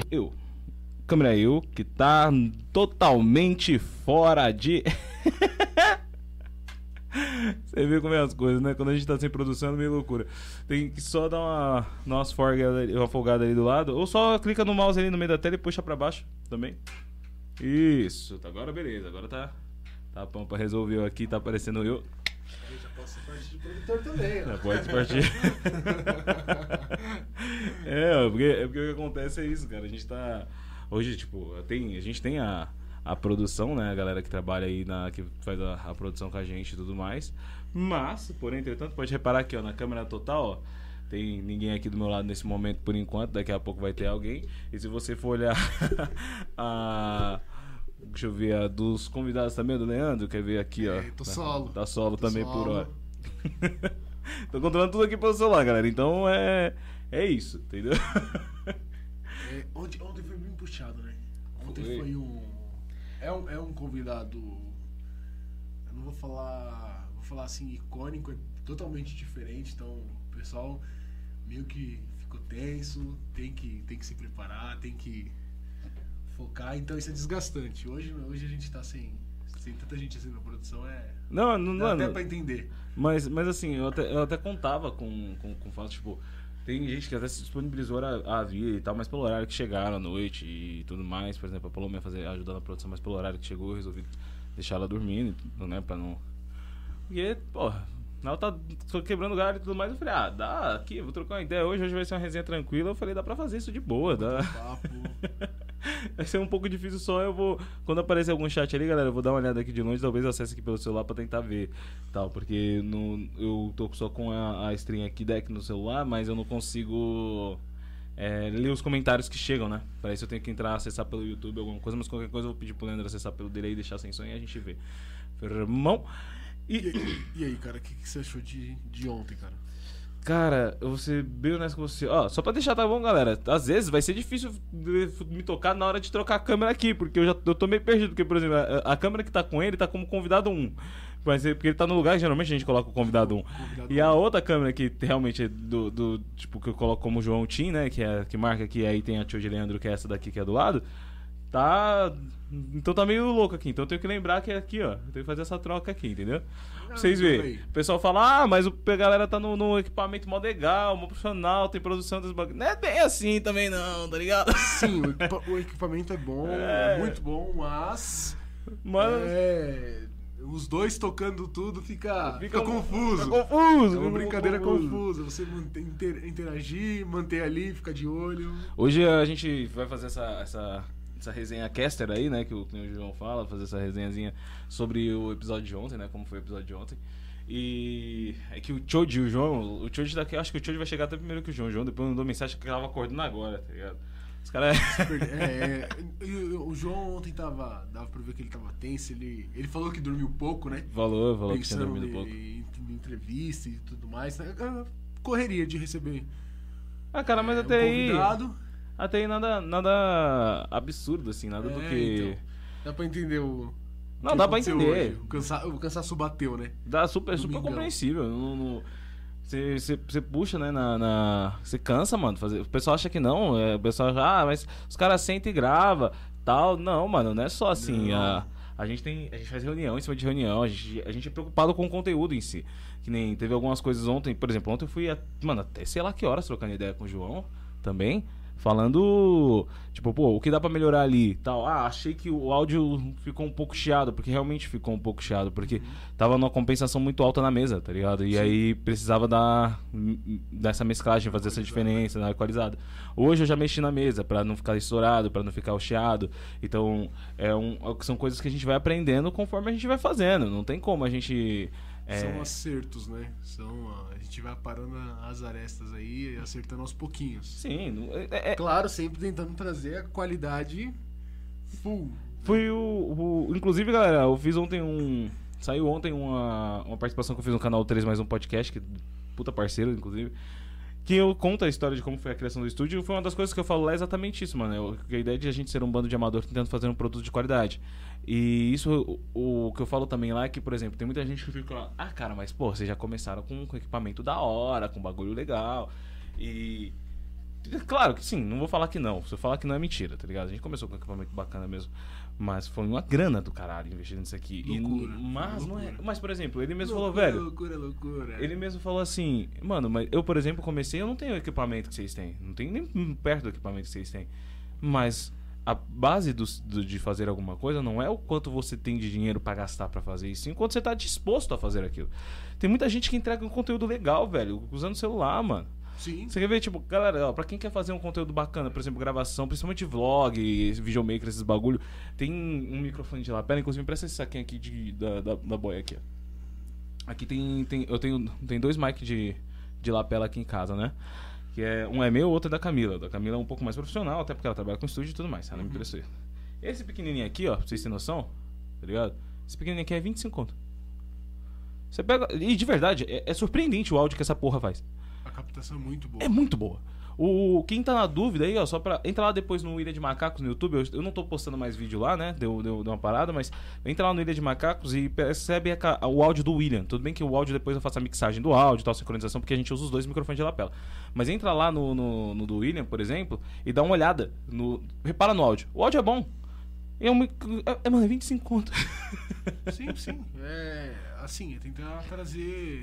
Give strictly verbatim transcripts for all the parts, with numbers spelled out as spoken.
eu. Câmera eu, que tá totalmente fora de... Você vê como é as coisas, né? Quando a gente tá sem produção é meio loucura. Tem que só dar uma, dar umas folgadas, uma folgada ali do lado. Ou só clica no mouse ali no meio da tela e puxa pra baixo também. Isso, agora beleza. Agora tá, tá bom pra resolver aqui, tá aparecendo eu. Eu já posso partir de produtor também, ó. Já pode partir. É, porque, é porque o que acontece é isso, cara. A gente tá... Hoje, tipo, tem, a gente tem a, a produção, né? A galera que trabalha aí, na, que faz a, a produção com a gente e tudo mais. Mas, porém, entretanto, pode reparar aqui, ó, na câmera total, ó. Tem ninguém aqui do meu lado nesse momento, por enquanto. Daqui a pouco vai ter alguém. E se você for olhar a... Deixa eu ver a dos convidados também, do Leandro. Quer ver aqui, ó. É, tô solo. Tá solo tô também solo. por hora. Tô controlando tudo aqui pelo celular, galera. Então é... É isso, entendeu? É, ontem, ontem foi bem puxado, né? Ontem Foi. foi um... É um, é um convidado... Eu não vou falar... Vou falar assim, icônico. É totalmente diferente. Então, o pessoal meio que ficou tenso. Tem que, tem que se preparar. Tem que focar. Então, isso é desgastante. Hoje, hoje a gente tá sem... Sem tanta gente assim na produção. É... Não, não, Dá não. até pra entender. Mas, mas assim, eu até, eu até contava com, com, com fato, tipo... Tem gente que até se disponibilizou a, a vir e tal, mas pelo horário que chegaram à noite e tudo mais. Por exemplo, a Paloma ia fazer, ajudar na produção, mas pelo horário que chegou eu resolvi deixar ela dormindo, né, pra não... Porque, porra, ela tá quebrando galho e tudo mais. Eu falei, ah, dá aqui, eu vou trocar uma ideia hoje, hoje vai ser uma resenha tranquila. Eu falei, dá pra fazer isso de boa, dá. Papo. Vai ser um pouco difícil só, eu vou... Quando aparecer algum chat ali, galera, eu vou dar uma olhada aqui de longe, talvez eu acesse aqui pelo celular pra tentar ver, tal, porque no, eu tô só com a, a stream aqui deck no celular, mas eu não consigo é, ler os comentários que chegam, né? Pra isso eu tenho que entrar, acessar pelo YouTube, alguma coisa, mas qualquer coisa eu vou pedir pro Leandro acessar pelo dele aí, deixar sem som e a gente vê. Irmão... E, e, e aí, cara, o que, que você achou de, de ontem, cara? Cara, eu vou ser bem honesto com você. Ó, só pra deixar, tá bom, galera? Às vezes vai ser difícil me tocar na hora de trocar a câmera aqui, porque eu já eu tô meio perdido. Porque, por exemplo, a, a câmera que tá com ele tá como convidado um. Mas é porque ele tá no lugar que geralmente a gente coloca o convidado um. Convidado E a um. outra câmera que realmente é do, do. Tipo, que eu coloco como João Tim, né? Que, é, que marca aqui, aí tem a Tio de Leandro, que é essa daqui que é do lado. Tá. Então tá meio louco aqui. Então eu tenho que lembrar que é aqui, ó. Eu tenho que fazer essa troca aqui, entendeu? Pra vocês verem. O pessoal fala, ah, mas o, a galera tá no, no equipamento mó legal, mó profissional, tem produção dos bagulhos. Não é bem assim também, não, tá ligado? Sim, o, equipa- o equipamento é bom, É. é muito bom, mas. Mas. É, os dois tocando tudo fica, fica, Fica- confuso. Fica confuso. É uma fica brincadeira confuso. confusa. Você manter, inter- interagir, manter ali, ficar de olho. Hoje a gente vai fazer essa, essa, essa resenha caster aí, né? Que o, que o João fala, fazer essa resenhazinha sobre o episódio de ontem, né? Como foi o episódio de ontem. E é que o Choji e o João, o Choji daqui, acho que o Choji vai chegar até primeiro que o João. O João depois mandou mensagem que tava acordando agora, tá ligado? Os caras. É, é, e o o João ontem tava. Dava pra ver que ele tava tenso. Ele, ele falou que dormiu pouco, né? Falou, falou que tinha Pensando dormido em, pouco. em, em entrevista e tudo mais. É, é, correria de receber. Ah, cara, mas é, até um aí. convidado. Até aí nada, nada absurdo, assim, nada do É, que. então, dá pra entender o. o Não, que dá pra aconteceu entender. hoje. O, cansa, o cansaço bateu, né? Dá super, super Domingão. compreensível. Não, não- Você, você, você puxa, né, na, na- Você cansa, mano. Fazer... O pessoal acha que não. É, o pessoal acha, ah, mas os caras sentam e gravam, tal. Não, mano, não é só assim. Não. A, a gente tem. A gente faz reunião em cima de reunião. A gente, a gente é preocupado com o conteúdo em si. Que nem teve algumas coisas ontem. Por exemplo, ontem eu fui, a, mano, até sei lá que horas trocando ideia com o João também. Falando, tipo, pô, o que dá pra melhorar ali, tal. Ah, achei que o áudio ficou um pouco chiado, porque realmente ficou um pouco chiado, porque tava numa compensação muito alta na mesa, tá ligado? E Sim. aí precisava dar dessa mesclagem, fazer essa diferença, dar equalizada. Hoje eu já mexi na mesa pra não ficar estourado, pra não ficar o chiado. Então, é um, são coisas que a gente vai aprendendo conforme a gente vai fazendo. Não tem como a gente... É... São acertos, né? São, a gente vai parando as arestas aí e acertando aos pouquinhos. Sim, não- é, é, Claro, sempre tentando trazer a qualidade full. Foi o, o. Inclusive, galera, eu fiz ontem um. Saiu ontem uma, uma participação que eu fiz no canal três mais um podcast, que puta parceiro, inclusive. Que eu conto a história de como foi a criação do estúdio. Foi uma das coisas que eu falo lá, é exatamente isso, mano. Eu, a ideia de a gente ser um bando de amador tentando fazer um produto de qualidade. E isso, o, o que eu falo também lá é que, por exemplo, tem muita gente que fica, ah, cara, mas pô, vocês já começaram com, com equipamento da hora, com bagulho legal. E Claro que sim, não vou falar que não. Se eu falar que não é mentira, tá ligado? A gente começou com um equipamento bacana mesmo. Mas foi uma grana do caralho investindo nisso aqui. Loucura, E, mas, loucura. Não é, mas, por exemplo, ele mesmo loucura, falou, velho. Loucura, loucura. Ele mesmo falou assim, mano, mas eu, por exemplo, comecei, eu não tenho o equipamento que vocês têm. Não tenho nem perto do equipamento que vocês têm. Mas a base do, do, de fazer alguma coisa não é o quanto você tem de dinheiro pra gastar pra fazer isso, sim o quanto você tá disposto a fazer aquilo. Tem muita gente que entrega um conteúdo legal, velho, usando o celular, mano. Sim. Você quer ver, tipo, galera, ó, pra quem quer fazer um conteúdo bacana, por exemplo, gravação, principalmente vlog, videomaker, esses bagulho, tem um microfone de lapela, inclusive me presta esse saquinho aqui de, da, da, da boia aqui, ó. Aqui tem, tem, eu tenho, tem dois mics de, de lapela aqui em casa, né? Que é, um é meu, o outro é da Camila. Da Camila é um pouco mais profissional, até porque ela trabalha com estúdio e tudo mais, ela Uhum. me emprestou. Esse pequenininho aqui, ó, pra vocês terem noção, tá ligado? Esse pequenininho aqui é vinte e cinco conto. Você pega, e de verdade, é, é surpreendente o áudio que essa porra faz. A captação é muito boa. É muito boa. O, quem tá na dúvida aí, ó, só pra... Entra lá depois no Ilha de Macacos no YouTube. Eu, eu não tô postando mais vídeo lá, né? Deu, deu, deu uma parada, mas... Entra lá no Ilha de Macacos e percebe a, o áudio do William. Tudo bem que o áudio depois eu faço a mixagem do áudio e tal, sincronização, porque a gente usa os dois microfones de lapela. Mas entra lá no, no, no do William, por exemplo, e dá uma olhada. No, repara no áudio. O áudio é bom. É, um, é, é, mano, é vinte e cinco conto. Sim, sim. É, assim, é tentar trazer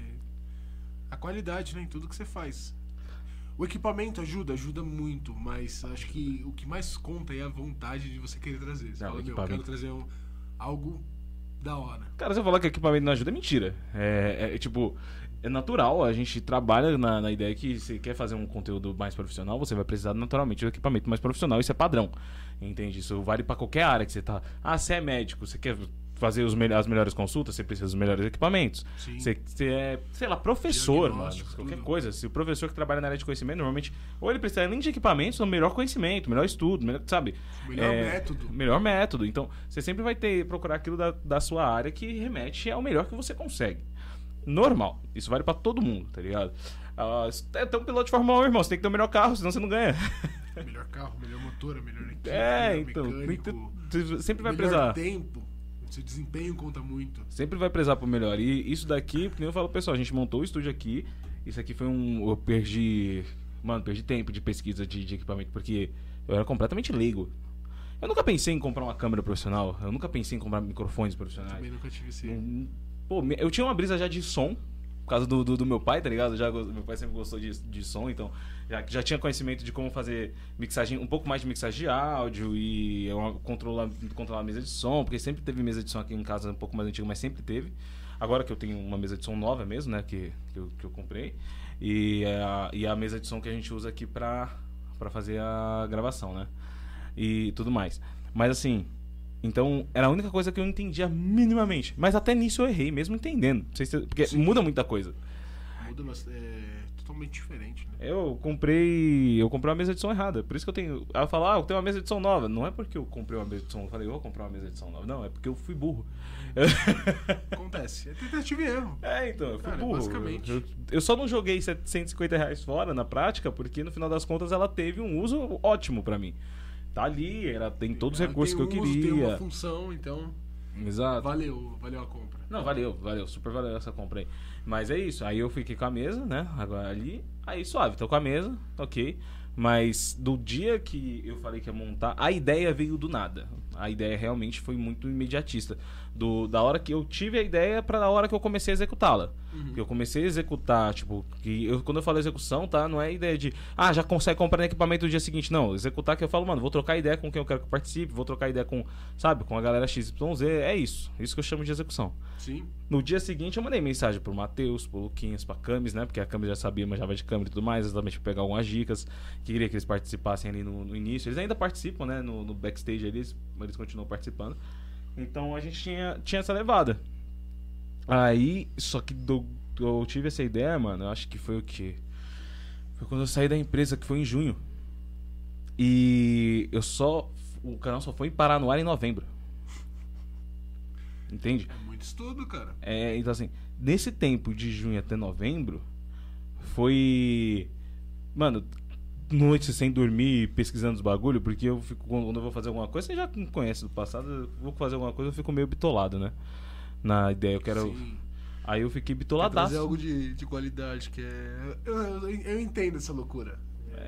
a qualidade, né, em tudo que você faz. O equipamento ajuda, ajuda muito, mas acho que o que mais conta é a vontade de você querer trazer. Você Não, fala, meu, eu equipamento. quero trazer um, algo da hora. Cara, você falar que equipamento não ajuda é mentira. É, é, é tipo, é natural, a gente trabalha na, na ideia que se quer fazer um conteúdo mais profissional, você vai precisar naturalmente de um equipamento mais profissional, isso é padrão. Entende? Isso vale pra qualquer área que você tá. Ah, você é médico, você quer fazer os me as melhores consultas, você precisa dos melhores equipamentos. Sim. Você, você é, sei lá, professor, mano. Diagnóstico, Qualquer tudo. coisa. Se o professor que trabalha na área de conhecimento, normalmente, ou ele precisa além de equipamentos, ou melhor conhecimento, melhor estudo, melhor, sabe? Melhor É, método. Melhor método. Então, você sempre vai ter procurar aquilo da, da sua área que remete ao melhor que você consegue. Normal. Isso vale pra todo mundo, tá ligado? Ah, é ter um piloto de Fórmula um, irmão. Você tem que ter o melhor carro, senão você não ganha. Melhor carro, melhor motor, melhor equipe, É, melhor então. mecânico, Você sempre vai melhor prezar. tempo. Seu desempenho conta muito. Sempre vai prezar pro melhor. E isso daqui, como eu falo, pessoal, a gente montou o estúdio aqui. Isso aqui foi um. Eu perdi. Mano, perdi tempo de pesquisa de, de equipamento, porque eu era completamente leigo. Eu nunca pensei em comprar uma câmera profissional. Eu nunca pensei em comprar microfones profissionais. Também nunca tive esse. Não- Pô, me- eu tinha uma brisa já de som, por causa do, do, do meu pai, tá ligado? Já, go- meu pai sempre gostou de, de som, então já, já tinha conhecimento de como fazer mixagem, um pouco mais de mixagem de áudio e eu controlar, controlar a mesa de som, porque sempre teve mesa de som aqui em casa um pouco mais antiga, mas sempre teve. Agora que eu tenho uma mesa de som nova mesmo, né, que, que, eu, que eu comprei, e a, e a mesa de som que a gente usa aqui pra, pra fazer a gravação, né, e tudo mais. Mas assim... Então, era a única coisa que eu entendia minimamente. Mas até nisso eu errei, mesmo entendendo. Não sei se- porque Sim. muda muita coisa. Muda bastante. É totalmente diferente, né? Eu comprei. Eu comprei uma mesa de som errada. Por isso que eu tenho. Aí eu falo, ah, eu tenho uma mesa de som nova. Não é porque eu comprei uma mesa de som. Eu falei, eu vou comprar uma mesa de som nova. Não, é porque eu fui burro. Acontece. É tentativa e erro. É, então, eu fui Cara, burro. basicamente. Eu, eu só não joguei setecentos e cinquenta reais fora na prática, porque no final das contas ela teve um uso ótimo pra mim. Tá ali, ela tem todos os Ela recursos tem que eu um uso, Tem uma queria. função, então Exato. valeu, valeu a compra. Não, valeu, valeu, super valeu essa compra aí. Mas é isso, aí eu fiquei com a mesa, né? Agora ali, aí suave, tô com a mesa, ok. Mas do dia que eu falei que ia montar, a ideia veio do nada. A ideia realmente foi muito imediatista. Do, da hora que eu tive a ideia pra da hora que eu comecei a executá-la. Uhum. Porque eu comecei a executar, tipo, que eu, quando eu falo execução, tá? Não é ideia de, ah, já consegue comprar equipamento no dia seguinte. Não, executar que eu falo, mano, vou trocar ideia com quem eu quero que participe, vou trocar ideia com, sabe, com a galera X Y Z. É isso. Isso que eu chamo de execução. Sim. No dia seguinte eu mandei mensagem pro Matheus, pro Luquinhas, pra Camis, né? Porque a Camis já sabia, manjava de câmera e tudo mais, exatamente pra pegar algumas dicas. Queria que eles participassem ali no, no início. Eles ainda participam, né? No, no backstage ali, eles, eles continuam participando. Então a gente tinha, tinha essa levada. Aí, só que do, eu tive essa ideia, mano, eu acho que foi o quê? Foi quando eu saí da empresa, que foi em junho. E eu só... O canal só foi parar no ar em novembro. Entende? É muito estudo, cara. É, então assim, nesse tempo de junho até novembro, foi... Mano, noites sem dormir, pesquisando os bagulho, porque eu fico, quando eu vou fazer alguma coisa, você já me conhece do passado, eu vou fazer alguma coisa, eu fico meio bitolado, né? Na ideia, eu quero... Sim. Aí eu fiquei Quer bitoladaço. trazer algo de, de qualidade, que é... Eu, eu, eu entendo essa loucura. É, É,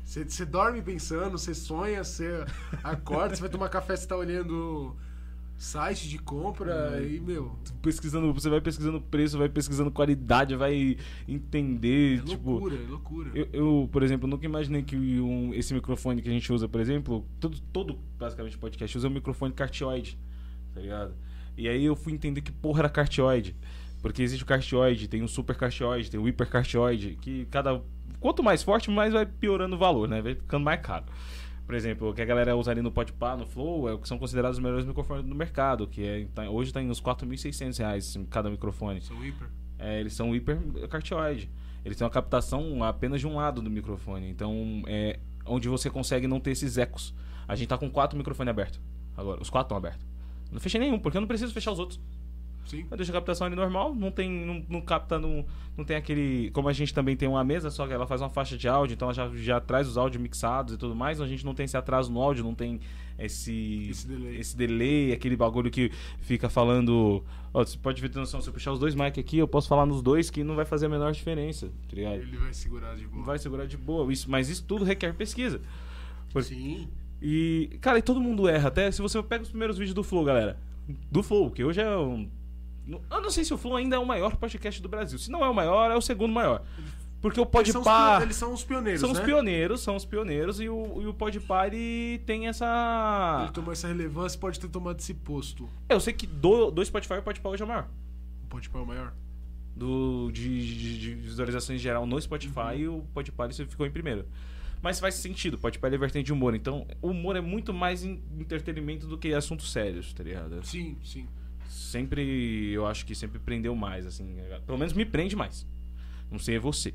Você, você dorme pensando, você sonha, você acorda, você vai tomar café, você tá olhando site de compra É. e, meu... Pesquisando, você vai pesquisando preço, vai pesquisando qualidade, vai entender, É tipo... loucura, é loucura. Eu, eu, por exemplo, nunca imaginei que um, esse microfone que a gente usa, por exemplo, todo, todo basicamente podcast usa um microfone cardioide, tá ligado? E aí eu fui entender que porra era cardioide. Porque existe o cardioide, tem o super cardioide, tem o hiper cardioide, que cada... Quanto mais forte, mais vai piorando o valor, né? Vai ficando mais caro. Por exemplo, o que a galera usa ali no Podpah, no Flow, é o que são considerados os melhores microfones do mercado, que é, tá, hoje está em uns quatro mil e seiscentos reais cada microfone. São hiper. É, eles são hiper cardioide. Eles têm uma captação apenas de um lado do microfone. Então, é onde você consegue não ter esses ecos. A gente tá com quatro microfones abertos. Agora, os quatro estão abertos. Não fechei nenhum, porque eu não preciso fechar os outros. Sim. Eu deixo a captação ali normal, não tem, não, não capta, não, não tem aquele... Como a gente também tem uma mesa, só que ela faz uma faixa de áudio, então ela já, já traz os áudios mixados e tudo mais, a gente não tem esse atraso no áudio, não tem esse... Esse delay. Esse delay, aquele bagulho que fica falando... Ó, você pode ver, ter noção, se eu puxar os dois mic aqui, eu posso falar nos dois que não vai fazer a menor diferença, tá ligado? Ele vai segurar de boa. Vai segurar de boa, isso, mas isso tudo requer pesquisa. Por- Sim. E, cara, e todo mundo erra, até se você pega os primeiros vídeos do Flow, galera. Do Flow, que hoje é um... Eu não sei se o Flow ainda é o maior podcast do Brasil. Se não é o maior, é o segundo maior. Porque o Eles são, os Podpah... pio- eles são os pioneiros, São né? os pioneiros, são os pioneiros. E o, e o Podpah, ele tem essa... Ele tomou essa relevância, pode ter tomado esse posto. Eu sei que do, do Spotify, o Podpah hoje é o maior. O Podpah é o maior? Do, de, de, de visualizações em geral no Spotify, Uhum. o Podpah ele ficou em primeiro. Mas faz sentido, o Podpah ele é vertente de humor. Então, o humor é muito mais em- entretenimento do que assuntos sérios, tá ligado? Sim, sim. Sempre, eu acho que sempre prendeu mais, assim. Pelo menos me prende mais. Não sei, é você.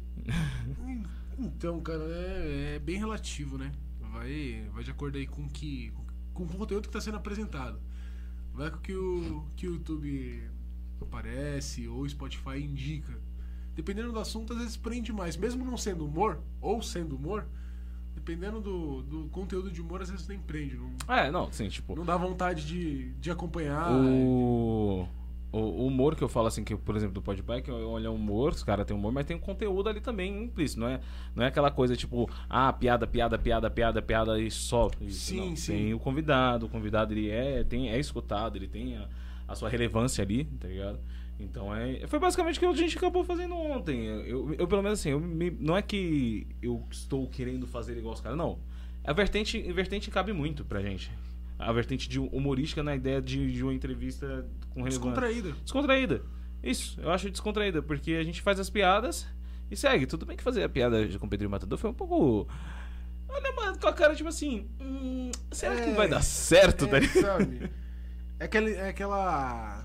Então, cara, é, é bem relativo, né? Vai, vai de acordo aí com que, com o conteúdo que está sendo apresentado. Vai com o que o, que o YouTube aparece ou o Spotify indica. Dependendo do assunto, às vezes prende mais. Mesmo não sendo humor, ou sendo humor, dependendo do, do conteúdo de humor, às vezes nem prende. Não, É, não, sim, tipo... não dá vontade de, de acompanhar. O... O, o humor que eu falo assim, que por exemplo do Podpah, que olha humor, os caras têm humor, mas tem um conteúdo ali também implícito, não é, não é aquela coisa tipo, ah, piada, piada, piada, piada, piada e só isso. Sim, não. sim. Tem o convidado, o convidado ele é, tem, é escutado, ele tem a, a sua relevância ali, tá ligado? Então é, foi basicamente o que a gente acabou fazendo ontem. Eu, eu, eu, pelo menos assim, eu me- não é que eu estou querendo fazer igual os caras, não. A vertente, a vertente cabe muito pra gente. A vertente de humorística na ideia de, de uma entrevista com relevância. Descontraída. Descontraída. Isso, eu acho descontraída, porque a gente faz as piadas e segue. Tudo bem que fazer a piada com o Pedrinho Matador foi um pouco... Olha, mano, com a cara tipo assim... Hum, será É, que vai dar certo, tá É, ligado? sabe? É, aquele, é aquela...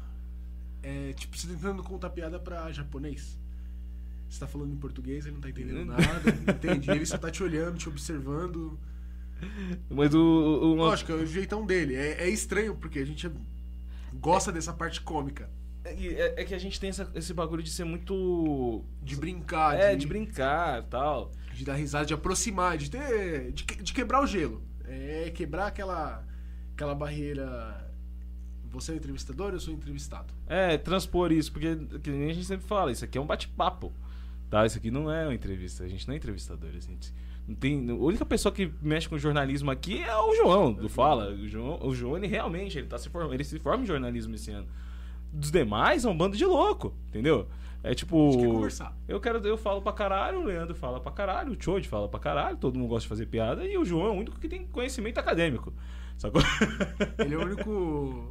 É, tipo, você tentando contar piada pra japonês. Você tá falando em português, ele não tá entendendo nada. Entende? Ele só tá te olhando, te observando. Mas o... o, o Lógico, é o jeitão dele. É, é estranho, porque a gente gosta dessa parte cômica. é, é que a gente tem essa- esse bagulho de ser muito... De brincar, É, de, de brincar e tal. de dar risada, de aproximar, de ter. De, que- de quebrar o gelo. É quebrar aquela, aquela barreira. Você é o entrevistador, eu sou o entrevistado. É, transpor isso, porque que nem a gente sempre fala, isso aqui é um bate-papo, tá? Isso aqui não é uma entrevista, a gente não é entrevistador, a gente não tem... A única pessoa que mexe com jornalismo aqui é o João, do Fala. O João, o João ele realmente, ele, tá se forma, ele se forma em jornalismo esse ano. Dos demais é um bando de louco, entendeu? É tipo... A gente quer conversar. Eu, quero, eu falo pra caralho, o Leandro fala pra caralho, o Chode fala pra caralho, todo mundo gosta de fazer piada, e o João é o único que tem conhecimento acadêmico, sacou? Ele é o único.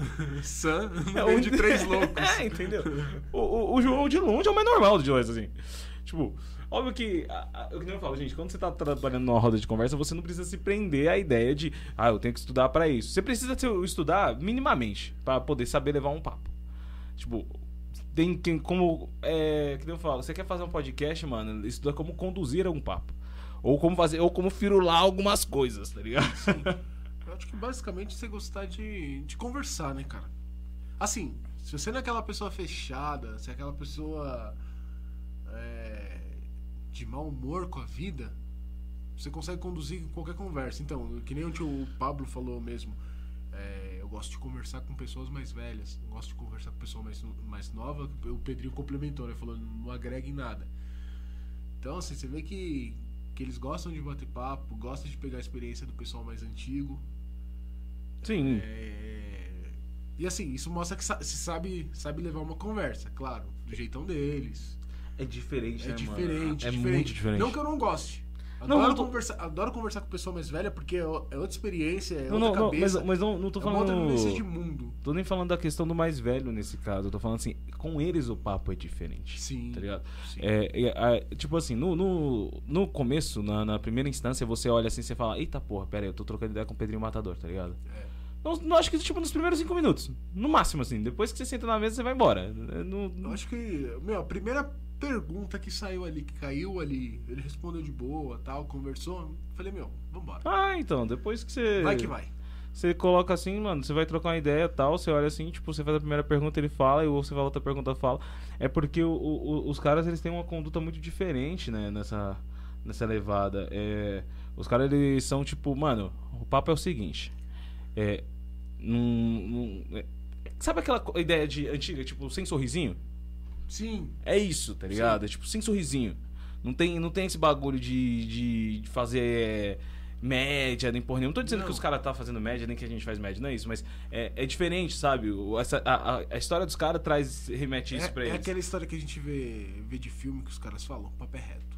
Sam É no meio um de três loucos. É, entendeu? O, o, o João de longe é o mais normal de nós, assim. Tipo, óbvio que. A, a, eu que nem eu falo, gente, quando você tá trabalhando numa roda de conversa, você não precisa se prender à ideia de, ah, eu tenho que estudar pra isso. Você precisa se- estudar minimamente pra poder saber levar um papo. Tipo, tem que. Como. É, que nem eu falo, você quer fazer um podcast, mano, estuda como conduzir algum papo. Ou como fazer, ou como firular algumas coisas, tá ligado? Eu acho que basicamente você gostar de, de conversar, né, cara? Assim, se você não é aquela pessoa fechada, se é aquela pessoa é, de mau humor com a vida, você consegue conduzir qualquer conversa. Então, que nem o tio Pablo falou mesmo, é, eu gosto de conversar com pessoas mais velhas, não gosto de conversar com pessoa mais, mais nova. O Pedrinho complementou, né? Falou, não agrega em nada. Então, assim, você vê que porque eles gostam de bater papo, gostam de pegar a experiência do pessoal mais antigo. Sim. É... E assim, isso mostra que sa- se sabe, sabe levar uma conversa, claro, do jeitão deles. É diferente, É né, diferente, mano? é É diferente. muito diferente. Não que eu não goste. Não, Adoro, não tô- conversar, adoro conversar com pessoa mais velha, porque é o- é outra experiência, é Não, outra não, não, mas, cabeça, mas não, não tô é uma outra vivência falando... de mundo. Tô nem falando da questão do mais velho nesse caso. Eu tô falando assim, com eles o papo é diferente. Sim. Tá ligado? Sim. É, é, é, tipo assim, no, no, no começo, na, na primeira instância, você olha assim e você fala, eita porra, pera aí, eu tô trocando ideia com o Pedrinho Matador, tá ligado? É. Não, não acho que tipo nos primeiros cinco minutos. No máximo, assim. Depois que você senta na mesa, você vai embora. É, não- Eu acho que, meu, a primeira pergunta que saiu ali, que caiu ali, ele respondeu de boa, tal, conversou, falei, meu, vambora. Ah, então, depois que você. Vai que vai. Você coloca assim, mano, você vai trocar uma ideia e tal, você olha assim, tipo, você faz a primeira pergunta, ele fala, e ou você faz a outra pergunta, fala. É porque o, o- os caras, eles têm uma conduta muito diferente, né, nessa, nessa levada. É, os caras, eles são tipo, mano, o papo é o seguinte. É. Num, num- é, sabe aquela co- ideia de antiga, tipo, sem sorrisinho? Sim. É isso, tá ligado? Sim. É tipo, sem sorrisinho. Não tem, não tem esse bagulho de, de, de fazer é, média, nem porra nenhuma. Não tô dizendo Não. que os caras tá fazendo média, nem que a gente faz média, não é isso. Mas é, é diferente, sabe? O- Essa, a, a, a história dos caras traz, remete isso pra É, é eles. aquela história que a gente vê, vê de filme que os caras falam, papo é reto.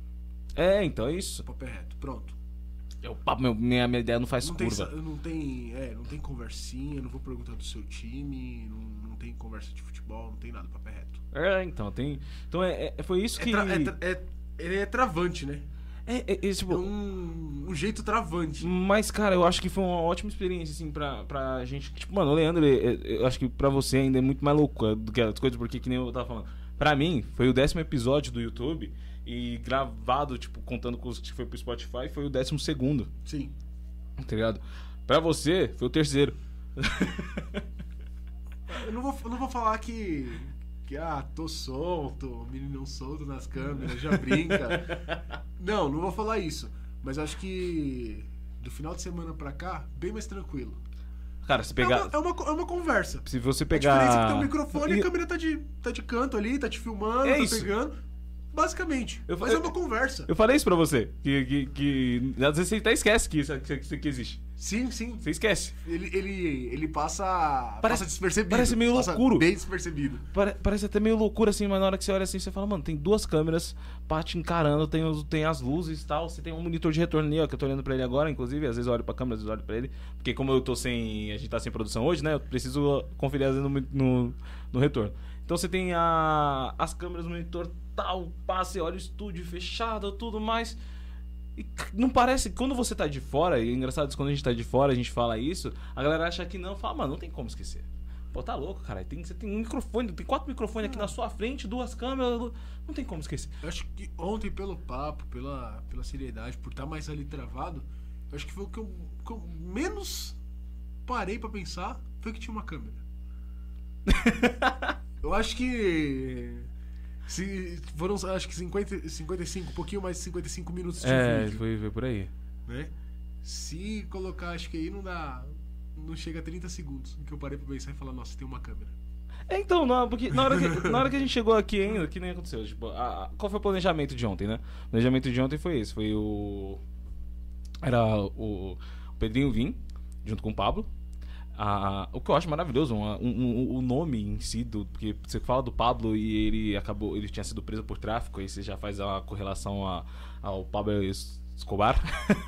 É, então é isso. Papo é reto, pronto. É o papo, meu- minha, minha ideia não faz Não tem, curva. sa- não tem, é, não tem conversinha, não vou perguntar do seu time, não, não tem conversa de futebol, não tem nada, papo é reto. É, então, tem. Então é, é- foi isso É que. tra- é tra- é- ele é travante, né? É, é, é, tipo, É um, um jeito travante. Mas, cara, eu acho que foi uma ótima experiência, assim, pra, pra gente. Tipo, mano, o Leandro, ele- eu acho que pra você ainda é muito mais louco do que as coisas, porque que nem eu tava falando. Pra mim, foi o décimo episódio do YouTube e gravado, tipo, contando com os que foi pro Spotify, foi o décimo segundo, Sim. tá ligado? Pra você, foi o terceiro. Eu não vou, eu não vou falar que, que, ah, tô solto, meninão solto nas câmeras, já brinca. Não, não vou falar isso. Mas acho que do final de semana pra cá, bem mais tranquilo. Cara, se É pegar. uma, é uma, é uma conversa. Se você A pegar. diferença é que tem um microfone e E- a câmera tá de, tá de canto ali, tá te filmando, É tá isso. pegando. Basicamente. Eu- Mas eu- é uma conversa. Eu falei isso pra você, que, que, que às vezes você até esquece que isso, que, que, que existe. Sim, sim. Você esquece. Ele, ele, ele passa, Parece- passa despercebido. parece meio passa loucuro. Bem despercebido. Pare- Parece até meio loucura assim, mas na hora que você olha assim, você fala, mano, tem duas câmeras pra te encarando, tem, os, tem as luzes e tal, você tem um monitor de retorno ali, ó, que eu tô olhando pra ele agora, inclusive, às vezes eu olho pra câmera, às vezes eu olho pra ele, porque como eu tô sem, a gente tá sem produção hoje, né, eu preciso conferir às vezes no, no, no retorno. Então você tem a, as câmeras no monitor tal, passa, você olha o estúdio fechado, tudo mais. E não parece, quando você tá de fora, e é engraçado isso, quando a gente tá de fora, a gente fala isso, a galera acha que não, fala, mano, não tem como esquecer. Pô, tá louco, cara. Tem, você tem um microfone, tem quatro microfones aqui na sua frente, duas câmeras. Não tem como esquecer. Eu acho que ontem, pelo papo, pela, pela seriedade, por estar mais ali travado, eu acho que foi o que eu, que eu menos parei pra pensar, foi que tinha uma câmera. Eu acho que... Se foram, acho que cinquenta, cinquenta e cinco, um pouquinho mais de cinquenta e cinco minutos de É, vídeo, foi, foi por aí. né? Se colocar, acho que aí não dá... Não chega a trinta segundos em que eu parei pra pensar e falar, nossa, tem uma câmera. É, então, não, porque na hora, que, na hora que a gente chegou aqui ainda, que nem aconteceu. Tipo, a- a- qual foi o planejamento de ontem, né? O planejamento de ontem foi esse. Foi o... Era o, o Pedrinho Vim, junto com o Pablo. Ah, o que eu acho maravilhoso, um, um, um- o nome em si, do, porque você fala do Pablo e ele acabou, ele tinha sido preso por tráfico, aí você já faz a correlação a, ao Pablo Escobar.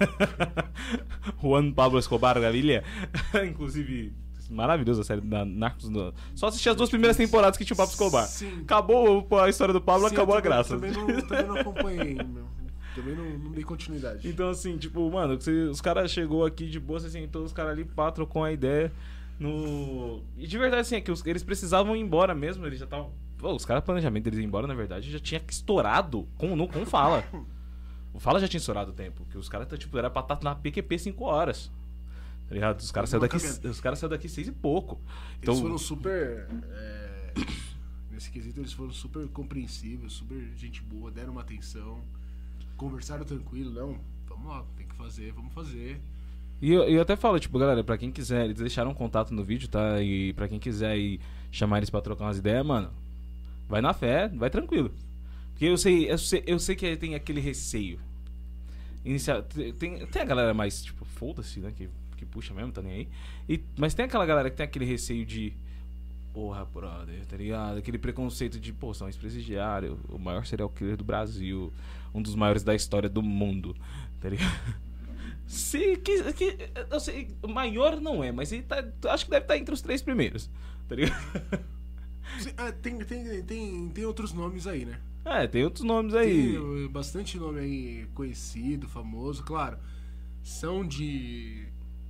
Juan Pablo Escobar Gaviria. Inclusive, maravilhosa a série da Narcos. No... Só assisti as duas primeiras temporadas que tinha o Pablo Escobar. Sim. Acabou a história do Pablo, Sim, acabou eu a também- graça. Também não, também não acompanhei, meu. Também não, não dei continuidade. Então, assim, tipo, mano, você- os caras chegou aqui de boa, você sentou, os caras ali, pá, trocou uma ideia. No... E de verdade, assim, é que os- eles precisavam ir embora mesmo, eles já estavam. Pô, os caras, o planejamento deles ir embora, na verdade, já tinha estourado com, no, com Fala. O Fala já tinha estourado o tempo, que os caras, tipo, era pra estar na P Q P cinco horas. Tá ligado? Os caras saíram daqui, os caras saíram daqui seis e pouco. Então, Eles foram super. é, nesse quesito, eles foram super compreensíveis, super gente boa, deram uma atenção, conversaram tranquilo. Não, vamos lá, tem que fazer, vamos fazer. E eu, eu até falo, tipo, galera, pra quem quiser, eles deixaram um contato no vídeo, tá? E pra quem quiser ir chamar eles pra trocar umas ideias, mano, vai na fé, vai tranquilo. Porque eu sei, eu sei, eu sei que tem aquele receio. Inicia... Tem, tem a galera mais, tipo, foda-se, né? Que, que puxa mesmo, tá nem aí. E, mas tem aquela galera que tem aquele receio de. Porra, brother, tá ligado? Aquele preconceito de, pô, são ex-presidiário, o maior serial killer do Brasil, um dos maiores da história do mundo, tá ligado? Se, que, que, eu sei, o maior não é, mas ele tá, acho que deve estar entre os três primeiros, tá ligado? Sim, é, tem, tem, tem, tem outros nomes aí, né? É, tem outros nomes aí. Tem bastante nome aí conhecido, famoso, claro. São de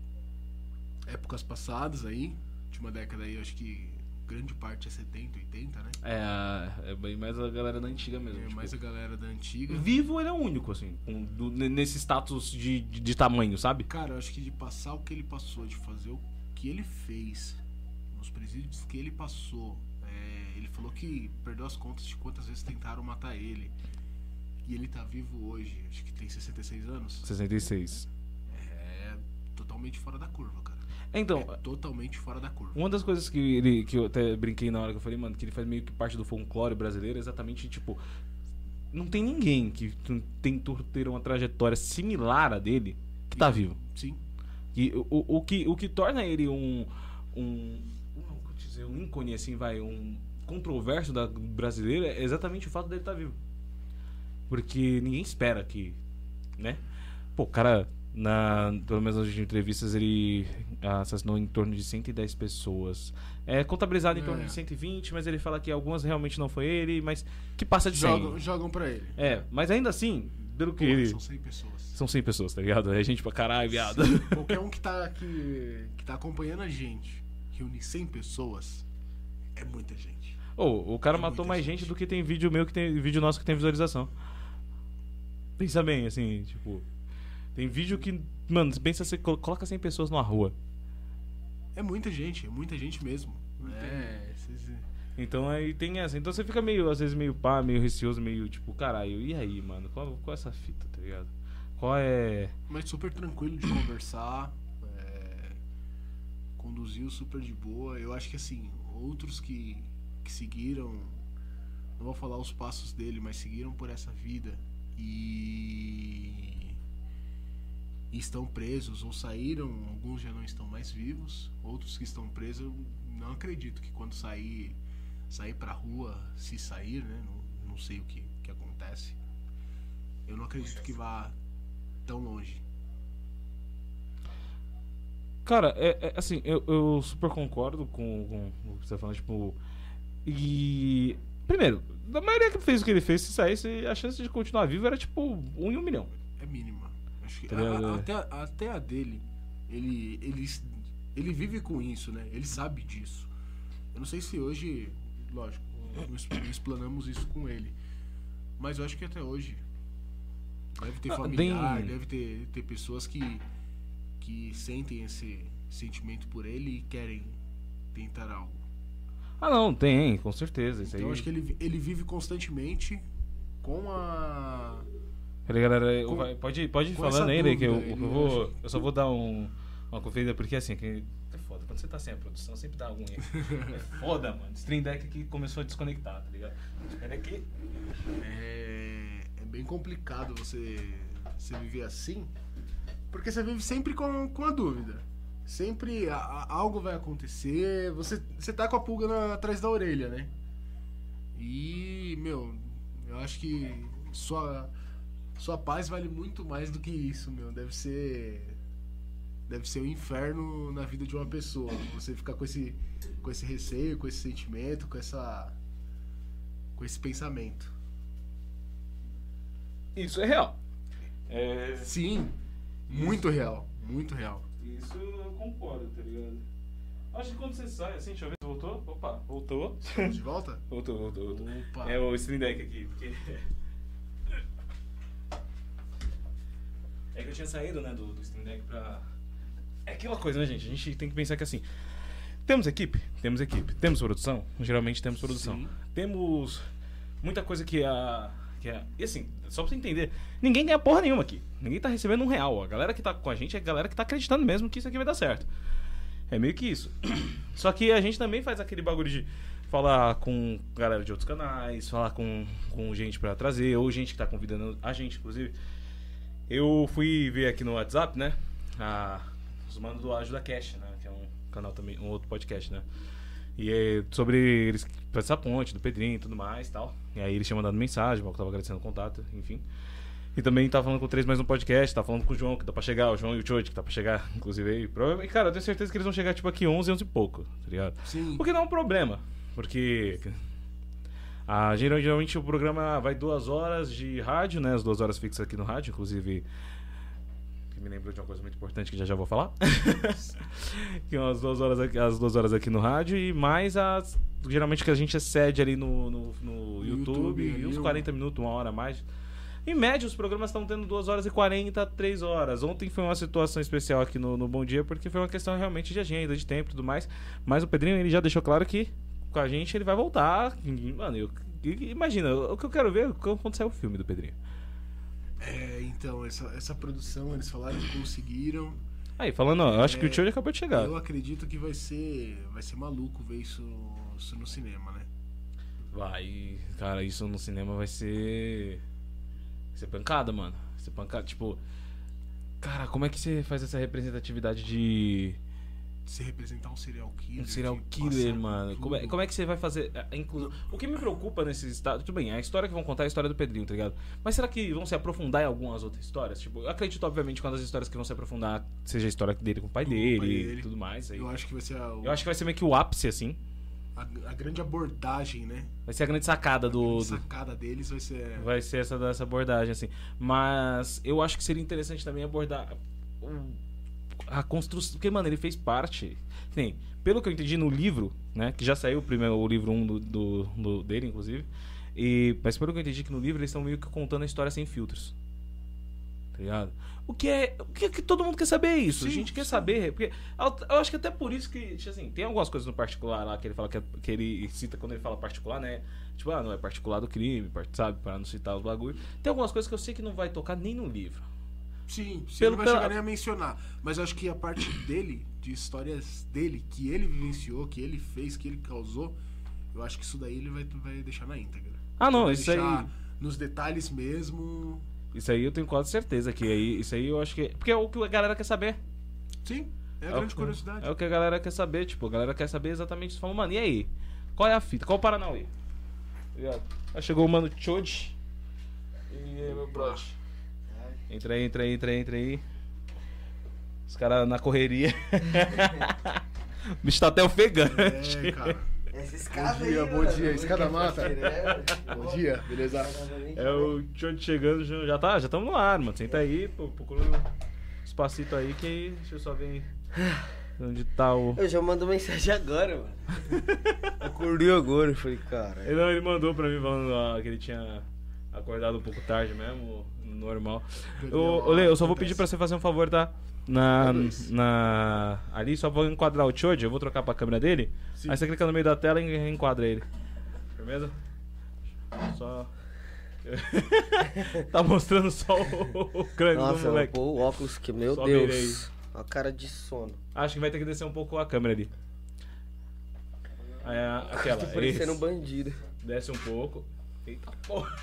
épocas passadas aí, de uma década aí, acho que grande parte é setenta, oitenta, né? É, é bem mais a galera da antiga mesmo. É tipo, mais a galera da antiga. Vivo ele é o único, assim, com, do, nesse status de, de, de tamanho, sabe? Cara, eu acho que de passar o que ele passou, de fazer o que ele fez, nos presídios que ele passou, é, ele falou que perdeu as contas de quantas vezes tentaram matar ele. E ele tá vivo hoje, acho que tem sessenta e seis anos. sessenta e seis. É totalmente fora da curva, cara. Então, É totalmente fora da curva. uma das coisas que ele que eu até brinquei na hora que eu falei, mano, que ele faz meio que parte do folclore brasileiro, é exatamente, tipo, não tem ninguém que tentou ter uma trajetória similar a dele que tá vivo. Sim. E o, o, o, que, o que torna ele um um, como eu dizer, um ícone, assim, vai, um controverso da brasileira é exatamente o fato dele estar vivo. Porque ninguém espera que, né? Pô, o cara, na, pelo menos nas entrevistas, ele assassinou em torno de cento e dez pessoas. É contabilizado em É. torno de cento e vinte, mas ele fala que algumas realmente não foi ele, mas que passa de cem. Jogam, jogam pra ele. É, mas ainda assim, pelo que Pô, ele... São cem pessoas. São cem pessoas, tá ligado? É gente pra caralho, viado. Qualquer um que tá, que, que tá acompanhando a gente, reunir cem pessoas, é muita gente. Ô, o cara É matou muita mais gente. gente do que tem vídeo meu, que tem vídeo nosso que tem visualização. Pensa bem, assim, tipo... Tem vídeo que... Mano, pensa, você colo- coloca cem pessoas numa rua. É muita gente, é muita gente mesmo. É, cês- Então aí tem essa. Então você fica meio, às vezes, meio pá, meio receoso, meio tipo, caralho, e aí, mano? Qual, qual é essa fita, tá ligado? Qual é... mas super tranquilo de conversar, é, conduziu super de boa. Eu acho que assim, outros que, que seguiram, não vou falar os passos dele, mas seguiram por essa vida e, e estão presos ou saíram, alguns já não estão mais vivos, outros que estão presos, eu não acredito que quando sair, sair pra rua, se sair, né, não, não sei o que, que acontece, eu não acredito que vá tão longe. Cara, é, é, assim, eu, eu super concordo com, com o que você tá falando, tipo... E... Primeiro, da maioria que fez o que ele fez, se saísse, a chance de continuar vivo era tipo um em um milhão. É mínima. Acho que Tá a- a- ligado? até, até a dele, ele, ele, ele vive com isso, né? Ele sabe disso. Eu não sei se hoje, lógico, nós nós explanamos isso com ele. Mas eu acho que até hoje deve ter Ah, familiar, tem- deve ter, ter pessoas que, que sentem esse sentimento por ele e querem tentar algo. Ah, não, tem, com certeza. Isso Então eu aí... acho que ele, ele vive constantemente com a... Peraí, galera, eu- Com- vai- pode, pode ir com falando essa aí, né, que eu, dúvida, eu ele vou, acha- eu só vou dar um, uma conferida, porque assim, que é foda, quando você tá sem a produção, sempre dá algum erro. É foda, mano. Stream Deck aqui começou a desconectar, tá ligado? Espera aqui. É, é bem complicado você, você viver assim, porque você vive sempre com, com a dúvida. Sempre a- a- algo vai acontecer, você, você tá com a pulga na- atrás da orelha, né? E, meu, eu acho que sua, sua paz vale muito mais do que isso, meu. Deve ser. Deve ser um inferno na vida de uma pessoa. Você ficar com esse, com esse receio, com esse sentimento, com essa. com esse pensamento. Isso é real. É, Sim, muito real, muito real. isso eu concordo, tá ligado? Acho que quando você sai, assim, deixa eu ver se voltou. Opa, voltou. Estamos de volta? Voltou, voltou, voltou. Opa. É o Stream Deck aqui, porque... É que eu tinha saído, né, do, do Stream Deck pra... É aquela coisa, né, gente? A gente tem que pensar que assim... Temos equipe? Temos equipe. Temos produção? Geralmente temos produção. Sim. Temos muita coisa que a... Que a e assim, só pra você entender, ninguém ganha porra nenhuma aqui. Ninguém tá recebendo um real. A galera que tá com a gente é a galera que tá acreditando mesmo que isso aqui vai dar certo. É meio que isso. Só que a gente também faz aquele bagulho de falar com galera de outros canais, falar com, com gente pra trazer, ou gente que tá convidando a gente, inclusive. Eu fui ver aqui no WhatsApp, né? A, os manos do Ajuda Cash, né? Que é um canal também, um outro podcast, né? E é sobre eles, essa ponte do Pedrinho e tudo mais e tal. E aí eles tinham mandado mensagem, eu tava agradecendo o contato, enfim. E também tava falando com o três mais um podcast, tava falando com o João, que tá pra chegar, o João e o Choji, que tá pra chegar, inclusive aí. Provavelmente, cara, eu tenho certeza que eles vão chegar tipo aqui onze, onze e pouco, tá ligado? Sim. Porque não é um problema, porque ah, geralmente o programa vai duas horas de rádio, né? As duas horas fixas aqui no rádio, inclusive. Que me lembrou de uma coisa muito importante que já já vou falar. Que são as duas horas aqui, as duas horas aqui no rádio e mais as. Geralmente que a gente excede ali no, no, no YouTube, YouTube, e uns eu... quarenta minutos, uma hora a mais. Em média, os programas estão tendo duas horas e quarenta, três horas. Ontem foi uma situação especial aqui no, no Bom Dia, porque foi uma questão realmente de agenda, de tempo e tudo mais. Mas o Pedrinho, ele já deixou claro que com a gente ele vai voltar. Mano, eu, imagina, o que eu quero ver é quando sair o filme do Pedrinho. É, então, essa, essa produção, eles falaram que conseguiram. Aí, falando, ó, eu acho É, que o Tio já acabou de chegar. Eu acredito que vai ser, vai ser maluco ver isso, isso no cinema, né? Vai, cara, isso no cinema vai ser. Vai ser pancada, mano. Vai ser pancada. Tipo, cara, como é que você faz essa representatividade de. Se representar um serial killer. Um serial de killer, passar mano. por Como é, tudo. como é que você vai fazer a inclusão? O que me preocupa nesse estado. Tudo bem, a história que vão contar é a história do Pedrinho, tá ligado? Mas será que vão se aprofundar em algumas outras histórias? Tipo, eu acredito, obviamente, quando as histórias que vão se aprofundar seja a história dele com o pai Com o dele pai e dele. tudo mais. Aí. Eu acho que vai ser a, o- Eu acho que vai ser meio que o ápice, assim. a, a grande abordagem, né? Vai ser a grande sacada do. A do- sacada deles vai ser. Vai ser essa, essa abordagem, assim. Mas eu acho que seria interessante também abordar o- a construção. Porque, mano, ele fez parte. Sim, pelo que eu entendi no livro, né? Que já saiu o primeiro o livro um do, do, do- dele, inclusive. E, mas pelo que eu entendi que no livro eles estão meio que contando a história sem filtros. Tá ligado? O que é. O que, é que todo mundo quer saber é isso. Sim, a gente quer sim. saber. Porque eu, eu acho que até por isso que, tipo assim, tem algumas coisas no particular lá que ele fala que, é- que ele cita quando ele fala particular, né? Tipo, ah, não é particular do crime, part- sabe? Para não citar os bagulhos. Tem algumas coisas que eu sei que não vai tocar nem no livro. Sim, sim, Pelo- não vai pela- chegar nem a mencionar. Mas eu acho que a parte dele, de histórias dele, que ele vivenciou, que ele fez, que ele causou, eu acho que isso daí ele vai, vai deixar na íntegra. Ah, não, Vai isso deixar aí. nos detalhes mesmo. Isso aí eu tenho quase certeza que aí. Isso aí eu acho que. Porque é o que a galera quer saber. Sim, é a É grande o- curiosidade. É o que a galera quer saber, tipo, a galera quer saber exatamente isso. Fala, mano, e aí? Qual é a fita? Qual o Paranauê? Ligado? Aí chegou o mano Choji. E aí, meu brother? Entra aí, entra aí, entra aí, entra aí. Os caras na correria. O bicho tá até ofegante. É, cara. Essa escada Bom dia, aí, bom mano, dia. Escada mata. É, Bom dia, beleza? É o Choji chegando, já já tá, já estamos no ar, mano. Senta aí, pô, procura um espacito aí que deixa eu só ver onde tá o. Eu já mando mensagem agora, mano. Acordei agora, eu falei, cara. Ele, não, ele mandou pra mim falando ah, que ele tinha acordado um pouco tarde mesmo, normal. Ô, ô Lê, eu só vou pedir pra você fazer um favor, tá? Na, na. Ali, só vou enquadrar o Choji, eu vou trocar pra câmera dele. Sim. Aí você clica no meio da tela e enquadra ele. Firmeza? Só. Tá mostrando só o, o crânio do Nossa, eu moleque. vou pôr o óculos que, meu Só Deus. virei. A cara de sono. Acho que vai ter que descer um pouco a câmera ali. Aí, a- aquela. Tô parecendo um Isso. bandido. Desce um pouco. Eita porra.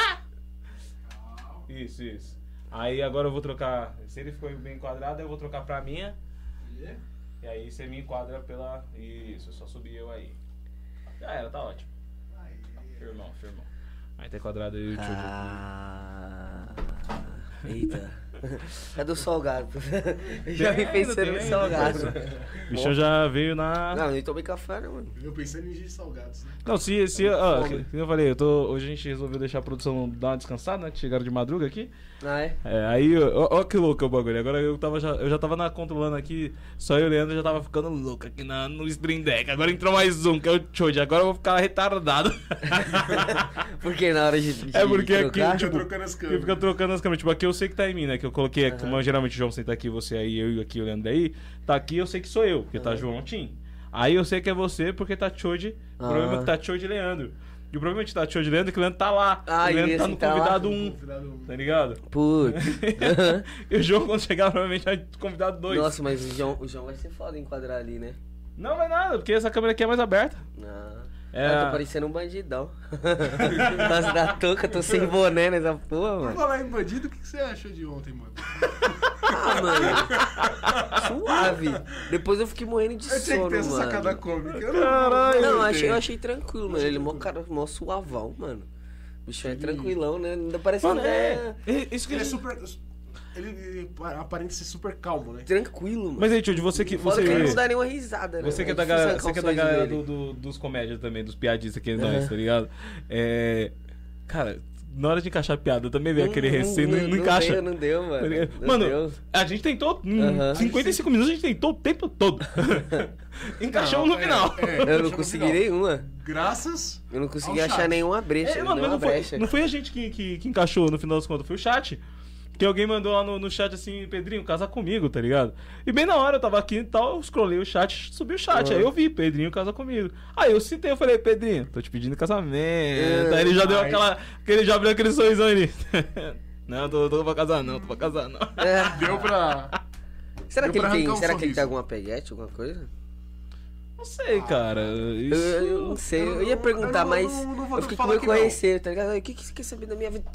Isso, isso. Aí agora eu vou trocar. Se ele ficou bem enquadrado, eu vou trocar pra minha. E aí você me enquadra pela. Isso, só subir eu aí. Já era, tá ótimo. Firmão, firmão. Aí tá enquadrado aí o tio. Ah, eita. Cadê o salgado? Eu já Tem vim ainda, pensando tem no ainda, salgado. O bichão já veio na. Não, nem tomei café, não, mano. Eu pensando em de salgados, né? Não, se. se ó, fome. que, que eu falei, eu tô, hoje a gente resolveu deixar a produção dar uma descansada, né? Que chegaram de madruga aqui. Ah, é? É, aí, ó, ó que louco o bagulho. Agora eu, tava já, eu já tava na, controlando aqui, só eu e o Leandro já tava ficando louco aqui na, no Stream Deck. Agora entrou mais um, que é o Choji. Agora eu vou ficar retardado. Porque na hora de, de É porque aqui, trocar, tipo, trocando as que câmeras. fica trocando as câmeras. Tipo, aqui eu sei que tá em mim, né? Que eu coloquei aqui, Aham. como geralmente o João senta aqui, você aí, eu e aqui, o Leandro aí. Tá aqui, eu sei que sou eu, porque tá Aham. João Tim. Aí eu sei que é você, porque tá Choji. O Ah. problema é que tá Choji e Leandro. E o problema é que tá Choji e Leandro é que o Leandro tá lá. Ah, o e Leandro tá esse no tá lá? convidado um, Convidado um. tá ligado? Putz. Aham. E o João, quando chegar, provavelmente vai convidado dois. Nossa, mas o João, o João vai ser foda enquadrar ali, né? Não vai nada, porque essa câmera aqui é mais aberta. Ah. É, Eu tô parecendo um bandidão. Nossa, da touca, tô sem boné nessa porra, Por mano. falar em bandido, o que que você achou de ontem, mano? Ah, mano. Suave. Depois eu fiquei morrendo de Eu tinha que sono, ter essa mano. sacada cômica. Eu não, Caralho. Não, eu gostei. achei, eu achei tranquilo, mano. Ele é mó cara, mó suavão, mano. O bicho é tranquilão, né? Ainda parece Mano, que é. é Isso que Ele é a gente- super... Ele, ele aparenta ser super calmo, né? tranquilo, mano. Mas aí, tio, de você que. Foda Você, que ele não dá nenhuma risada, né? você que é da difícil galera, arrancar você um que é da sorriso galera dele. do, do- dos comédias também, dos piadistas que é nós, tá ligado? É. Cara, na hora de encaixar a piada, também veio aquele recém, não, não encaixa. Deu, não deu, Tá mano. ligado? Não Mano, deu. a gente tentou. Em Aham. cinquenta e cinco minutos a gente tentou o tempo todo. Encaixou Não, no final. é, é, Eu não chegou no consegui final. nenhuma. Graças Eu não consegui ao achar chat. nenhuma brecha, É, mano, mas nenhuma não foi, brecha. não foi a gente que, que, que encaixou no final das contas, foi o chat. Que alguém mandou lá no, no chat assim, Pedrinho, casa comigo, tá ligado? E bem na hora eu tava aqui e tal, eu scrollei o chat, subi o chat. Uhum. Aí eu vi, Pedrinho, casa comigo. Aí eu citei, eu falei, Pedrinho, tô te pedindo casamento. Aí ele já deu Ai. aquela. Ele já abriu aquele sorrisão ali. Não, tô, tô pra casar não, tô pra casar não. É. Deu pra... Será Deu que ele pra tem, arrancar um será que ele sorriso. tem alguma peguete, alguma coisa? Não sei, cara. Isso. Eu, eu não sei, eu, eu ia não- perguntar, eu não- mas não- não vou eu fiquei com falar meio que não. conhecer, tá ligado? O que, que você quer saber da minha vida?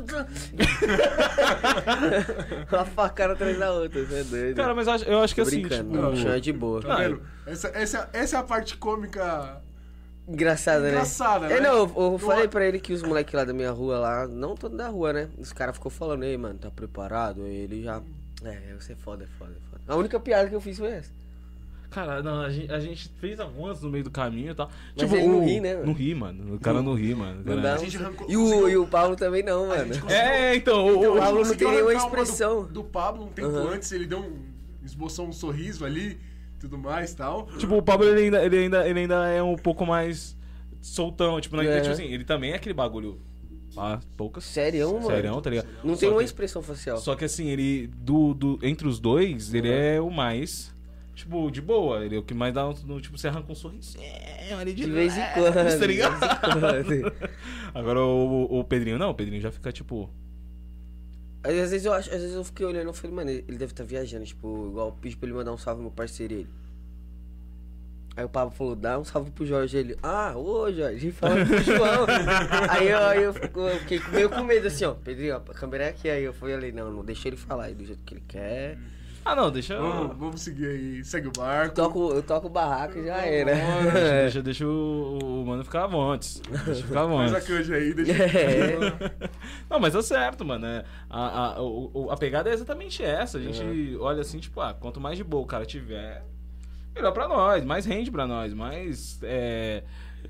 Uma facada atrás da outra, você é doido. Cara, mas eu acho, eu acho que Tô assim, brincando, tipo. não, chão é de boa. Tá Não, vendo? Essa, essa, essa é a parte cômica... Engraçada, né? Engraçada, É, né? não, eu, eu Eu- falei pra ele que os moleques lá da minha rua lá, não todo da rua, né? Os caras ficou falando, ei, mano, tá preparado? Aí ele já. É, você é foda, é foda, é foda. A única piada que eu fiz foi essa. Cara, não, a gente, a gente fez algumas no meio do caminho e tal. Mas tipo, ele não o- ri, né, mano? Não ri, mano. O cara não ri, mano. Não Cara, dá A um- gente arrancou- E o, conseguiu- e o Paulo também não, A mano. gente conseguiu- É, então, o, Então, o- o Pablo não conseguiu tem nenhuma arrancar uma expressão. Do, do Pablo um tempo Aham. antes, ele deu um... esboçou um sorriso ali, tudo mais e tal. tipo, o Pablo ele ainda, ele, ainda, ele ainda é um pouco mais soltão, tipo, na É. tipo assim, ele também é aquele bagulho. Ah, poucas. Sério, mano? Serião, tá ligado? Não Só tem uma que- expressão facial. Só que assim, ele, do, do, entre os dois, ele Uhum. é o mais, tipo, de boa. Ele é o que mais dá, um, no, tipo, você arranca um sorriso. É, ali De vez em quando. tá de ligado? vez em quando. Agora o, o Pedrinho não, o Pedrinho já fica, tipo... Aí, às vezes eu acho, às vezes eu fiquei olhando e falei, mano, ele deve estar viajando, tipo, igual eu pedi pra ele mandar um salve pro meu parceiro ele. Aí o Pablo falou, dá um salve pro Jorge. Ele, ah, ô Jorge, fala pro João. aí eu, aí eu, fico- eu fiquei meio com medo assim, ó, Pedrinho, ó, a câmera é aqui. Aí eu falei, não, não deixa ele falar aí do jeito que ele quer. Ah, não, deixa... Vamos, vamos seguir aí, segue o barco. Toco, eu toco o barraco e já era. Deixa, deixa, deixa o, o mano ficar à vontade. Deixa ficar à Faz a vontade. canja aí, deixa É. Não, mas tá certo, mano. É, a, a, o- o- a pegada é exatamente essa. A gente olha assim, tipo, ah, quanto mais de boa o cara tiver, melhor pra nós, mais rende pra nós, mais. É,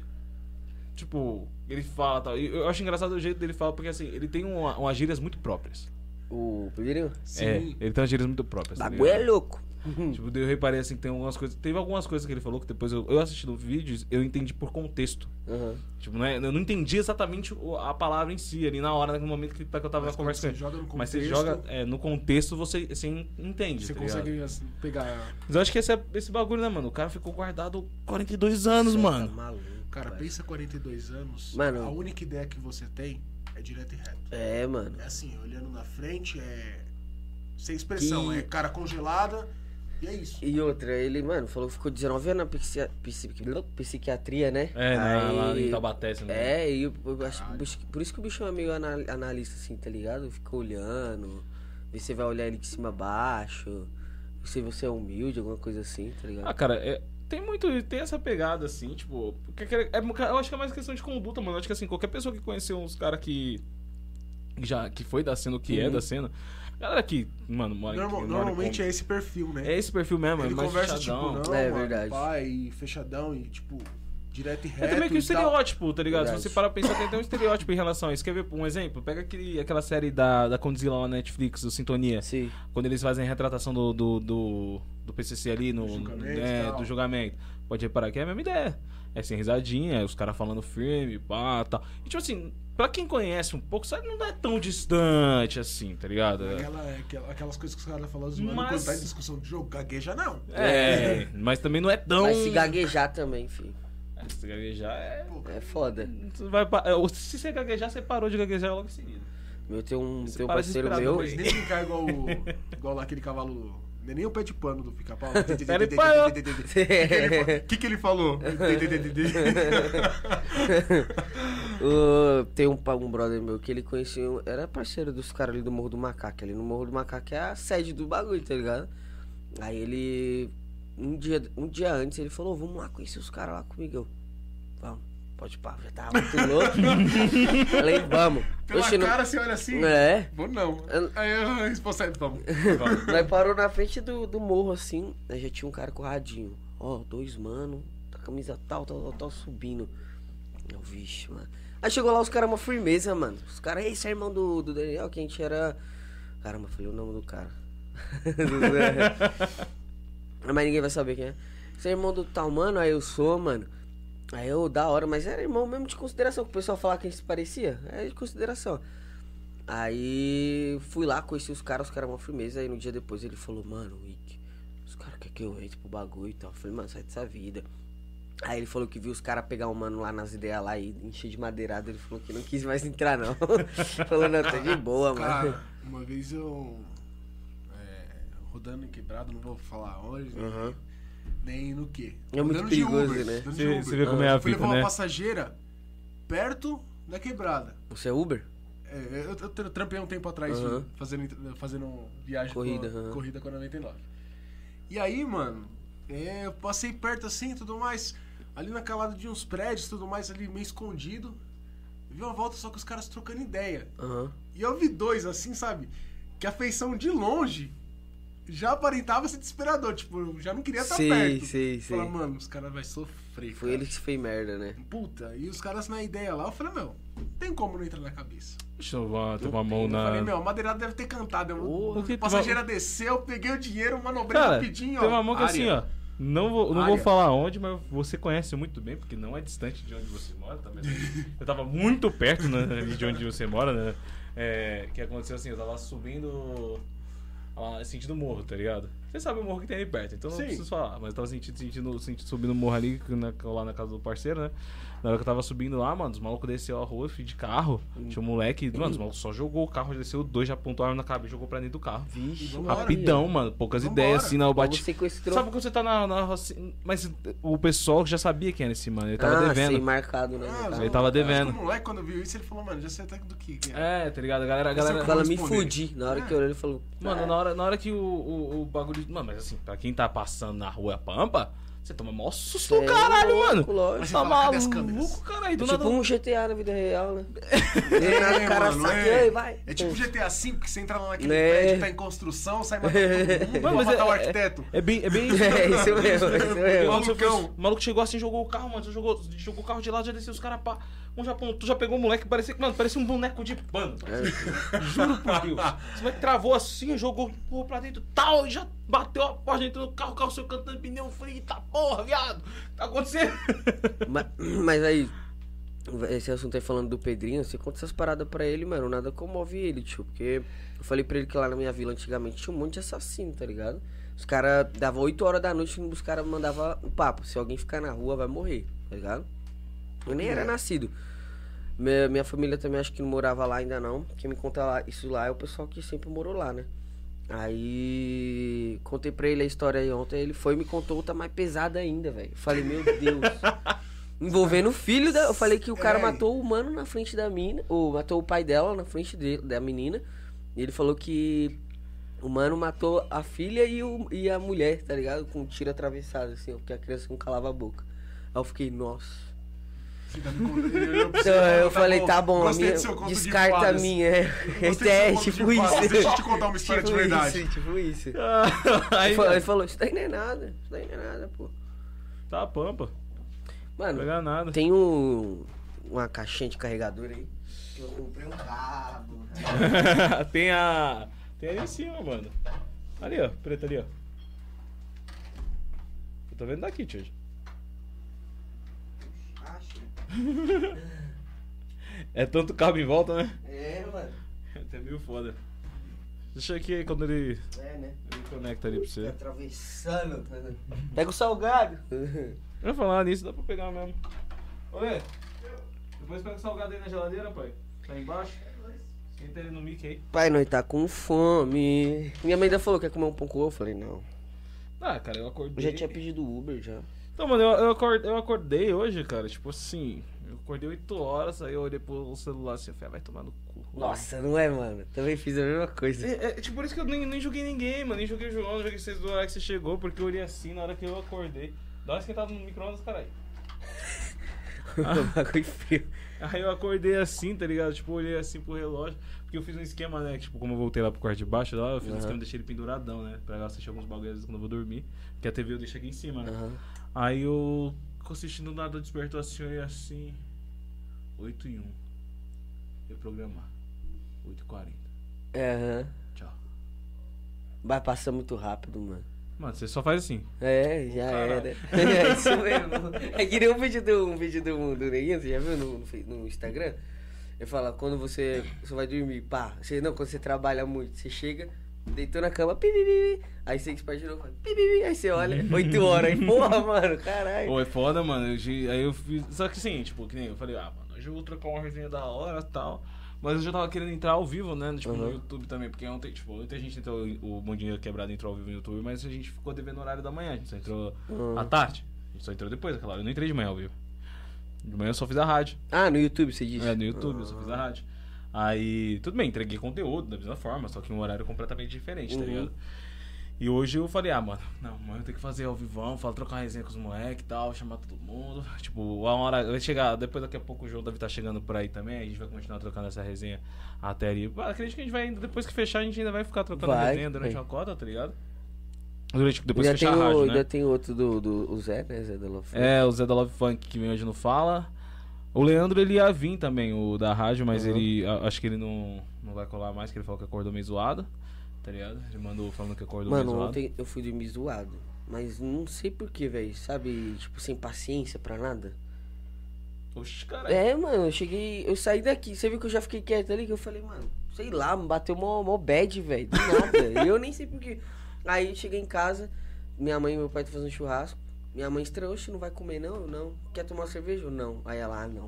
tipo, ele fala tal. E eu acho engraçado o jeito dele falar, porque assim, ele tem uma, umas gírias muito próprias. O Pedrinho? Sim. É, ele tem umas gírias muito próprias. tá Bagulho é ligado? louco. Tipo, daí eu reparei assim que tem algumas coisas. Teve algumas coisas que ele falou que depois eu, eu assistindo vídeos, eu entendi por contexto. Uhum. Tipo, não é- eu não entendi exatamente o- a palavra em si, ali na hora, naquele momento que, que eu tava Mas na conversa com quando ele. você joga no Mas você contexto, joga é, no contexto, você, você entende. Você tá consegue ligado? assim, pegar... Mas eu acho que esse, é, esse bagulho, né, mano? O cara ficou guardado quarenta e dois anos, Cê mano. Tá maluco, Cara, pai. pensa quarenta e dois anos, Mano. a única ideia que você tem é direto e reto. É, mano. É assim, olhando na frente, é... sem expressão, Que- é cara congelada e é isso. E outra, ele, mano, falou que ficou dezenove anos na psiqui- psiqui- psiquiatria, né? É, na- Aí- lá em Taubaté, assim, né? É, e eu, eu acho que por isso que o bicho é meio anal- analista, assim, tá ligado? Fica olhando, vê se você vai olhar ele de cima a baixo, vê se você é humilde, alguma coisa assim, tá ligado? Ah, cara, é, tem muito. Tem essa pegada, assim, tipo. Porque, é, é- eu acho que é mais questão de conduta, mano. Eu acho que assim, qualquer pessoa que conheceu uns caras que. Já, que foi da cena, o que é Uhum. da cena. Galera que, mano, mora em- Normal- mora em normalmente com- é esse perfil, né? é esse perfil mesmo, é Ele mais conversa fechadão. tipo, não, É mano, verdade. pai, fechadão e tipo, direto e reto. É também que o e tal. estereótipo, tá ligado? Verdade. Se você parar pra pensar, tem até um estereótipo em relação a isso. Quer ver um exemplo? Pega aquele, aquela série da, da Condzilla lá na Netflix, do Sintonia. Sim. Quando eles fazem a retratação do, do, do, do P C C ali, no, Do julgamento é, e tal. do julgamento. Pode reparar que é a mesma ideia. É sem risadinha, é os caras falando firme, pá, tal. E tipo assim, pra quem conhece um pouco, sabe, não é tão distante assim, tá ligado? Aquela, aquela- aquelas coisas que os caras falam zoando Mas- quando tá em discussão de jogo, gagueja não. É, mas também não é tão... Mas se gaguejar também, filho. É, se gaguejar é... É foda. Tu vai pa- é, ou se você gaguejar, você parou de gaguejar logo em seguida. Meu, tem um, Você tem um para parceiro desesperado, meu. Mas nem brincar igual, o- igual lá aquele cavalo Não é nem o pé de pano do pica-pau. Pé de pano. O que que ele falou? Uh, tem um, pa- um brother meu que ele conhecia, um- era parceiro dos caras ali do Morro do Macaco. Ali no Morro do Macaco é a sede do bagulho, tá ligado? Aí ele, um dia, um dia antes, ele falou: vamos lá conhecer os caras lá comigo. Eu, vamos, pode pá, já tava muito louco. Falei, vamos. Pela Oxe, não- cara, você olha assim? É. Vou não. Eu- Aí eu respondo, vamos. Nós parou na frente do, do morro assim, aí já tinha um cara com radinho. Ó, dois mano, tá camisa tal, tal, tal, tal, subindo. Eu, vixe, mano. Aí chegou lá os caras, uma firmeza, mano. Os caras, esse é irmão do, do Daniel, que a gente era. Caramba, falei o nome do cara. Mas ninguém vai saber quem é. Você é irmão do tal, mano? Aí eu sou, mano. Aí eu, da hora, mas era irmão mesmo de consideração. Que o pessoal falava que a gente se parecia. É de consideração. Aí fui lá, conheci os caras, os caras uma firmeza. Aí no dia depois ele falou: mano, Wick, os caras querem que eu entre pro bagulho e tal. Eu falei: mano, sai dessa vida. Aí ele falou que viu os caras pegar um mano lá nas ideias lá e encher de madeirada. Ele falou que não quis mais entrar, não. Falou: não, tá de boa, mano. Cara, uma vez eu. é, rodando em quebrado, não vou falar onde, nem, Aham. nem no quê. É muito Rodando de perigoso, Uber, né? rodando de Você Uber. você vê como é a Fui fita, levar uma né? passageira perto da quebrada. Você é Uber? É, eu, eu tra- trampei um tempo atrás Aham. fazendo, fazendo viagem Corrida, com a, aham. corrida com a noventa e nove. E aí, mano, é, eu passei perto assim e tudo mais, ali na calada de uns prédios tudo mais, ali meio escondido. Vi uma volta só que os caras trocando ideia. Aham. E eu vi dois assim, sabe? Que a feição de longe já aparentava ser desesperador. Tipo, eu já não queria estar Sei, perto. sei, sei. Falar, mano, os caras vão sofrer. Foi cara. ele que fez merda, né? Puta, e os caras na ideia lá, eu falei, meu, não tem como não entrar na cabeça. Deixa eu tomar, tomar a mão Eu falei, na. meu, a madeirada deve ter cantado. Eu, O que a tu passageira desceu, peguei o dinheiro, manobrei Cara, rapidinho, tem ó. uma mão que área. assim, ó. Não vou, não vou Área. falar onde, mas você conhece muito bem, porque não é distante de onde você mora também. Eu tava muito perto, né, de onde você mora, né? É, que aconteceu assim, eu tava subindo lá, sentindo o morro, tá ligado? Você sabe o morro que tem ali perto, então não Sim. preciso falar. Mas eu tava sentindo, sentindo, sentindo subindo o morro ali, na, lá na casa do parceiro, né? Na hora que eu tava subindo lá, mano, os malucos desceu a rua, fui de carro. Tinha um moleque, mano, os malucos só jogou o carro, desceu dois, já apontou a arma na cabeça e jogou pra dentro do carro. Vixe, Vambora, Rapidão, mano, poucas Vambora. ideias assim, na eu Mas bati. você com esse Sabe troco. quando você tá na, na assim, mas o pessoal já sabia quem era esse mano, ele tava ah, devendo. sei, marcado, né? Ah, Marcado. Ele tava devendo. Acho que o moleque, quando viu isso, ele falou, mano, já sei até do que. que é. É, tá ligado? A galera, a Esse é o galera... cara- Fala, me responder. fudi. Na hora É. que eu olhei, ele falou: Mano, na hora, na hora que o, o, o bagulho... Mano, mas assim, pra quem tá passando na rua Pampa, você toma maior susto do É, caralho, louco, mano. lógico. Mas você Tá fala, cadê as maluco, câmeras? caralho, do É tipo nada... um G T A na vida real, né? É, Do nada o cara mano, saqueia é. e vai. É tipo G T A cinco, que você entra lá naquele É. prédio que tá em construção, sai matando todo mundo, Mano, vai mas matar é- o arquiteto. É bem, é bem isso. É isso mesmo, é isso Porque mesmo. quando você foi- Malucão. O maluco chegou assim, jogou o carro, mano. Você jogou, jogou o carro de lado, já desceu os caras pá. Um já apontou, já pegou o moleque, parecia, mano, parecia um boneco de pano. Juro por Deus. Esse moleque travou assim, jogou empurrou pra dentro tal, e já bateu a porta, entrou no carro, o carro saiu cantando pneu frio. Tá porra, viado. Tá acontecendo? Mas, mas aí, esse assunto aí falando do Pedrinho, você conta essas paradas pra ele, mano, nada comove ele, tio. Porque eu falei pra ele que lá na minha vila antigamente tinha um monte de assassino, tá ligado? Os caras davam oito horas da noite e os caras mandavam o papo: se alguém ficar na rua vai morrer, tá ligado? Eu nem era nascido. Minha, minha família também acho que não morava lá ainda não. Quem me conta lá, isso lá é o pessoal que sempre morou lá, né? Aí contei pra ele a história aí ontem, ele foi e me contou outra mais pesada ainda, velho. Eu falei, meu Deus. Envolvendo o filho da. Eu falei que o cara É. matou o mano na frente da mina. Ou matou o pai dela na frente de, da menina. E ele falou que o mano matou a filha e, o, e a mulher, tá ligado? Com um tiro atravessado, assim, ó, porque a criança não calava a boca. Aí eu fiquei, nossa. Você tá me contando- ele olhou pra você e Então, falou, eu falei, tá bom, a gostei minha, do seu conto de descarta a fadas. minha. É, Gostei do seu é conto de tipo fadas. isso. Deixa eu te contar uma história de Tipo verdade. Isso, tipo isso. Aí, Ele falou, ele falou, isso daí não é nada, isso daí não é nada, pô. tá a Pampa. Não Mano, pegar nada. tem um, uma caixinha de carregador aí. Que eu comprei um cabo. tem a. Tem ali em cima, mano. Ali, ó. Preto ali, ó. Eu tô vendo daqui, tio. Acho. É tanto cabo em volta, né? É, mano. É até meio foda. Deixa aqui aí quando ele, É, né? ele conecta ali pra Tá você. atravessando. tá vendo? Pega o salgado. Eu ia falar nisso, dá pra pegar mesmo. Ô, Lê, depois pega o salgado aí na geladeira, pai. Tá embaixo. Senta ele no mic aí. Pai, nós tá com fome. Minha mãe ainda falou que quer comer um pão com ovo. Eu falei, não. Ah, cara, eu Eu acordei. já tinha pedido Uber, já. Então, mano, eu, eu, acordei, eu acordei hoje, cara, tipo assim, eu acordei oito horas, aí eu olhei pro celular assim, eu falei, ah, vai tomar no cu. Nossa, não é, mano? Também fiz a mesma coisa. É, é, tipo, por isso que eu nem, nem joguei ninguém, mano, nem joguei o João, não joguei vocês do hora que você chegou, porque eu olhei assim na hora que eu acordei. Dá uma esquentada no micro-ondas, caralho. O bagulho frio. Aí eu acordei assim, tá ligado? Tipo, eu olhei assim pro relógio, porque eu fiz um esquema, né? Tipo, como eu voltei lá pro quarto de baixo, lá, eu fiz Uhum. um esquema, deixei ele penduradão, né? Pra eu assistir alguns bagulhos quando eu vou dormir, porque a T V eu deixo aqui em cima, né? Aham. Aí eu fico assistindo nada, despertou assim, eu ia assim. oito e um. Reprogramar. oito e quarenta. Aham. Tchau. Vai passar muito rápido, mano. Mano, você só faz assim. É, já Caralho. era. É isso mesmo. É que nem um vídeo do, um vídeo do, do Neguinho, você já viu no, no, Fe- no Instagram? Ele fala, quando você, você vai dormir, pá. Você, não, quando você trabalha muito, você chega, deitou na cama, pi, pi, pi, pi. Aí você expande de novo, fala, pi, pi, pi. Aí você olha, oito horas. Aí, porra, mano, caralho. Pô, é foda, mano. Eu, ge- aí eu fiz. Só que assim, tipo, que nem eu falei, ah, mano, hoje eu vou trocar uma resenha da hora e tal. Mas eu já tava querendo entrar ao vivo, né? Tipo, no Uhum. YouTube também. Porque ontem, tipo, ontem a gente entrou, o Mundinho Quebrado entrou ao vivo no YouTube, mas a gente ficou devendo o horário da manhã. A gente só entrou Uhum. à tarde. A gente só entrou depois, é claro. Eu não entrei de manhã ao vivo. De manhã eu só fiz a rádio. Ah, no YouTube você disse? É, no YouTube, eu só fiz a rádio. Aí, tudo bem, entreguei conteúdo da mesma forma, só que em um horário completamente diferente, tá Uhum. ligado? E hoje eu falei, ah, mano, não, mano, eu tenho que fazer ao vivão, falar, trocar uma resenha com os moleques e tal, chamar todo mundo. Tipo, uma hora vai chegar, depois daqui a pouco o João deve estar chegando por aí também, a gente vai continuar trocando essa resenha até ali. Ah, acredito que a gente vai, depois que fechar, a gente ainda vai ficar trocando Vai, resenha durante vai. uma cota, tá ligado? Durante, depois ainda que fechar tem a o, rádio, né? ainda tem outro do, do o Zé, né? Zé da Love. É, o Zé da Love Funk que vem hoje no Fala. O Leandro, ele ia vir também, o da rádio, mas Uhum. ele, a- acho que ele não, não vai colar mais, que ele falou que acordou meio zoado, tá ligado? Ele mandou falando que acordou Mano, meio zoado. ontem eu fui dormir zoado. Mas não sei porquê, velho. Sabe, tipo, sem paciência pra nada. Oxe, caralho. É, mano, eu cheguei. Eu saí daqui. Você viu que eu já fiquei quieto ali? Que eu falei, mano, sei lá, me bateu mó, mó bad, velho. Do nada. E eu nem sei porquê. Aí eu cheguei em casa, minha mãe e meu pai estão fazendo churrasco. Minha mãe estranhou, oxe, não vai comer não? Eu, não. Quer tomar uma cerveja? Eu, não. Aí ela, ah, não.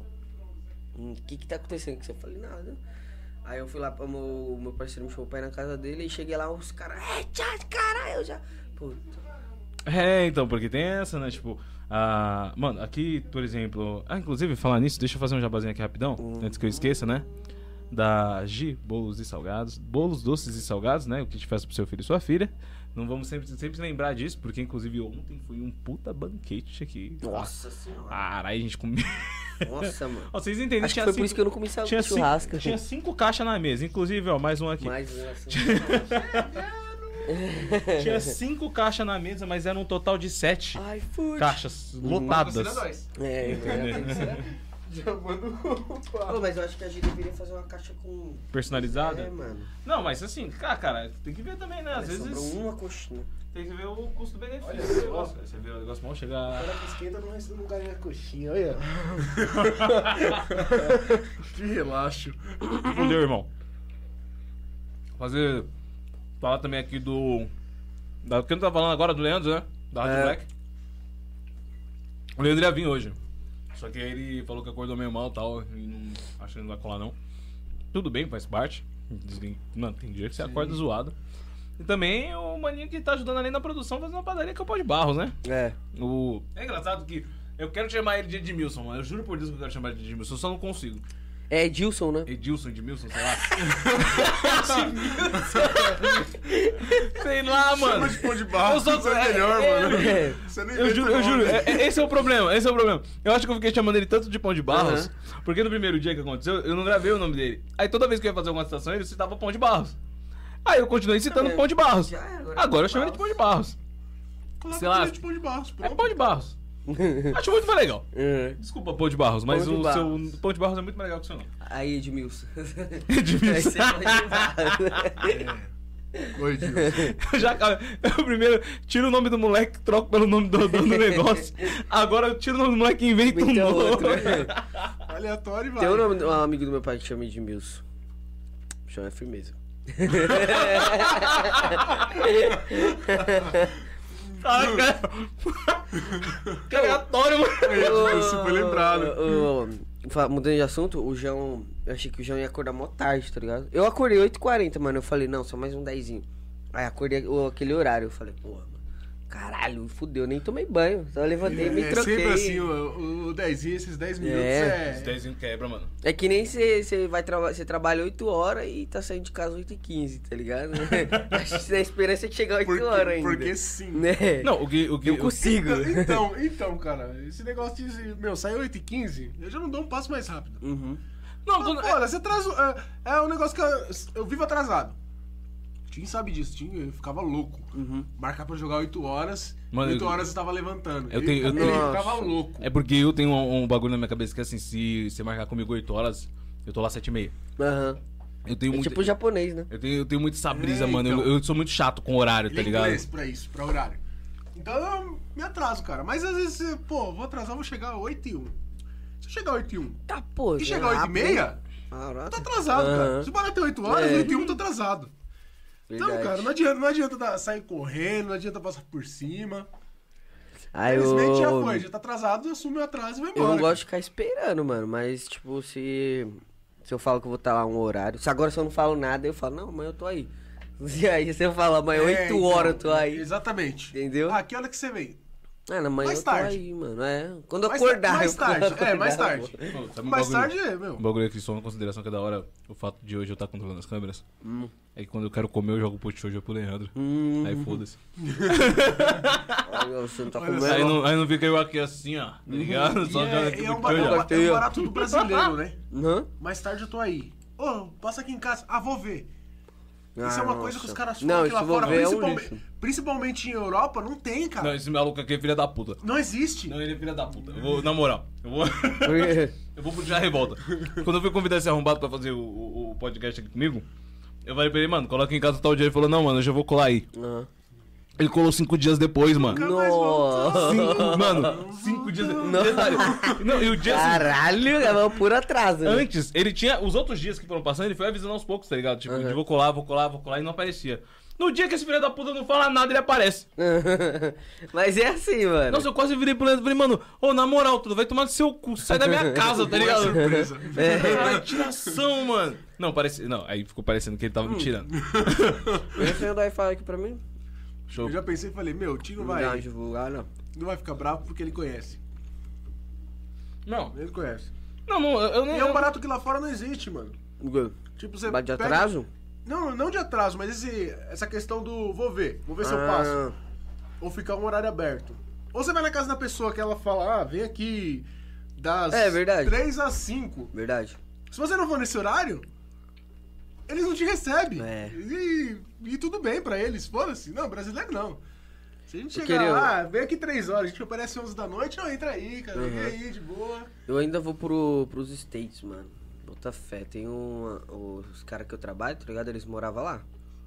O que que tá acontecendo com você? Eu falei, nada. Aí eu fui lá, pro meu, meu parceiro me chamou pra ir na casa dele e cheguei lá, os caras, é, tchau, caralho, eu já. Puta. É, então, porque tem essa, né? Tipo, ah, mano, aqui, por exemplo. Ah, inclusive, falar nisso, deixa eu fazer um jabazinho aqui rapidão, antes que eu esqueça, né? Da Gi, bolos e salgados. Bolos doces e salgados, né? O que te faz pro seu filho e sua filha. Não vamos sempre, sempre lembrar disso, porque inclusive ontem foi um puta banquete aqui. Nossa senhora. Caralho, a gente comeu. Nossa, mano. Ó, vocês entendem? Acho que tinha foi cinco, por isso que eu não comi sal- tinha churrasco. Cinco, tinha cinco caixas na mesa, inclusive, ó, mais um aqui. Mais um assim. Tinha cinco caixas na mesa, mas era um total de sete Ai, fui. caixas lotadas. É, Entendeu? Já manda o Ô, mas eu acho que a gente deveria fazer uma caixa com. Personalizada? É, mano. Não, mas assim, cara, cara, tem que ver também, né? Às Olha, vezes sobrou uma coxinha. tem que ver o custo-benefício. Olha do só. negócio. Você vê o negócio bom chegar. Agora que esquenta não recebe lugar na coxinha, olha. Que relaxo. Fudeu, irmão. Fazer. Falar também aqui do. Da, quem tá falando agora do Leandro, né? Da Rádio É. Black. O Leandro ia vir hoje. Só que aí ele falou que acordou meio mal e tal. E não, acho que ele não vai colar, não. Tudo bem, faz parte. Tem- Mano, tem dia que você Sim. acorda zoado. E também o maninho que tá ajudando ali na produção fazendo uma padaria que é o Pau de Barros, né? É. O... É engraçado que eu quero chamar ele de Edmilson, mano. Eu juro por Deus que eu quero chamar ele de Edmilson, eu só não consigo. É Edilson, né? Edilson, Edmilson, sei lá. Sei lá, mano. Chama de pão de barro, Eu só- isso é melhor, é, mano. é. Você nem Eu inventa juro, eu nome. juro, é- é- esse é o problema, esse é o problema. Eu acho que eu fiquei chamando ele tanto de Pão de Barros, porque no primeiro dia que aconteceu, eu não gravei o nome dele. Aí toda vez que eu ia fazer alguma citação, ele citava Pão de Barros. Aí eu continuei citando Pão de Barros. Já é, agora Agora é eu chamo ele de Pão de Barros. Coloca sei lá. ele de pão de barro, É pronto. Pão de Barros. Acho muito mais legal. É. Desculpa, Pão de Barros, mas Pão de o Barros. seu Pão de Barros é muito mais legal que o seu nome. Aí, Edmilson. Edmilson. Aí você pode levar. Oi, Gil. Eu já, cara, eu primeiro tiro o nome do moleque, troco pelo nome do dono do negócio. Agora eu tiro o nome do moleque e invento um Inventa novo. outro. Aleatório e vai. Tem um, nome, um amigo do meu pai que chama Edmilson. Chama firmeza. Caraca. Que aleatório, mano. Você foi lembrado. O, o, fa- mudando de assunto, o João, eu achei que o João ia acordar mó tarde, tá ligado? Eu acordei oito e quarenta, mano, eu falei, não, só mais um dezinho. Aí acordei o- aquele horário, eu falei, porra, mano, caralho, fudeu, nem tomei banho, só levantei e me É troquei. sempre assim, o, o dezinho, esses dez minutos É. é... Esse dezinho quebra, mano. É que nem você vai traba você trabalha oito horas e tá saindo de casa oito e quinze, tá ligado? Acho que a esperança é de chegar oito Porque, horas ainda. porque sim. Né? Não, o que... O que Eu o- consigo. Então, então, então, cara, esse negócio de, meu, sair oito e quinze, eu já não dou um passo mais rápido. Uhum. Não, Não, quando- foda, você atrasa. É, é um negócio que eu, eu vivo atrasado. O Tim sabe disso, Tim, eu ficava louco. Uhum. Marcar pra jogar oito horas, Mano, oito eu- horas eu tava levantando. Eu ele, tenho- eu ele tenho- ficava Nossa. louco. É porque eu tenho um, um bagulho na minha cabeça que assim, se você marcar comigo oito horas, eu tô lá sete e meia. Aham. Eu tenho É muito... tipo japonês, né? Eu tenho, eu tenho muito essa brisa, É, mano. Eu- então. Eu, sou muito chato com horário, Ele tá é ligado? inglês pra isso, pra horário. Então eu me atraso, cara. Mas às vezes, pô, vou atrasar, vou chegar oito e um. Se eu chegar oito e um Tá, pô. e já chegar oito e rápido, meia, hein? Caraca. eu tô atrasado, cara. Aham. Se bater oito horas, É. oito e um, tô atrasado. Então, Verdade. cara, não adianta, não adianta dar- sair correndo, não adianta passar por cima. Aí eu... Infelizmente já foi, já tá atrasado, assume o atraso e vai Eu embora. não gosto de ficar esperando, mano. Mas, tipo, se... Se eu falo que eu vou estar lá um horário... Se agora se eu não falo nada, eu falo, não, amanhã eu tô aí. E aí se eu falar, amanhã É, oito então, horas eu tô aí. Exatamente. Entendeu? Ah, que hora que você vem? Ah, na manhã mais eu tô tarde. aí, mano. É. Quando eu Mais acordar. ta- mais eu- quando eu tarde, é, acordar, mais eu tarde. vou. Pô, sabe um Mais bagulho- tarde é, meu. Um bagulho aqui só uma consideração que é da hora, o fato de hoje eu estar controlando as câmeras. Hum. É que quando eu quero comer, eu jogo post hoje pro Leandro. Hum. Aí foda-se. Ai, você não tá Olha comendo. só. Aí não, aí não fica eu aqui assim, ó. Tá ligado? E Só é, jogando e é um, aqui ba- é um pro ba- olho. é um barato do brasileiro, né? Hã? Mais tarde eu tô aí. Ô, passa aqui em casa. Ah, vou ver. Isso Ah, é uma coisa nossa. que os caras Não, falam que isso lá vou fora, ver é um principalmente, lixo. principalmente em Europa, não tem, cara. Não, Não, esse maluco aqui é filho da puta. existe. Não, ele é filho da puta. Eu vou, na moral, eu vou. Porque- Eu vou puxar a revolta. Quando eu fui convidar esse arrombado pra fazer o, o- o podcast aqui comigo, eu falei pra ele, mano, coloca em casa tal dia. Ele falou, não, mano, eu já vou colar aí. Aham. Ele colou cinco dias depois, mano. Nunca mais voltou. Nossa. Cinco, mano, cinco dias depois. Detalhe. Não, e o dia assim, Caralho, é um puro atraso. né? antes, ele tinha. Os outros dias que foram passando, ele foi avisando aos poucos, tá ligado? Tipo, de vou colar, vou colar, vou colar e não aparecia. No dia que esse filho da puta não fala nada, ele aparece. Mas é assim, mano. Nossa, eu quase virei pro Leandro e falei, mano, ô, na moral, tu vai tomar no seu cu, sai da minha casa, tá ligado? Surpresa. Ai, tiração, mano. Não, parece. Não, aí ficou parecendo que ele tava me tirando. Vem sem o Wi-Fi aqui pra mim. Show. Eu já pensei e falei, meu, o Tio não Não vai vai, divulgar, não. não vai ficar bravo porque ele conhece. Não, Ele conhece. não, não, eu, eu nem. E é um eu- barato que lá fora não existe, mano. Tipo, você Bate de pega- atraso? Não, não de atraso, mas esse, essa questão do vou ver, vou ver se eu Ah. passo. Ou ficar um horário aberto. Ou você vai na casa da pessoa que ela fala, ah, vem aqui das É verdade. três às cinco. Verdade. Se você não for nesse horário, eles não te recebem. É. E, e tudo bem pra eles, foda-se. Não, brasileiro não. Se a gente Eu chegar queria- lá, vem aqui três horas, a gente aparece onze da noite, não, entra aí, cara, Uhum. vem aí, de boa. Eu ainda vou pro, pros States, mano. Bota fé. Tem um. Os caras que eu trabalho, tá ligado? Eles moravam lá.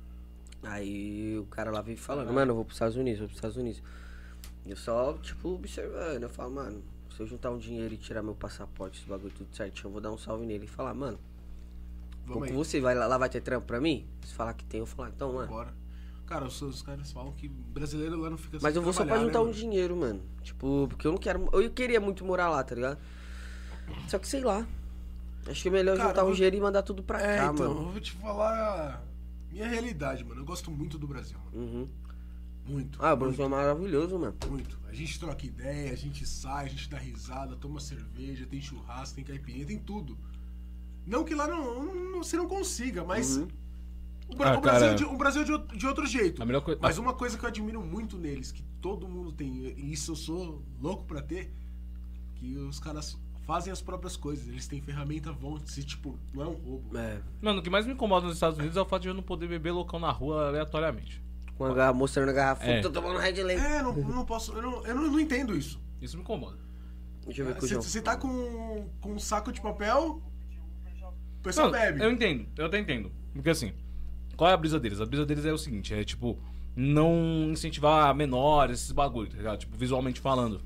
Aí o cara lá veio falando, mano, eu vou pros Estados Unidos, vou pros Estados Unidos. Eu só, tipo, observando. Eu falo, mano, se eu juntar um dinheiro e tirar meu passaporte, esse bagulho tudo certinho, eu vou dar um salve nele e falar, mano, vou Vamos com aí, você, vai lá, lá vai ter trampo pra mim? Se falar que tem, eu falar, então, mano. bora. Cara, os, os caras falam que brasileiro lá não fica Mas sem eu vou só pra trabalhar, juntar né, um mano? dinheiro, mano. Tipo, porque eu não quero. Eu queria muito morar lá, tá ligado? Só que sei lá. Acho que é melhor Cara, juntar um eu- dinheiro e mandar tudo pra É, cá, então, mano. eu vou te falar minha realidade, mano. Eu gosto muito do Brasil, mano. Uhum. Muito. Ah, o muito, Brasil é maravilhoso, mano. muito. A gente troca ideia, a gente sai, a gente dá risada, toma cerveja, tem churrasco, tem caipirinha, tem tudo. Não que lá não, não- você não consiga, mas Uhum. o, Bra- Ah, o Brasil, cara, é de, o Brasil é de, outro- de outro jeito. A melhor coisa. Mas uma coisa que eu admiro muito neles, que todo mundo tem, e isso eu sou louco pra ter, que os caras fazem as próprias coisas. Eles têm ferramenta, vão, se tipo, não é um roubo. É. Mano, o que mais me incomoda nos Estados Unidos é o fato de eu não poder beber loucão na rua aleatoriamente. Com a garra- mostrando a garrafa, É. tô tomando Red Label. É, não, eu não posso, eu não, eu não, não entendo isso. Isso me incomoda. Deixa eu ver com o Você João. você tá com, com um saco de papel, o pessoal Não, bebe. eu entendo, eu até entendo. Porque assim, qual é a brisa deles? A brisa deles é o seguinte, é tipo, não incentivar menores, esses bagulho, tá ligado? Tipo, visualmente falando.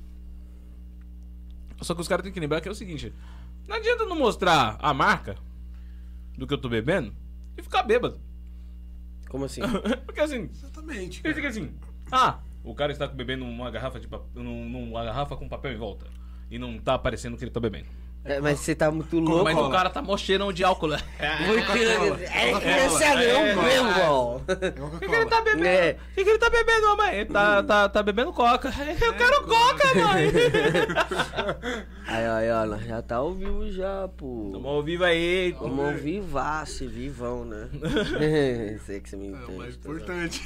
Só que os caras têm que lembrar que é o seguinte, não adianta não mostrar a marca do que eu tô bebendo e ficar bêbado. Como assim? Porque assim, Exatamente. ele cara. fica assim, ah, o cara está bebendo uma garrafa de papel, numa garrafa com papel em volta. E não tá aparecendo que ele tá bebendo. É, mas você tá muito Mas louco. o cara tá mó cheirão de álcool. né? Muito É esse é É, meu mesmo, ó. É O que, que ele Coca-Cola. tá bebendo? É. O que, que ele tá bebendo, mamãe? Ele tá, tá, tá bebendo coca. Eu quero coca, mãe. Aí, aí, ó, nós já tá ao vivo já, pô. Tamo ao vivo aí. Vamos ao vivaço, vivão, né? Sei que você me É entende. o mais tá ligado? importante.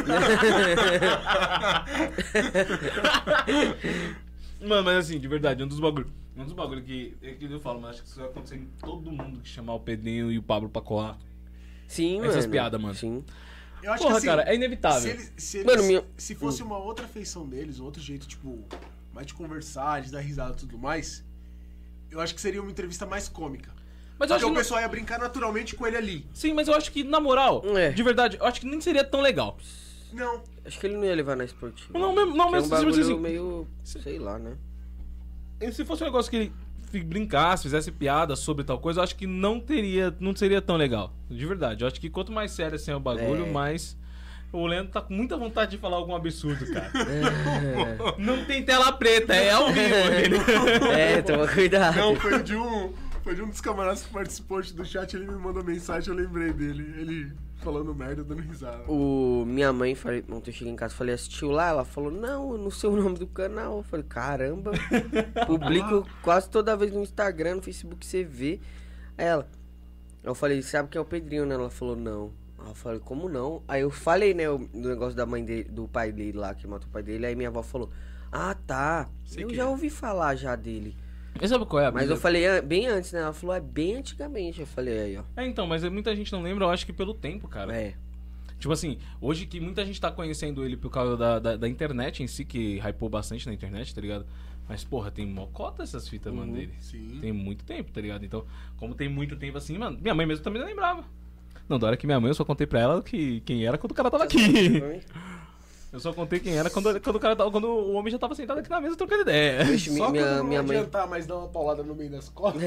Mano, mas assim, de verdade, um dos bagulhos. Um dos bagulhos que, é que eu falo, mas acho que isso vai acontecer em todo mundo que chamar o Pedrinho e o Pablo pra colar. Sim, mano. Essas piadas, mano. Sim. Eu acho Porra, que assim, cara, é se, inevitável. eles, se, eles- Mano, minha- se fosse uma outra feição deles, um outro jeito, tipo, mais de conversar, de dar risada e tudo mais, eu acho que seria uma entrevista mais cômica. Mas eu Porque acho o que. não- pessoal ia brincar naturalmente com ele ali. Sim, mas eu acho que, na moral, É. de verdade, eu acho que nem seria tão legal. Não. Acho que ele não ia levar na esportiva. Não, mesmo, não, Que é um mesmo se bagulho assim, meio, sei lá, né? se fosse um negócio que ele fi- brincasse, fizesse piada sobre tal coisa, eu acho que não teria, não seria tão legal. De verdade. Eu acho que quanto mais sério assim é o bagulho, É. mais. O Leandro tá com muita vontade de falar algum absurdo, cara. Não tem tela preta, é ao vivo, entendeu? É, toma cuidado. Não, foi de um. Foi de um dos camaradas que participou do chat, ele me mandou mensagem, eu lembrei dele. Ele falando merda, dando risada. O, minha mãe, falei, ontem eu cheguei em casa, falei, assistiu lá? Ela falou, não, eu não sei o nome do canal. Eu falei, caramba, publico quase toda vez no Instagram, no Facebook, você vê. Aí ela, eu falei, sabe quem é o Pedrinho, né? Ela falou, não. Aí eu falei, como não? Aí eu falei, né, o, do negócio da mãe dele, do pai dele lá, que matou o pai dele. Aí minha avó falou, ah, tá, Sei eu quem já é. ouvi falar já dele. Mas sabe qual é a Mas brisa? eu falei an- bem antes, né? Ela falou, é bem antigamente. Eu falei, aí, ó. É, então, mas muita gente não lembra, eu acho que pelo tempo, cara. É. Tipo assim, hoje que muita gente tá conhecendo ele por causa da, da, da internet em si, que hypou bastante na internet, tá ligado? Mas, porra, tem mocota essas fitas, mano, dele. Sim. Tem muito tempo, tá ligado? Então, como tem muito tempo assim, mano, minha mãe mesmo também não lembrava. Não, da hora que minha mãe, eu só contei pra ela que, quem era quando o cara tava aqui. Eu só contei quem era quando, quando o cara tava, quando o homem já tava sentado aqui na mesa trocando ideia. Vixe, Só minha, quando não minha mãe. adiantar mais dar uma paulada no meio das costas,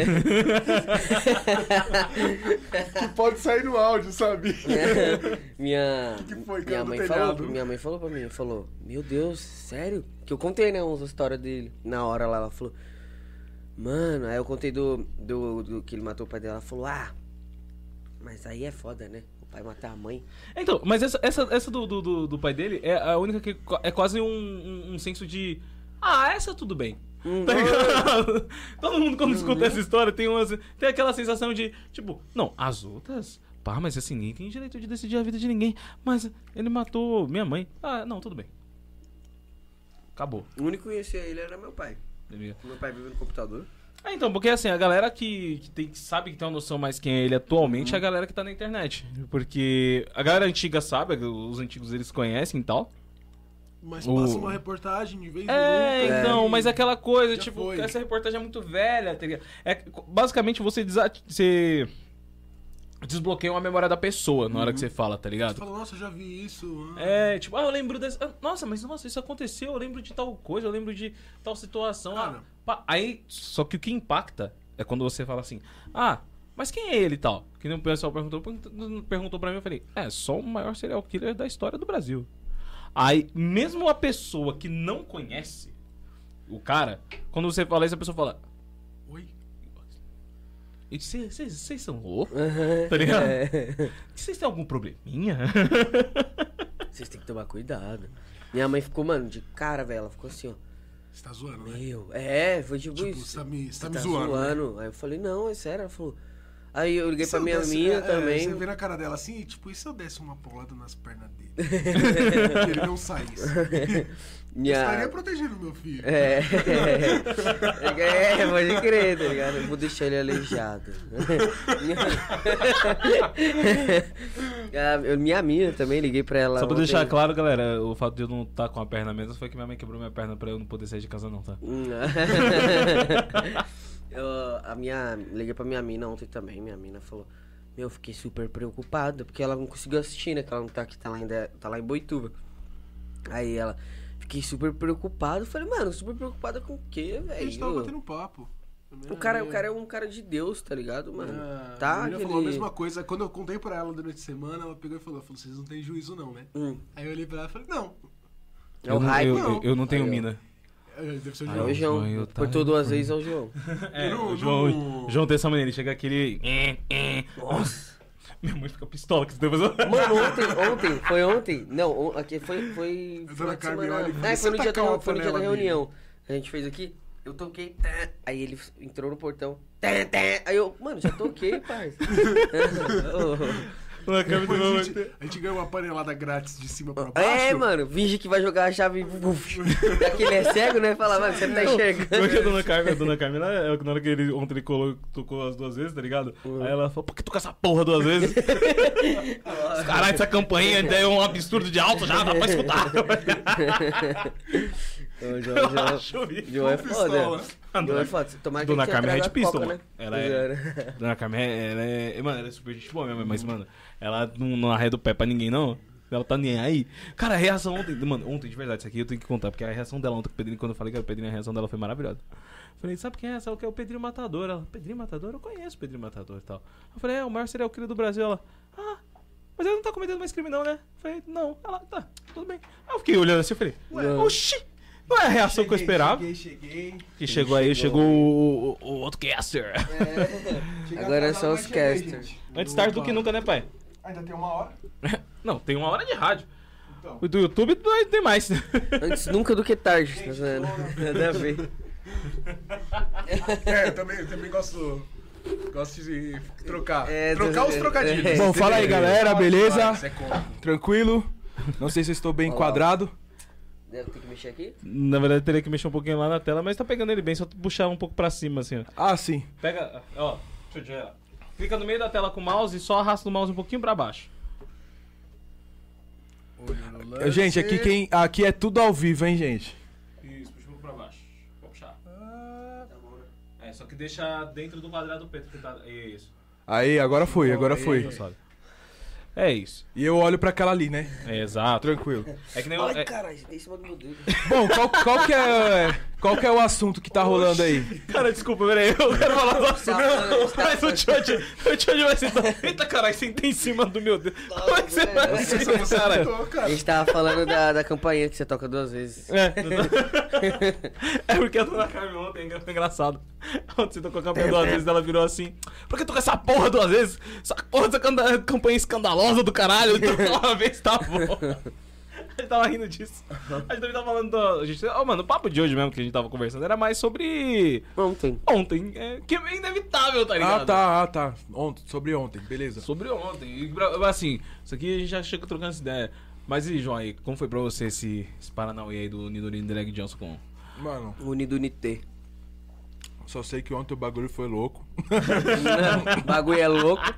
que pode sair no áudio, sabe? minha que foi, minha cara, do mãe telhado? falou, minha mãe falou pra mim, falou, meu Deus, sério? Que eu contei, né, umas histórias dele. Na hora lá, ela falou, mano, aí eu contei do, do, do que ele matou o pai dela. Ela falou, ah, mas aí é foda, né? O pai matar a mãe. Então, mas essa, essa, essa do, do, do- do pai dele é a única que é quase um, um, um senso de. Ah, essa tudo bem. Hum, Tá ligado? Todo mundo quando escuta essa história tem, umas, tem aquela sensação de, tipo, não, as outras. Pá, mas assim, ninguém tem direito de decidir a vida de ninguém. Mas ele matou minha mãe. Ah, não, tudo bem. Acabou. O único que conhecia ele era meu pai. Tá ligado? Meu pai vive no computador. É, então, porque assim, a galera que, que, tem, que sabe que tem uma noção mais quem é ele atualmente é a galera que tá na internet. Porque a galera antiga sabe, os antigos eles conhecem e tal. Mas O- passa uma reportagem de vez em É, nunca. então, e- mas aquela coisa, Já tipo, foi. essa reportagem é muito velha, tá ligado? É, basicamente você, desat... você desbloqueia uma memória da pessoa na hora que você fala, tá Você ligado? fala, nossa, eu já vi isso. ah. É, tipo, ah, eu lembro dessa. ah, Nossa, mas nossa, isso aconteceu, eu lembro de tal coisa, eu lembro de tal situação. ah, Cara. pá. Aí, só que o que impacta é quando você fala assim, ah, mas quem é ele e tal? Que nem o pessoal perguntou, perguntou- perguntou pra mim, eu falei, é, só o maior serial killer da história do Brasil. Aí, mesmo a pessoa que não conhece o cara, quando você fala isso, a pessoa fala, Oi? vocês são loucos? Tá ligado? É. Vocês têm algum probleminha? Vocês têm que tomar cuidado. Minha mãe ficou, mano, de cara, velho. Ela ficou assim, ó. Você tá zoando, né? Meu, é, foi tipo, Tipo, isso. você tá me, você tá Você me tá zoando. né? zoando. Aí eu falei, não, é sério. Ela falou. Aí eu liguei E se pra eu minha desse- mina é, também. Você vê na cara dela assim, tipo, e se eu desse uma paulada nas pernas dele? Que ele não saísse. Eu estaria Minha. protegendo meu filho. É, é, pode crer, tá ligado? Eu vou deixar ele aleijado. Ah, eu- minha mina também, liguei pra ela. Só pra ontem. deixar claro, galera, o fato de eu não estar com a perna mesmo foi que minha mãe quebrou minha perna pra eu não poder sair de casa não, tá? Hum. Eu, a minha. Liguei pra minha mina ontem também. Minha mina falou: Meu, eu fiquei super preocupada porque ela não conseguiu assistir, né? Que ela não tá aqui, tá lá em, De- tá lá em Boituva. Aí ela. Fiquei super preocupado. Falei, mano, super preocupada com o quê, A gente tava velho? batendo papo. O cara, o cara é um cara de Deus, tá ligado, mano? Ah, Tá, a menina aquele... falou a mesma coisa. Quando eu contei pra ela durante a semana, ela pegou e falou, falou, vocês não têm juízo não, né? Hum, Aí eu olhei pra ela e falei, não. é o eu, não- hype. eu, eu, eu não tenho Aí, ó. mina. É, deve ser o É João. o João. João, tá Cortou duas vezes, é o João. É, No- o João, no- o João tem essa maneira, ele chega aquele... Nossa. Minha mãe fica pistola que você deu fazer. Mano, ontem, ontem, foi ontem? Não, on- aqui foi, foi A final dona de semana. Carmioli, Ah, foi no você dia tacar uma da, foi no dia da panela nele. reunião. A gente fez aqui, eu toquei, tá, aí ele entrou no portão, tá, tá, aí eu, mano, já toquei, parça. Na câmera do Depois meu a, gente, a gente ganhou uma panelada grátis de cima pra baixo. É, mano, finge que vai jogar a chave, uf, daquele é cego, né? Fala, mano, você não tá enxergando. Como é que a dona Carmen, a dona Carmen, ela, ela, na hora que ele, ontem ele colou, tocou as duas vezes, tá ligado? Uhum. Aí ela falou, por que toca essa porra duas vezes? Caralho, essa campainha é um absurdo de alto já, dá pra escutar. Ô, João, Eu João, acho isso. João é pistola. foda. João é foda. Tomara que Dona ele Carmen é traga de a pistol, coca, mano. né? Ela é... Dona Carmen, ela é... Mano, ela é super gente boa mesmo, mas, mano, ela não, não arreda o pé pra ninguém, não. Ela tá nem aí. Cara, a reação ontem... Mano, ontem, de verdade, isso aqui eu tenho que contar, porque a reação dela ontem com o Pedrinho, quando eu falei que era o Pedrinho, a reação dela foi maravilhosa. Eu falei, sabe quem é essa? Que é o Pedrinho Matador. Ela, Pedrinho Matador? Eu conheço o Pedrinho Matador e tal. Eu falei, é, o maior serial killer do Brasil. Ela, ah... Mas ele não tá cometendo mais crime não, né? Eu falei, não. Ela, tá, tudo bem. Aí eu fiquei olhando assim, eu falei, oxi! Não é a reação que eu esperava. Cheguei, cheguei. Que chegou aí, chegou o, o, o outro caster. Cheguei Agora atrasado, são mas os cheguei, casters. gente. Antes tarde do que nunca, né, pai? Ainda tem uma hora? Não, tem uma hora de rádio. Então. O do YouTube não tem mais. Antes nunca do que tarde, tá vendo? Nada a ver. É, eu também, eu também gosto. Gosto de trocar. É, trocar os é, trocadilhos. é. Bom, fala aí, galera, beleza? Isso é como. Tranquilo? Não sei se eu estou bem enquadrado. Deve ter que mexer aqui? Na verdade, teria que mexer um pouquinho lá na tela, mas tá pegando ele bem, só puxar um pouco pra cima, assim, ó. Ah, sim. Pega, ó, deixa eu ver, ó. Clica no meio da tela com o mouse e só arrasta o mouse um pouquinho pra baixo. Olho no lance. Gente, aqui, quem, aqui é tudo ao vivo, hein, gente? Isso, puxa um pouco pra baixo. Vou puxar. É, só que deixa dentro do quadrado preto que tá. Isso. Aí, agora foi, agora foi. É isso. E eu olho pra aquela ali, né? É exato. Tranquilo. É que nem o. Ai, É, caralho, em cima do meu dedo. Bom, qual, qual que é, qual que é o assunto que tá rolando aí? cara, desculpa, peraí, eu quero falar do assunto. Tá, tá, Mas o Tchotch, o Tchotch vai sentar. Eita, caralho, sentei em cima do meu dedo. Como é que você vai assim, cara? Tô, A cara. gente tava falando da, da campainha que você toca duas vezes. É, é porque a dona Carmen ontem é engraçado. Ontem você tocou a campanha duas vezes, ela virou assim: por que toca essa porra duas vezes? Essa porra dessa canda- campanha escandalosa do caralho. Então uma vez tá bom. A gente tava rindo disso. A gente também tava falando. Do, a gente, oh, mano, o papo de hoje mesmo que a gente tava conversando era mais sobre Ontem. ontem. É, que é inevitável, tá ligado? Ah, tá, ah, tá. Ontem, sobre ontem, beleza. Sobre ontem. E, pra- assim, isso aqui a gente já chega trocando essa ideia. Mas e, João, aí, como foi pra você esse, esse Paranauê aí do Nidorino Drag Johnson com. Mano, Unido Unité. só sei que ontem o bagulho foi louco. O bagulho é louco.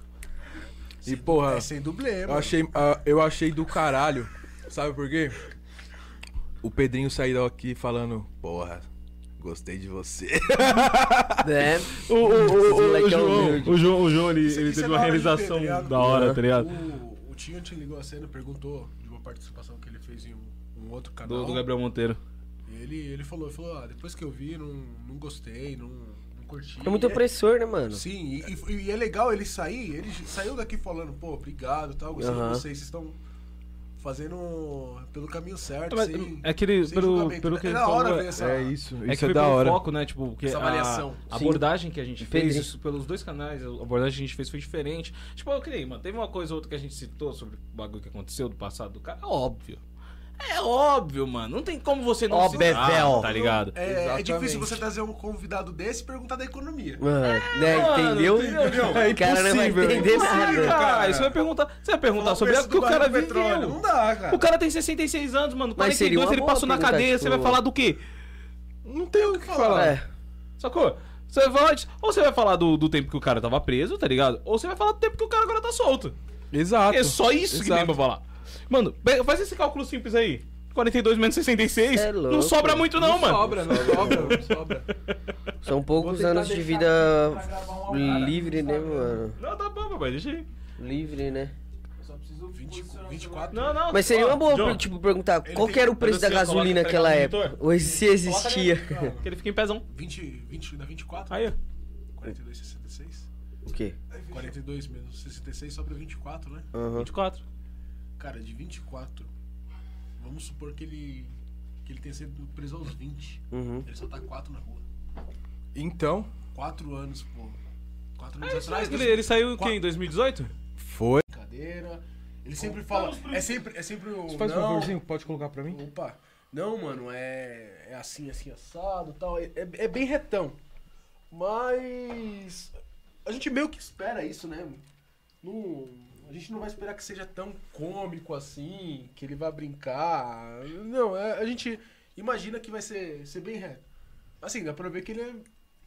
E, porra, É sem dublê, eu mano. achei, ah, eu achei do caralho. Sabe por quê? O Pedrinho saiu aqui falando, porra, gostei de você. Né? O, o, o, o, moleque o é João, humilde. o João, o João ele, Isso- ele isso teve é uma da hora de realização ver, tá ligado? da hora, tá ligado? O, o Tinho te ligou a cena, perguntou de uma participação que ele fez em um, um outro canal. Do, do Gabriel Monteiro. E ele, ele falou, ele falou, ah, depois que eu vi, não, não gostei, não, não curti. É muito E opressor, né, mano? Sim, e, e- e é legal ele sair, ele saiu daqui falando, pô, obrigado, tal, gostei Aham. de vocês, vocês estão fazendo pelo caminho certo, Mas, sem, é que ele, sem pelo, julgamento. pelo que é ele da hora falou, ver essa... É isso, é que isso foi é da pelo hora. foco, né? Tipo, porque Essa a, avaliação. a Sim. abordagem que a gente fez, Pedrinho. isso pelos dois canais, a abordagem que a gente fez foi diferente. Tipo, eu criei, mano, teve uma coisa ou outra que a gente citou sobre o bagulho que aconteceu do passado do cara. É óbvio. É óbvio, mano. Não tem como você não Óbvio, citar, tá ligado? É, é Exatamente. difícil você trazer um convidado desse e perguntar da economia. Mano, né? mano, Entendeu? entendeu? É O cara não vai impossível, é entender Cara, nada. você vai perguntar, você vai perguntar Falar o sobre preço o que o do cara barril do petróleo. viveu. Não dá, cara. O cara tem sessenta e seis anos, mano. Mas seria quarenta e dois uma ele boa passou na perguntar, cadeia. tipo- Você vai falar do quê? Não tem o que falar. É. Sacou? Você vai falar, de- ou você vai falar do, do tempo que o cara tava preso, tá ligado? Ou você vai falar do tempo que o cara agora tá solto. Exato. É só isso que tem Exato. pra falar. Mano, pega- faz esse cálculo simples aí. quarenta e dois menos sessenta e seis. É louco. Não sobra muito não, mano. Sobra, não sobra, não sobra. São poucos tentar anos de deixar vida pra gravar um áudio livre, no né, Instagram. mano? Não, tá bom, papai, deixa aí. Livre, né? Eu só preciso vinte, vinte e quatro. Não, não. Mas seria ó, uma boa, John, tipo, perguntar ele qual tem- que era o preço da Mas você gasolina coloca naquela no época. monitor? Ou se existia. Que ele fica em pezão. vinte, vinte, dá vinte e quatro? Aí, ó. quarenta e dois, sessenta e seis? O quê? quarenta e dois menos sessenta e seis sobra vinte e quatro, né? Aham. vinte e quatro. Cara, de vinte e quatro, vamos supor que ele que ele tenha sido preso aos vinte. Uhum. Ele só tá quatro na rua. Então, Quatro anos, pô. Quatro anos É isso atrás. aí, ele, ele saiu o quê? Em dois mil e dezoito? foi. Brincadeira. Ele sempre fala. É sempre, é sempre o. Você faz um não, favorzinho? Pode colocar pra mim? Opa. Não, mano, é, é assim, assim, assado e tal. É, é, é bem retão. Mas. A gente meio que espera isso, né? Não, a gente não vai esperar que seja tão cômico assim, que ele vai brincar. Não, é, a gente imagina que vai ser, ser bem reto. Assim, dá pra ver que ele é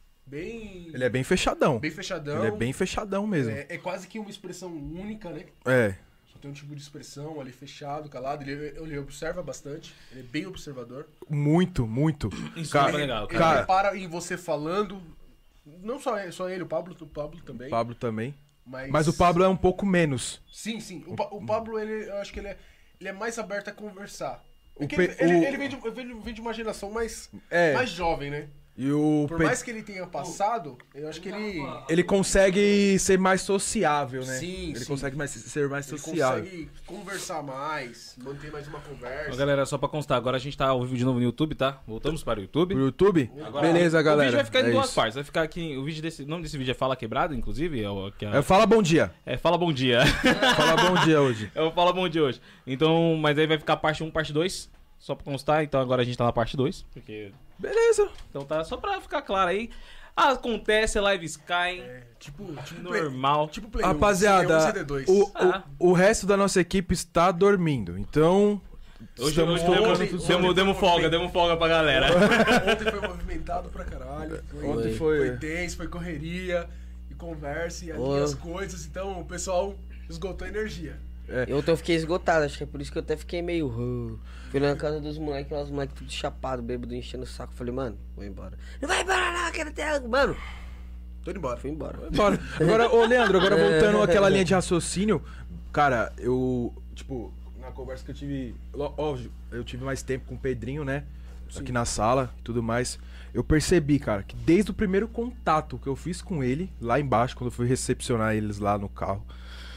bem. Ele é bem fechadão. bem fechadão. Ele é bem fechadão mesmo. É, é quase que uma expressão única, né? É. Só tem um tipo de expressão ali fechado, calado. Ele, ele observa bastante. Ele é bem observador. Muito, muito. Isso Cara, é legal, Ele cara. cara- repara em você falando. Não só ele, só ele, o Pablo, o Pablo também. Pablo também. Mas, Mas o Pablo é um pouco menos. Sim, sim. O, Pa- o Pablo, ele, eu acho que ele é, ele é mais aberto a conversar. O Porque Pe- ele, ele, o- ele vem, de, vem, vem de uma geração mais, É. mais jovem, né? E o Por Pe- mais que ele tenha passado, eu acho que ele. ele consegue ser mais sociável, né? Sim, ele sim. consegue mais, ser mais Ele sociável. consegue conversar mais, manter mais uma conversa. Ó, galera, só pra constar, agora a gente tá ao vivo de novo no YouTube, tá? Voltamos para o YouTube. Pro YouTube? Agora, Beleza, o galera. vídeo vai ficar em é duas isso. partes. Vai ficar aqui. O vídeo desse. O nome desse vídeo é Fala Quebrado, inclusive. É, o, que é, É, fala bom dia. é Fala Bom Dia. Fala bom dia hoje. É o Fala Bom Dia hoje. Então, mas aí vai ficar parte um, parte dois. Só pra constar. Então agora a gente tá na parte dois. Porque. Beleza. Então tá só pra ficar claro aí. Acontece, lives caem. É, tipo, tipo Play- Normal. tipo Play um, Rapaziada, C D um, C D dois. o, Ah. o, o resto da nossa equipe está dormindo. Então, Hoje, estamos hoje focando demos, tudo- demos, demos folga, demos folga pra galera. Ontem foi movimentado pra caralho. Foi, Ontem foi... foi- tenso, foi correria e conversa e ali Ô. as coisas. Então o pessoal esgotou a energia. E ontem eu fiquei esgotado, acho que é por isso que eu até fiquei meio. "Uh". Fui na casa dos moleques, lá os moleques tudo chapado, bêbado, enchendo o saco. Falei, mano, vou embora. Não vai embora não, quero ter algo. Mano, Tô indo embora. fui embora. bora. Agora, ô Leandro, agora voltando àquela linha de raciocínio, cara, eu, tipo, na conversa que eu tive, ó- óbvio, eu tive mais tempo com o Pedrinho, né? Aqui na sala e tudo mais. Eu percebi, cara, que desde o primeiro contato que eu fiz com ele, lá embaixo, quando eu fui recepcionar eles lá no carro,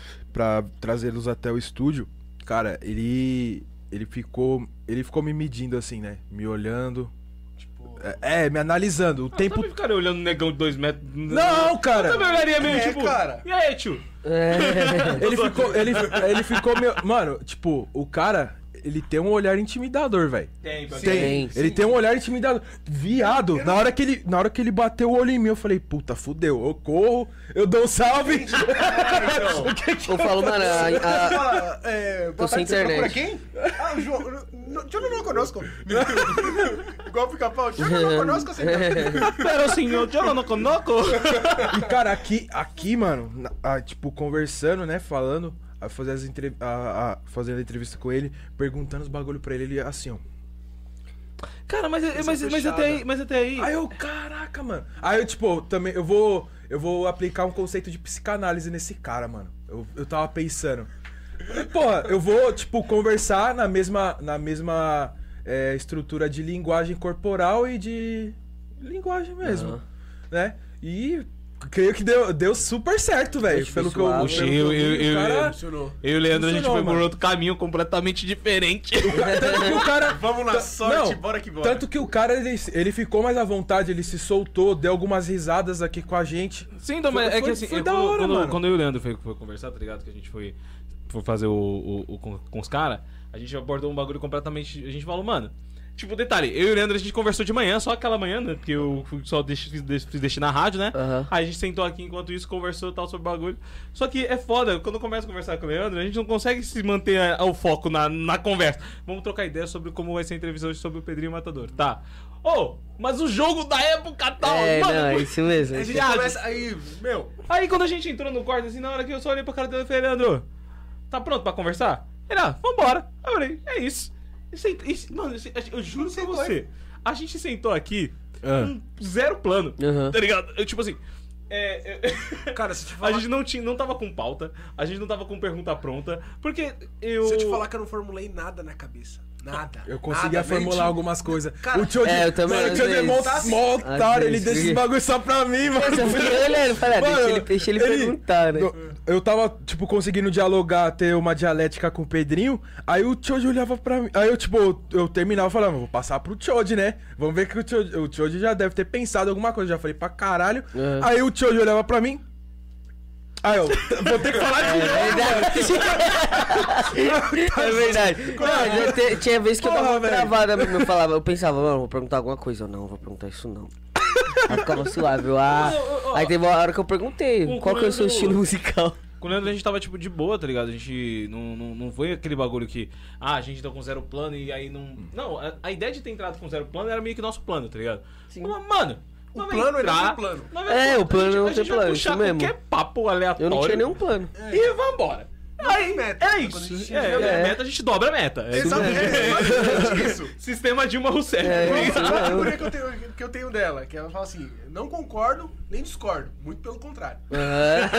pra trazê-los até o estúdio, cara, ele ele ficou ele ficou me medindo assim, né? Me olhando, Tipo, é, é, me analisando o tempo. Tempo... ficaria olhando um negão de dois metros. Não, cara. Eu também olharia meio, É, tipo. cara. E aí, tio? Ele ficou ele, ele ficou meio, mano, tipo, o cara, ele tem um olhar intimidador, velho. Tem, Tem, Tem, ele sim. tem um olhar intimidador. Viado, na hora que ele, na hora que ele bateu o olho em mim, eu falei, puta, fudeu. Eu corro, eu dou um salve. O que que Eu falo, mano, a, a- Fala, é, boa Tô sem tarde, você procura internet. quem? Ah, o João. não- Eu não conosco. Igual o pica-pau. Eu não conosco, senhor. Pero senhor, eu não conoco. E, cara, aqui, aqui, mano, na- ah, tipo, conversando, né, falando, a fazer as entre... a, a- fazendo a entrevista com ele, perguntando os bagulho pra ele, ele assim, ó. Cara, mas, mas, mas, fechada. até aí, mas até aí. Aí eu, caraca, mano. Aí eu, tipo, também, eu vou, eu vou aplicar um conceito de psicanálise nesse cara, mano. Eu, eu tava pensando. Porra, eu vou, tipo, conversar na mesma, na mesma é, estrutura de linguagem corporal e de linguagem mesmo, Aham. né? E creio que deu, deu super certo, velho. Acho Pelo que eu, suave. pelo que eu, Eu- eu- vi, o eu- cara... Funcionou. Eu e o Leandro, a gente Funcionou, foi por mano. outro caminho completamente diferente. Tanto que o cara... Vamos na Ta- sorte, não, bora que bora. Tanto que o cara, ele, ele ficou mais à vontade, ele se soltou, deu algumas risadas aqui com a gente. Sim, então, Foi- mas é foi- que assim, foi eu- da quando, hora, quando, mano. quando eu e o Leandro foi, foi conversar, tá ligado? Que a gente foi, foi fazer o, o, o com, com os caras, a gente abordou um bagulho completamente. A gente falou, mano. Tipo, detalhe, eu e o Leandro a gente conversou de manhã, só aquela manhã, né? Porque eu fui- só deixi, fiz, fiz deixar na rádio, né? Aham. Aí a gente sentou aqui enquanto isso, conversou tal sobre o bagulho. Só que é foda, quando eu começo a conversar com o Leandro, a gente não consegue se manter a- o foco na, na conversa. Vamos trocar ideia sobre como vai ser a entrevista hoje sobre o Pedrinho Matador. Tá. Ô, mas o jogo da época tal, É, mano. não, é isso mesmo. A é gente isso mesmo. começa aí, meu. Aí quando a gente entrou no quarto, assim, na hora que eu só olhei pra cara dele e falei, Leandro, tá pronto pra conversar? Ele, ah, vambora. Aí eu falei, é isso. E sent- e- mano, eu, eu juro pra você, a gente sentou aqui Ah. com zero plano, Aham. tá ligado? Eu, tipo assim, é, é- Cara, se eu te a falar, gente não, tinha, não tava com pauta, a gente não tava com pergunta pronta, porque eu... se eu te falar que eu não formulei nada na cabeça. Nada. Eu conseguia nada, formular mente. algumas coisas. Cara, o Choji, é, eu também, mano, o às Choji é mó, vezes. mó Às otário, ele vezes, deixa esse porque- bagulho só pra mim, mano. Eu fiquei olhando, falei, ah, deixa Mano, ele, deixa ele perguntar, né? no- eu tava, tipo, conseguindo dialogar, ter uma dialética com o Pedrinho, aí o Choji olhava pra mim, aí eu, tipo, eu, eu terminava e falava, vou passar pro Choji, né? Vamos ver que o Choji, o Choji já deve ter pensado alguma coisa, já falei pra caralho. Uhum. Aí o Choji olhava pra mim, aí eu, vou ter que falar de novo, É verdade. Não, já te- tinha vezes que eu Porra, tava velho. travada mesmo. Eu falava, eu pensava, mano, vou perguntar alguma coisa. Eu não, vou perguntar isso não. Aí ficava suave. Eu, ah. Aí teve uma hora que eu perguntei, qual que é o seu estilo musical? Com o Leandro a gente tava, tipo, de boa, tá ligado? A gente não, não, não foi aquele bagulho que, ah, a gente tá com zero plano e aí não... Não, a, a ideia de ter entrado com zero plano era meio que nosso plano, tá ligado? Sim. Falou, mano... O nós plano vai é não entrar, ter plano. nós vai- É, o plano a gente- não a ter gente vai plano, puxar isso mesmo. qualquer papo aleatório. Eu não tinha nenhum plano. E vambora. Aí, meta. é Quando a isso. gente É, chega- é, meta, a gente dobra a meta. É isso Exato, mesmo. é exatamente isso. Sistema Dilma Rousseff. É, tá isso ligado? A mesmo. teoria que eu, tenho, que eu tenho dela, que ela fala assim, não concordo, nem discordo, muito pelo contrário. Aham.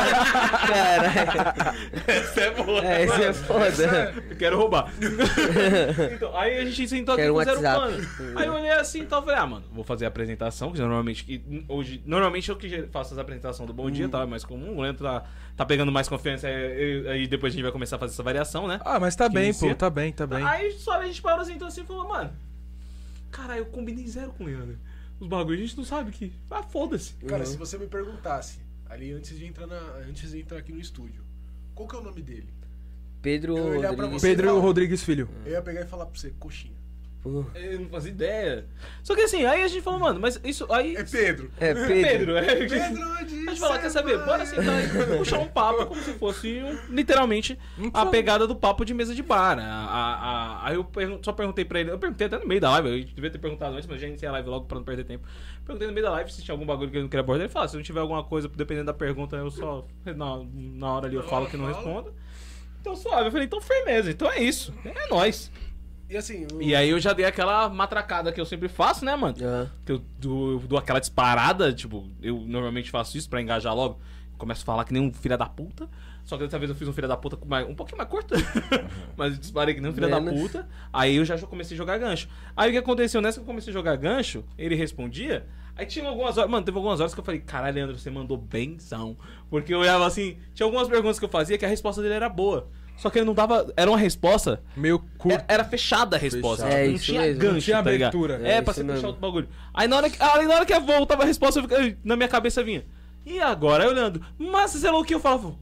Caralho. Essa é boa. É, isso é foda. Eu quero roubar. Então, aí a gente sentou aqui Quero com um zero WhatsApp. plano. Aí eu olhei assim e tal, falei, ah, mano, vou fazer a apresentação, que normalmente, que hoje, normalmente eu que faço as apresentações do Bom Dia, tá? É mais comum, o Leandro tá, tá pegando mais confiança, aí, aí depois a gente vai começar a fazer essa variação, né? Ah, mas tá Que bem, inicia. pô, tá bem, tá bem. Aí só a gente parou assim, então assim, e falou, mano, caralho, eu combinei zero com o Leandro. Os bagulhos a gente não sabe que, ah, foda-se. Cara, se você me perguntasse, ali antes de entrar na, antes de entrar aqui no estúdio, qual que é o nome dele? Pedro Eu ia olhar pra Rodrigues. você- Pedro fala. Rodrigues Filho. Eu ia pegar e falar pra você, coxinha. Pô. Eu não fazia ideia. Só que assim, aí a gente falou, mano, mas isso aí... É Pedro. É, Pedro. Pedro, é. Pedro de A gente falou, quer saber? Bora Semana. sentar e puxar um papo como se fosse um- literalmente a pegada do papo de mesa de bar. Né? A, a, a- aí eu pergun- só perguntei pra ele, eu perguntei até no meio da live, eu devia ter perguntado antes, mas já iniciei a live logo pra não perder tempo. Perguntei no meio da live se tinha algum bagulho que ele não queria abordar. Ele falou, ah, se não tiver alguma coisa, dependendo da pergunta, eu só. Na, na hora ali eu falo que não respondo. Então suave. Eu falei, então firmeza, então é isso. É nóis. E assim, o- E aí eu já dei aquela matracada que eu sempre faço, né, mano? Aham. Que eu dou, eu dou aquela disparada, tipo, eu normalmente faço isso pra engajar logo. Começo a falar que nem um filho da puta. Só que dessa vez eu fiz um filho da puta com mais, um pouquinho mais curto. Mas eu disparei que nem um filho da Menos. puta. Aí eu já comecei a jogar gancho. Aí o que aconteceu nessa que eu comecei a jogar gancho, ele respondia. Aí tinha algumas horas, mano, teve algumas horas que eu falei, caralho, Leandro, você mandou benzão. Porque eu olhava assim, tinha algumas perguntas que eu fazia que a resposta dele era boa. Só que ele não dava. Era uma resposta. Meio curto. Era, era fechada a resposta. Fechado. É, não isso tinha mesmo. gancho, Não tinha tá ligado? abertura. É, É, pra isso você puxar mesmo. outro bagulho. Aí na hora que, aí, na hora que voltava a resposta, eu ficava- na minha cabeça vinha. E agora? Aí eu olhando. Mas sei lá o que eu falava.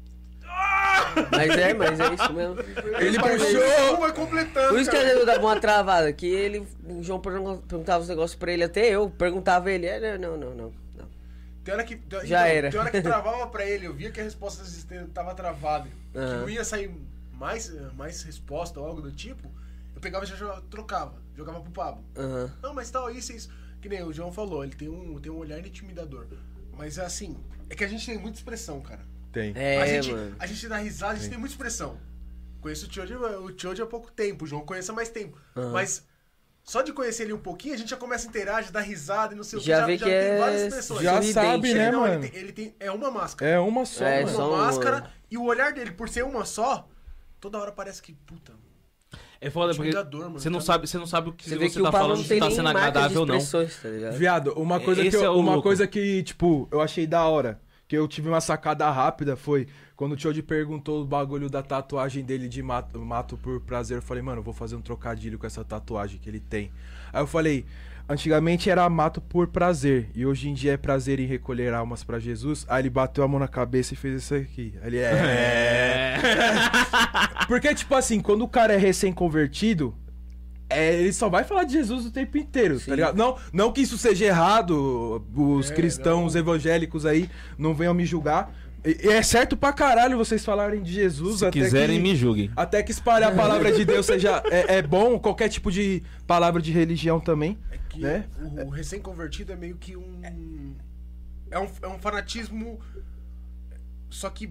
Mas é, mas é isso mesmo. Ele Vai, puxou. vai completando. Por isso que cara. às vezes eu dava uma travada, que ele, o João pergun- perguntava os negócios pra ele, até eu perguntava ele, é, não, não, não, não. Tem hora que, tem- Já então, era. Tem hora que travava pra ele, eu via que a resposta tava travada. Que Aham. não ia sair mais, mais resposta ou algo do tipo. Eu pegava e já jogava- trocava, jogava pro Pablo. Aham. Não, mas tal, isso, isso. Que nem o João falou, ele tem um, tem um olhar intimidador. Mas é assim, é que a gente tem muita expressão, cara. Tem. a, É, gente, mano. a gente dá risada, a gente tem muita expressão. Conheço o Choji, o Choji há pouco tempo, o João conhece há mais tempo. Aham. Mas só de conhecer ele um pouquinho, a gente já começa a interagir, dar risada e não sei o que. Já vê que tem é várias expressões. Já sorridente. sabe, Ele né, não, mano? Ele tem, ele tem- é uma máscara. É uma só, É, mano. só uma uma. máscara e o olhar dele, por ser uma só, toda hora parece que, puta, É foda, porque Intimidador, mano, você não, tá? sabe, você não sabe o que Você você, vê que tá o Pablo falando, não se tem tá nem sendo marca de agradável ou não. expressões, tá ligado? Viado, uma coisa, Esse que eu, é o uma louco. coisa que, tipo, eu achei da hora, que eu tive uma sacada rápida, foi quando o Choji perguntou o bagulho da tatuagem dele de mato, mato por prazer. Eu falei, mano, eu vou fazer um trocadilho com essa tatuagem que ele tem. Aí eu falei, antigamente era mato por prazer, e hoje em dia é prazer em recolher almas pra Jesus. Aí ele bateu a mão na cabeça e fez isso aqui. Aí ele, é... Porque, tipo assim, quando o cara é recém-convertido, é, ele só vai falar de Jesus o tempo inteiro, Sim. tá ligado? Não, não que isso seja errado, os É, cristãos não. evangélicos aí não venham me julgar. E, e é certo pra caralho vocês falarem de Jesus. Se até quiserem, que, me julguem. Até que espalhar a palavra de Deus seja é, é bom, qualquer tipo de palavra de religião também. é que Né? o, o recém-convertido é meio que um, é um. É um fanatismo, só que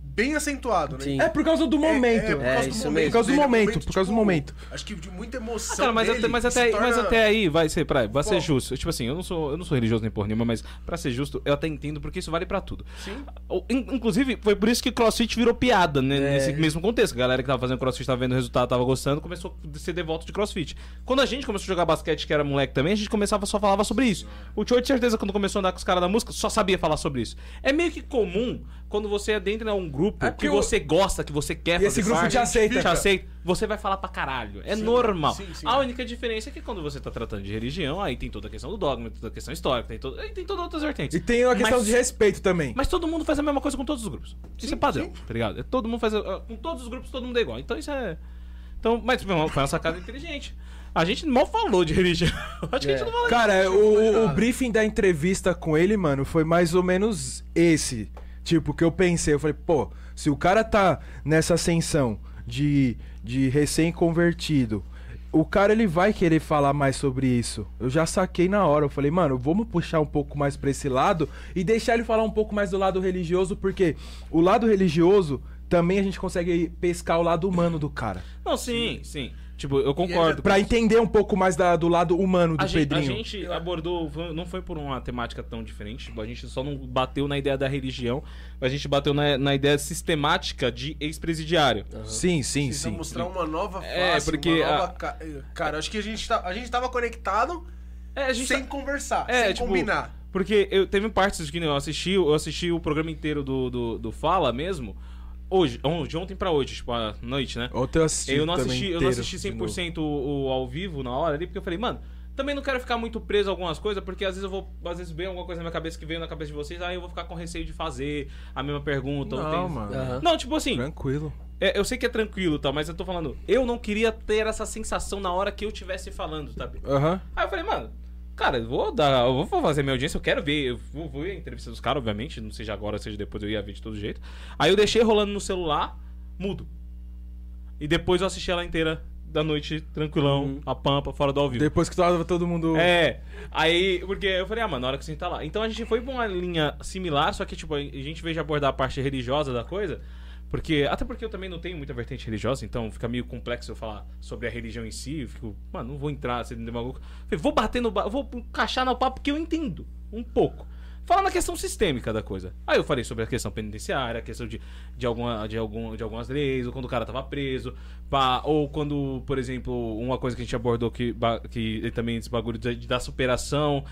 bem acentuado, né? Sim. É por causa do momento. É, é, por É, causa isso do mesmo. momento. Por causa do dele, momento, por causa do tipo, momento. Acho que de muita emoção Ah, cara, mas, dele, até, mas, que até, se aí- torna- mas até aí vai ser, pra, vai ser Pô. justo. Tipo assim, eu não sou, eu não sou religioso nem porra nenhuma, mas pra ser justo, eu até entendo porque isso vale pra tudo. Sim. O- in- Inclusive, foi por isso que CrossFit virou piada, né, É. nesse mesmo contexto. A galera que tava fazendo CrossFit tava vendo o resultado, tava gostando, começou a ser devoto de CrossFit. Quando a gente começou a jogar basquete, que era moleque também, a gente começava só falava sobre isso. O Tio, de certeza, quando começou a andar com os caras da música, só sabia falar sobre isso. É meio que comum quando você adentra um grupo É que porque o- você gosta, que você quer E fazer esse grupo parte, te aceita. te aceita, você vai falar pra caralho. É Sim, normal. sim, sim. A única diferença é que quando você tá tratando de religião, aí tem toda a questão do dogma, tem toda a questão histórica, tem, todo, aí tem todas outras vertentes. E tem a questão Mas- de respeito também. Mas todo mundo faz a mesma coisa com todos os grupos. Isso Sim, é padrão, sim. tá ligado? É, todo mundo faz. a- Com todos os grupos, todo mundo é igual. Então isso é. Então, mas foi uma, foi uma sacada inteligente. A gente mal falou de religião. Acho que a gente É. não falou Cara, Não foi o, o nada. briefing da entrevista com ele, mano, foi mais ou menos esse. Tipo, que eu pensei, eu falei, pô, se o cara tá nessa ascensão de, de recém-convertido, o cara ele vai querer falar mais sobre isso. Eu já saquei na hora, eu falei, mano, vamos puxar um pouco mais pra esse lado e deixar ele falar um pouco mais do lado religioso, porque o lado religioso também a gente consegue pescar o lado humano do cara. Não, sim, sim. Tipo, eu concordo. Pra entender um pouco mais da- do lado humano do A gente, a Pedrinho. gente abordou, foi- não foi por uma temática tão diferente, tipo, a gente só não bateu na ideia da religião, a gente bateu na, na ideia sistemática de ex-presidiário. Sim, sim, Precisa sim. mostrar uma nova face, É, porque uma nova a- ca- Cara, acho que a gente, tá, a gente tava conectado É, a gente sem tá- conversar, É, sem tipo, combinar. Porque eu teve partes que eu assisti, eu assisti o programa inteiro do, do, do Fala mesmo, hoje, on- de ontem pra hoje, tipo, à noite, né? Ontem eu assisti Eu não também assisti, eu não inteiro, assisti de cem por cento o, o ao vivo na hora ali, porque eu falei, mano, também não quero ficar muito preso a algumas coisas, porque às vezes eu vou, às vezes vem alguma coisa na minha cabeça que veio na cabeça de vocês, aí eu vou ficar com receio de fazer a mesma pergunta. ou Não, tem- mano. Aham. Não, tipo assim, Tranquilo. é, eu sei que é tranquilo, tá, mas eu tô falando, eu não queria ter essa sensação na hora que eu estivesse falando, sabe? Aham. Aí eu falei, mano, cara, eu vou dar, eu vou fazer minha audiência, eu quero ver, eu vou, vou ver a entrevista dos caras, obviamente, não seja agora, seja depois, eu ia ver de todo jeito. Aí eu deixei rolando no celular, mudo. E depois eu assisti ela inteira da noite, tranquilão, Uhum. a pampa, fora do ao vivo. Depois que tava todo mundo. É, aí, porque eu falei, ah, mano, na hora que você tá lá. Então a gente foi pra uma linha similar, só que, tipo, a gente veio de abordar a parte religiosa da coisa, porque, até porque eu também não tenho muita vertente religiosa, então fica meio complexo eu falar sobre a religião em si, eu fico, mano, não vou entrar, você me demagogo. Falei, vou bater no, ba- vou encaixar no papo que eu entendo, um pouco. Falar na questão sistêmica da coisa. Aí eu falei sobre a questão penitenciária, a questão de, de, alguma, de, algum, de algumas leis, ou quando o cara tava preso, pá, ou quando, por exemplo, uma coisa que a gente abordou que, ba- que também esse bagulho de, de- da superação,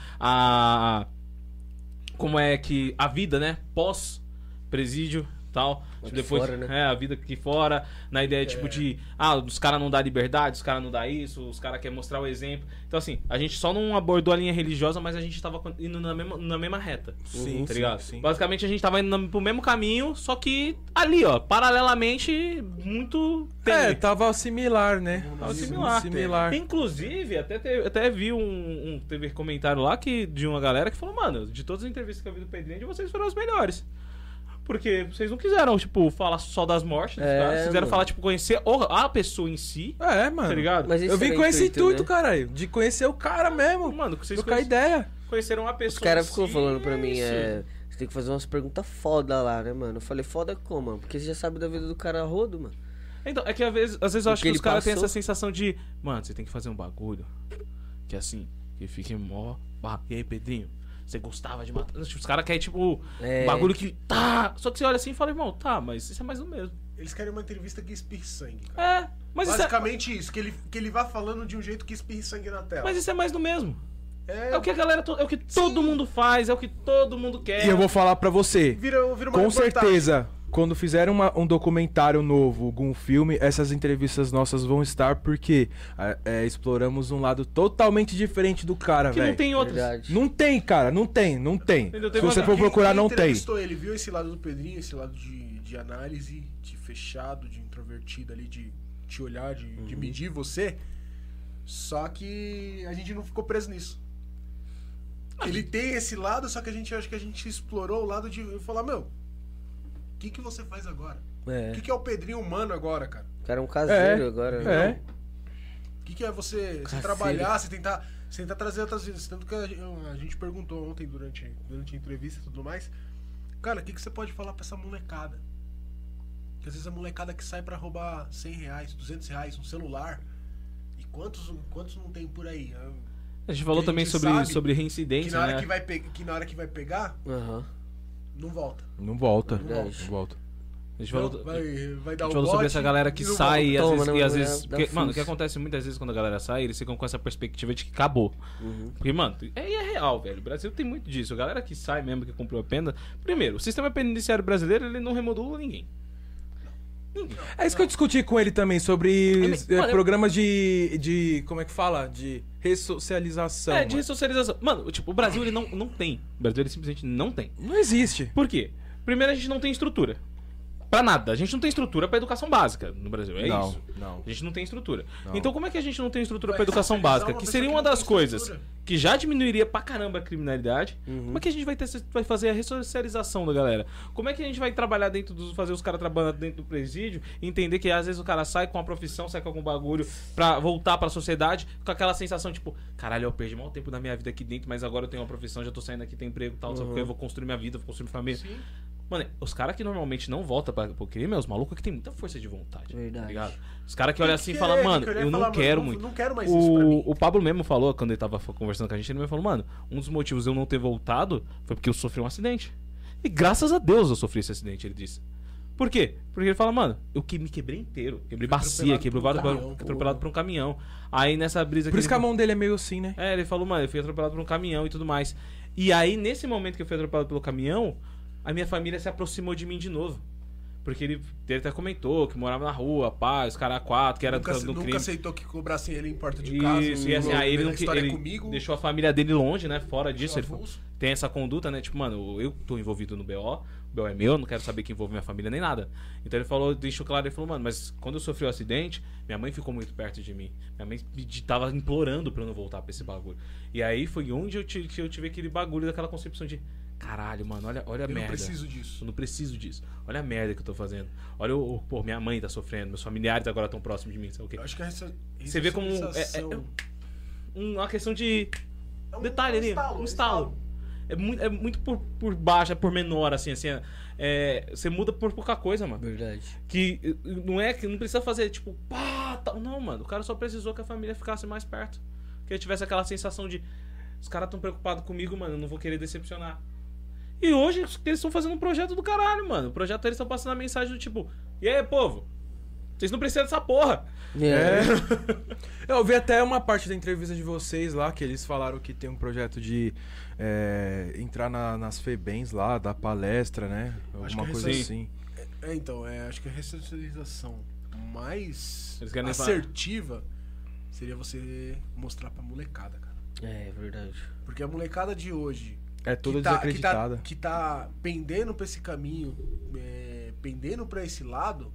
a como é que a vida, né, pós-presídio, tal, Aqui depois, fora, né? é, a vida aqui fora, na ideia, tipo, de, ah, os caras não dá liberdade, os caras não dá isso, os caras querem mostrar o exemplo. Então, assim, a gente só não abordou a linha religiosa, mas a gente tava indo na mesma, na mesma reta. Sim, Tá ligado? sim, sim. Basicamente, a gente tava indo na- pro mesmo caminho, só que ali, ó, paralelamente, muito É, tênue. tava similar, né? Tava similar. Similar. Inclusive, até, teve, até vi um, um teve comentário lá que, de uma galera que falou, mano, de todas as entrevistas que eu vi do Pedrinho, de vocês foram as melhores. Porque vocês não quiseram, tipo, falar só das mortes dos É, caras. Vocês quiseram mano. falar, tipo, conhecer o- a pessoa em si, É, mano. tá ligado? Mas esse Eu vim era com esse intuito, intuito, né? caralho. De conhecer o cara mesmo. Mano, vocês Trocar conhece- ideia. conheceram a pessoa Os caras em ficam si, falando pra mim, isso. é. Você tem que fazer umas perguntas foda lá, né, mano? Eu falei, foda como, mano? Porque você já sabe da vida do cara rodo, mano. Então, é que às vezes, às vezes eu O acho que que os ele caras têm passou. essa sensação de, mano, você tem que fazer um bagulho que assim, que fique mó. Ah, e aí, Pedrinho? Você gostava de matar. Os caras querem, tipo, É. um bagulho que. Tá! Só que você olha assim e fala, irmão, tá, mas isso é mais do mesmo. Eles querem uma entrevista que espirre sangue, cara. É, mas isso é, Basicamente isso, que ele, que ele vá falando de um jeito que espirre sangue na tela. mas isso é mais do mesmo. É, É o que a galera. to- É o que todo mundo faz, é o que todo mundo quer. E eu vou falar pra você. vira, vira uma Com reportagem. certeza, quando fizer uma- um documentário novo, algum filme, essas entrevistas nossas vão estar porque é, é, exploramos um lado totalmente diferente do cara, Que não velho. tem outros. Verdade. Não tem, cara, não tem, não tem. Entendeu? Se Tem você uma- for Quem- procurar, quem não tem. entrevistou ele viu esse lado do Pedrinho, esse lado de, de análise, de fechado, de introvertido ali, de te olhar, de, Uhum. de medir você. Só que a gente não ficou preso nisso. Ele tem esse lado, só que a gente acho que a gente explorou o lado de falar, meu, o que, que você faz agora? É. O que, que é o Pedrinho humano agora, cara? O cara é um caseiro É, agora, né? É. O que, que é você, você Caseiro. trabalhar, você tentar, você tentar trazer outras vezes. Tanto que a, gente- a gente perguntou ontem durante, durante a entrevista e tudo mais. Cara, o que, que você pode falar pra essa molecada? Que às vezes a molecada que sai pra roubar cem reais, duzentos reais, um celular. E quantos, quantos não tem por aí? A gente falou Que a também gente sobre, sabe sobre Que reincidência, na, hora né? que, vai pe... que na hora que vai pegar, Aham. não volta. Não volta. Verdade. Não volta. A gente Não, falou, vai, vai a dar gente o falou sobre bote essa galera que e não sai e às Toma, vezes... não, e às não, vezes dá porque- mano, o fuz. que acontece muitas vezes quando a galera sai, eles ficam com essa perspectiva de que acabou. Uhum. Porque, mano, é, é real, velho. O Brasil tem muito disso. A galera que sai mesmo, que cumpriu a pena... Primeiro, o sistema penitenciário brasileiro, ele não remodula ninguém. É isso que eu discuti com ele também, sobre Mas, eh, mano, eu- programas de, de. Como é que fala? De ressocialização. É, de mano. ressocialização. Mano, tipo, o Brasil, ele não, não tem. O Brasil, ele simplesmente não tem. Não existe. Por quê? Primeiro, a gente não tem estrutura. Pra nada. A gente não tem estrutura pra educação básica no Brasil. É não, isso. não. A gente não tem estrutura. Não. Então, como é que a gente não tem estrutura Vai pra educação ressocializar básica? uma Que pessoa seria que uma não das tem coisas estrutura. que já diminuiria pra caramba a criminalidade. Como é que a gente vai, ter, vai fazer a ressocialização da galera? Como é que a gente vai trabalhar dentro dos. Fazer os caras trabalhar dentro do presídio e entender que às vezes o cara sai com a profissão, sai com algum bagulho pra voltar pra sociedade com aquela sensação tipo, caralho, eu perdi mal tempo da minha vida aqui dentro, mas agora eu tenho uma profissão, já tô saindo aqui, tenho emprego e tal, sabe o quê? Eu vou construir minha vida, vou construir minha família. Sim. Mano, os caras que normalmente não voltam pra, pro crime é os malucos que tem muita força de vontade. Verdade. Tá ligado? Os caras que olham assim e que falam, querer, mano, que querer eu não falar, mano, quero não- muito. não quero mais isso pra mim. O, o Pablo mesmo falou, quando ele tava conversando com a gente, ele mesmo falou, mano, um dos motivos de eu não ter voltado foi porque eu sofri um acidente. E graças a Deus eu sofri esse acidente, ele disse. Por quê? Porque ele fala, mano, eu que me quebrei inteiro. Quebrei Foi bacia, atropelado quebrei por um vários. caminhão, Fui atropelado por um caminhão. Aí nessa brisa Por isso que a ele- mão dele é meio assim, né? é, ele falou, mano, eu fui atropelado por um caminhão e tudo mais. E aí, nesse momento que eu fui atropelado pelo caminhão, a minha família se aproximou de mim de novo. Porque ele, ele até comentou que morava na rua, pá, os caras quatro, que era Nunca, do nunca crime. aceitou que cobrassem ele em porta de casa. Isso, e assim, não- aí ele, a não, história ele comigo. deixou a família dele longe, né, fora disso. Ele avulso. tem essa conduta, né, tipo, mano, eu tô envolvido no B O, o B O é meu, não quero saber que envolve minha família nem nada. Então ele falou, deixou claro, ele falou, mano, mas quando eu sofri o acidente, minha mãe ficou muito perto de mim. Minha mãe me tava implorando pra eu não voltar pra esse bagulho. E aí foi onde eu tive, que eu tive aquele bagulho daquela concepção de, caralho, mano, olha, olha a Eu não merda. preciso disso. Eu não preciso disso. Olha a merda que eu tô fazendo. Olha o, o- pô, minha mãe tá sofrendo, meus familiares agora estão próximos de mim, sabe o quê? Eu acho que a ressa- Você vê como é- é- ressocialização- Um- uma questão de É um- detalhe é um ali, estalo, um um estalo. É muito, é muito por, por baixo, é por menor, assim, assim. É, você muda por pouca coisa, mano. Verdade. Que eh, não é que não precisa fazer, tipo, pá, tal. Não, mano. O cara só precisou que a família ficasse mais perto. Que ele tivesse aquela sensação de, os caras tão preocupados comigo, mano, eu não vou querer decepcionar. E hoje eles estão fazendo um projeto do caralho, mano. O projeto eles estão passando a mensagem do tipo, e aí, povo? Vocês não precisam dessa porra. É. Eu vi até uma parte da entrevista de vocês lá, que eles falaram que tem um projeto de é, entrar na- nas FEBEMs lá, dar palestra, né? Acho Alguma que coisa esse- assim. É, então, é, acho que a ressocialização mais Eles querem assertiva seria você mostrar pra molecada, cara. É, verdade. Porque a molecada de hoje É toda que tá, desacreditada. Que tá, que tá pendendo pra esse caminho, é, pendendo pra esse lado,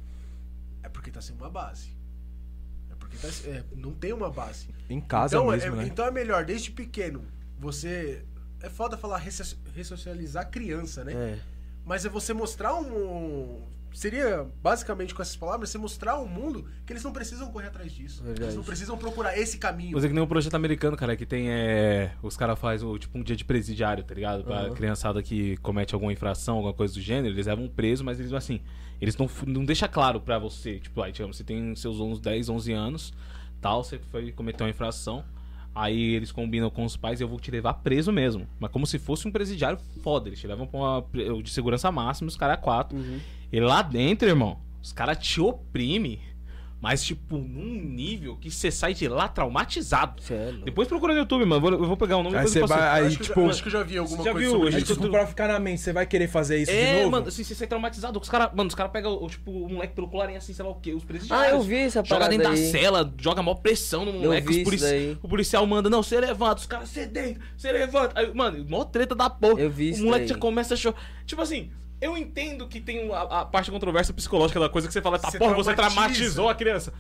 é porque tá sem uma base. É porque tá, é, não tem uma base. Em casa então, mesmo, é, né? então é melhor, desde pequeno, você... É foda falar resso- ressocializar criança, né? É. Mas é você mostrar um... Seria, basicamente, com essas palavras, você mostrar ao mundo que eles não precisam correr atrás disso. Verdade. Eles não precisam procurar esse caminho. Mas é que nem um projeto americano, cara, que tem. É, os caras fazem tipo um dia de presidiário, tá ligado? Pra Uhum. criançada que comete alguma infração, alguma coisa do gênero, eles levam preso, mas eles assim. Eles não, não deixam claro pra você. Tipo, aí, digamos, você tem seus onze, dez, onze anos, tal, você foi cometer uma infração. Aí eles combinam com os pais e eu vou te levar preso mesmo. Mas como se fosse um presidiário foda. Eles te levam pra uma pre- de segurança máxima, os caras é quatro. Uhum. E lá dentro, irmão, os caras te oprimem, mas tipo, num nível que você sai de lá traumatizado. Sério. Depois procura no YouTube, mano. Eu vou, eu vou pegar o nome Aí depois você eu posto. vai- aí, acho, que, tipo, eu acho que eu já vi alguma já coisa viu, sobre a Aí, gente isso. tipo, tudo- pra ficar na mente, você vai querer fazer isso de É, novo? mano, assim, você sai traumatizado. Os caras, mano, os caras pegam, tipo, o moleque pelo colarinho assim, sei lá o quê, os Ah, presidiários. eu vi essa Joga parada dentro aí. da cela, joga maior pressão no Eu moleque. vi Os isso polici- daí. O policial manda, não, você levanta. Os caras, você deita, você levanta. Aí, mano, mó treta da porra. Eu vi isso O moleque daí. já começa a chorar. Tipo assim, eu entendo que tem a, a parte controvérsia psicológica da coisa que você fala, tá, Você porra, você traumatiza. traumatizou a criança.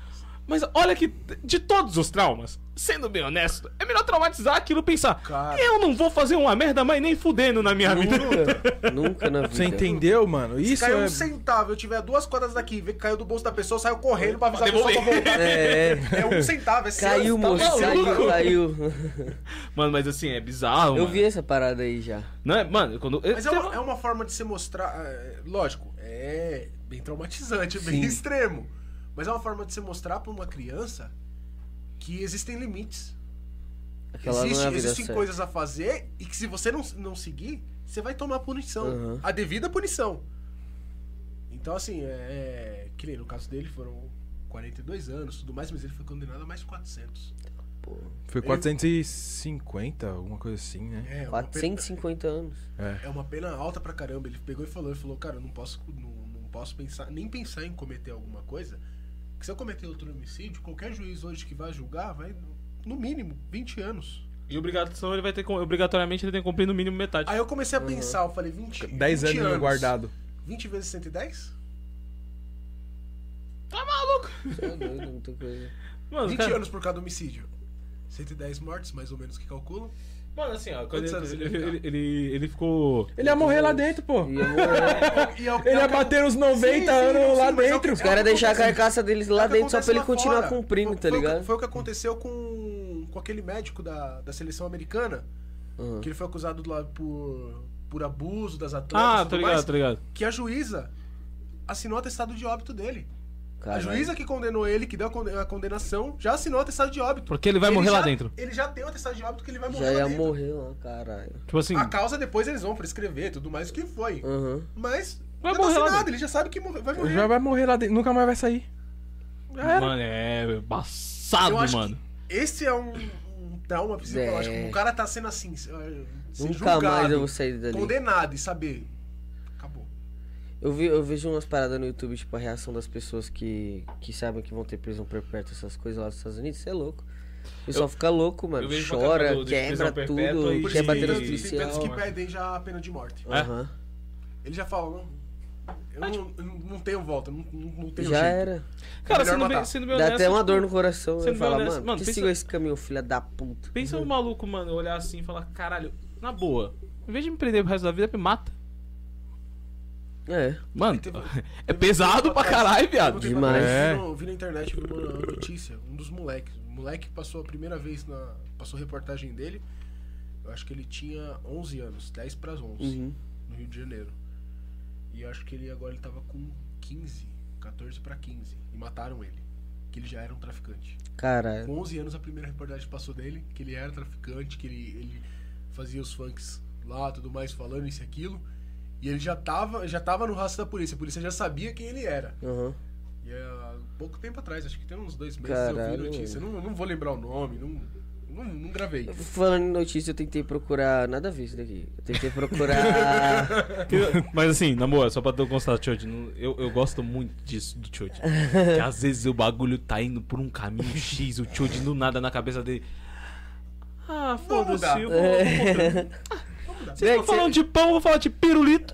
Mas olha que, de todos os traumas, sendo bem honesto, é melhor traumatizar aquilo e pensar, Cara. eu não vou fazer uma merda, mas nem fudendo na minha vida. Nunca, nunca na vida. Você entendeu, mano? Se Isso caiu é... um centavo, eu tiver duas quadras daqui, vê que caiu do bolso da pessoa, saiu correndo pra avisar a pessoa pra devolver. voltar. É, É um centavo, é seu, caiu, tá moço, maluco? caiu, caiu. Mano, mas assim, é bizarro, Eu mano. vi essa parada aí já. Não é, mano, quando... Mas é uma, é uma forma de se mostrar. é, Lógico, é bem traumatizante, bem Sim. extremo. Mas é uma forma de se mostrar pra uma criança que existem limites. Aquela Existe- não é a vida existem certa. coisas a fazer e que se você não, não seguir, você vai tomar punição. Uhum. A devida punição. Então, assim, é, é. Que nem no caso dele foram quarenta e dois anos tudo mais, mas ele foi condenado a mais de quatrocentos. Pô, Foi quatrocentos e cinquenta, alguma coisa assim, né? É, uma quatrocentos e cinquenta anos. É. É uma pena alta pra caramba. Ele pegou e falou, ele falou, cara, eu não posso, não, não posso pensar, nem pensar em cometer alguma coisa. Que se eu cometer outro homicídio, qualquer juiz hoje que vai julgar, vai, no mínimo, vinte anos. E obrigação, ele vai ter, obrigatoriamente ele tem que cumprir no mínimo metade. Aí eu comecei a pensar, eu falei, vinte, dez vinte anos guardado. vinte vezes cento e dez? Você é doido, muita coisa. Mano, vinte cara, anos por cada homicídio. cento e dez mortes, mais ou menos, que calculam. mano, assim, ó, quando Quantos anos ele, ele ele, ia ele, ele, ele ficou... Ele ia morrer lá dentro, pô. Ia morrer. E é o- Ele é o ia que- bater uns noventa Sim, sim, anos sim, lá mas é o que- dentro. Os caras deixar a acontece- carcaça deles é lá o que dentro só pra acontece ele lá continuar fora. cumprindo, Foi- tá foi o que- ligado? Foi o que aconteceu com, com aquele médico da, da seleção americana, Uhum. que ele foi acusado lá por, por abuso das atletas Ah, e tô tudo ligado, mais, tô ligado. que a juíza assinou o atestado de óbito dele. Caralho. A juíza que condenou ele, que deu a conde- a condenação, já assinou o atestado de óbito. Porque ele vai morrer lá já- dentro. Ele já tem o atestado de óbito que ele vai morrer Já lá ia dentro. morrer lá, caralho. Tipo assim, A causa depois eles vão prescrever, tudo mais o que foi. Uhum. Mas Vai já tá morrer lá assinado, dentro. ele já sabe que morre- vai morrer. Já vai morrer lá dentro, nunca mais vai sair. Era. mano, é embaçado, Eu acho mano. que esse é um, um trauma psicológico. É. O cara tá sendo assim, ser Nunca julgado, mais eu vou sair dali. condenado e saber. Acabou. Eu, vi, eu vejo umas paradas no YouTube, tipo, a reação das pessoas que, que sabem que vão ter prisão perpétua, essas coisas lá dos Estados Unidos, isso é louco. O pessoal fica louco, mano. eu vejo pra Chora, caramba de quebra prisão perpétua tudo, e quer de- bater nos Tem Tem tantos que policiais. pedem já a pena de morte. É? Aham. Ele já fala, não, eu não, eu não tenho volta, não, não, não tenho Já jeito. era. Cara, melhor sendo bem, matar. sendo bem Dá honesto, até uma tipo, dor no coração. sendo Eu falo, bem honesto, mano, mano, que pensa- siga esse caminho, filha da puta. Pensa um maluco, mano, olhar assim e falar, caralho, na boa, em vez de me prender pro resto da vida, me mata. É. Mano, Teve- é pesado pra caralho, viado. Teve um Demais. tempo atrás, É. Eu vi no- vi na internet vi uma notícia, um dos moleques. O moleque passou a primeira vez na. Passou a reportagem dele. Eu acho que ele tinha onze anos, dez para onze, Uhum. no Rio de Janeiro. E eu acho que ele agora ele tava com quinze, quatorze para quinze. E mataram ele. Que ele já era um traficante. Caralho. Com onze anos a primeira reportagem passou dele, que ele era traficante, que ele, ele fazia os funks lá, tudo mais, falando isso e aquilo. E ele já tava, já tava no rastro da polícia, a polícia já sabia quem ele era. Uhum. E é, há pouco tempo atrás, acho que tem uns dois meses eu Caralho, vi notícia. Não, não vou lembrar o nome, não, não, não gravei. Falando em notícia, eu tentei procurar. Nada a ver isso daqui. Eu tentei procurar. Mas assim, na boa, só pra ter constatado, Tchode, não- eu, eu gosto muito disso do Tchode. Que às vezes o bagulho tá indo por um caminho X, o Tchode do nada na cabeça dele. Ah, foda-se, mudar. eu vou, eu vou Vocês É estão que falando de pão, eu vou falar de pirulito.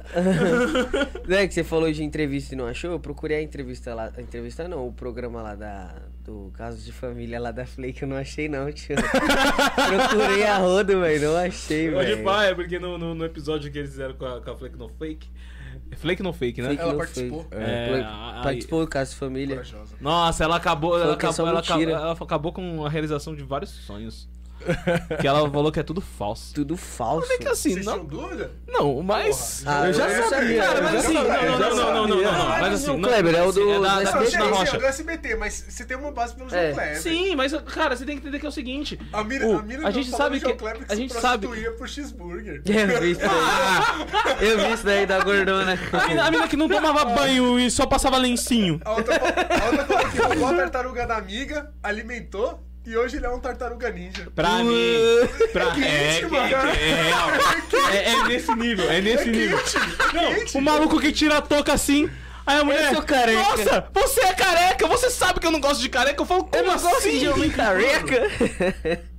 Não é que você falou de entrevista e não achou? Eu procurei a entrevista lá. A entrevista não, o programa lá da. Do Casos de Família lá da Flake, eu não achei não, tio. Procurei a roda, velho. Não achei, Pode velho. pá, é porque no, no, no episódio que eles fizeram com a, com a Flake no Fake. É Flake no Fake, né? Fake Ela não participou. fake. É, Play- aí- Participou do Caso de Família. Corajosa. Nossa, ela acabou, ela Falou que é acabou, só ela acabou, mentira. ela acabou com a realização de vários sonhos. Que ela falou que é tudo falso. Tudo falso. É que assim, Vocês não, tinham dúvida? não, mas... Ah, Eu já eu sabia, Cara, eu mas já assim, sabia, não, eu não, já não, não, não, não, sabia. não, mas assim... Não, não, Kleber, é o assim, do- da, da da Não, Cristina sim, sim, Rocha. é do S B T, mas você tem uma base pelo João É. Kleber. Sim, mas, cara, você tem que entender que é o seguinte... A mina, o- a mina a não gente falou sabe do João que... Kleber que A se gente sabe... prostituía por cheeseburger. Eu vi isso daí. Eu vi isso daí da gordona. A mina, a mina que não tomava banho e só passava lencinho. A outra, a outra falou que roubou a tartaruga da amiga, alimentou, e hoje ele é um tartaruga ninja. Pra mim... Pra... É, quente, que- mano. é, real. É, é nesse nível, é nesse nível. Quente. Não, o maluco que tira a touca assim... Aí a mulher, sou careca. nossa, você é careca, você sabe que eu não gosto de careca. Eu falo, como Eu não gosto assim? de homem careca.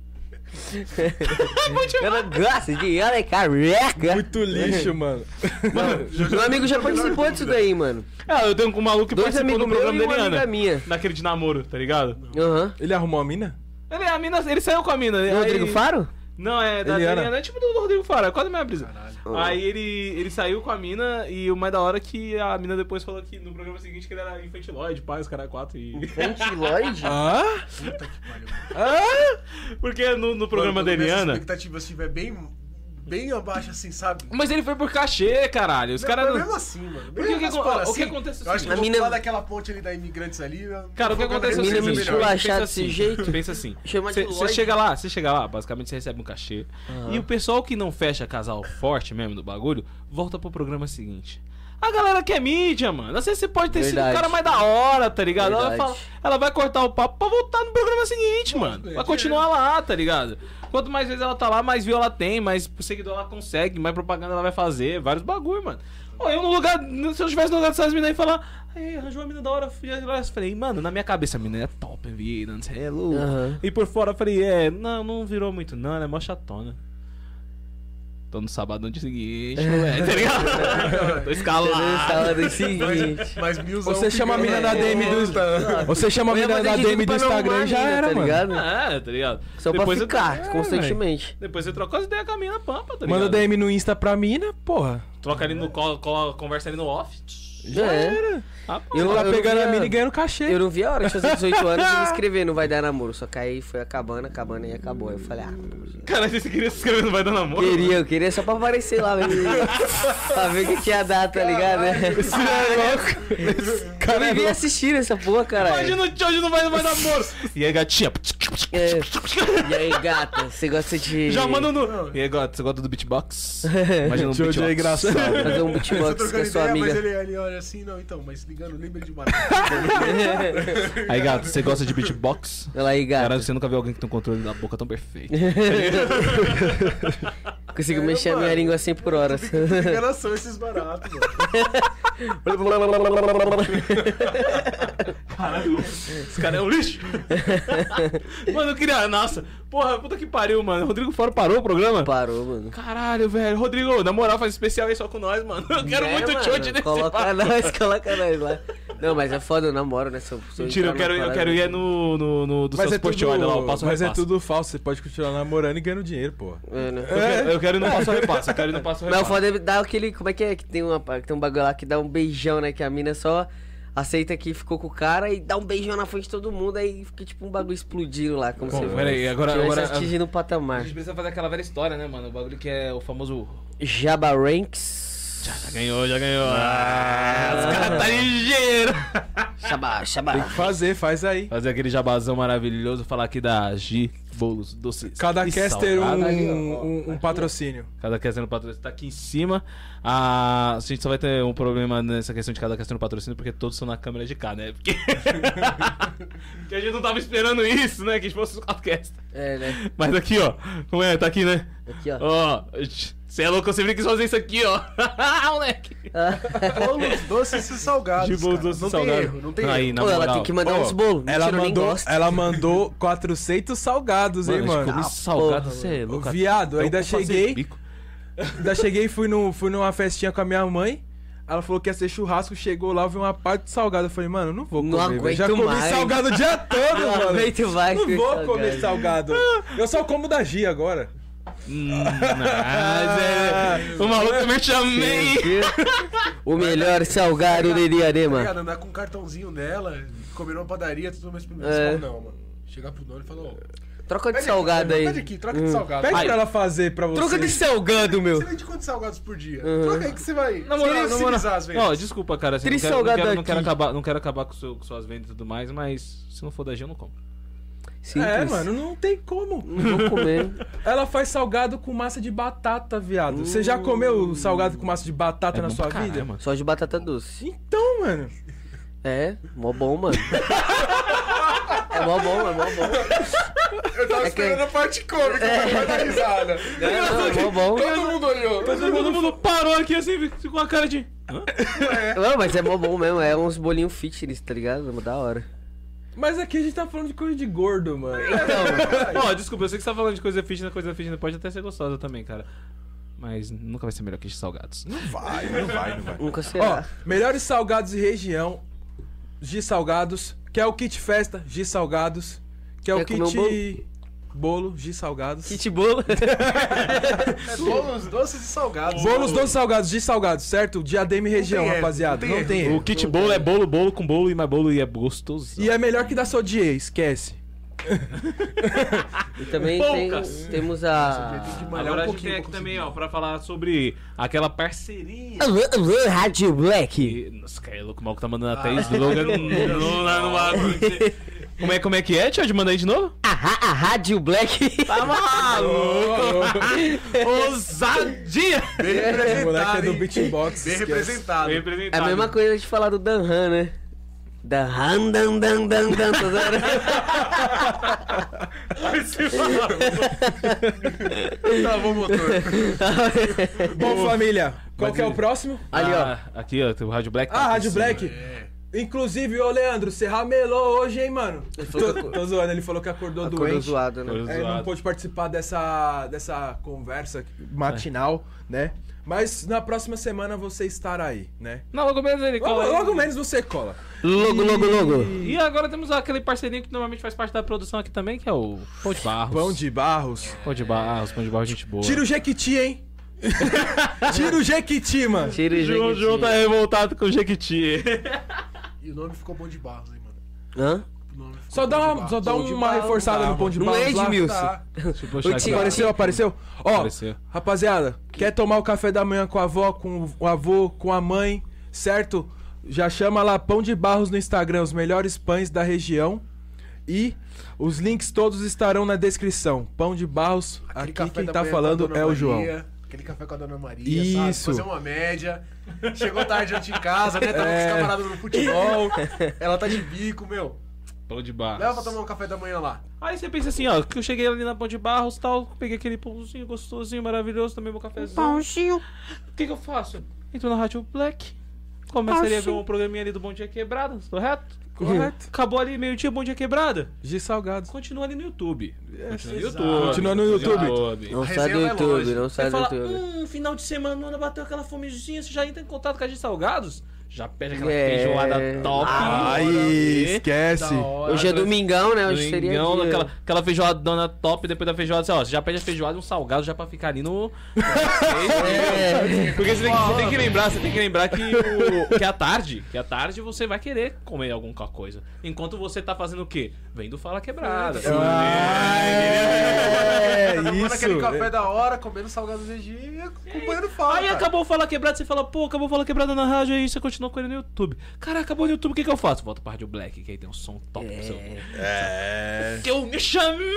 Eu não gosto de homem careca. Muito lixo, mano. Mano, meu amigo já participou disso daí, mano. Ah, eu tenho um maluco que Dois participou do amigos meus programa e uma dele, amiga Ana. minha. Naquele de namoro, tá ligado? Aham. Ele arrumou a mina? Ele, a mina, ele saiu com a mina. O aí- Rodrigo Faro? Não, é da Eliana. Eliana, é tipo do Rodrigo Faro, é quase a mesma brisa. Caralho. Aí ele, ele saiu com a mina e o mais da hora é que a mina depois falou que no programa seguinte que ele era infantiloide, pai, os caras quatro e... Ventiloide? Ah? Puta que pariu. Ah? Porque no, no programa Mano, da quando minha Eliana... expectativa estiver bem, bem abaixo, assim, sabe? Mas ele foi por cachê, caralho. Os Não, caras mas não... mesmo assim, mano. Porque o que Mesmo acon- fora o que assim, acontece Eu acho que assim, eu a vou mina- falar daquela ponte ali da imigrantes ali. eu- Cara, o que eu vou acontece é o agradecer mina me seguinte, melhor. esculachar pensa desse jeito. Pensa assim, Chama de você Lloyd. chega lá, você chega lá, basicamente você recebe um cachê. E o pessoal que não fecha casal forte mesmo do bagulho, volta pro programa seguinte. A galera quer mídia, mano. Às vezes você pode ter sido Verdade. o cara mais da hora, tá ligado? Ela, Verdade. fala, ela vai cortar o papo pra voltar no programa seguinte, mano. ganha Vai continuar lá, tá ligado? Quanto mais vezes ela tá lá, mais view ela tem, mais seguidor ela consegue, mais propaganda ela vai fazer, vários bagulho, mano. Pô, eu no lugar, se eu estivesse no lugar dessas minas aí e falar, aí, arranjou uma mina da hora, fui lá, eu falei, mano, na minha cabeça a mina é top, vida, não sei, é louco. Aham. E por fora eu falei, é, não, não virou muito não, ela é mó chatona. Tô no sábado no dia seguinte, moleque, tá ligado? Tô escalado. Sábado seguinte. Mas milzão Você chama a mina da D M do... Você chama a Eu ia mina fazer da de D M tudo do pra não Instagram arrumar e já mina, era, tá mano. ligado? É, tá ligado? Só pra Depois eu- ficar, é, constantemente. Depois você troca as ideias com a mina pampa, tá ligado? Manda D M no Insta pra mina, porra. Troca ali no call, call- conversa ali no off. Já É. era. Ah, pô. Eu- Você tá eu pegando não a via- mina e ganhando cachê. Eu não vi a hora de fazer dezoito anos e me inscrever, não vai dar namoro. Só que aí foi acabando, acabando e acabou. Aí eu falei, ah, pô, gente. Caralho, você queria se inscrever no Vai Dar Namoro? Queria, eu queria só pra aparecer lá, mesmo. Pra ver o que, que ia dar, tá ligado? Esse é louco. Eu me vi assistindo essa porra, caralho. Imagina hoje não vai no Vai Dar Namoro. E aí, gatinha? É. E aí, gata, você gosta de. Já manda no... E aí, gata, você gosta do beatbox? Imagina um Jojo beatbox. é engraçado. Fazer um Você beatbox com trocando a sua ideia, mas amiga. ele, ele olha assim, não, então, mas ligando, lembra de matar. Aí, gato, você gosta de beatbox? Olha aí, gata. Cara, você nunca viu alguém que tem um controle da boca tão perfeito. Consigo É, mexer a minha mano. língua assim por horas. Enganação esses baratos, mano. Caralho, esse cara é um lixo. Mano, eu queria... Nossa, porra, puta que pariu, mano. Rodrigo Faro parou o programa? Parou, mano. Caralho, velho. Rodrigo, na moral, faz especial aí só com nós, mano. Eu quero É, muito mano, chute nesse Coloca papo. nós, coloca nós lá. Não, mas é foda, eu namoro, né? Se eu, se Mentira, eu entrar quero, numa eu parada- quero ir no, no, no do Mas seu é post tudo, olha lá, o passo mas é repasso. tudo falso. Você pode continuar namorando e ganhando dinheiro, porra. É, né? Eu, quero, eu quero ir no passo repasso, eu quero ir no passo Mas o repasso. foda é dar aquele. Como é que é? Que tem, uma, que tem um bagulho lá que dá um beijão, né? Que a mina só aceita que ficou com o cara e dá um beijão na frente de todo mundo, aí fica tipo um bagulho explodindo lá. Como Bom, se peraí, agora- tivesse agora- atingindo um A patamar. gente precisa fazer aquela velha história, né, mano? O bagulho que é o famoso... Jabba Ranks. Já ganhou, já ganhou. Ah, os caras tá ligeiro. Xabá, xabá. Tem que fazer, faz aí. Fazer aquele jabazão maravilhoso, falar aqui da G Bolos Doces. Cada e caster um, salgado. um, um patrocínio. Cada caster no patrocínio tá aqui em cima. Ah, a gente só vai ter um problema nessa questão de cada caster no patrocínio, porque todos estão na câmera de cá, né? Porque... porque a gente não tava esperando isso, né? Que fosse os quatro casters. É, né? Mas aqui, ó. Como é? Tá aqui, né? Aqui, ó. Ó. Você é louco, eu sempre quis fazer isso aqui, ó. Moleque. Bolos doces e salgados. De bolos cara. doces não e salgados. tem erro, não tem Aí, erro. na Pô, ela moral. tem que mandar Ó, uns bolos. Ela Mentira, eu nem mandou, gosto. ela mandou quatrocentos salgados, hein, Mano, mano? comi Ah, salgado, porra, você é Ô, louco. viado, Eu ainda vou fazer cheguei. bico. Ainda cheguei e fui, no, fui numa festinha com a minha mãe. Ela falou que ia ser churrasco, chegou lá, eu vi uma parte de salgado. Eu falei, mano, não vou Não comer, velho. Já aguento comi mais. salgado o dia todo, Não mano. aguento mais Não comer vou salgado. comer salgado. Eu só como da Gia agora. Hum, mas é. O maluco me chamei. O melhor salgado de Diadema. Ligado, andar com um cartãozinho nela, comer numa padaria, tudo mais primeiro. É. É. Não, mano. Chegar pro dono e falar, ó. Troca de pede salgado aqui, aí. Pede aqui, troca de salgado. Pede Ai. pra ela fazer pra você. Troca de salgado, meu. Você vende quantos salgados por dia? Uhum. Troca aí que você vai. Na você moral, vai na moral. otimizar as vendas. Não, desculpa, cara. Assim, não, Três quero, não, salgado quero, não, quero aqui. acabar, não quero acabar com, seu- com suas vendas e tudo mais, mas se não for da G, eu não compro. Simples. É, mano, não tem como. Não vou comer. Ela faz salgado com massa de batata, viado. Você já comeu salgado com massa de batata É na bom sua pra caralho, vida? mano. Só de batata doce. Então, mano. É, mó bom, mano. É mó bom, é mó bom. Eu tava É que- esperando a parte cômica, é. Vai dar risada. É, não, é mó bom. Todo mundo olhou. Todo mundo parou aqui assim, com a cara de. Hã? Não, mas é mó bom mesmo. É uns bolinhos fitness, tá ligado? É da hora. Mas aqui a gente tá falando de coisa de gordo, mano. Então, ó, desculpa, eu sei que você tá falando de coisa fitness, coisa fitness pode até ser gostosa também, cara. Mas nunca vai ser melhor que de salgados. Não vai, não vai, não vai. Nunca Ó, será. melhores salgados de região, G Salgados. Quer o kit festa, G Salgados. Quer o Quer comer um kit bolo, G Salgados. Kit bolo. É bolos, doces e salgados. Bolos doces salgados, G Salgados, certo? Diadema e região, tem erro, rapaziada. não tem Não tem erro. erro. O kit bolo é bolo, bolo com bolo e mais bolo e é gostoso. E é melhor que da Sodier, esquece. E também tem, Poucas. temos Tem a... que malhar Agora um a gente pouquinho tem aqui pra também, conseguir. ó, pra falar sobre aquela parceria. Alô, alô, Rádio Black. E- Nossa, cara, é louco, o maluco tá mandando até isso do Logan no, no, lá no bagulho. Como é, como é que é, tio? Manda aí de novo? A, ra- a Rádio Black. Tá maluco! Ousadia! Bem O moleque é representado, do hein? beatbox. Bem esquece. representado. Bem É representado. a mesma coisa de falar do Dan Han, né? Dan Han, dan, dan, dan, dan, toda hora. Vai se falar. Travou o motor. Bom, família, qual Mas que é ele- o próximo? Ali, ó. Ah, aqui, ó, tem o Rádio Black. tá Ah, aqui Rádio em cima. Black. É. Inclusive, ô Leandro, você ramelou hoje, hein, mano? falou Tô, que- tô zoando, ele falou que acordou, Acordou doente. zoado, né? Acordou É, não zoado. pôde participar dessa, dessa conversa matinal, né? Mas na próxima semana você estará aí, né? Não, logo menos ele Logo, cola aí. logo menos você cola. Logo, logo, logo. E agora temos aquele parceirinho que normalmente faz parte da produção aqui também, que é o Pão de Barros. Pão de Barros. Pão de Barros, Pão de Barros, gente boa. Tira o Jequiti, hein? Tira o Jequiti, mano. Tira o João, jeito. João tá revoltado com o Jequiti. E o nome ficou bom de Barros, hein, mano. Hã? O nome ficou Só dá bom de uma, Barros. só dá Pão de uma Barros, reforçada tá, no Pão de Não Barros é, lá. Edmilson? Tá. Deixa eu puxar aqui. Apareceu, apareceu? Ó, Apareceu. rapaziada, quer tomar o café da manhã com a avó, com o avô, com a mãe, certo? Já chama lá Pão de Barros no Instagram, os melhores pães da região. E os links todos estarão na descrição. Pão de Barros, Aquele aqui café quem da tá manhã com a falando Dona é o Maria, João. Aquele café com a Dona Maria, Isso. sabe? Fazer uma média. Chegou tarde ontem em casa, né? Tava É. com os camaradas no futebol. Ela tá de bico, meu. Pão de Barros. Leva pra tomar um café da manhã lá. Aí você pensa assim, ó, que eu cheguei ali na Pão de Barros e tal, peguei aquele pãozinho gostosinho, maravilhoso, tomei meu cafezinho. Pãozinho. O que que eu faço? Entro na Rádio Black, começaria a ver um programinha ali do Bom Dia Quebrada, correto? Correto. Acabou ali meio-dia, Bom Dia Quebrada. De salgados. Continua ali no YouTube. Continua no exato. YouTube. Continua no YouTube. Não A sai resenha do vai YouTube, longe. não sai Você do fala, YouTube. hum, final de semana, bateu aquela fomezinha, você já entra em contato com a gente salgados? Já pede aquela É. feijoada top. Ai, esquece. Da hora. Hoje é domingão, né? Hoje seria Domingão, dia. aquela, aquela feijoadona top, depois da feijoada, assim, ó, você já pede a feijoada e um salgado já pra ficar ali no... É. Porque você tem, que, você tem que lembrar, você tem que lembrar que, o, que à tarde, que à tarde você vai querer comer alguma coisa. Enquanto você tá fazendo o quê? Vendo Fala Quebrada. É, Tomando aquele isso. café da hora, comendo salgado do Egito e acompanhando fala. Aí acabou o Fala Quebrada, você fala, pô, acabou o Fala Quebrada na rádio, aí você continua com ele no YouTube. Cara, acabou no YouTube, o que que eu faço? Volta pra Rádio Black, que aí tem um som top pro seu. É. Que eu me chamei!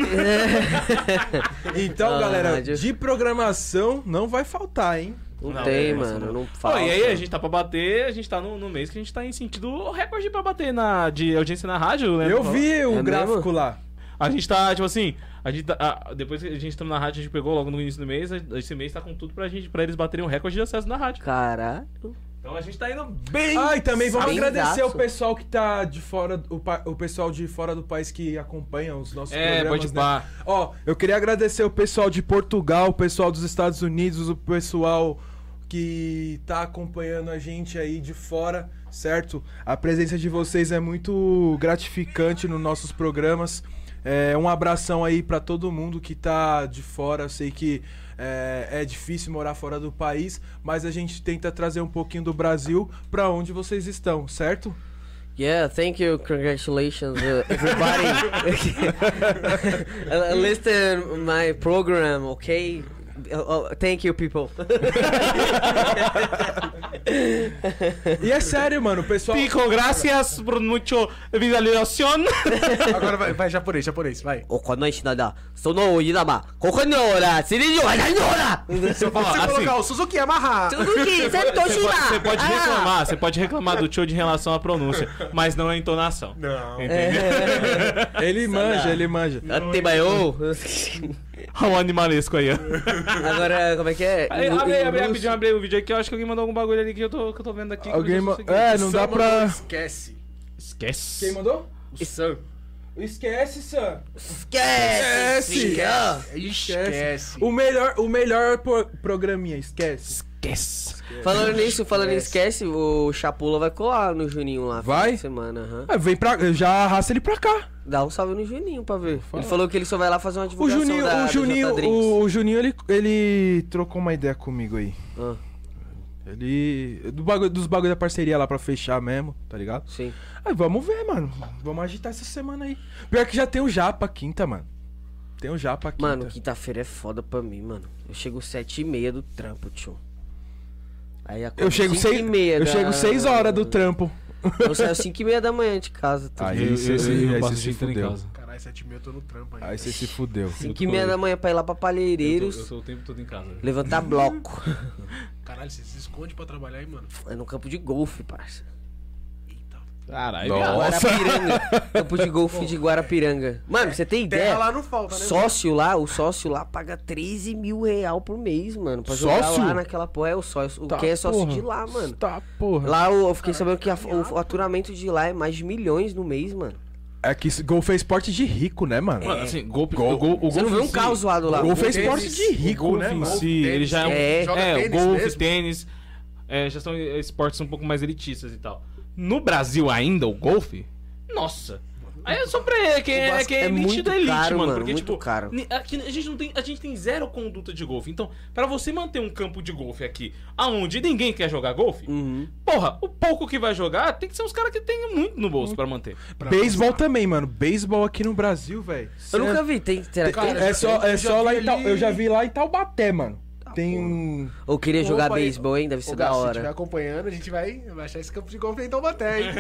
Então, Ah, galera, rádio. de programação não vai faltar, hein? Não, Não, tem, não, mano. não. Não Pô, fala. e aí a gente tá pra bater, a gente tá no, no mês que a gente tá em sentido recorde pra bater na, de audiência na rádio, né? Eu vi o É gráfico mesmo? lá. A gente tá, tipo assim, a gente tá, ah, depois que a gente tá na rádio, a gente pegou logo no início do mês, esse mês tá com tudo pra, gente, pra eles baterem um recorde de acesso na rádio. Caralho. Então a gente tá indo bem. Ah, e também vamos Bem agradecer gato. o pessoal que tá de fora, o, pa- o pessoal de fora do país que acompanha os nossos É, programas, pode né? pá. Ó, eu queria agradecer o pessoal de Portugal, o pessoal dos Estados Unidos, o pessoal que tá acompanhando a gente aí de fora, certo? A presença de vocês é muito gratificante nos nossos programas. É, um abração aí pra todo mundo que tá de fora. Eu sei que é, é difícil morar fora do país, mas a gente tenta trazer um pouquinho do Brasil pra onde vocês estão, certo? Yeah, thank you, congratulations, uh, everybody. uh, listen my program, okay? Uh, uh, thank you, people. E é sério, mano, o pessoal... Pico, gracias por mucho visualización. Agora vai, vai japonês, japonês, vai. おこの人だ、そのお湯だば、ここにおら、釣りにはないのだ。 Se você assim, colocar o Suzuki Yamaha. Suzuki, Você Santoshima. pode, você pode reclamar, você pode reclamar do tio de relação à pronúncia, mas não a entonação. Não. Entendeu? Ele manja, ele manja. Até baiô. Olha o animalesco aí, ó. Agora, como é que é? Aí, abre aí, abre aí, Russo- rapidinho, abre aí o vídeo aqui. Eu acho que alguém mandou algum bagulho ali que eu tô, que eu tô vendo aqui. que Alguém eu ma... não sei o que. É, não dá Só pra... mandou, Esquece. Esquece. Quem mandou? Sam. Esquece, Sam. Esquece! Esquece. Esquece. O melhor, o melhor pro- programinha, esquece. Esquece. Falando nisso, falando em esquece, o Chapula vai colar no Juninho lá. Vai? fim de semana, aham. Ah, vem pra. Já arrasta ele pra cá. Dá um salve no Juninho pra ver. Fala. Ele falou que ele só vai lá fazer uma O divulgação Juninho, da, o do Juninho, J Drinks. o, o Juninho, ele, ele trocou uma ideia comigo aí. Ah, Ele. Do bagulho, dos bagulho da parceria lá pra fechar mesmo, tá ligado? sim. Aí vamos ver, mano. Vamos agitar essa semana aí. Pior que já tem o Japa quinta, mano. Tem o Japa quinta. Mano, quinta-feira é foda pra mim, mano. Eu chego sete e meia do trampo, tio. Aí acordo eu chego cinco seis, e meia eu da- chego seis horas do trampo. Eu saio cinco e meia da manhã de casa. Tá? Aí Eu- você eu- se- eu aí passo você o se dia inteiro em fudeu. casa. Caralho, sete e meia eu tô no trampo ainda. Aí você se fudeu. cinco e meia da manhã pra ir lá pra Eu, tô, Palheireiros, eu sou o tempo todo em casa. levantar bloco. Caralho, você se esconde pra trabalhar aí, mano. É no campo de golfe, parça. Eita. Caralho, Nossa. Guarapiranga. Campo de golfe de Guarapiranga. Mano, você tem Terra ideia? lá não falta, né? Sócio lá, o sócio lá paga treze mil real por mês, mano. Pra jogar Sócio? lá naquela porra. É o sócio. O Tá, que é sócio porra. de lá, mano. Tá, porra. Lá eu eu fiquei sabendo que a- o faturamento de lá é mais de milhões no mês, mano. É que esse golfe é esporte de rico, né, mano? Mano, assim, golpe, Gol- o gol, o Você não golfe vê em um si- carro zoado lá. O golfe é tênis, esporte de O rico, golfe né, em mano? si, ele já é um... É. Joga É, o tênis golfe, mesmo? tênis, é, já são esportes um pouco mais elitistas e tal. No Brasil ainda, o golfe, nossa... Aí é só pra quem é, quem é, É elite muito da elite, caro, mano. mano, Porque, muito tipo, caro. ni- aqui a gente não tem, a gente tem zero conduta de golfe. Então, pra você manter um campo de golfe aqui, aonde ninguém quer jogar golfe, Uhum. porra, o pouco que vai jogar tem que ser uns caras que tenham muito no bolso pra manter. Beisebol também, mano. Beisebol aqui no Brasil, velho. Eu nunca vi, tem. Será que Cara, tem? É só, é eu já só lá vi em Tal... ali- Eu já vi lá em Taubaté, mano. Tem um. Ou queria jogar Opa, aí. beisebol, hein? Deve ser Ô, da Gás, se estiver hora. acompanhando, a gente vai, vai achar esse campo de golfe aí em Taubaté, hein?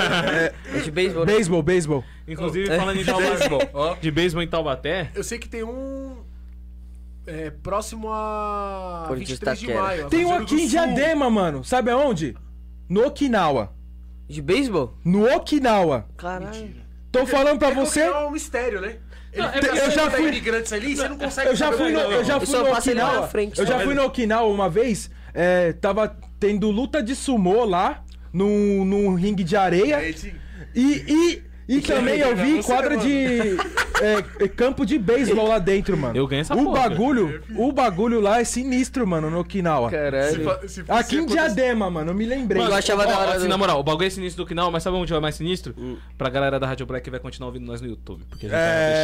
É de beisebol, né? Beisebol, beisebol. Inclusive, falando em Taubaté, de beisebol em Taubaté, Eu sei que tem um é, próximo a Corinthians vinte e três de Taquera. maio. a Tem um Cruzeiro aqui do em Sul. Diadema, mano. Sabe aonde? No Okinawa. De beisebol? No Okinawa. Caralho. Tô falando pra É você. É um mistério, né? Ele Não, é fica porque eu já solto, fui- imigrantes ali, você não consegue Eu já saber fui no, onde eu é. já Eu fui só no passo ele lá Okinawa. na frente, Eu só. já fui no Okinawa uma vez. É, tava tendo luta de sumô lá num, num ringue de areia. Aí, sim. E, e, e também eu vi Você, quadra mano. de é, é, campo de beisebol lá dentro, mano. Eu ganhei essa o porra, bagulho, o bagulho lá é sinistro, mano, no Okinawa. Se Caralho. fa- se fosse Aqui em acontecer- Diadema, mano, eu me lembrei. Eu achava ó, da hora assim, do- na moral, o bagulho é sinistro do Kinal, mas sabe onde é mais sinistro? Hum. Pra galera da Rádio Black que vai continuar ouvindo nós no YouTube. Porque a gente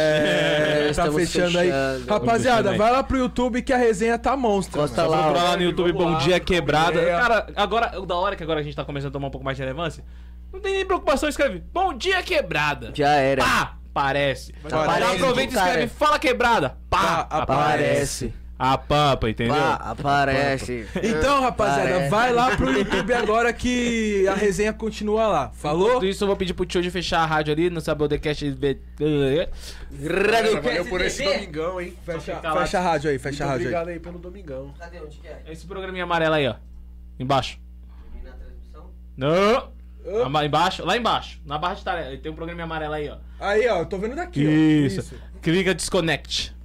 É, É, tá estamos fechando aí. fechando. Rapaziada, Fechando aí. vai lá pro YouTube que a resenha tá monstro. Costa mano. lá, Vamos ó. procurar lá no YouTube Vamos Bom lá, Dia troca Quebrada. ideia. Cara, agora, o da hora é que agora a gente tá começando a tomar um pouco mais de relevância. Não tem nem preocupação, escreve Bom Dia Quebrada. Já era. Pá! Aparece. Aparece, Já aproveita e cara. escreve Fala Quebrada. Pá! Pá, Aparece. A pampa, entendeu? Pá, aparece. Então, rapaziada, Aparece. vai lá pro YouTube agora que a resenha continua lá. Falou? Enquanto isso, eu vou pedir pro tio de fechar a rádio ali no Sabodecast. Cara, valeu por esse T V. domingão, hein? Fecha, fica lá. fecha a rádio aí, fecha a Muito rádio aí. obrigado aí pelo domingão. Cadê? Onde que é? Esse programinha amarelo aí, ó. Embaixo. Termina a transmissão? Não! Ama- Embaixo, lá embaixo, na barra de tarefa. Tem um programinha amarelo aí, ó. Aí, ó, eu tô vendo daqui, Isso. Clica Disconnect.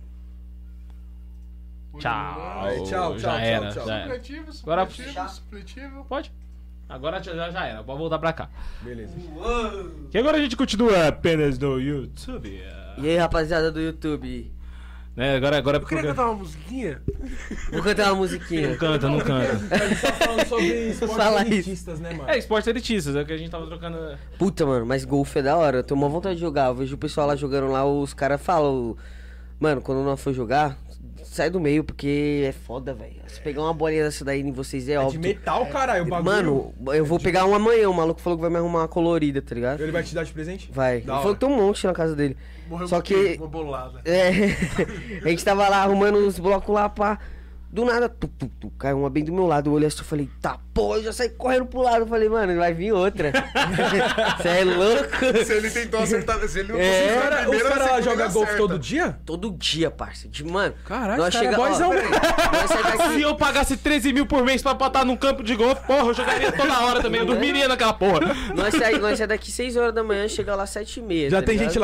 Tchau. Aí, tchau, tchau, Já tchau, era, tchau. já era. Supletivo, Agora- supletivo, supletivo. Pode? Agora já, já já era. Pode voltar pra cá. Beleza. E agora a gente continua apenas no YouTube. E aí, rapaziada do YouTube? Né, agora, agora Eu queria cantar uma musiquinha. Vou cantar uma musiquinha. Não canta, não canta. A gente tá falando sobre esportes Fala isso. elitistas, né, mano? É, esportes elitistas, é o que a gente tava trocando. Puta, mano, mas golfe é da hora. Eu tenho uma vontade de jogar. Eu vejo o pessoal lá jogando lá, os caras falam. Mano, quando nós for jogar, sai do meio, porque é foda, velho. Se pegar uma bolinha dessa daí em vocês é É de óbvio. metal, caralho, o bagulho. Mano, eu vou pegar uma amanhã. O maluco falou que vai me arrumar uma colorida, tá ligado? Ele vai te dar de presente? Vai. Da Ele falou hora. que tem um monte na casa dele. Morreu Só com que- uma bolada. É. A gente tava lá arrumando os blocos lá, pá. Do nada, tu, tu, tu, caiu uma bem do meu lado. Eu olhei assim e falei, tá, pô, eu já saí correndo pro lado. Eu falei, mano, vai vir outra. Você é louco? Se ele tentou acertar, se ele não É, conseguiu Os na caras primeira, na cara segunda jogam ele golfe acerta. todo dia? Todo dia, parça. De, mano, Caralho, nós esse cara é chega- ó, boizão, velho. nós sai Se daqui. eu pagasse treze mil por mês pra botar num campo de golfe, porra, eu jogaria toda hora também. Eu dormiria naquela porra. Nós sai, nós sai daqui seis horas da manhã, chega lá sete e meia. Já tá tem ligado? gente lá.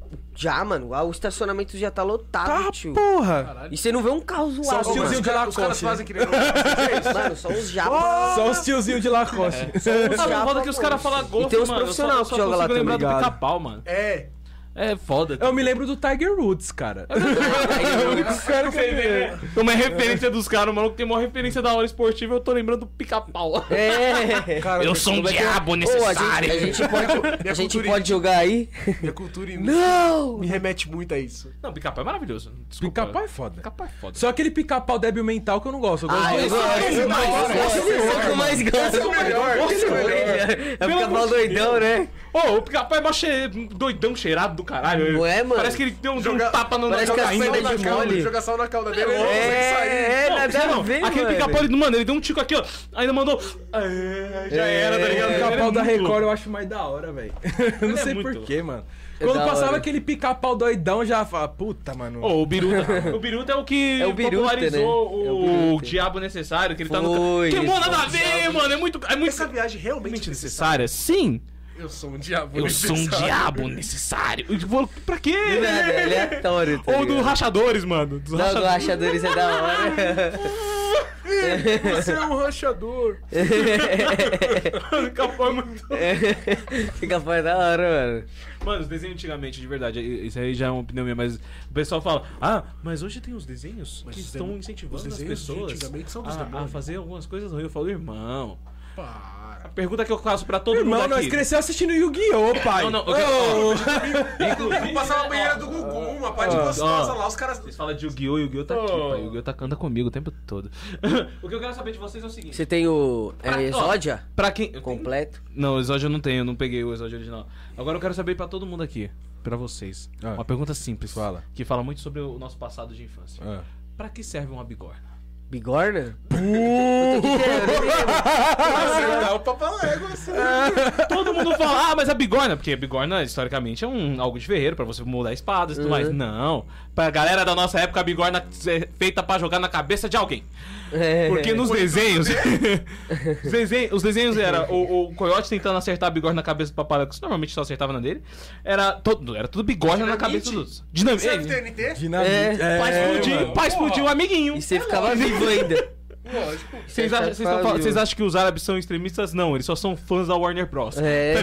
Já, mano. O estacionamento já tá lotado, Tá, tio. porra. E você não vê um carro Só zoado, os mano. tiozinhos de Os Lacoste. caras fazem que nem no- Mano, só uns jabas. Só os tiozinhos de Lacoste. Só uns Ah, jabas, foda que os caras mano. falam golfe, E tem uns mano. Eu profissionais só, que só jogam lá consigo lembrar também. do pica-pau, mano. É. É foda. Eu me lembro do Tiger Woods, cara. É o único cara que é uma referência dos caras, o maluco tem uma referência da hora esportiva, eu tô lembrando do pica-pau. É. Cara, Eu sou um Como é que é? diabo Ô, a necessário. gente, a gente pode, a gente cultura pode jogar aí? Minha cultura em- Não! me remete muito a isso. Não, pica-pau é maravilhoso. Desculpa. Pica-pau é foda. Pica-pau é foda. Só aquele pica-pau débil mental que eu não gosto. Eu gosto Ah, de- eu gosto. esse é da hora, Eu gosto esse é desse que eu mais gosto. Esse é o melhor, esse é o melhor. É ficar mal doidão, né? Ô, o pica-pau é mó che... doidão cheirado do caralho. Não é, mano? Parece que ele deu um, deu um Joga- tapa no Parece na que as cocaína. pernas Sal de na cauda, mole. jogar sal na cauda dele, ele não É, consegue sair. é, Não, nada não, a ver, aquele mano. pica-pau, ele, mano, ele deu um tico aqui, ó. Ainda mandou. É, já era, tá ligado? O Ele é pica-pau da muito Record louco. eu acho mais da hora, velho. Eu não é sei muito porquê, mano. É Quando da passava hora. aquele pica-pau doidão, já falava, puta, mano. Ô, o Biruta. O Biruta é o que É o Biruta, popularizou né? o, É o Biruta. diabo necessário, que ele tá no. Foi, Queimou esse nada a ver, mano. É muito. É muito Essa viagem realmente realmente necessária. necessária. Sim. Eu sou um diabo Eu sou um necessário. diabo necessário. Eu vou- Pra quê? Nada, é aleatório, tá Ou do ligado? Rachadores, mano. Dos Não, do rachadores. rachadores é da hora. Você é um rachador. Pica-pau é muito. Fica fora da hora, mano. Mano, os desenhos antigamente, de verdade, isso aí já é uma opinião minha, mas o pessoal fala, ah, mas hoje tem os desenhos Mas que os estão dem- incentivando os as desenhos de pessoas antigamente são dos a, a demônios. fazer algumas coisas ruins. Eu falo, irmão, Para. a pergunta que eu faço pra todo Irmão, mundo nós aqui... crescemos assistindo Yu-Gi-Oh, pai. Não, não, Ô, eu- Eu passava a banheira do Gugu, uma parte gostosa lá, os caras... Vocês falam de Yu-Gi-Oh! Yu-Gi-Oh! Tá aqui, Oh. pai. Yu-Gi-Oh! Tá anda comigo o tempo todo. O que eu quero saber de vocês é o seguinte. Você tem o Pra- é, Exódia Pra quem... completo? Não, o Exódio eu não tenho, eu não peguei o Exódio original. Agora eu quero saber pra todo mundo aqui, pra vocês. Ah. Uma pergunta simples. Fala. Que fala muito sobre o nosso passado de infância. Ah. Pra que serve uma bigorna? Bigorna? Acertar o papalégua, assim. Todo mundo fala, ah, mas a bigorna, porque a bigorna, historicamente, é um algo de ferreiro pra você moldar espadas e tudo Uhum. mais. Não. Pra galera da nossa época, a bigorna é feita pra jogar na cabeça de alguém. É. Porque nos desenhos. os, desenhos os desenhos era o, o coiote tentando acertar a bigorna na cabeça do papai, que normalmente só acertava na dele. Era, todo, era tudo bigorna na cabeça dos. Dinamite. Serve T N T? Dinamite. É, Pra explodir, mano. pra explodir o amiguinho. E você ficava vivo ainda. Lógico. Vocês Você acham, vocês ficava tão falando- vivo. vocês acham que os árabes são extremistas? Não, eles só são fãs da Warner Bros. É.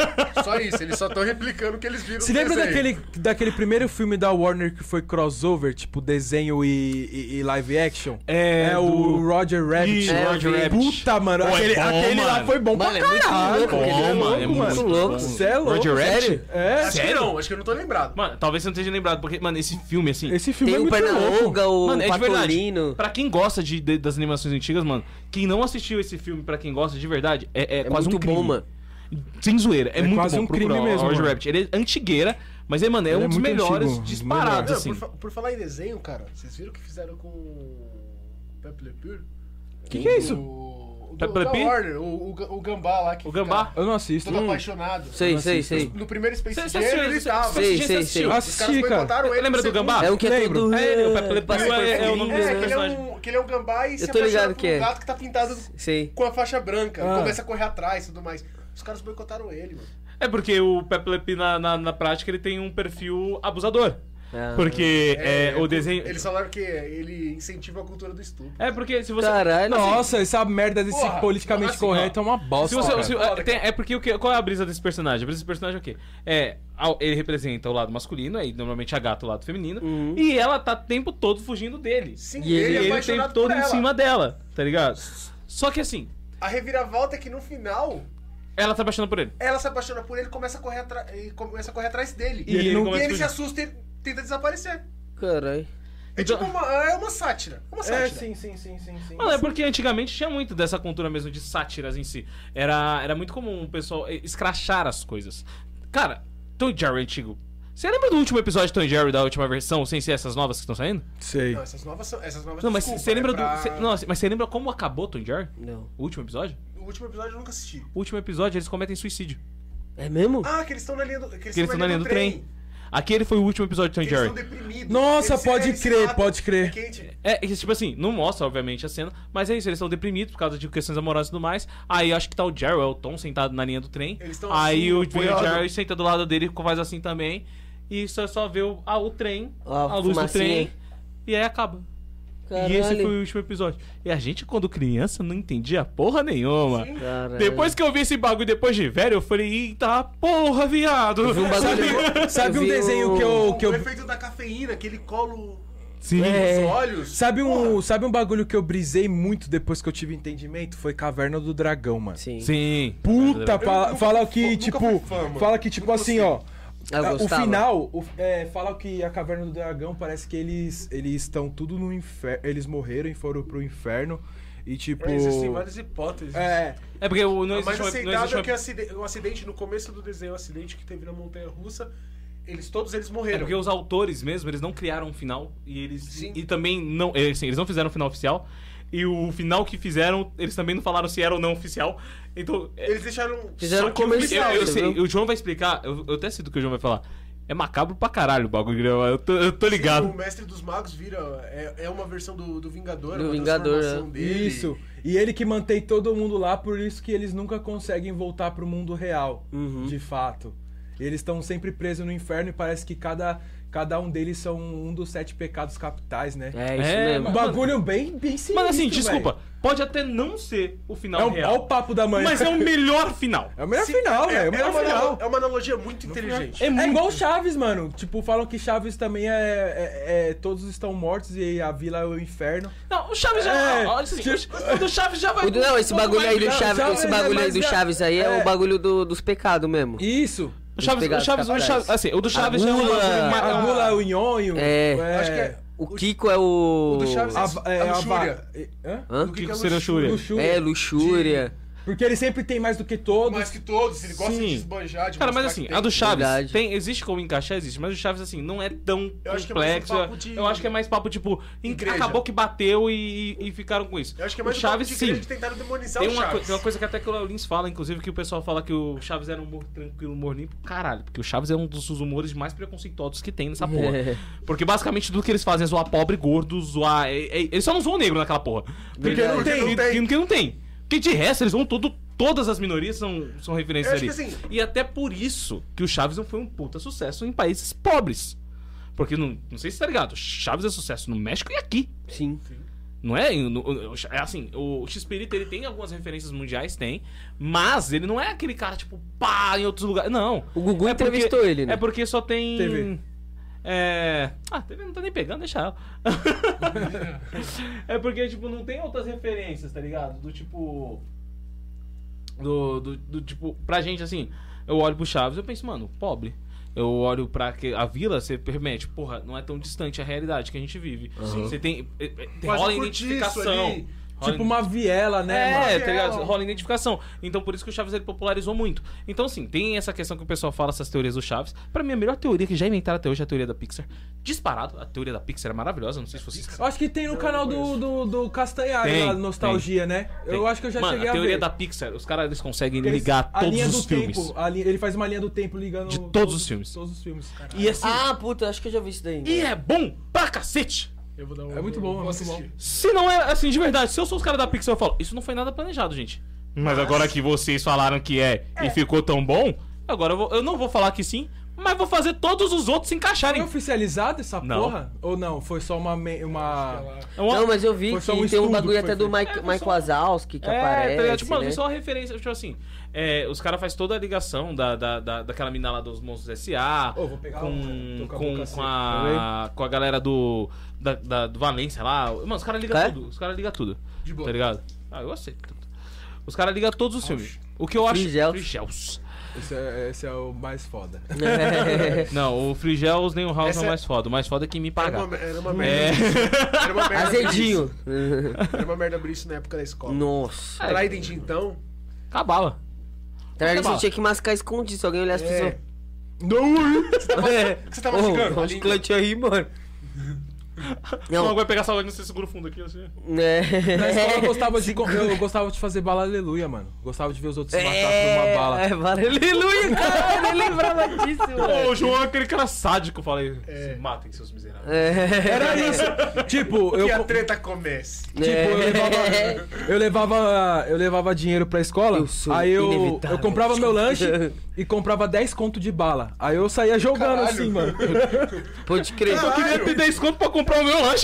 Só isso, eles só estão replicando o que eles viram Se no lembra desenho. daquele, daquele primeiro filme da Warner que foi crossover, tipo desenho e, e- e live action? É, É o do- Roger Rabbit. Ih, É, eu Roger vi. Rabbit. Puta, mano, Pô, é aquele, bom, aquele lá mano. foi bom Mano, pra é muito caralho. louco, pô. aquele Bom, é mano, louco, é mano. muito louco. bom. Você é louco. Roger Rabbit? Sério? É. Acho que não, acho que eu não tô lembrado. Mano, talvez você não esteja lembrado, porque, mano, esse filme, assim. Esse filme Tem é o muito louco. Pernalonga, o Mano, é de verdade. Patolino. Pra quem gosta de, de- das animações antigas, mano, quem não assistiu esse filme, pra quem gosta de verdade, é, é, É quase muito um crime. bom, mano. Sem zoeira, é, É muito quase bom. um crime procurar o mesmo, Roger mano. Rabbit. Ele é antigueira, mas é, mano, é Ele um é dos muito melhores antigo, disparados, Não, assim. por, fa- por falar em desenho, cara, vocês viram o que fizeram com o Pepe Le Pew? Que que é isso? O, o, Pepe do, Le da Pew? Warner, o, o, o Gambá lá que O fica Gambá? Eu não assisto. todo apaixonado. Sei, sei, sei. No primeiro Space Você- você Jam assistiu- ele você- tava. você Sei, assistiu- sei, você assistiu? sei. Os caras Assisti, cara. boicotaram ele. Lembra no do segundo. Gambá? É um que é Lembro. todo... É ele, o Pepe Le Pew Parece é, que é o nome é, do que ele é, personagem. um, que ele é um gambá e Eu se tô ligado apaixona por que um é. gato que tá pintado Sei. com a faixa branca. Ah. E começa a correr atrás e tudo mais. Os caras boicotaram ele, mano. É porque o Pepe Le Pew, na, na, na prática, ele tem um perfil abusador. Ah. Porque é, o desenho... Eles falaram que ele incentiva a cultura do estupro. É porque se você... Caralho. Nossa, essa merda desse Porra, politicamente assim, correto ó, é uma bosta. Se você, cara. se- é, tem- é porque o que, qual é a brisa desse personagem? A brisa desse personagem é o quê? É, ao- ele representa o lado masculino, aí normalmente a gata o lado feminino, Uhum. e ela tá o tempo todo fugindo dele. Sim, E E ele, ele é o tempo apaixonado todo por em ela. cima dela, tá ligado? Só que assim, A reviravolta é que no final, ela tá apaixonando por ele. ela se apaixona por ele e começa a correr, atra- e começa a correr atrás dele. E ele E começa a ele se fugir. assusta e tenta desaparecer. Caralho. É Então- tipo uma, é uma sátira. Uma sátira. É, sim, sim, sim, sim, sim. Mano, é porque antigamente tinha muito dessa cultura mesmo de sátiras em si. Era, era muito comum o pessoal escrachar as coisas. Cara, Tom e Jerry antigo. Você lembra do último episódio de Tom e Jerry da última versão, sem ser essas novas que estão saindo? Sei. Não, essas novas são. Essas novas Não, mas desculpa, você lembra é pra- do. cê- não, mas você lembra como acabou Tom e Jerry? Não. O último episódio? O último episódio eu nunca assisti. O último episódio eles cometem suicídio. É mesmo? Ah, que eles estão na linha do. Que eles Que eles estão na linha do trem. Aquele foi o último episódio de Tom e Que eles Jerry. estão deprimidos. Nossa, Eles- pode eles se crer, matam. pode crer. É quente. É, que, tipo assim, não mostra, obviamente, a cena, mas é isso, eles estão deprimidos por causa de questões amorosas e tudo mais. Aí acho que tá o Jerry, é o Tom, sentado na linha do trem. Eles tão Aí assim, o, o apoiado. Jerry senta do lado dele e faz assim também. e você só vê o, ah, o trem, A a luz do fumacinha. trem, e aí acaba. Caralho. E esse foi o último episódio. E a gente, quando criança, não entendia porra nenhuma. Caralho. Depois que eu vi esse bagulho, depois de velho, eu falei, eita porra, viado. Eu vi um bagulho- Sabe eu um vi desenho que eu. Que O eu efeito da cafeína, aquele colo Sim. É. nos olhos. sabe, um, sabe um bagulho que eu brisei muito depois que eu tive entendimento? Foi Caverna do Dragão, mano. Sim. Sim. Puta, fala, nunca fala fui que, fã- nunca tipo. fui fã, mano. Fala que, tipo Não assim, ó. Eu a- o gostava. final, o, é, fala que a Caverna do Dragão parece que eles eles estão tudo no inferno. Eles morreram e foram pro inferno. E tipo. Existem várias hipóteses. É. É porque o- não A mais existe, uma- não aceitável existe é uma- que o acidente, o acidente no começo do desenho, o acidente que teve na Montanha Russa, eles todos eles É morreram. porque os autores mesmo, eles não criaram um final e eles Sim. e também não, eles, assim, eles não fizeram um final oficial e o final que fizeram, eles também não falaram se era ou não oficial. Então, é- Eles deixaram. Fizeram só que o comercial, eu, eu você sei, viu? o João vai explicar, eu, eu até sinto que o João vai falar. É macabro pra caralho o bagulho, eu tô, eu tô ligado. O Mestre dos Magos vira. É, é uma versão do, do Vingador. Do uma Vingador, transformação é. dele. Isso. E ele que mantém todo mundo lá, por isso que eles nunca conseguem voltar pro mundo real, Uhum. de fato. Eles estão sempre presos no inferno e parece que cada, cada um deles são um dos sete pecados capitais, né? É isso É, mesmo. Um bagulho bem, bem sinistro, Mas assim, velho. desculpa, pode até não ser o final É o, real, é o papo da manhã. mas é o melhor final. É o melhor Sim, final, é, velho. É o é, melhor uma, final. é uma analogia muito inteligente. É É muito- igual Chaves, mano. Tipo, falam que Chaves também é, é- é- todos estão mortos e a vila é o inferno. Não, o Chaves já. É, olha assim, tipo- o do Chaves já vai. O do- não, esse um pouco bagulho mais aí do viado. Chaves, Chaves esse é bagulho aí mais do viado. Chaves aí é, É. o bagulho do- dos pecados mesmo. Isso. O Chaves, o pecados Chaves, o capitais. Chaves, assim, o do Chaves A é um gula- bagulho mais- A gula é o nhonho. É. Acho que é. O Kiko é o... O do Chaves A, é é, a a, luxúria. Hã? Hã? O que que é seria luxúria? Luxúria. É, luxúria. Porque ele sempre tem mais do que todos. Mais que todos, ele gosta Sim. de esbanjar, de Cara, mas mostrar assim, que a tem. do Chaves, Verdade. tem, existe como encaixar, existe, mas o Chaves, assim, não é tão Eu acho que é mais um complexo. papo de- Eu acho que é mais papo, tipo, em- Igreja. acabou que bateu e, e ficaram com isso. Eu acho que é o mais um Chaves, papo de sim. igreja que tentaram demonizar Tem o uma, Chaves. co- tem uma coisa que até que o Léo Lins fala, inclusive, que o pessoal fala que o Chaves era um humor tranquilo, humor limpo. Caralho, porque o Chaves é um dos humores mais preconceituosos que tem nessa porra. É. Porque basicamente tudo que eles fazem é zoar pobre, gordo, zoar. é- é- eles só não zoam negro naquela porra. Porque Verdade. não tem, Porque não porque tem. porque não tem. Porque de resto, eles vão todo. Todas as minorias são, são referências Eu acho ali. que assim- E até por isso que o Chaves não foi um puta sucesso em países pobres. Porque não, não sei se tá ligado, Chaves é sucesso no México e aqui. Sim. Não é? No- no- É assim, o X-Pirito ele tem algumas referências mundiais, tem. Mas ele não é aquele cara, tipo, pá, em outros lugares. Não. O Gugu É porque- entrevistou ele, né? É porque só tem. T V. É. Ah, T V não tá nem pegando, deixa ela. É porque, tipo, não tem outras referências, tá ligado? Do tipo. Do, do, do tipo, pra gente assim, eu olho pro Chaves e eu penso, mano, pobre. Eu olho pra que a vila, você permite, porra, não é tão distante a realidade que a gente vive. Você tem. é, é, Quase rola um identificação. cortiço ali. Rola Tipo uma viela, né, é, mano? tá ligado? Fiel. Rola identificação. Então por isso que o Chaves ele popularizou muito. Então, assim, tem essa questão que o pessoal fala, essas teorias do Chaves. Pra mim, a melhor teoria que já inventaram até hoje é a teoria da Pixar. Disparado, a teoria da Pixar é maravilhosa, não sei se vocês. Eu acho que tem no canal do, do, do Castanhari Tem, lá, Nostalgia, né? Eu Tem. acho que eu já Mano, cheguei a a teoria ver. da Pixar, os caras eles conseguem Eles- ligar a todos linha os do filmes. Tempo, a linha- ele faz uma linha do tempo ligando... De todos os filmes. Todos os filmes, cara. E assim, Ah, puta, acho que eu já vi isso daí. e é bom pra cacete. Eu vou dar um, É muito bom, vou é muito assistir. bom. Se não é assim, de verdade, se eu sou os caras da Pixar, eu falo, isso não foi nada planejado, gente. Mas agora que vocês falaram que é, e ficou tão bom, agora eu, vou- eu não vou falar que sim, mas vou fazer todos os outros se Foi encaixarem. oficializado essa Não. porra? Ou não? Foi só uma... me- uma... É uma- Não, mas eu vi Foi que só um tem um estudo bagulho que até foi do feito. Mike, É, foi Mike só- Wazowski que É, aparece, tá ligado? Tipo, mano, né? isso é uma referência, tipo assim, é, os caras fazem toda a ligação da, da, da, daquela mina lá dos Monstros S A Ô, vou pegar com, um, tô com a com, boca com, seca, a, com a galera do, da, da- do Valência lá. Mano, os caras ligam É? tudo, os caras ligam tudo, De boa. tá ligado? Ah, eu aceito tudo. Os caras ligam todos os filmes. O que eu acho... Frigels. Frigels. Esse é, esse é o mais foda. Não, o Frigels nem o House Essa é o é- mais foda. O mais foda é quem me Era paga. uma, era uma É. merda. Era uma merda abrir Azedinho. isso. Era uma merda abrir isso na época da escola. Nossa. Trident, então. Acabava. Trident Acabava. você tinha que mascar escondido, se alguém olhasse pra É. você. Não! O que você tá mastigando? Ô, acho que ela tinha rir, mano. Não. Não, vai pegar salgadinho, você segura o fundo aqui, assim. É. Na escola eu gostava de, com- eu gostava de fazer bala aleluia, mano. Gostava de ver os outros se matar por uma bala. É, vale, aleluia, cara. Eu nem lembrava disso, Ô, mano. o João é aquele cara sádico, eu falei. Se matem, seus miseráveis. É. Era isso. Tipo, eu. Que a treta comece. Tipo, eu levava, eu levava, eu levava dinheiro pra escola, Eu sou aí eu, inevitável. eu comprava meu lanche e comprava dez conto de bala. Aí eu saía jogando Caralho. assim, mano. Pode crer. Eu queria ter dez conto pra comprar o meu lanche.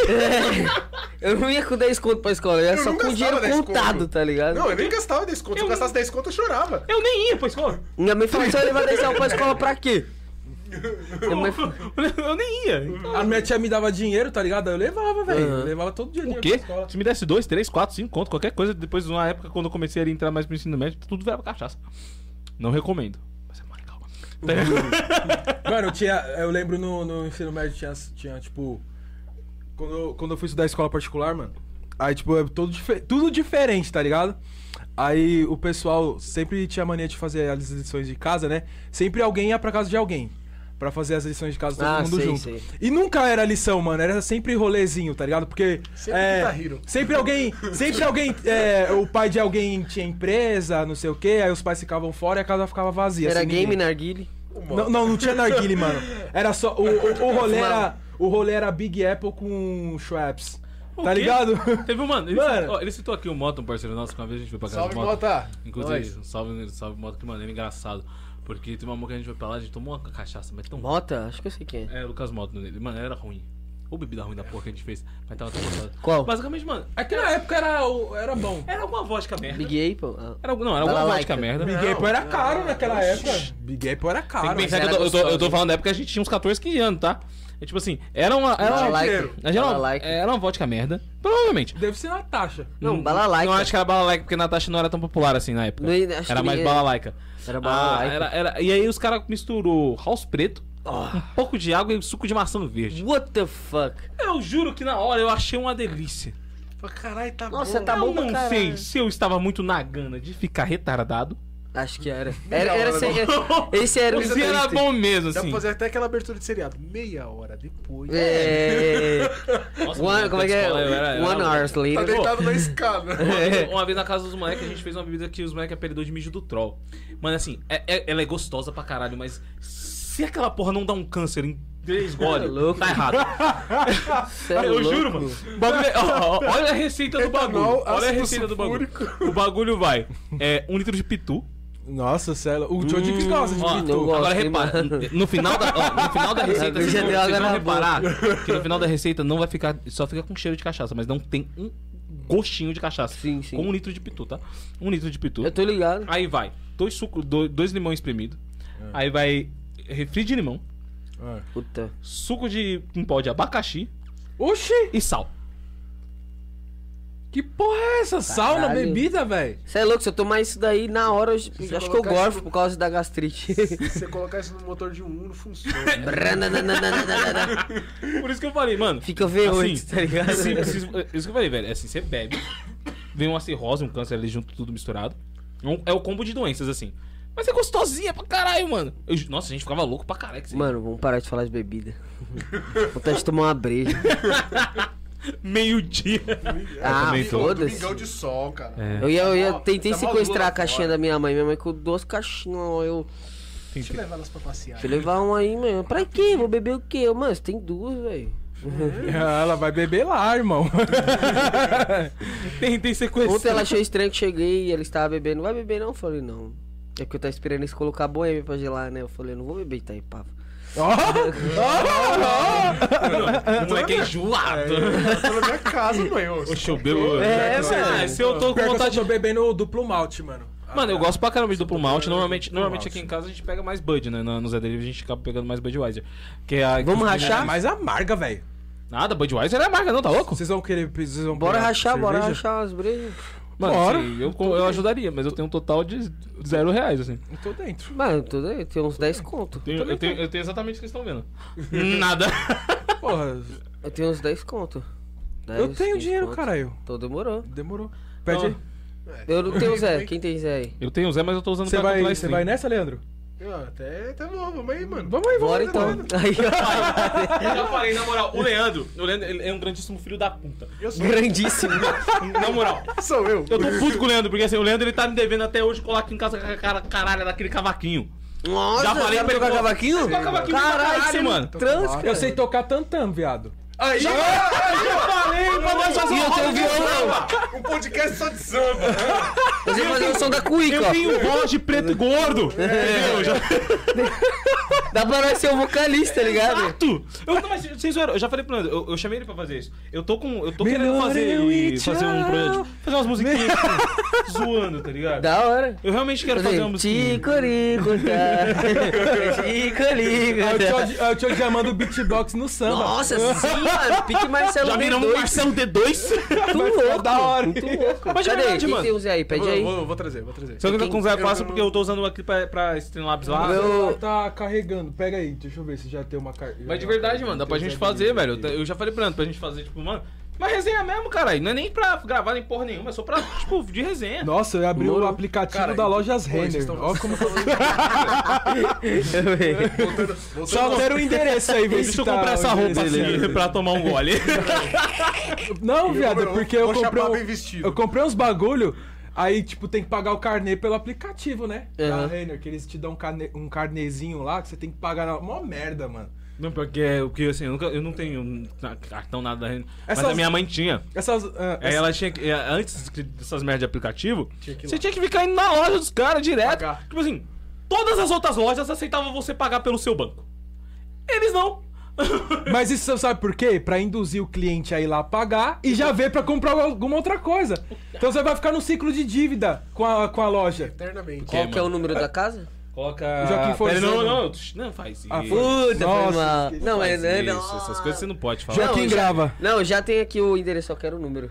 Eu não ia com dez conto pra escola, eu ia Eu só não com gastava dinheiro dez contado, conto. tá ligado? Não, eu nem gastava dez conto. Se eu gastasse dez conto, eu chorava. Eu nem ia pra escola. Minha mãe falou, você vai levar dez reais pra escola pra quê? Minha mãe falou, Eu nem ia. Então, A minha tia me dava dinheiro, tá ligado? Aí eu levava, velho. Uhum. Eu levava todo dia o dinheiro quê? pra escola. Se me desse dois, três, quatro, cinco conto, qualquer coisa, depois de uma época, quando eu comecei a entrar mais pro ensino médio, tudo virava cachaça. Não recomendo. Mas é mais legal. Mano, eu tinha. Eu lembro no, no ensino médio tinha, tinha tipo. Quando eu, quando eu fui estudar escola particular, mano. Aí, tipo, é todo dife- tudo diferente, tá ligado? Aí o pessoal sempre tinha mania de fazer as lições de casa, né? Sempre alguém ia pra casa de alguém. Pra fazer as lições de casa todo Ah, mundo sei, junto. sei. E nunca era lição, mano. Era sempre rolezinho, tá ligado? Porque. Sempre é, Guitar Hero. sempre alguém. Sempre alguém. é, o pai de alguém tinha empresa, não sei o quê. Aí os pais ficavam fora e a casa ficava vazia. era sem game ninguém. narguile. Não, não, não tinha narguile, mano. Era só. O, o, o rolê era. O rolê era Big Apple com Schweppes. O Tá quê? ligado? Teve um, mano, ele, Mano. Citou, ó, ele citou aqui o Mota, um parceiro nosso, que uma vez a gente foi pra casa Salve, do Mota. Mota. Inclusive, um salve, salve Mota, que maneiro, engraçado. Porque tem uma moca que a gente foi pra lá, a gente tomou uma cachaça, mas tão Mota? Acho que eu sei quem é. É, Lucas Mota nele. Mano, era ruim. Ou bebida ruim da porra que a gente fez, mas tava tão gostoso. Qual? Basicamente, mano, Aquela época era, o- era bom. era alguma vodka merda. Big Apple? Ah. Era, não, era alguma Balalaica. vodka merda. Big Apple era caro naquela época. Big Apple era Tem caro. que pensar mas que eu tô, era eu, tô, eu tô gostoso. falando da época que a gente tinha uns catorze, quinze anos, tá? É tipo assim, era uma. Era uma, Balalaica. era uma, Balalaica. era uma vodka merda. Provavelmente. Deve ser Natasha. Não, balalaica. Não acho que era balalaica, porque Natasha não era tão popular assim na época. Não, acho Era que mais nem- balalaica. Era Ah, balalaica. era, era, e aí os caras misturou house preto, Oh, um pouco de água e suco de maçã verde. what the fuck? Eu juro que na hora eu achei uma delícia. Falei, caralho, tá Nossa, bom. tá bom eu pra não caralho. sei se eu estava muito na gana de ficar retardado. Acho que era. Era, Meia era hora, esse, esse era o Ou se era bom mesmo, Dá assim. pra fazer até aquela abertura de seriado. Meia hora depois. É. Nossa, One, na como é que é? escola eu era- eu One era- hours Tá later. deitado na escada. Uma, uma vez na casa dos moleques, a gente fez uma bebida que os moleques apelidou de mijo do troll. Mano, assim, é- é- ela é gostosa pra caralho, mas se aquela porra não dá um câncer em três goles, louco. tá errado. Cê é eu louco. juro, mano. O bagulho é- ó, ó, olha a receita do bagulho. Etanol, Olha a ácido receita do bagulho. sulfúrico. O bagulho vai. É um litro de pitu. Nossa, sério. O Choji que gosta de Ó, pitu. não gosto, agora hein, repara, mano? no final da, ó, no final da receita, Já vocês vão, deu água vocês vão na reparar que no final da receita não vai ficar, só fica com cheiro de cachaça, mas não tem um gostinho de cachaça. Sim, sim. Com um litro de pitu, tá? Um litro de pitu. Eu tô ligado. Aí vai dois sucos, dois, dois limões espremidos. É. Aí vai refri de limão, Ah. Puta. suco de um pó de abacaxi Oxi! e sal. Que porra é essa? Sal na Caralho. bebida, velho? Você é louco, se eu tomar isso daí na hora, eu, acho que eu colocar gorfo isso no- por causa da gastrite. Se você colocar isso no motor de um Uno, funciona. Por isso que eu falei, mano. Fica V oito, assim, tá ligado? assim, assim, isso que eu falei, velho. É assim, você bebe, vem uma cirrose, um câncer ali junto, tudo misturado. Um- É o combo de doenças, assim. Mas é gostosinha pra caralho, mano. Eu- nossa, a gente ficava louco pra caralho. que você- Mano, vamos parar de falar de bebida. Vontade de tomar uma breja. Meio-dia. Ah, também tô. foda-se. Domingão de sol, cara. É. Eu ia, eu ia Ó, tentei tá sequestrar mal a caixinha fora. da minha mãe. Minha mãe com duas caixinhas. Eu. Deixa eu levar elas pra passear. Deixa eu levar uma aí, mano. Pra quê? Vou beber o quê? Eu, mano, você tem duas, velho. Ela vai beber lá, irmão. Tentei sequestrar. Ontem ela achou estranho que cheguei e ela estava bebendo. Não vai beber não? Eu falei, não. É porque eu tava esperando eles colocar a boêmia pra gelar, né? Eu falei, não vou beber Itaipava. O moleque é enjoado. Tá na minha casa, mãe. ô. Oxe, eu bebo. É, Ah, velho. se eu tô com Pior que eu vontade só tô bebendo duplo malte, mano. Mano, eu gosto pra caramba de duplo malte. Normalmente, duplo normalmente malte. aqui em casa a gente pega mais Bud, né? Na- Nos Zé Delivery a gente acaba pegando mais Budweiser. Que é a, Vamos É rachar? mais amarga, velho. Nada, Budweiser é amarga, não, tá louco? Vocês vão querer. Vocês vão Bora pegar rachar, bora cerveja? rachar umas brejas. Mano, Bora. assim, eu, eu ajudaria, mas eu tenho um total de zero reais, assim. Eu tô dentro. Mano, tudo aí, tem uns dez conto. Tenho- eu, tenho, eu tenho exatamente o que vocês estão vendo. Nada. Porra, Eu tenho uns dez conto. eu dez, tenho quinze dinheiro, conto. caralho. Então demorou. Demorou. Pede Ó, aí. Eu não tenho Zé. Quem tem Zé aí? Eu tenho Zé, mas eu tô usando Você pra vai, calcular você stream. vai nessa, Leandro? Eu até, até vou, vamos aí, mano. Vamos aí, vamos Bora aí. então. Aí, ó. Eu já falei, na moral, o Leandro, o Leandro ele é um grandíssimo filho da puta. Eu sou, Grandíssimo. Na moral, sou eu. eu tô puto com o Leandro, porque assim, o Leandro ele tá me devendo até hoje colar aqui em casa com a cara- caralho daquele cavaquinho. Nossa, Já falei sabe pra ele, tocar pô, cavaquinho? tocar cavaquinho pra Caralho, caralho, você mano. não transa, cara. Eu sei tocar tam-tam, viado. Aí, Já falei pra nós fazer E eu uma tenho roda de violão. samba. um podcast só de samba. Você vai fazer o som da cuíca, Eu ó. tenho voz de preto e gordo. Entendeu? Já... Dá pra nós ser o vocalista, tá ligado? Exato! Eu, não, mas sem zoeira, eu já falei pro Leandro, eu, eu chamei ele pra fazer isso. Eu tô com. Eu tô Melhor querendo fazer, eu e e fazer um tchau. projeto. Fazer umas musiquinhas tipo, zoando, tá ligado? Da hora. Eu realmente quero fazer uma musiquinha. Ticorico, tá? Ticorico, É o tá? tio- é o tio Diamante do beatbox no samba. Nossa, sim, mano. Pique Marcelo Já D viramos um dois. Marcelo D dois? Muito Vai ficar louco. da hora. Muito louco. Mas de Cadê? verdade, Quem mano. tem o Zé aí? Pede Vou, aí. vou, vou trazer, vou trazer. Só que eu tô com o Zé Eu- Fácil eu- porque eu tô usando aqui pra, pra Streamlabs lá. Meu- Eu... Tá carregando. Pega aí, deixa eu ver se já tem uma carta. Mas de verdade, mano, dá pra gente fazer, velho. Eu, eu já falei pra Leandro, pra gente fazer, tipo, mano, uma resenha mesmo, caralho. Não é nem pra gravar nem porra nenhuma, é só pra, tipo, de resenha. Nossa, eu abri o aplicativo Cara, da Lojas pô, Renner. vocês tão- Olha como que eu... Voltando, voltando Só altera o endereço aí, vê Deixa se eu tá comprar o essa roupa endereço assim certo. pra tomar um gole. Não, viado, é vou- porque eu vou comprei, chapar um- bem vestido. eu comprei uns bagulho, aí, tipo, tem que pagar o carnê pelo aplicativo, né? Da Aham. Renner, que eles te dão um, carne, um carnezinho lá, que você tem que pagar. Na... Mó merda, mano. Não, porque, porque assim, eu, nunca, eu não tenho cartão nada da Renner, mas Essas- a minha mãe tinha. Essas... ah, Aí essa- ela tinha que, eh, antes que- dessas merdas de aplicativo, Tinha que ir você lá. tinha que ficar indo na loja dos caras direto. Pagar. Tipo assim, todas as outras lojas aceitavam você pagar pelo seu banco. Eles não. Mas isso você sabe por quê? Pra induzir o cliente a ir lá pagar e já ver pra comprar alguma outra coisa. Então você vai ficar no ciclo de dívida com a, com a loja. eternamente. Qual que é o mano? número da casa? Coloca. Joaquim Pera, não, Forçando. não, não faz isso. Ah, Puta, foi Nossa, mal. Não, Faz mas é, isso, não. essas coisas você não pode falar. Joaquim Não, já- grava. Não, já tem aqui o endereço, só quero o número.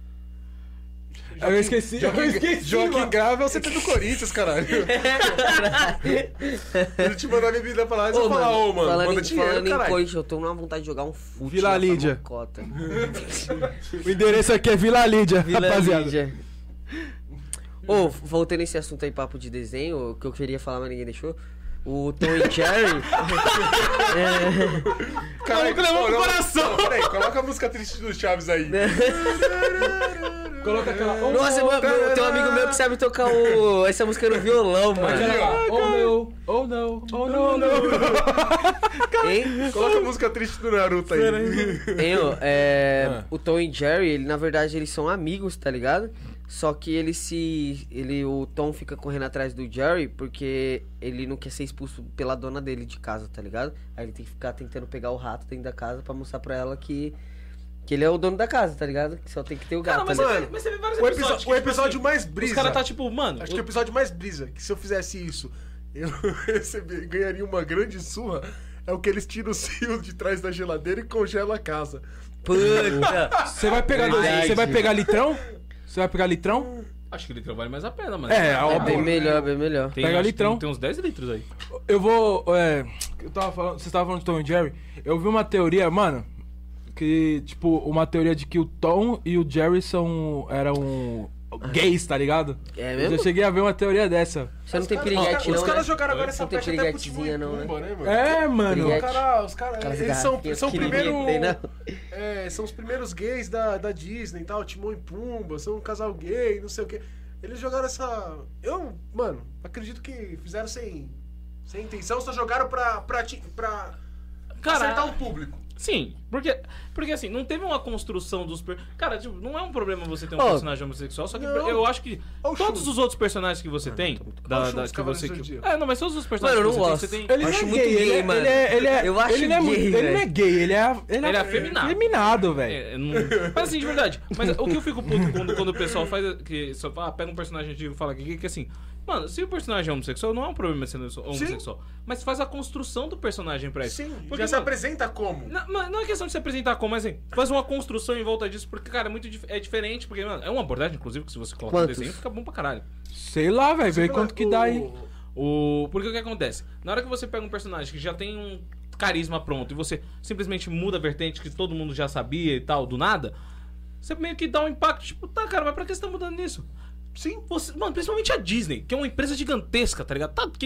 Eu esqueci. Eu esqueci. Joaquim mano. Grava é o C T do Corinthians, caralho. Ele te mandar bebida pra lá e você Ô, falar, ô, mano, falando, manda em, dinheiro, falando em caralho. Corinthians, eu tô numa vontade de jogar um fute. Vila lá pra Lídia. Mocota. O endereço aqui é Vila Lídia, Vila rapaziada. Lídia. Ô, voltando nesse assunto aí, papo de desenho, que eu queria falar, mas ninguém deixou. O Tom e Jerry. é, Caralho, Maluco levou ô, pro não, coração. não, Peraí, coloca a música triste dos Chaves aí. Coloca aquela. Oh, Nossa, meu, meu, tem um amigo meu que sabe tocar o, essa música no violão, mano. Oh no, oh no, oh no, no. Hein? Coloca a música triste do Naruto aí. Hein, ó, é, Ah. o Tom e Jerry, ele, na verdade, eles são amigos, tá ligado? Só que ele se. Ele, o Tom fica correndo atrás do Jerry porque ele não quer ser expulso pela dona dele de casa, tá ligado? Aí ele tem que ficar tentando pegar o rato dentro da casa pra mostrar pra ela que. Que ele é o dono da casa, tá ligado? Que só tem que ter o gato. Cara, mas, tá você- ligado? mas você vê vários O episódios. episódio, que, o tipo episódio assim, mais brisa. Os caras tá tipo, mano. Acho que o episódio mais brisa, que se eu fizesse isso, eu receber, ganharia uma grande surra, é o que eles tiram o cio de trás da geladeira e congelam a casa. Puta! Você vai pegar, Verdade. você vai pegar litrão? Você vai pegar litrão? Acho que litro vale mais a pena, mano. É, É óbvio. bem melhor, bem melhor. Tem, Pega acho que litrão. Tem, tem uns dez litros aí. Eu vou. É, eu tava falando, você tava falando de Tom e Jerry. Eu vi uma teoria, mano, que, tipo, uma teoria de que o Tom e o Jerry são. eram gays, tá ligado? É Eu mesmo? já cheguei a ver uma teoria dessa. Você não tem Os piriguete, caras- não, Os né? caras jogaram agora Não essa tem pecha até pro Timão e piriguetezinha, não, né? Pumba, né, mano? É, mano. Piriguete. Os caras, os caras, Aquelas eles são, garrafinhas são pequenininhas primeiro, que tem, né? é, são os primeiros gays da, da Disney e tal, Timão e Pumba, são um casal gay, não sei o quê. Eles jogaram essa... Eu, mano, acredito que fizeram sem, sem intenção, só jogaram pra, pra, ti- pra Cara, acertar o público. Sim, porque, porque assim, não teve uma construção dos... Per... Cara, tipo, não é um problema você ter um Ó, personagem homossexual, só que não. eu acho que Ó o todos Shun. os outros personagens que você tem, Ó da, o Shun da, dos que Cavaleiros você... do Que... Zodíaco. É, não, mas todos os personagens Mano, eu não que gosto. você tem, você tem... Ele Acho não é muito gay, gay, ele é, mano. Ele é, ele é, Eu acho ele não é, gay, muito- ele velho. não é gay, ele é. Ele Ele é afeminado. Feminado, velho. É, não... Mas assim, de verdade. Mas o que eu fico puto quando, quando o pessoal faz. Que só fala, ah, pega um personagem antigo e fala que, que assim. Mano, se o personagem é homossexual, não é um problema sendo homossexual. Mas faz a construção do personagem pra isso. Sim, Porque, já se mano, apresenta como? Não, mas não é questão de se apresentar como, mas assim, faz uma construção em volta disso, porque, cara, é muito dif- é diferente, porque, mano, é uma abordagem, inclusive, que se você coloca no Quantos? desenho, fica bom pra caralho. Sei lá, velho. Vê quanto que dá aí. O... Porque o que acontece? Na hora que você pega um personagem que já tem um carisma pronto e você simplesmente muda a vertente que todo mundo já sabia e tal, do nada, você meio que dá um impacto, tipo, tá, cara, mas pra que você tá mudando nisso? Sim. Você, mano, principalmente a Disney, que é uma empresa gigantesca, tá ligado? Tá, que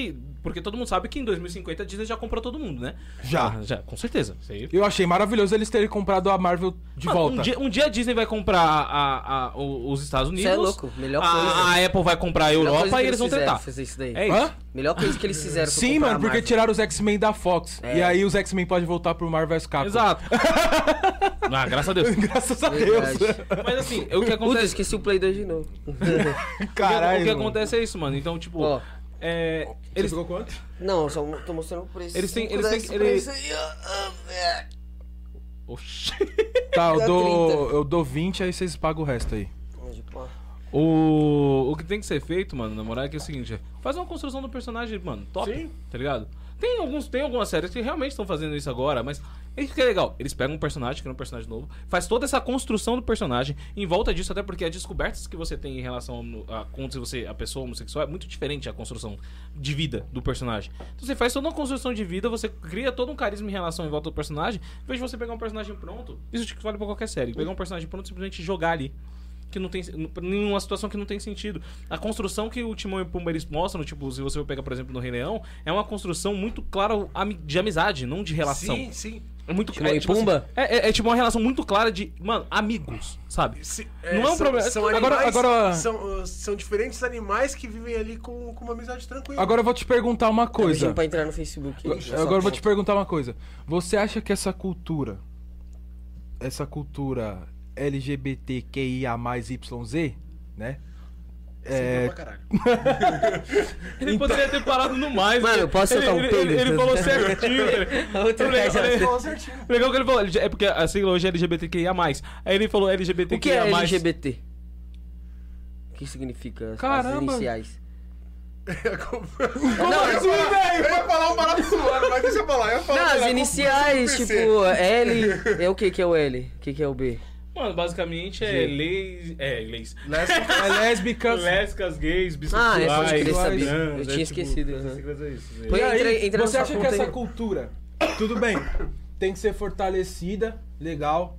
Porque todo mundo sabe que em dois mil e cinquenta a Disney já comprou todo mundo, né? Já. Ah, já, com certeza. Isso aí. Eu achei maravilhoso eles terem comprado a Marvel de Mano, volta. Um dia, um dia a Disney vai comprar a, a- o- os Estados Unidos. Cê é louco, melhor a, coisa. a Apple vai comprar a Melhor Europa coisa que e eles vão fizeram, tentar. fazer isso daí. É isso. Hã? Melhor coisa que eles fizeram foi Sim, comprar mano, a porque Marvel. tiraram os X-Men da Fox. É. E aí os X-Men podem voltar pro Marvel vs Capcom. Exato. Ah, graças a Deus. Graças a Verdade. Deus. Mas assim, o que Puta, acontece. esqueci o Play dois de novo. o que- Caralho. o que mano. acontece é isso, mano. Então, tipo. Ó. é, Você eles, pegou quanto? Não, só tô mostrando o preço. Eles têm- Cinco eles têm- desse ele- preço aí, ó. Ah, é. Oxi. Tá, eu Dá dou, trinta. eu dou vinte, aí vocês pagam o resto aí. Onde, pô? O, o que tem que ser feito, mano, na moral, é que é o seguinte: é, faz uma construção do personagem, mano, top, Sim. tá ligado? Tem, alguns, tem algumas séries que realmente estão fazendo isso agora, mas isso que é legal. Eles pegam um personagem, que é um personagem novo, faz toda essa construção do personagem em volta disso, até porque as descobertas que você tem em relação no- a quando você a pessoa homossexual é muito diferente a construção de vida do personagem. Então você faz toda uma construção de vida, você cria todo um carisma em relação em volta do personagem, em vez de você pegar um personagem pronto, isso te vale pra qualquer série, pegar um personagem pronto e simplesmente jogar ali. Que não tem nenhuma situação que não tem sentido. A construção que o Timão e o Pumba eles mostram, tipo, se você for pegar, por exemplo, no Rei Leão, é uma construção muito clara ami- de amizade, não de relação. Sim, sim. É muito Timão é, e tipo Pumba? assim, é, é, é tipo uma relação muito clara de, mano, amigos, sabe? Sim, Não é um são, problema. São Agora- animais, agora- São, uh, são diferentes animais que vivem ali com, com uma amizade tranquila. Agora eu vou te perguntar uma Coisa. coisa. Pra entrar no Facebook. Agora eu vou te perguntar uma coisa. Você acha que essa cultura, essa cultura L G B T Q I A mais Y Z, né? É... É, Pra caralho. Ele poderia ter parado no mais. Mano, né? eu posso ele, soltar um ele, peido? ele, ele falou certinho. velho. Outra Legal, coisa. ele- Falou certinho. Legal que ele falou, é porque a sigla hoje é L G B T Q I A mais. Aí ele falou O que LGBTQIA+. é L G B T? O que significa as- Caramba. as iniciais? Não, eu, ia falar, eu ia falar um barato suado, mas deixa eu falar. Eu ia falar Não, pela as iniciais, confusão do P C. tipo, L. É o que que é o L? O que que é o B? Mano, basicamente é leis. É, leis. Lésbica. é lésbica. Lésbicas, gays, Ah, bissexuais. eu pode crer saber. trans, Eu é tinha tipo, esquecido. essas aham. siglas é isso, velho. Põe E aí, entra- entra você nessa acha que conta essa aí. cultura, tudo bem, tem que ser fortalecida, legal,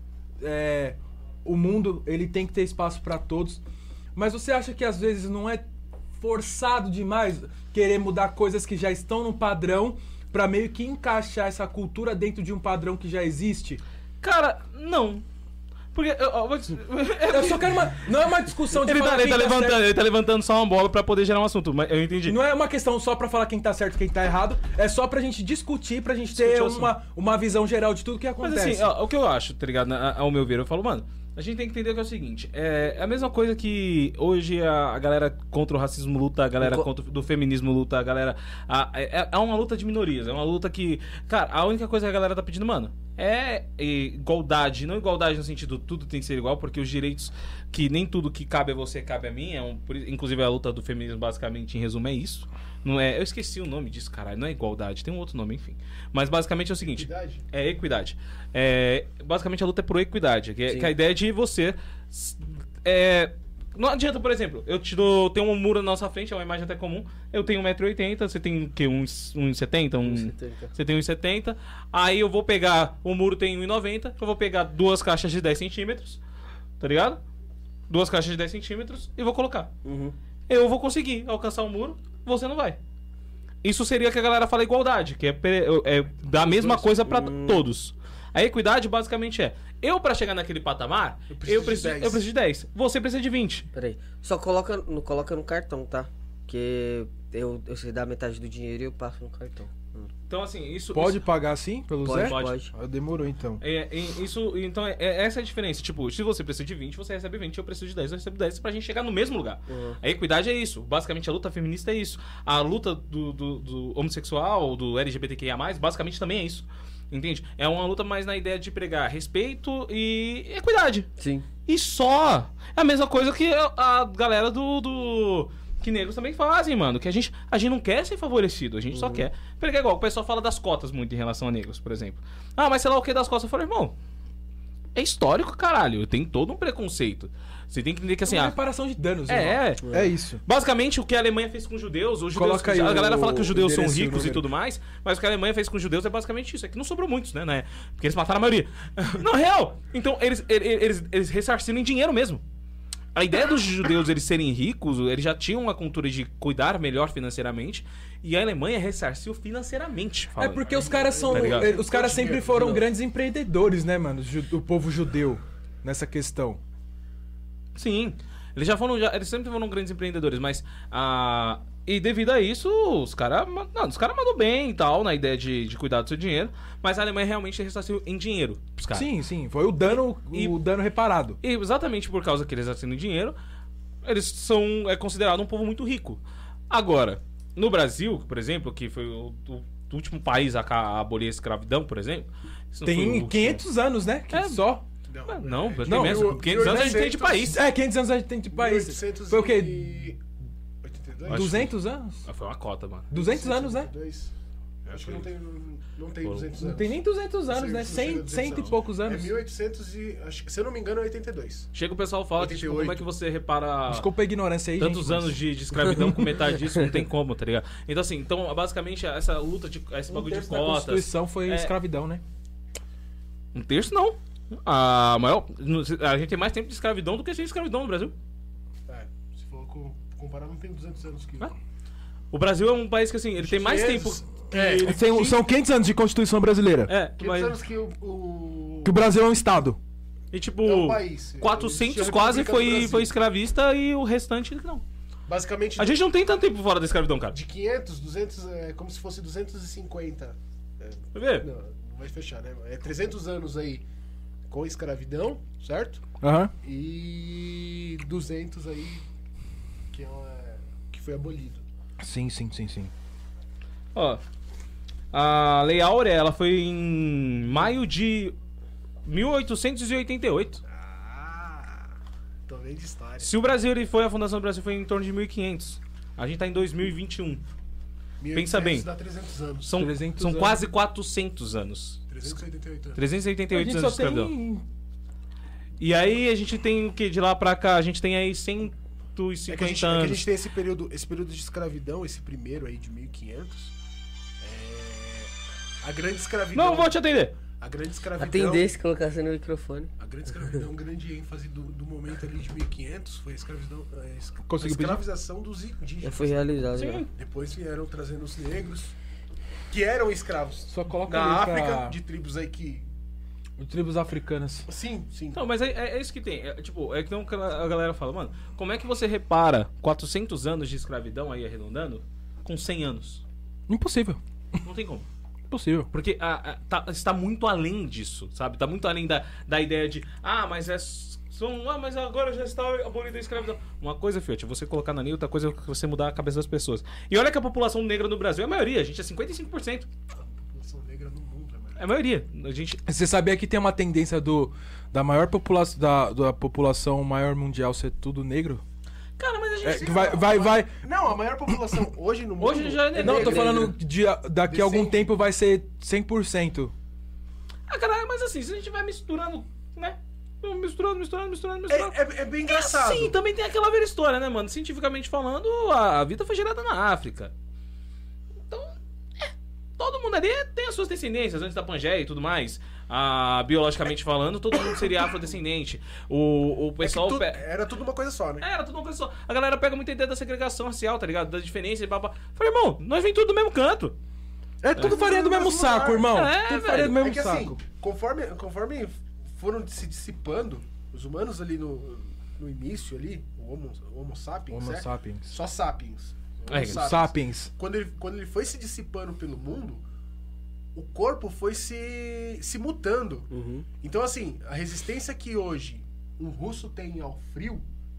é, o mundo ele tem que ter espaço pra todos, mas você acha que às vezes não é forçado demais querer mudar coisas que já estão no padrão pra meio que encaixar essa cultura dentro de um padrão que já existe? Cara, não. Porque. Eu, eu, vou te- Eu só quero uma... Não é uma discussão de ele, falar tá, ele, quem tá tá levantando, certo. ele tá levantando só uma bola pra poder gerar um assunto, mas eu entendi. Não é uma questão só pra falar quem tá certo e quem tá errado, é só pra gente discutir, pra gente ter Discutir o uma, uma visão geral de tudo que Mas acontece. assim, ó, o que eu acho, tá ligado? A- Ao meu ver, eu falo, mano, a gente tem que entender que é o seguinte: é a mesma coisa que hoje a, a galera contra o racismo luta, a galera Co- contra do feminismo luta, a galera. a- é, é uma luta de minorias, é uma luta que. Cara, a única coisa que a galera tá pedindo, mano, é igualdade. Não igualdade no sentido tudo tem que ser igual, porque os direitos, que nem tudo que cabe a você cabe a mim, é um, por- inclusive a luta do feminismo, basicamente, em resumo, é isso. Não é, eu esqueci o nome disso, caralho. Não é igualdade, tem um outro nome, enfim. Mas basicamente é o seguinte: Equidade? é equidade. É, basicamente a luta é por equidade, que é, Sim. que é a ideia de você. s- é, não adianta, por exemplo, eu te dou. Tem um muro na nossa frente, é uma imagem até comum. Eu tenho um metro e oitenta, você tem o quê? Uns um e setenta? Um, um e setenta. você tem um e setenta. Aí eu vou pegar. O muro tem um e noventa. Eu vou pegar duas caixas de dez centímetros. Tá ligado? Duas caixas de dez centímetros e vou colocar. Uhum. Eu vou conseguir alcançar o muro, você não vai. Isso seria que a galera fala igualdade, que é, pe- é dar a mesma coisa pra Hum. todos. A equidade basicamente é: eu pra chegar naquele patamar, eu preciso preciso, de eu dez. preciso, de dez. Você precisa de vinte. Peraí. Só coloca, não coloca no cartão, tá? Porque eu, eu sei dar metade do dinheiro e eu passo no cartão. Hum. Então assim, isso Pode isso, pagar assim, pelo Pode, Zé? pode. Ah, demorou então. é, é, isso então é, é- essa é a diferença. Tipo, se você precisa de vinte, você recebe vinte, eu preciso de dez, eu recebo dez pra gente chegar no mesmo lugar. Uhum. A equidade é isso. Basicamente a luta feminista é isso. A luta do, do, do homossexual, do L G B T Q I A mais, basicamente também é isso. Entende? É uma luta mais na ideia de pregar respeito e equidade. Sim. E só. É a mesma coisa que a, a galera do, do. Que negros também fazem, mano. Que a gente, a gente não quer ser favorecido, a gente só quer. Porque é igual, o pessoal fala das cotas muito em relação a negros, por exemplo. Ah, mas sei lá o que das cotas. Eu falo, irmão, é histórico, caralho. Tem todo um preconceito. Você tem que entender que assim. Uma Ah, reparação de danos, irmão. é, é. É isso. Basicamente, o que a Alemanha fez com os judeus, os judeus Coloca aí a galera o- fala que os judeus o são endereço e o ricos e número. tudo mais, mas o que a Alemanha fez com os judeus é basicamente isso. É que não sobrou muitos, né? né? Porque eles mataram a maioria. Não, real. Então, eles, eles, eles, eles ressarciram em dinheiro mesmo. a ideia dos judeus eles serem ricos, eles já tinham uma cultura de cuidar melhor financeiramente, e a Alemanha ressarciu financeiramente. É falando. porque os caras são. Tá ligado? eh, os caras sempre foram Não. grandes empreendedores, né, mano? Ju- O povo judeu, nessa questão. Sim, eles já foram, já, eles sempre foram grandes empreendedores, mas a e devido a isso, os caras, não, os caras mandam bem e tal na ideia de, de cuidar do seu dinheiro, mas a Alemanha realmente ressarciu em dinheiro pros caras. Sim, sim. Foi o dano, E- o dano reparado. E exatamente por causa que eles assinam dinheiro, eles são é considerado um povo muito rico. Agora, no Brasil, por exemplo, que foi o, o último país a, ca- a abolir a escravidão, por exemplo, isso não foi o Tem último. quinhentos anos, né? Que É. só. Ah, Não, tem Não, menos. eu- quinhentos anos a gente tem de país. É, quinhentos anos a gente tem de país. mil oitocentos Foi o quê? e oitenta e dois? Acho- duzentos anos? Ah, foi uma cota, mano. duzentos anos, né? oitenta e dois? Acho que não tem, não tem Foram- duzentos Não anos. tem nem duzentos anos, Não né? chega a cem, duzentos cento e anos. poucos É anos. mil e oitocentos e... Acho, que, se eu não me engano, é oitenta e dois. Chega o pessoal e fala que, tipo, oitenta e oito. como é que você repara Desculpa a ignorância aí, tantos gente, mas- anos de, de escravidão com metade disso? Não tem como, tá ligado? Então, assim, então, basicamente, essa luta, de, esse Um bagulho de terço da cotas... Constituição foi é- escravidão, né? Um terço, não. A maior... A gente tem mais tempo de escravidão do que sem escravidão no Brasil. É, se for co- comparar, não tem duzentos anos que... Ah, O Brasil é um país que, assim, ele tem mais tempo... quinhentos, que é, ele- São, são quinhentos anos de Constituição brasileira. É, quinhentos mas... anos que o... o... Que o Brasil é um estado. E, tipo, É um país. quatrocentos Existia a quase República do foi, Brasil. foi escravista e o restante, não. Basicamente, A gente não tem tanto tempo fora da escravidão, cara. de quinhentos, duzentos, é como se fosse duzentos e cinquenta. É, Vai ver? não, não vai fechar, né? É trezentos anos aí com escravidão, certo? Aham. E duzentos aí que, é uma- que foi abolido. Sim, sim, sim, sim. Ó, a Lei Áurea, ela foi em maio de mil oitocentos e oitenta e oito. Ah, tô vendo de história. Se o Brasil ele foi, a fundação do Brasil foi em torno de mil e quinhentos. A gente tá em dois mil e vinte e um. Pensa bem. Dá trezentos anos. São, trezentos são anos. quase quatrocentos anos. trezentos e oitenta e oito anos. trezentos e oitenta e A oito gente anos só de escravidão. tem... E aí a gente tem o que? De lá pra cá, a gente tem aí cento e É cinquenta que, a gente, é que a anos. gente tem esse período, esse período de escravidão, esse primeiro aí de mil e quinhentos. É... A grande escravidão. Não, vou te atender. A grande escravidão. Atender se colocasse no microfone. A grande escravidão, um grande ênfase do, do momento ali de mil e quinhentos foi a escravidão, a, es- a Conseguiu pedir? escravização dos Já indígenas. foi realizado. Sim. já. Depois vieram trazendo os negros, que eram escravos. Só coloca Na ali África, pra... de tribos aí que. de tribos africanas. Sim, sim. Não, mas é, é- é isso que tem. É, tipo, é que não que a galera fala, mano, como é que você repara quatrocentos anos de escravidão aí arredondando com cem anos? Impossível. Não tem como. Impossível. Porque a- a- tá- está muito além disso, sabe? Tá muito além da, da ideia de, ah, mas é. São, ah, mas agora já está abolida a escravidão. Uma coisa, Fiote, é você colocar na linha, outra coisa é você mudar a cabeça das pessoas. E olha que a população negra no Brasil é a maioria, a gente é cinquenta e cinco por cento. A população negra no mundo, é É a maioria. A gente. Você sabia que tem uma tendência do da maior população da, da população maior mundial ser tudo negro? Cara, mas a gente. É, que vai, vai, vai. Não, a maior população hoje no mundo. Hoje já é Não, eu tô negra. falando de daqui a algum Decente. tempo vai ser cem por cento. Ah, cara, mas assim, se a gente vai misturando, né? Vamos Misturando, misturando, misturando, É, misturando. é, é bem engraçado. Sim, também tem aquela velha história, né, mano? Cientificamente falando, a, a vida foi gerada na África. Então, é, todo mundo ali tem as suas descendências, antes da Pangeia e tudo mais. Ah, biologicamente falando, todo mundo seria afrodescendente. O, o É que pessoal... tudo- pe- era tudo uma coisa só, né? É, era tudo uma coisa só. A galera pega muita ideia da segregação racial, tá ligado? Da diferença e papá. Falei, irmão, nós vem tudo do mesmo canto. É tudo farinha do mesmo saco, irmão. É, Tudo farinha velho. do mesmo É que saco. assim, conforme, conforme foram se dissipando, os humanos ali no, no início ali, o Homo, homo sapiens, Homo é? sapiens. Só sapiens. É, Homo sapiens. Sapiens. Quando ele, quando ele foi se dissipando pelo mundo, o corpo foi se, se mutando. Uhum. Então, assim, a resistência que hoje um russo tem ao frio,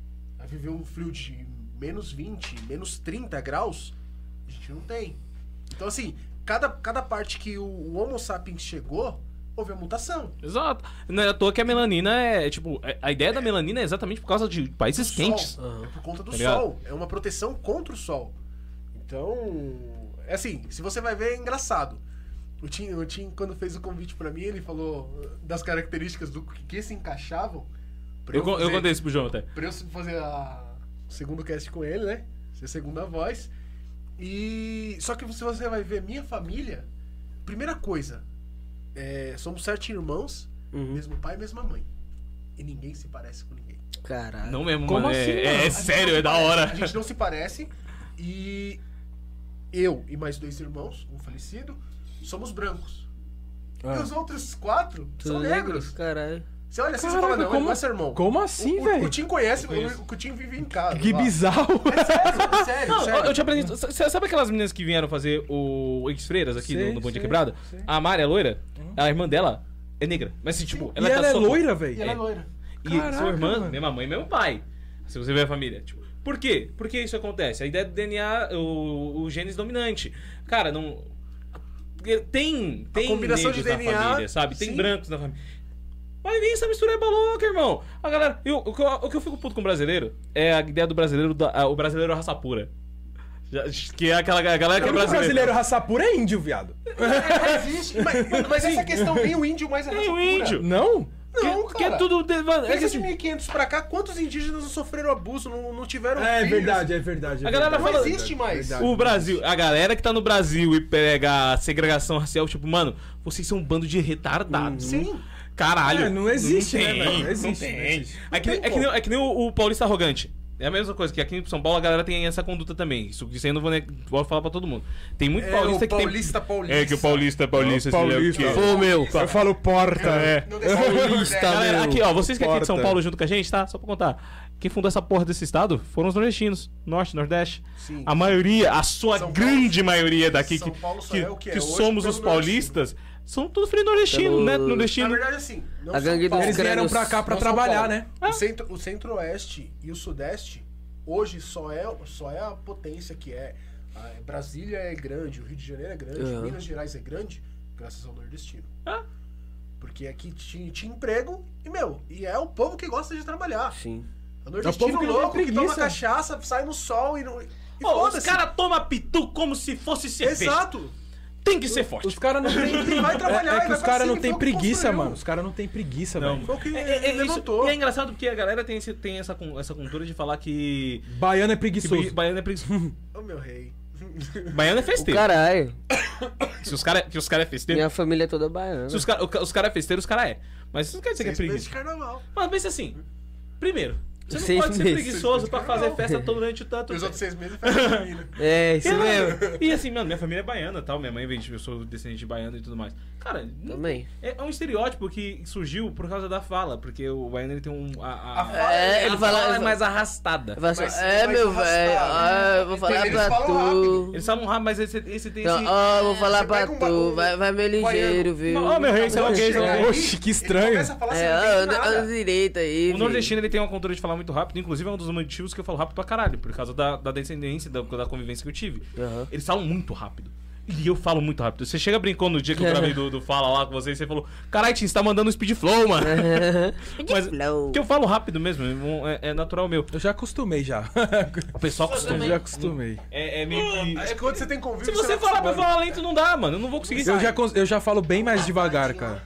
a viver um frio de menos vinte, menos trinta graus, a gente não tem. Então, assim, cada, cada parte que o, o Homo sapiens chegou, houve a mutação. Exato. Não é à toa que a melanina é, tipo, é- a ideia da melanina é exatamente por causa de países Do quentes. sol, é por conta do Tá ligado? sol. É uma proteção contra o sol. Então, é assim, se você vai ver, é engraçado. O Tim, o Tim, quando fez o convite pra mim, ele falou das características do que se encaixavam. pra Eu, con- eu fazer- contei isso pro João até. Pra eu fazer a o segundo cast com ele, né? Ser segunda voz. E só que se você vai ver minha família, primeira coisa, é, somos sete irmãos, Uhum. mesmo pai e mesma mãe. e ninguém se parece com ninguém. Caralho. Não mesmo, Como mano. assim, é, mano? é A gente não sério, se é da parece, hora. A gente não se parece e eu e mais dois irmãos, um falecido, somos brancos. Ah. E os outros quatro Tudo são negros, negros. caralho. Você olha assim e Caraca, fala, não, ele como- não é seu irmão. Como assim, o, o, velho? o Tim conhece, Eu conheço. o, o Tim vive em casa. Que lá. bizarro. É sério, sério, Não, sério. eu te apresento. s- Sabe aquelas meninas que vieram fazer o Ex-Freiras aqui Sei, no, no Bonde sei, Quebrada? sei. A Mari é loira? A irmã dela é negra. Mas assim, tipo, E ela tá é só- loira, E velho? ela é É. loira. E Caraca, sua irmã, mano. mesma mãe, mesmo pai. Se você ver a família. Tipo, por quê? Por que isso acontece? A ideia do D N A, o, o genes dominante. Cara, não. Tem. Tem combinação de negros D N A, na família, sabe? Tem sim. brancos na família. Vai vir essa mistura é louca, irmão. A galera. Eu, o, que eu, o que eu fico puto com o brasileiro é a ideia do brasileiro, da, a- o brasileiro raça pura. Já- Que é aquela galera que é O único brasileira. brasileiro raça pura é índio, viado. Não existe. Mas, mano, mas essa questão nem o índio mais é Tem raça o pura. índio. Não? Não, que, cara. que é tudo. de- mano, é que Pensa de assim, mil e quinhentos pra cá, quantos indígenas não sofreram abuso, não, não tiveram É filhos? verdade, é verdade. é A galera verdade. Não fala- existe mais. Verdade. o Brasil, a galera que tá no Brasil e pega a segregação racial, tipo, mano, vocês são um bando de retardados. Sim. Caralho. É, não existe, não né, tem, velho? Não Não existe, tem. não existe. É, que, Não é, tem que nem, como. é que nem o, o paulista arrogante. É a mesma coisa, que aqui em São Paulo a galera tem essa conduta também. Isso, isso aí eu não vou, ne- vou falar pra todo mundo. Tem muito É, paulista o que paulista, tem... paulista. É que o paulista é paulista. É, sei lá o paulista. quê. Pô, meu. Eu falo porta, é. Não desce muito, Paulista, né? Galera, meu. aqui, ó, vocês que é aqui de São Porta. Paulo junto com a gente, tá? Só pra contar. Quem fundou essa porra desse estado foram os nordestinos. Norte, Nordeste. Sim. A maioria, a sua São grande Paulo- maioria daqui São que, Paulo só que, é o que é que hoje somos pelo os paulistas, são tudo filho nordestino, Pelo- né? Na Nordestino. verdade, assim, não A São gangue Paulo. dos Eles vieram crânios- pra cá pra Não São trabalhar, Paulo. né? O, centro, o centro-oeste e o sudeste, hoje, só é, só é a potência que é. A Brasília é grande, o Rio de Janeiro é grande, Uhum. Minas Gerais é grande, graças ao nordestino. Ah. Porque aqui tinha, tinha emprego e, meu, e é o povo que gosta de trabalhar. Sim. O nordestino povo que não tem louco que toma preguiça. cachaça, sai no sol e não. E Ô, os foda-se. caras tomam pitu como se fosse cerveja. Exato. Tem que ser forte. Os caras não tem. Ele vai trabalhar, É, é ele que vai os pra caras não cima, tem foi o que preguiça, construiu. mano. Os caras não tem preguiça, Não. velho. Foi o que É, é, é isso. levantou. E é engraçado porque a galera tem, esse, tem essa, con- essa cultura de falar que, Baiano é que preguiçoso. baiano é preguiçoso. Ô, meu rei. Baiano é O festeiro. caralho. Se os caras que os cara é festeiro, Minha família é toda baiana. se os caras os cara é festeiro, os caras é. Mas isso não quer dizer que é Seis meses preguiça. de carnaval. Mas pensa assim, primeiro, você não Seis pode ser meses. preguiçoso pra fazer festa durante o tanto Os outros tempo. seis meses faz família. É, isso E, mesmo. mano, e assim, mano, minha família é baiana, tal, minha mãe vem, de- eu sou descendente de baiano e tudo mais. Cara, não- Também. é, é um estereótipo que surgiu por causa da fala, porque o baiano ele tem um a, a, A fala- É, a ele fala- fala é mais arrastada. Eu falo assim, Mas- é, mas meu arrastado. velho, ah, eu vou Então, falar eles pra falam tu. rápido. Eles falam rápido, mas esse, esse tem Então, esse. ó, eu vou falar Você pra pega um ba- tu, um vai, vai meio ligeiro, baiano. viu? Ó, meu rei, isso é Quando ok, isso chega é ok. aí, Oxe, que ele estranho. começa a falar, você É, não anda, entende anda nada. direito aí, O filho. nordestino ele tem uma cultura de falar muito rápido, inclusive é um dos motivos que eu falo rápido pra caralho, por causa da, da descendência, da, da convivência que eu tive. Aham. Eles falam muito rápido. E eu falo muito rápido. Você chega brincando no dia que eu gravei do, do Fala lá com você e você falou: Caralho, Tim, você tá mandando um speed flow, mano. Mas Flow. que eu falo rápido mesmo, é, é natural meu. Eu já acostumei já. O pessoal Eu costuma. já acostumei. É, é meio que. Acho que quando você tem convívio, Se você vai falar pra eu acostumando. falar lento, não dá, mano. Eu não vou conseguir Eu sair. já, cons- eu já falo bem mais devagar, cara.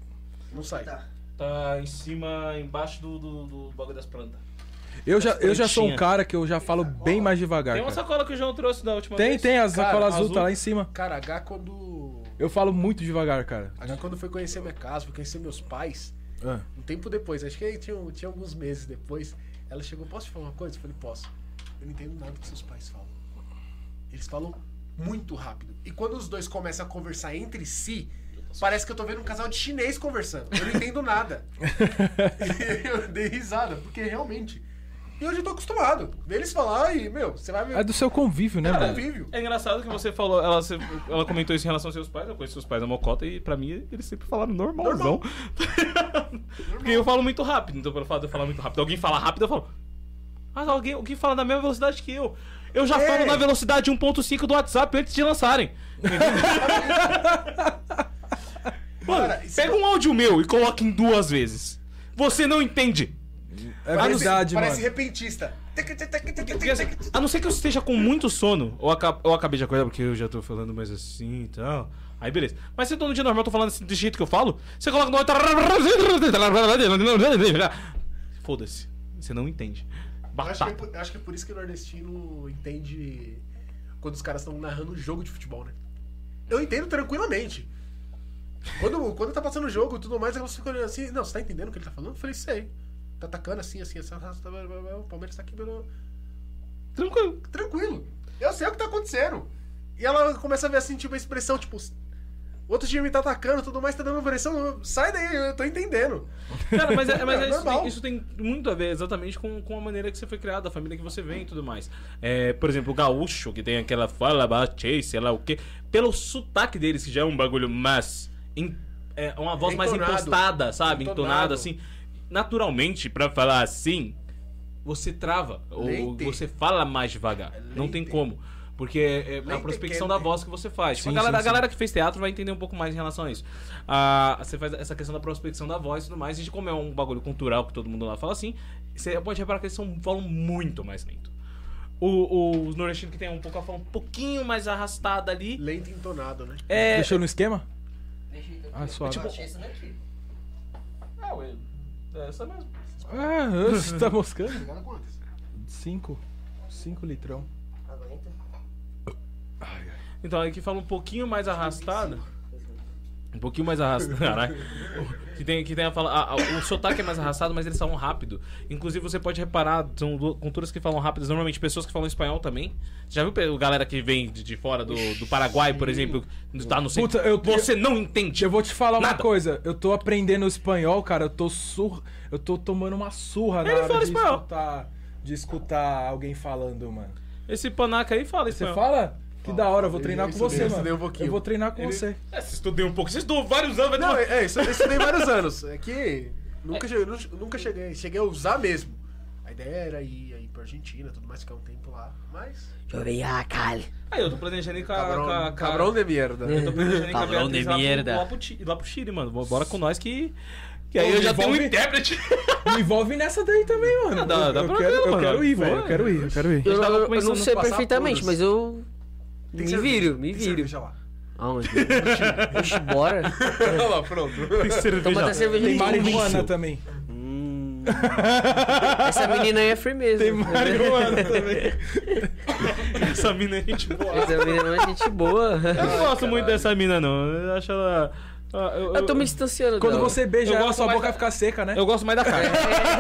Não sai. Tá em cima, embaixo do, do, do bagulho das plantas. Eu já, eu já sou um plantinhas. cara que eu já falo bem mais devagar, Tem uma cara. sacola que o João trouxe da última Tem, vez. tem, as Cara, sacolas azul azul. tá lá em cima. Cara, H quando... Eu falo muito devagar, cara. H quando foi conhecer minha casa, foi conhecer meus pais, Ah. um tempo depois, acho que aí tinha, tinha alguns meses depois, ela chegou, posso te falar uma coisa? Eu falei, posso. Eu não entendo nada do que seus pais falam. Eles falam muito rápido. E quando os dois começam a conversar entre si, parece que eu tô vendo um casal de chinês conversando. Eu não entendo nada. E eu dei risada, porque realmente... E hoje eu tô acostumado. Vê eles falar e, meu, você vai ver... É do seu convívio, né, É mano? convívio. É engraçado que você falou, ela, você- ela comentou isso em relação aos seus pais, eu conheço seus pais da Mocota e pra mim eles sempre falaram normalzão. Porque eu falo muito rápido, então pelo fato de eu falar muito rápido, alguém fala rápido, eu falo. Mas alguém, alguém fala na mesma velocidade que eu. Eu já É. falo na velocidade um ponto cinco do WhatsApp antes de lançarem. Mano, Cara, isso pega um áudio meu e coloca em duas vezes. Você não entende. É Parece- verdade, Parece mano. repentista. Porque, assim, a não ser que eu esteja com muito sono, ou, aca- ou acabei de acordar, porque eu já tô falando mais assim e tal. Aí beleza. Mas se eu tô no dia normal, eu tô falando assim, desse jeito que eu falo, você coloca no. Foda-se. Você não entende. Eu acho, que é Batata. por, eu acho que é por isso que o nordestino entende quando os caras estão narrando um jogo de futebol, né? Eu entendo tranquilamente. Quando, quando tá passando o jogo e tudo mais, aí você fica olhando assim, não, você tá entendendo o que ele tá falando? Eu falei, sei. Tá atacando assim, assim, assim, o Palmeiras tá aqui pelo... Tranquilo. Tranquilo. Eu sei o que tá acontecendo. E ela começa a ver assim, tipo, a expressão, tipo, outro time tá atacando, tudo mais, tá dando pressão. Sai daí, eu tô entendendo. Cara, mas, é, mas é, É isso, normal. tem, isso tem muito a ver exatamente com, com a maneira que você foi criado, a família que você vem e tudo mais. É, por exemplo, o gaúcho, que tem aquela fala, bate, sei lá o quê. Pelo sotaque deles, que já é um bagulho mais... em- é uma voz mais Entonado. impostada, sabe? Entonado. Entonada, assim. Naturalmente, pra falar assim, você trava. Ou Lente. você fala mais devagar. Não tem lente. como. Porque é a Lente prospecção quente. da voz que você faz. Tipo, Sim, a, galera, sim, a galera que fez teatro vai entender um pouco mais em relação a isso. Ah, você faz essa questão da prospecção da voz e tudo mais. E como é um bagulho cultural que todo mundo lá fala assim, você pode reparar que eles são, falam muito mais lento. O, o, os nordestinos que tem um pouco a fala um pouquinho mais arrastada ali. Lento e entonado, né? É. Deixou no esquema? Deixa eu Ah, suave. tipo, achei essa daqui. Ah, ué. É essa mesmo. Ah, você tá moscando? Pegaram quantas? Cinco. Cinco litrão. Aguenta. Então, aí que fala um pouquinho mais arrastada. Um pouquinho mais arrastado. Caralho. Que tem, que tem a fala. a- a- o sotaque é mais arrastado, mas eles falam rápido. Inclusive, você pode reparar, são du- culturas que falam rápidas. Normalmente, pessoas que falam espanhol também. Você já viu pe- galera que vem de, de fora do, do Paraguai, por exemplo, tá no centro? Puta, eu- Você não entende. Eu vou te falar uma Nada. coisa. Eu tô aprendendo espanhol, cara. Eu tô sur... Eu tô tomando uma surra na Ele hora fala de espanhol. escutar, de escutar alguém falando, mano. Esse panaca aí fala Você espanhol. fala? Que da hora, eu vou Eu treinar com estudei, você, eu estudei mano. um pouquinho. Eu vou treinar com Ele- você. É, você estudei um pouco. Você estudou vários anos, vai Não, tomar- é, isso, eu estudei vários anos. É que nunca, cheguei, nu- nunca cheguei, cheguei a usar mesmo. A ideia era ir, ir pra Argentina, tudo mais, ficar um tempo lá. Mas. Deixa eu ver, ah, cara. Aí eu tô planejando ir com a. Cabrão, com a- com a- cabrão de merda. Eu tô planejando ir com a Cabrão Beatriz de lá pro- merda. Lá pro, Chi- lá pro Chile, mano. Bora com nós que. Que aí Ô, eu já tenho um envolve- intérprete. Me envolve nessa daí também, mano. Dá- dá eu, pra quero, ver, eu mano. quero ir, velho. Pô, Eu quero ir, eu quero ir. Eu, tava eu- eu pensando não em sei passar perfeitamente, todos. mas eu. Tem Me cerveja, viro, me tem viro. cerveja lá. Aonde? Oxi, bora. Olha lá, pronto. Toma até cerveja Tem de marihuana também. Hum. Essa menina aí é firmeza. Tem marihuana também. Essa mina é gente boa. Essa menina é gente boa. Eu não gosto muito dessa mina, não. Eu acho ela. ah, Eu, Eu tô me distanciando Quando dela. você beija Eu ela, gosto sua mais boca da- fica seca, né? eu gosto mais da Kátia.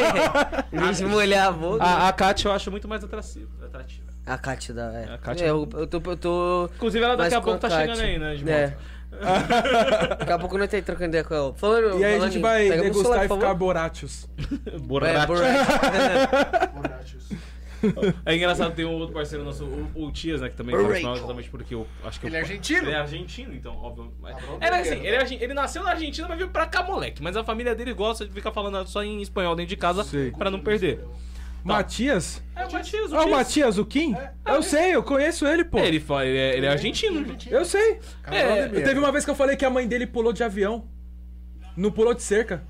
É. Em vez de molhar a boca. A, a Kátia eu acho muito mais atrativa. atrativa. A Kátia da. É. A Kátia- É, eu, eu tô. Eu tô Inclusive, ela daqui mais a pouco com tá a chegando Kátia. aí, né? De É. volta. Daqui a pouco nós tá trocando ideia com ela. Falando, E aí a falando gente em- vai pega meu degustar celular, e por ficar favor. borachos. Borracha. É, borracha. Borrachos. É engraçado, tem um outro parceiro nosso, o, o Tias, né? Que também fala Borracho. espanhol, exatamente porque eu acho que Ele eu- é argentino? Ele é argentino, então, óbvio. Mas... Cabrão Era de assim, merda. ele, é argen- ele nasceu na Argentina, mas veio pra cá, moleque. Mas a família dele gosta de ficar falando só em espanhol dentro de casa Sei. pra não perder. Matias? É o Matias, o Ah, o Tias. Matias, o Kim? Eu sei, eu conheço ele, pô. É, ele, fala, ele, é, ele é argentino. Eu sei. Cabrão É, de Eu merda. teve uma vez que eu falei que a mãe dele pulou de avião. Não pulou de cerca.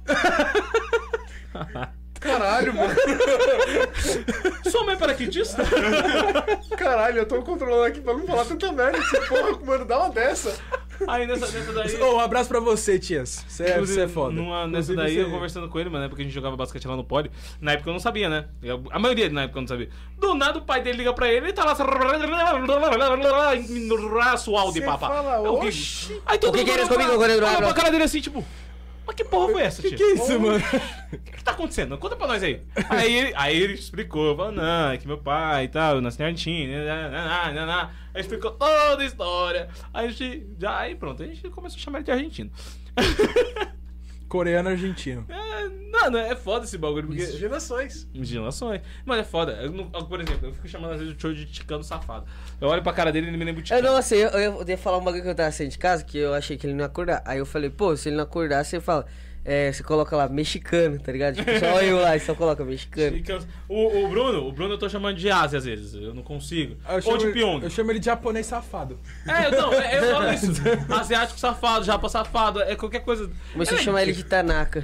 Caralho, mano. Sua mãe é paraquedista? Caralho, eu tô controlando aqui pra não falar tanta merda. Esse porra, mano, dá uma dessa. Aí nessa, nessa daí. Ô, um abraço pra você, Tias. Você é, Inclusive, você é foda. Numa, nessa Inclusive, daí, você- eu conversando com ele, mano, na época que a gente jogava basquete lá no Poli. Na época eu não sabia, né? Eu- a maioria na época eu não sabia. Do nada o pai dele liga pra ele e tá lá. Sual de Você papa. fala, Eu, que- oxi. Aí todo O que mundo que eles olhou pra- comigo agora, olhou Eduardo? pra cara dele assim, tipo. Mas que porra foi essa, Que tio? que é isso, mano? O que tá acontecendo? Conta pra nós aí. Aí ele, aí ele explicou, falou, não, é que meu pai e tal, eu nasci na Argentina, né, né, né, né. Aí explicou toda a história. Aí a gente, já, aí pronto, a gente começou a chamar ele de argentino. Coreano argentino. É, mano, é foda esse bagulho, porque... Miscigenações. Miscigenações. Mano, é foda. Eu não- por exemplo, eu fico chamando às vezes o Cho de ticano safado. Eu olho pra cara dele e ele me lembra o Eu ticano. não sei, eu, eu ia falar um bagulho que eu tava saindo de casa, que eu achei que ele não ia acordar. Aí eu falei, pô, se ele não acordar, você fala, é, você coloca lá, mexicano, tá ligado? Tipo, só eu lá e só coloca mexicano. Ticano. O, o Bruno, o Bruno eu tô chamando de Ásia às vezes, eu não consigo. Eu Ou chamo, de Pyong. eu chamo ele de japonês safado. É, não, é, eu falo isso. Asiático safado, japa safado, é qualquer coisa. Mas você É, chama ele de Tanaka.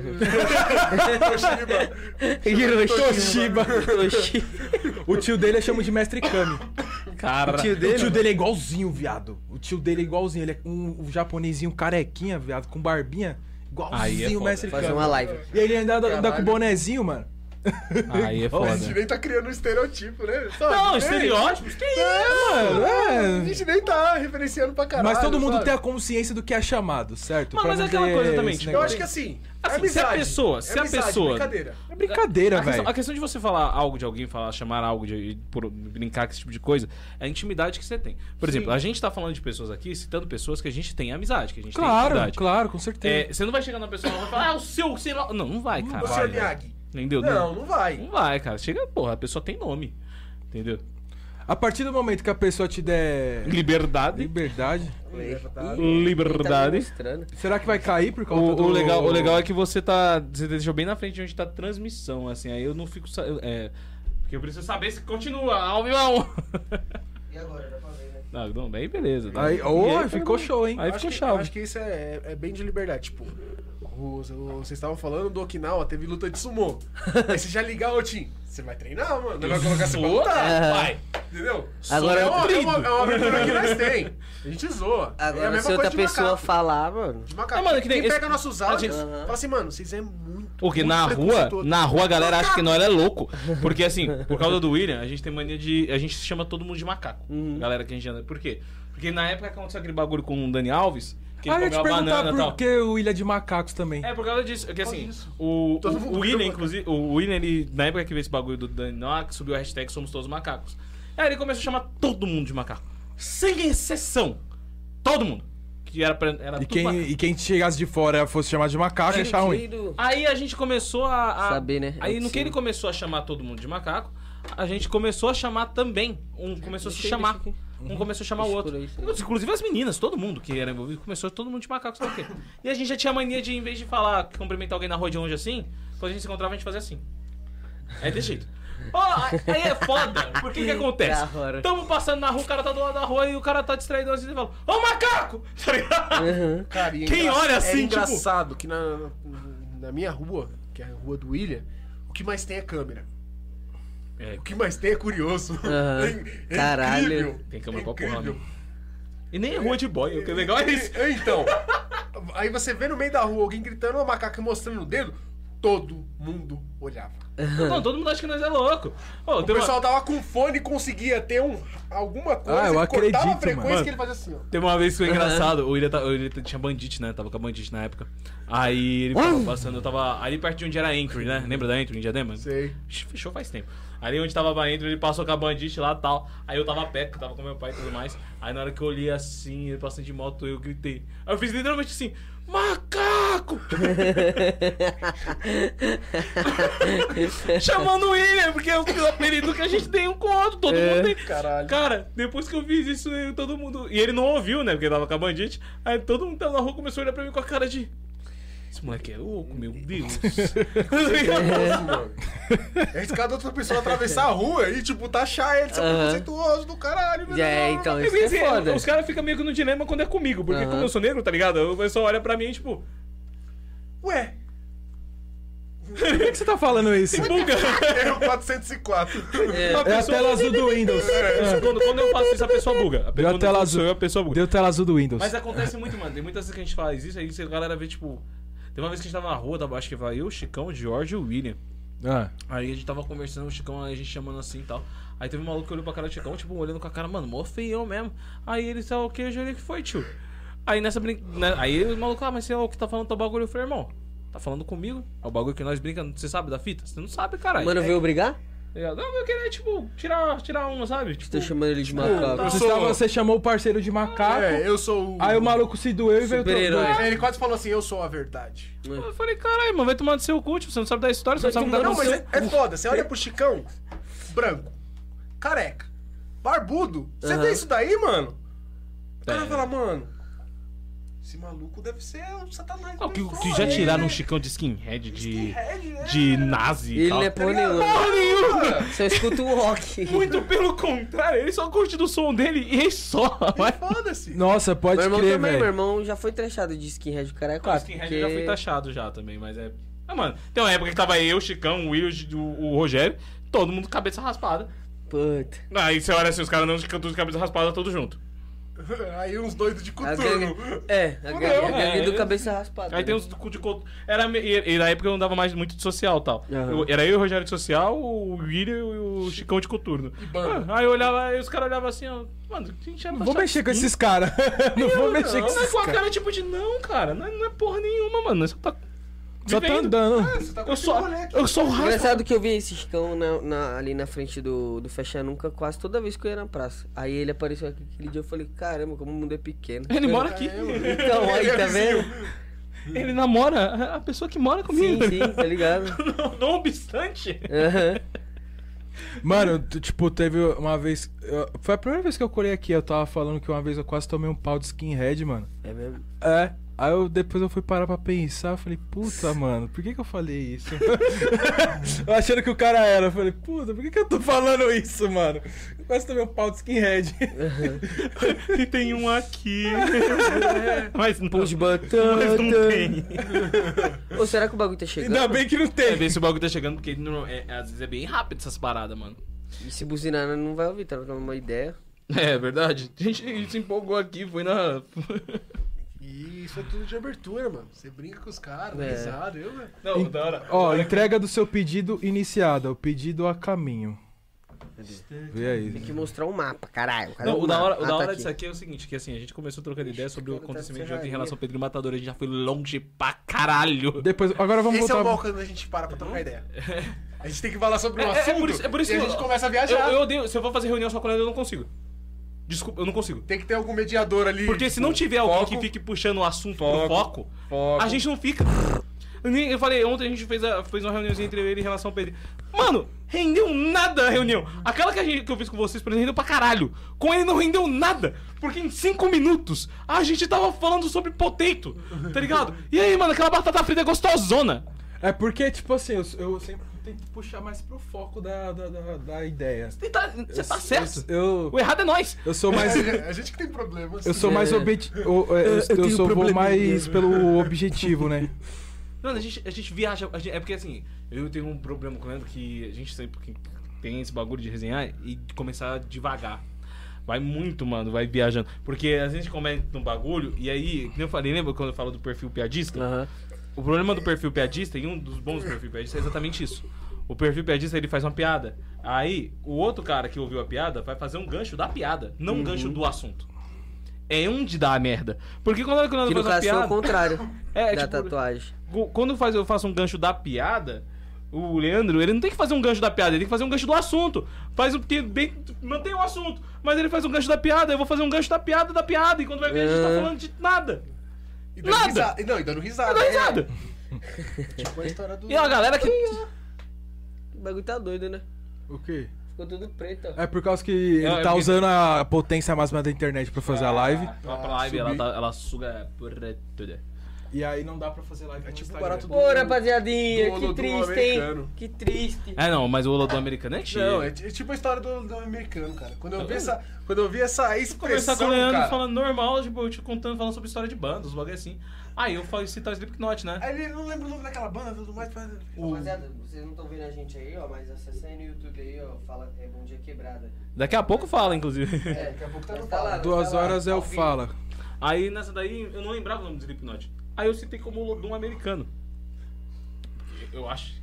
Toshiba. Hiroshima. Toshiba. O tio dele eu chamo de mestre Kami. Cara, O tio dele é igualzinho, viado. O tio dele é igualzinho. Ele é um, um japonesinho carequinha, viado, com barbinha. Aí é Igualzinho o foda. mestre Fazer Kami. uma live. E ele ainda anda, anda com Caralho. bonezinho, mano. Aí é A foda. gente nem tá criando um estereotipo, né? Sabe? Não, Ei, estereótipos? Que isso? Mano, A é. gente nem tá referenciando pra caralho. Mas todo mundo sabe? tem a consciência do que é chamado, certo? Mano, Pra mas não é aquela ter coisa também, esse tipo, Eu negócio. acho que assim, é Assim, se a amizade. pessoa- É se a amizade, pessoa- brincadeira. É brincadeira, a questão, velho. a questão de você falar algo de alguém, falar, chamar algo de por, brincar com esse tipo de coisa, é a intimidade que você tem. Por exemplo, a gente tá falando de pessoas aqui, citando pessoas que a gente tem amizade, que a gente tem Claro, intimidade. claro, com certeza. É, você não vai chegar na pessoa e vai falar, ah, o seu, sei lá. Não, não vai, cara. Ô, senhor Miyagi. Entendeu? Não, não vai. Não vai, cara. Chega, porra, a pessoa tem nome. Entendeu? A partir do momento que a pessoa te der Liberdade. liberdade, Liberdade. Mostrando. será que vai cair por conta O, do... o legal, o legal é que você tá. Você deixou bem na frente onde tá a transmissão, assim. Aí eu não fico. sa- É, porque eu preciso saber se continua ao vivo. E agora, dá pra ver, né? Não, não, bem beleza. Aí, E ô, aí, ficou show, hein? Aí acho ficou que, chave. acho que isso é, é bem de liberdade. Tipo, o- o- vocês estavam falando do Okinawa, teve luta de sumô. Aí você já ligar o Tim. Você vai treinar, mano. Não vai colocar você pra lutar. Vai. Entendeu? Agora é eu uma, é, trido. uma, é uma aventura que nós tem. A gente zoa. é a Agora, mesma se outra coisa de pessoa macaco. falar, mano. De macaco. É, mano, que nem Quem esse- pega nossos a áudios, gente- fala assim, mano, vocês é muito. Porque muito na rua, preconceituoso. na rua a galera acha que nós é louco. Porque assim, por causa do William, a gente tem mania de. A gente chama todo mundo de macaco. A galera que a gente anda. Por quê? Porque na época que aconteceu aquele bagulho com o Dani Alves, que Ah, eu ele ia te comeu a perguntar banana e tal. por que o Ilha de Macacos também. É, por causa disso. Porque assim, disso. o, Todo o, mundo o William, comeu inclusive, o William, ele, na época que veio esse bagulho do Dani Alves, subiu a hashtag Somos Todos Macacos. Aí ele começou a chamar todo mundo de macaco. Sem exceção. Todo mundo. Que era pra. Era E tudo quem, macaco. e quem chegasse de fora fosse chamado de macaco, ia achar ruim. Tiro. Aí a gente começou a. a- Saber, né? Aí É no o que ele sim. começou a chamar todo mundo de macaco, a gente começou a chamar também. Um começou a se Deixa aí, chamar. deixa aqui. Um começou a chamar o Deixa outro. por aí, sim. Inclusive as meninas, todo mundo que era envolvido, começou todo mundo de macaco, sabe o quê? E a gente já tinha mania de, em vez de falar, cumprimentar alguém na rua de longe assim, quando a gente se encontrava, a gente fazia assim. É desse jeito. Ó, aí é foda. Por que que acontece? Da hora. Tamo passando na rua, o cara tá do lado da rua e o cara tá distraído assim e fala, ô macaco! Tá ligado? Cara, e é Quem engra- olha assim, é tipo- engraçado que na, na minha rua, que é a rua do William, o que mais tem é câmera. É, O que mais tem é curioso. Aham. É, é Caralho. incrível. tem câmera É pra porra, incrível. né? E nem é rua de boy, o que é legal é isso. É, Então, aí você vê no meio da rua alguém gritando, uma macaca mostrando o dedo, todo mundo olhava. Não, todo mundo acha que nós é louco. Ô, O tem uma- pessoal tava com fone e conseguia ter um, alguma coisa Ah, eu que cortava a acredito, frequência mano. que ele fazia assim, ó. Teve uma vez que foi engraçado, o William, tá- o William tinha bandite, né? Tava com a bandite na época. Aí ele tava passando, eu tava ali perto de onde era a Entry, né? Lembra da Entry em Diadema? Sei. Ixi, fechou faz tempo. Ali onde tava a Entry, ele passou com a bandite lá e tal. Aí eu tava perto, eu tava com meu pai e tudo mais. Aí na hora que eu olhei assim, ele passando de moto, eu gritei. Aí eu fiz literalmente assim, macaco! Chamando o William, porque é o apelido que a gente tem um com o outro, todo mundo tem. Caralho. Cara, depois que eu fiz isso, eu- todo mundo. E ele não ouviu, né? Porque tava com a bandite. Aí todo mundo tava na rua começou a olhar pra mim com a cara de. Esse moleque é louco, meu Deus. Nossa, mano. É arriscado outra pessoa atravessar a rua e, tipo, taxar ele, ser Aham. preconceituoso do caralho. meu É, Deus. então, É isso porque, que é assim, foda. os caras ficam meio que no dilema quando é comigo. Porque Aham. como eu sou negro, tá ligado? O pessoal olha pra mim e, tipo. Ué, Por que, que você tá falando isso? Buga. erro quatrocentos e quatro. É. A É a pessoa- tela azul do Windows. É, quando, quando eu faço isso, a pessoa buga. A Deu pessoa, a tela quando azul. sou eu, a pessoa buga. Deu tela azul do Windows. Mas acontece muito, mano. Tem muitas vezes que a gente faz isso, aí a galera vê, tipo. Tem uma vez que a gente tava na rua, tava, acho que vai eu, o Chicão, o George e o William. Ah, Aí a gente tava conversando, o Chicão, aí a gente chamando assim e tal. Aí teve um maluco que olhou pra cara do Chicão, tipo, olhando com a cara, mano, mó feião mesmo. Aí ele saiu o que? Eu olhei que foi, tio. Aí nessa brin... né? Aí o maluco, ah, mas você é o que tá falando teu bagulho? Eu falei, irmão, tá falando comigo? É o bagulho que nós brincamos, você sabe da fita? Você não sabe, caralho. Mano, veio brigar? É, não, eu queria, tipo, tirar, tirar uma, sabe? Tipo, Tô chamando ele de tá. macaco. você, sou- tava- você chamou o parceiro de macaco, É, eu sou o... aí o maluco se doeu e veio Super-herói. todo- É, ele quase falou assim, eu sou a verdade. eu falei, caralho, mano, vai tomar no seu cu, tipo, você não sabe da história, você não sabe o que tá Não, mas acontecendo. é, é foda. Você olha pro Chicão, branco, careca, barbudo. Você Aham. vê isso daí, mano? O cara É. fala, mano, esse maluco deve ser o Satanás. Ah, que, do que sol, já ele- tiraram um Chicão de skinhead, de, Skinhead, né? de nazi e Ele tal. não é porra ligado? nenhuma. Porra nenhuma! Só escuta o rock. Muito pelo contrário, ele só curte do som dele e só. Mas... Foda-se. Nossa, pode Meu irmão crer, também, meu velho. irmão já foi trechado de skinhead, o cara é O quatro. skinhead porque... já foi taxado já também, mas é... Ah, mano, tem uma época que tava eu, o Chicão, o Will, o, o Rogério, todo mundo com cabeça raspada. Puta. Aí você olha assim, os caras não ficam todos de cabeça raspada, todos junto. Aí uns doidos de A coturno. gangue, é, a gangue, a gangue é, do é. cabeça raspada. Aí né? tem uns cu de coto. Era, me- e, e na época eu não dava mais muito de social e tal. Aham. Eu- era eu e o Rogério de social, o William e o Chicão de coturno. banda. Ah, aí eu olhava, aí os caras olhavam assim, ó. Mano, a gente era Não vou mexer com esses caras. Não vou mexer com Não, não é esses com a caras. cara tipo de não, cara. Não é, não é porra nenhuma, mano. Nós só tá. Só tá vivendo. andando. Você tá Eu curtindo sou, o rolê aqui. eu sou o raspa. Engraçado que eu vi esse Chicão na, na- ali na frente do, do Fecha Nunca quase toda vez que eu ia na praça. Aí ele apareceu aqui aquele dia, eu falei, caramba, como o mundo é pequeno. Ele mora aqui. Então, aí, tá vendo? Ele namora a pessoa que mora comigo. Sim, sim, tá ligado? Não, não obstante. Aham. Mano, tu, tipo, teve uma vez. eu- foi a primeira vez que eu colei aqui. Eu tava falando que uma vez eu quase tomei um pau de skinhead, mano. É mesmo? É. Aí eu, depois eu fui parar pra pensar, eu falei, puta, mano, por que que eu falei isso? Eu achando que o cara era, eu falei, puta, por que que eu tô falando isso, mano? Eu quase tomei um pau de skinhead. E tem um aqui. Mas não, Pão de batata. mas não tem. Ou será que o bagulho tá chegando? Ainda bem que não É, tem. ver se o bagulho tá chegando, porque não- é- às vezes é bem rápido essas paradas, mano. E se buzinar, não vai ouvir, tá dando uma ideia. É verdade. A gente, a gente se empolgou aqui, foi na. E isso é tudo de abertura, mano. Você brinca com os caras, É. risada, eu, velho. Não, da hora. Ó, entrega do seu pedido iniciada, o pedido a caminho. Vê aí. Tem que mostrar um mapa, caralho. Cadê Não, o da mapa? hora, o Ah, da tá hora aqui. disso aqui é o seguinte, que assim, a gente começou trocando ideia sobre o Ixi, acontecimento de cara, ontem em tá relação ao Pedro Matador, a gente já foi longe pra caralho. Depois, agora vamos Esse é o voltar. bom quando a gente para pra trocar ideia. A gente tem que falar sobre um É, é, é assunto por isso, é por isso e a que gente eu- começa a Eu, viajar. eu odeio, se eu for fazer reunião só com ela, eu não consigo. Desculpa, eu não consigo. Tem que ter algum mediador ali. Porque se tipo, não tiver alguém foco, que fique puxando o assunto Foco. pro foco, foco. a gente não fica. Eu, nem- eu falei, ontem a gente fez, a- fez uma reuniãozinha entre ele em relação ao Pedro. Mano, rendeu nada a reunião. Aquela que, a gente, que eu fiz com vocês, por exemplo, rendeu pra caralho. Com ele não rendeu nada. Porque em cinco minutos a gente tava falando sobre potato, tá ligado? E aí, mano, aquela batata frita é gostosona. É porque, tipo assim, eu, eu sempre tento puxar mais pro foco da, da, da, da ideia. Você tá, você tá Eu- certo. Eu, O errado é nós. eu sou mais. A gente que tem problemas. Eu sou mais É. objetivo. Eu, eu, eu, tenho sou vou probleminha. mais pelo objetivo, né? Mano, a gente, a gente viaja. a gente- é porque assim, eu tenho um problema com o Leandro que a gente sempre tem esse bagulho de resenhar e de começar devagar. Vai muito, mano, vai viajando. Porque às vezes a gente comenta um bagulho e aí, como eu falei, lembra quando eu falo do perfil piadista? Aham. O problema do perfil piadista, e um dos bons do perfil piadista, é exatamente isso. O perfil piadista, ele faz uma piada. Aí, o outro cara que ouviu a piada vai fazer um gancho da piada, não um gancho do assunto. É onde dá a merda. Porque quando, quando Que eu no faço uma caso foi o piada... contrário É, da tipo, tatuagem. Gu- Quando faz, eu faço um gancho da piada, o Leandro, ele não tem que fazer um gancho da piada, ele tem que fazer um gancho do assunto. Faz o que bem. Mantém o assunto. Mas ele faz um gancho da piada, eu vou fazer um gancho da piada da piada. E quando vai ver, a gente tá É. falando de nada. E dando Nada. risada. Não, e dando risada. Nada, risada. Tipo a história do. E a galera que. O bagulho tá doido, né? O quê? Ficou tudo preto, ó. É por causa que ele É, é tá porque- usando a potência máxima da internet pra fazer a live. Uma live, ela, tá- ela suga por tudo. E aí não dá pra fazer live É no tipo Instagram. barato do- Pô, rapaziadinha, do que Olodum triste, americano. hein? Que triste. É, não, mas o Olodum americano é antigo. Não, é, t- é tipo a história do, do americano, cara. Quando eu vi essa, quando eu vi essa expressão, Conversar com o Leandro cara, falando normal, tipo, eu te contando, falando sobre história de bandas, os bagulho assim. Aí eu falei citar o Slipknot, né? Aí ele não lembra o nome daquela banda e tudo mais. Mas... Rapaziada, vocês não estão vendo a gente aí, ó, mas acessa aí no YouTube aí, ó, fala é Bom Dia Quebrada. Daqui a pouco fala, inclusive. É, daqui a pouco tá mas no tá lá, fala. Duas tá lá, horas é ao o vivo. fala. Aí nessa daí eu não lembrava o nome do Slipknot. Aí eu citei como Olodum americano. Eu acho.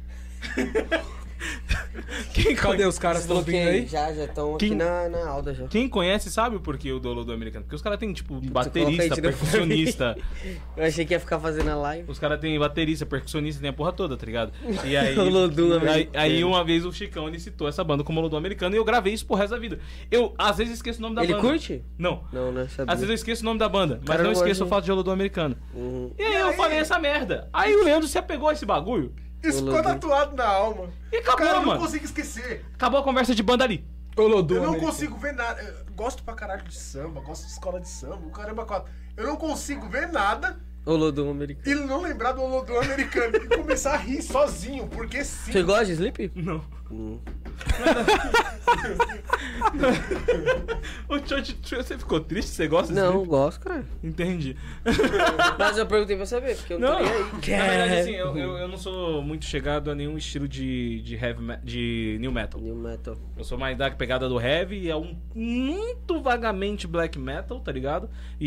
Quem, Cadê conhe... os caras estão vindo aí? Já, já estão Quem- aqui na, na aula já. Quem conhece sabe o porquê o do Olodum americano. Porque os caras têm, tipo, coloca baterista, aí de novo. percussionista. Eu achei que ia ficar fazendo a live. Os caras têm baterista, percussionista, tem a porra toda, tá ligado? E aí, Olodum aí, americano. aí uma vez o Chicão ele citou essa banda como Olodum americano e eu gravei isso pro resto da vida. Eu às vezes esqueço o nome da Ele banda. curte? Não. Não, né? Sabia. Às vezes eu esqueço o nome da banda, mas Cara, não eu esqueço gosto. o fato de Olodum americano. Uhum. E aí eu falei essa merda. Aí o Leandro se apegou a esse bagulho Isso ficou Olodum. tatuado na alma. e acabou, Cara, eu não mano. consigo esquecer. Acabou a conversa de banda ali. Olodum. Eu não americano. consigo ver nada. Eu gosto pra caralho de samba, gosto de escola de samba, o caramba quatro. Eu não consigo ver nada Olodum americano. e não lembrar do Olodum americano e começar a rir sozinho, porque sim. Você gosta de Sleep? Não. Hum. Ô, tio, tio, você ficou triste? Você gosta desse Não, clipe? gosto, cara. Entendi. Mas eu perguntei pra saber, porque eu não, Não, tô nem aí. na verdade, assim, eu, eu, eu não sou muito chegado a nenhum estilo de, de, heavy me- de new metal. New metal. Eu sou mais da pegada do heavy e é um muito vagamente black metal, tá ligado?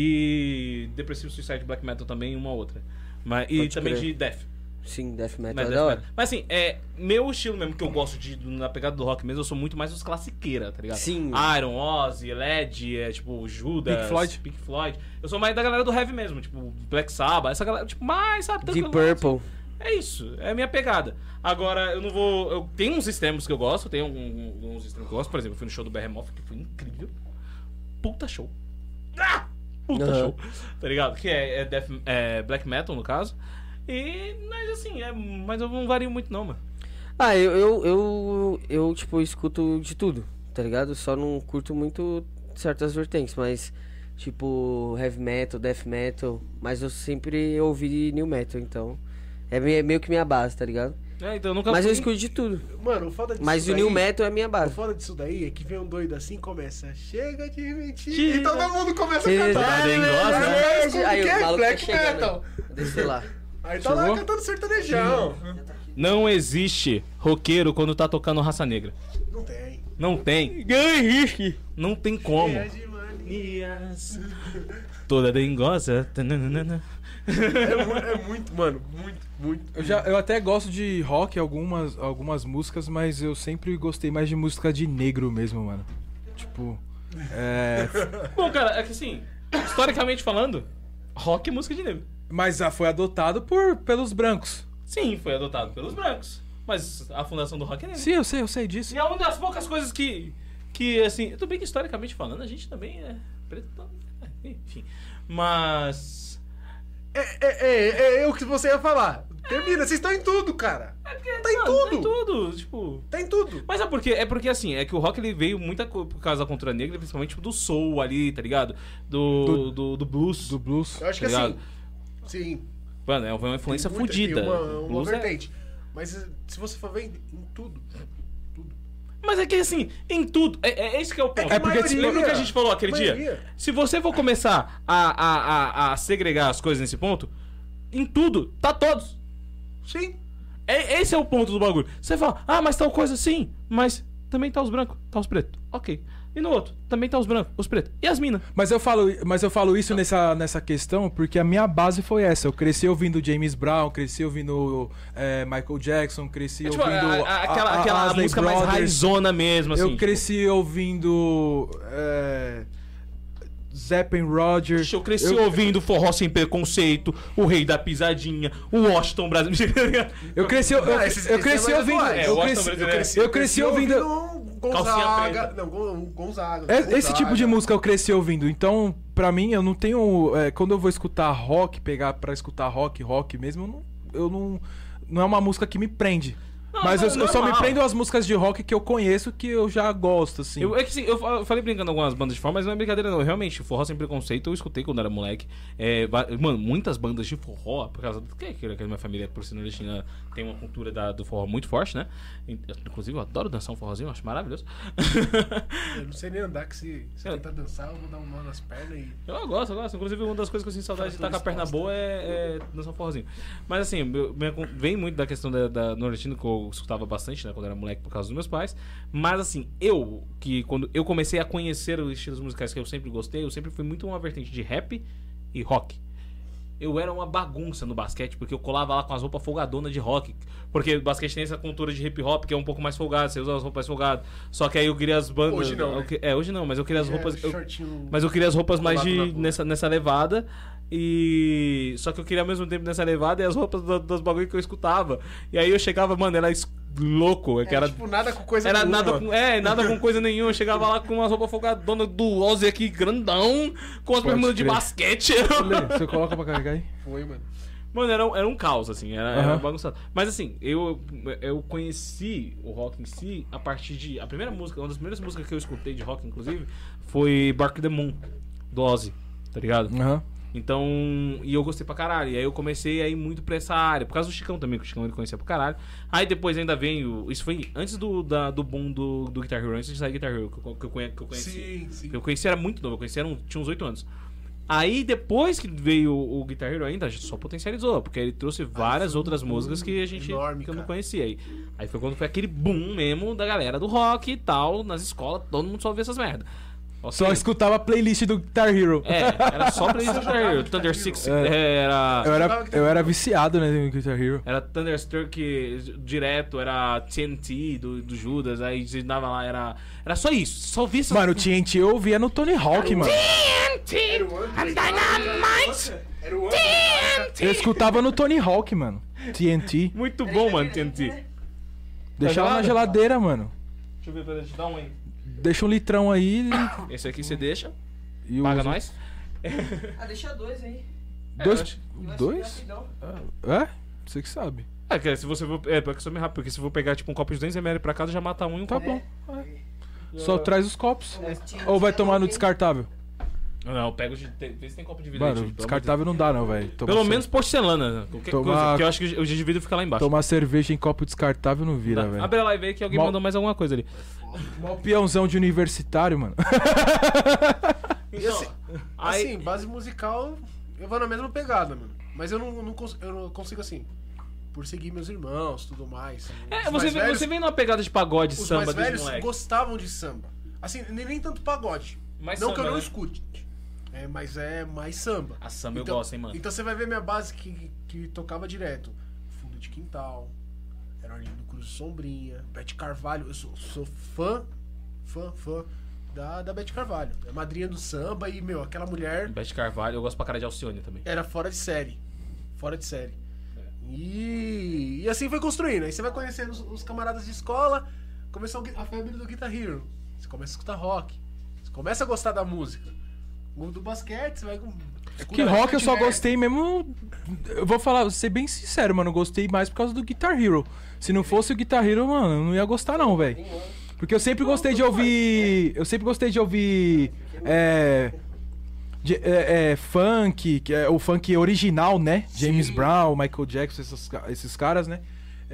E Depressive Suicide Black Metal também, uma outra. Mas, e Pode também crer. de death. Sim, death metal Mas, é death da hora. metal. Mas assim, é meu estilo mesmo que eu gosto de na pegada do rock mesmo, eu sou muito mais os classiqueira, tá ligado? Sim. Iron, Ozzy, Led, é, tipo Judas, Pink Floyd. Pink Floyd. Eu sou mais da galera do heavy mesmo, tipo Black Sabbath, essa galera, tipo, mais, sabe? Deep tranquilo, Purple. é isso, é a minha pegada. Agora, eu não vou. Eu tenho uns extremos que eu gosto, tenho um- uns extremos que eu gosto. Por exemplo, eu fui no show do Behemoth, que foi incrível. Puta show. Ah! Puta Uhum. show. Tá ligado? Que é, é, death, é black metal, no caso. E, mas assim, é, mas eu não vario muito, não, mano. Ah, eu, eu, eu, eu, tipo, escuto de tudo, tá ligado? Só não curto muito certas vertentes, mas, tipo, heavy metal, death metal, mas eu sempre ouvi new metal, então, é me- meio que minha base, tá ligado? É, então eu nunca Mas eu fui- escuto de tudo, Mano, o foda disso mas o daí, new metal é minha O base. foda disso daí é que vem um doido assim e começa, chega de mentir, Tira. e todo mundo começa a Tira. cantar. Tá bem, gosta, né? Mas como Aí que o é? maluco Black tá chegando. metal. Deixa lá. Aí tá lá Chegou? cantando sertanejão. Não existe roqueiro quando tá tocando raça negra. Não tem. Não tem. Não tem como. É de manias. Toda dengosa. Tananana. É, mu- é muito, mano, muito, muito. Eu, já, eu até gosto de rock, algumas, algumas músicas, mas eu sempre gostei mais de música de negro mesmo, mano. Tipo, é... Bom, cara, é que assim, historicamente falando, rock é música de negro. Mas ah, foi adotado por, pelos brancos. Sim, foi adotado pelos brancos. Mas a fundação do rock é negra. Sim, eu sei, eu sei disso. E é uma das poucas coisas que, que assim, tudo bem que historicamente falando, a gente também é preto, então, é, enfim. Mas... É, é, é, é o que você ia falar. Termina, vocês estão em tudo, cara. Tá em Não, tudo. Tá em tudo, tipo... Tá em tudo. Mas é porque, é porque assim, é que o rock ele veio muita co- por causa da cultura negra, principalmente tipo, do soul ali, tá ligado? Do, Do- do, do blues. Do blues. Eu acho que Tá assim, ligado? sim. Mano, é uma influência tem muita- fodida. tem Uma, uma Blues é- vertente. Mas eh, se você for ver em, em tudo. Mas é que assim, em tudo. É, é esse que é o ponto. que É porque, maioria- Lembra o que a gente falou aquele dia? maioria. Se você for começar a, a, a, a segregar as coisas nesse ponto, em tudo, tá todos. Sim. É, esse é o ponto do bagulho. Você fala, ah, mas tal coisa sim, mas também tá os brancos, tá os pretos. Ok. E no outro, também tá os brancos, os pretos. E as minas? Mas eu falo, mas eu falo isso nessa, nessa questão porque a minha base foi essa. Eu cresci ouvindo James Brown, cresci ouvindo é, Michael Jackson, cresci É, tipo, ouvindo a- a- aquela, a- a- aquela Isley música mais Brothers. raizona mesmo, assim. Eu cresci ouvindo é, Zeppelin Roger. Eu cresci eu, ouvindo Forró Sem Preconceito, O Rei da Pisadinha, o Washington brasileiro. Eu cresci, eu, eu, Ah, esses- eu esses cresci é mais ouvindo. atuais. É, eu, o cresci, Washington eu, brasileiro. cresci, eu cresci ouvindo. um Calcinha Gonzaga. preta. Não, Gon- Gonzaga. É, esse Gonzaga. tipo de música eu cresci ouvindo. Então, pra mim, eu não tenho. é, quando eu vou escutar rock, pegar pra escutar rock, rock mesmo, eu não. Eu não, não é uma música que me prende. Não, Mas eu, não, eu só me normal. prendo às músicas de rock que eu conheço, que eu já gosto, assim. Eu, é que sim, eu fa- eu falei brincando algumas bandas de forró, mas não é brincadeira não. Realmente, Forró Sem Preconceito eu escutei quando era moleque. É, va- mano, muitas bandas de forró, por causa do que, que a minha família, por ser nordestina, tem uma cultura da- do forró muito forte, né? Inclusive, eu adoro dançar um forrozinho, eu acho maravilhoso. Eu não sei nem andar, que se, se tentar dançar, eu vou dar um nó nas pernas e... Eu gosto, eu gosto. Inclusive, uma das coisas que eu sinto saudade de estar com a perna boa é, é dançar um forrozinho. Mas assim, meu- minha con- vem muito da questão da, da nordestina, que eu escutava bastante, né, quando era moleque, por causa dos meus pais. Mas assim, eu, que quando eu comecei a conhecer os estilos musicais que eu sempre gostei, eu sempre fui muito uma vertente de rap e rock. Eu era uma bagunça no basquete, porque eu colava lá com as roupas folgadonas de rock. Porque o basquete tem essa cultura de hip hop que é um pouco mais folgado, você usa as roupas mais folgadas. Só que aí eu queria as bandas. Hoje não, eu né? que- É, hoje não, mas eu queria as É, roupas. eu- shortinho mas eu queria as roupas mais colado de, na bunda. nessa, nessa levada. E. Só que eu queria ao mesmo tempo nessa levada e as roupas da- das bagulho que eu escutava. E aí eu chegava, mano, era es- louco. É que É, era. tipo, nada com coisa Era nenhuma. nada com, é, nada com coisa nenhuma. Eu chegava lá com uma roupa folgadona do Ozzy aqui, grandão, com as Pode bermudas de crer. basquete. Lê, você coloca pra carregar aí? Foi, mano. Mano, era, um- era um caos, assim, era, era Aham. bagunçado. Mas assim, eu, eu conheci o rock em si a partir de. A primeira música, uma das primeiras músicas que eu escutei de rock, inclusive, foi Bark the Moon, do Ozzy, tá ligado? Aham. Então, e eu gostei pra caralho. E aí eu comecei a ir muito pra essa área. Por causa do Chicão também, que o Chicão ele conhecia pra caralho. Aí depois ainda vem o... Isso foi antes do, da, do boom do, do Guitar Hero, antes de sair Guitar Hero, que eu, que eu, conhe, que eu conheci. Sim, sim. Que eu conheci era muito novo, eu conheci era um, tinha uns oito anos. Aí depois que veio o, o Guitar Hero ainda, a gente só potencializou, porque ele trouxe várias foi um outras boom músicas que a gente enorme, que eu não cara. conhecia. Aí, aí foi quando foi aquele boom mesmo da galera do rock e tal, nas escolas, todo mundo só via essas merdas. Só escutava a playlist do Guitar Hero. É, era só pra isso Guitar Hero. Thunder Six É. era. Eu era, eu era viciado, né, no Guitar Hero. Era Thunderstruck direto, era T N T do, do Judas, aí você dava lá, era. Era só isso, só ouvia essas. Mano, o T N T eu ouvia no Tony Hawk, mano. Era o André. Dynamite! Era o André. Eu escutava no Tony Hawk, mano. T N T. Muito bom, mano, T N T. Deixava na gelado? geladeira, mano. Deixa eu ver pra te dar um aí. Deixa um litrão aí Esse aqui você deixa, e paga usa. nós. Ah, deixa dois aí. Dois? É, eu acho- Eu acho Dois? rapidão. É? Você que sabe. É, que se você for. É, porque eu sou meio rápido, porque se eu for pegar tipo um copo de duzentos mililitros pra casa, já mata um e um Tá copo. bom. Só traz os copos. Mas tinha- Ou vai tinha tomar no alguém- descartável? Não, eu pego de. tem- Vê se tem copo de vidro. aí, Mano, tio, pelo descartável não dá não, velho. Pelo menos porcelana, qualquer Tomar- coisa, porque eu acho que o de vidro fica lá embaixo. Tomar cerveja em copo descartável não vira, Dá. velho. Abre lá e vê que alguém Mal- mandou mais alguma coisa ali. Mó peãozão de universitário, mano. E assim, Aí- assim, base musical, eu vou na mesma pegada, mano. Mas eu não, não, cons- eu não consigo, assim, por seguir meus irmãos, tudo mais. É, Os você, mais vem, velhos- você vem numa pegada de pagode, Os samba mais desde velhos moleque. gostavam de samba. Assim, nem, nem tanto pagode. Mais não samba, que eu não né? escute. É, mas é mais samba. A samba então, eu gosto, hein, mano. Então você vai ver minha base que, que tocava direto. Fundo de Quintal, era Arlindo Cruz Sombrinha, Beth Carvalho. Eu sou, sou fã, fã, fã da, da Beth Carvalho. É madrinha do samba e, meu, aquela mulher Beth Carvalho, eu gosto pra cara de Alcione também. era fora de série. Fora de série. É. E, e assim foi construindo. Aí você vai conhecendo os, os camaradas de escola, começou a febre do Guitar Hero. Você começa a escutar rock. Você começa a gostar da música. O do basquete, você vai com. Que rock eu só gostei mesmo. Eu vou falar, vou ser bem sincero, mano. Eu gostei mais por causa do Guitar Hero. Se não fosse o Guitar Hero, mano, eu não ia gostar, não, velho. Porque eu sempre gostei de ouvir. Eu sempre gostei de ouvir. É. de- é, é, funk, que é o funk original, né? James Sim. Brown, Michael Jackson, esses, ca- esses caras, né?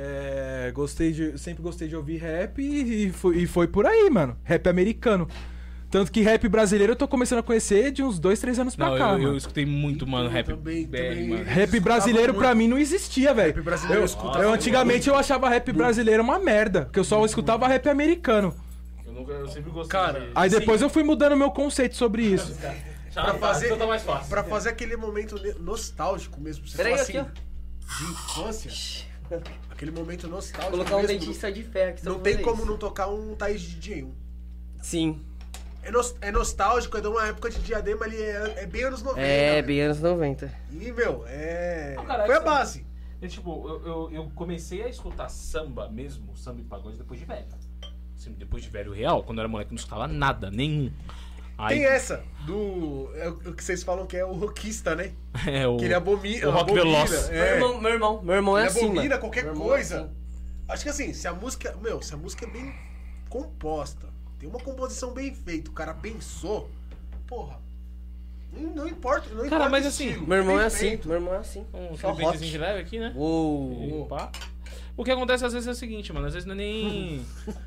É, gostei de, sempre gostei de ouvir rap e, e foi, e foi por aí, mano. Rap americano. Tanto que rap brasileiro eu tô começando a conhecer de uns dois, três anos pra Não, cá, eu, eu mano. escutei muito, mano, rap também, B R, também. mano. Rap brasileiro pra mim não existia, velho. Rap brasileiro eu Eu, escutava eu antigamente eu achava rap brasileiro uma merda, porque eu só escutava rap americano. Eu, nunca, eu sempre gostei Cara, de... Aí depois eu fui mudando meu conceito sobre isso. pra fazer- Então tá mais fácil. Pra fazer aquele momento ne- nostálgico mesmo. Você Peraí, fala aqui, assim, de infância. Aquele momento nostálgico Colocar um mesmo. dentista de ferro que Não tem como não tocar um Thaís de D J um. Sim. É, nos- é nostálgico, é de uma época de Diadema ali, é, é bem anos noventa. É, né? bem anos noventa. E, meu, é. Não, cara, Foi a isso- base. É, tipo, eu, eu, eu comecei a escutar samba mesmo, samba e pagode, depois de velho. Assim, depois de velho real, quando eu era moleque, eu não escutava nada, nenhum. Aí, Tem essa, do. É o o que vocês falam que é o rockista, né? é, o, Que ele abomina. o rock abomina, veloz. É. Meu irmão, meu irmão, meu irmão é Ele assim, abomina mano. qualquer Meu irmão é coisa. assim. Acho que assim, se a música. Meu, se a música é bem composta, tem uma composição bem feita, o cara pensou, porra. Não, não importa, não Cara, importa mas o assim, estilo, Meu irmão bem é assim, feito. meu irmão é assim. Um Só clipezinho rock. de leve aqui, né? Uou. Opa. O que acontece às vezes é o seguinte, mano, às vezes não é nem...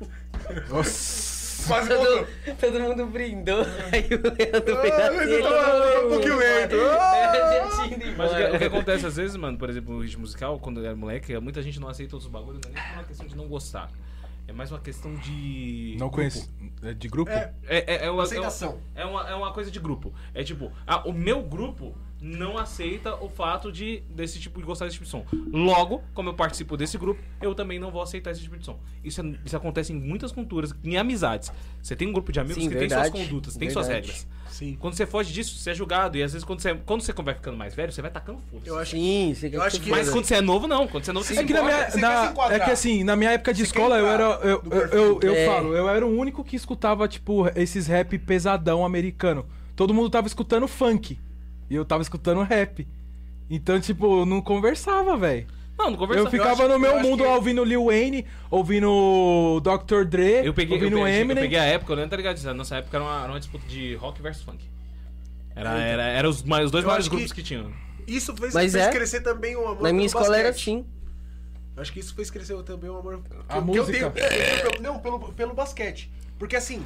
Nossa. Quase Todo, voltou. todo mundo brindou, aí o Leandro fez Ah, assim, mas ele eu tava- todo um mundo pouquinho vai. lento. É, já tinha ido Mas o que, embora. o que acontece às vezes, mano, por exemplo, no ritmo musical, quando eu era moleque, muita gente não aceita outros bagulhos, não é nem uma questão de não gostar. É mais uma questão de... Não grupo. conheço. É de grupo? É, É, é, é, uma, é, aceitação. uma, é, uma, é uma coisa de grupo. É tipo, ah, o meu grupo não aceita o fato de desse tipo de gostar desse tipo de som. Logo, como eu participo desse grupo, eu também não vou aceitar esse tipo de som. Isso, é- isso acontece em muitas culturas, em amizades. Você tem um grupo de amigos Sim, que verdade. tem suas condutas, tem suas Verdade. regras. Sim. Quando você foge disso, você é julgado. E às vezes quando você, quando você vai ficando mais velho, você vai tacando foda-se. Eu acho que. Sim, você quer Eu acho se que- Mas foda. quando você é novo, não. Quando você é novo, você É se que, na importa. minha, você na- quer se enquadrar. é que assim, na minha época de Você escola, quer eu entrar era. Eu, no eu, perfil. eu, eu É. falo, eu era o único que escutava, tipo, esses rap pesadão americano. Todo mundo tava escutando funk. E eu tava escutando rap. Então, tipo, eu não conversava, velho. Não, não conversa. Eu ficava acho- no eu meu acho mundo que- ouvindo Lil Wayne, ouvindo doutor Dre, Eu peguei, eu, ouvindo peguei, eu Eminem. peguei a época, eu não tá ligado? Na nossa época era uma, era uma disputa de rock versus funk. Era, era, era os, mais- os dois Eu maiores acho que- grupos que, tinham. Isso fez, Mas fez é. crescer também o amor Na minha pelo escola era basquete. assim. Eu acho que isso fez crescer também o amor... A que eu- música. Que eu tenho, eu tenho pelo- não, pelo, pelo basquete. Porque assim,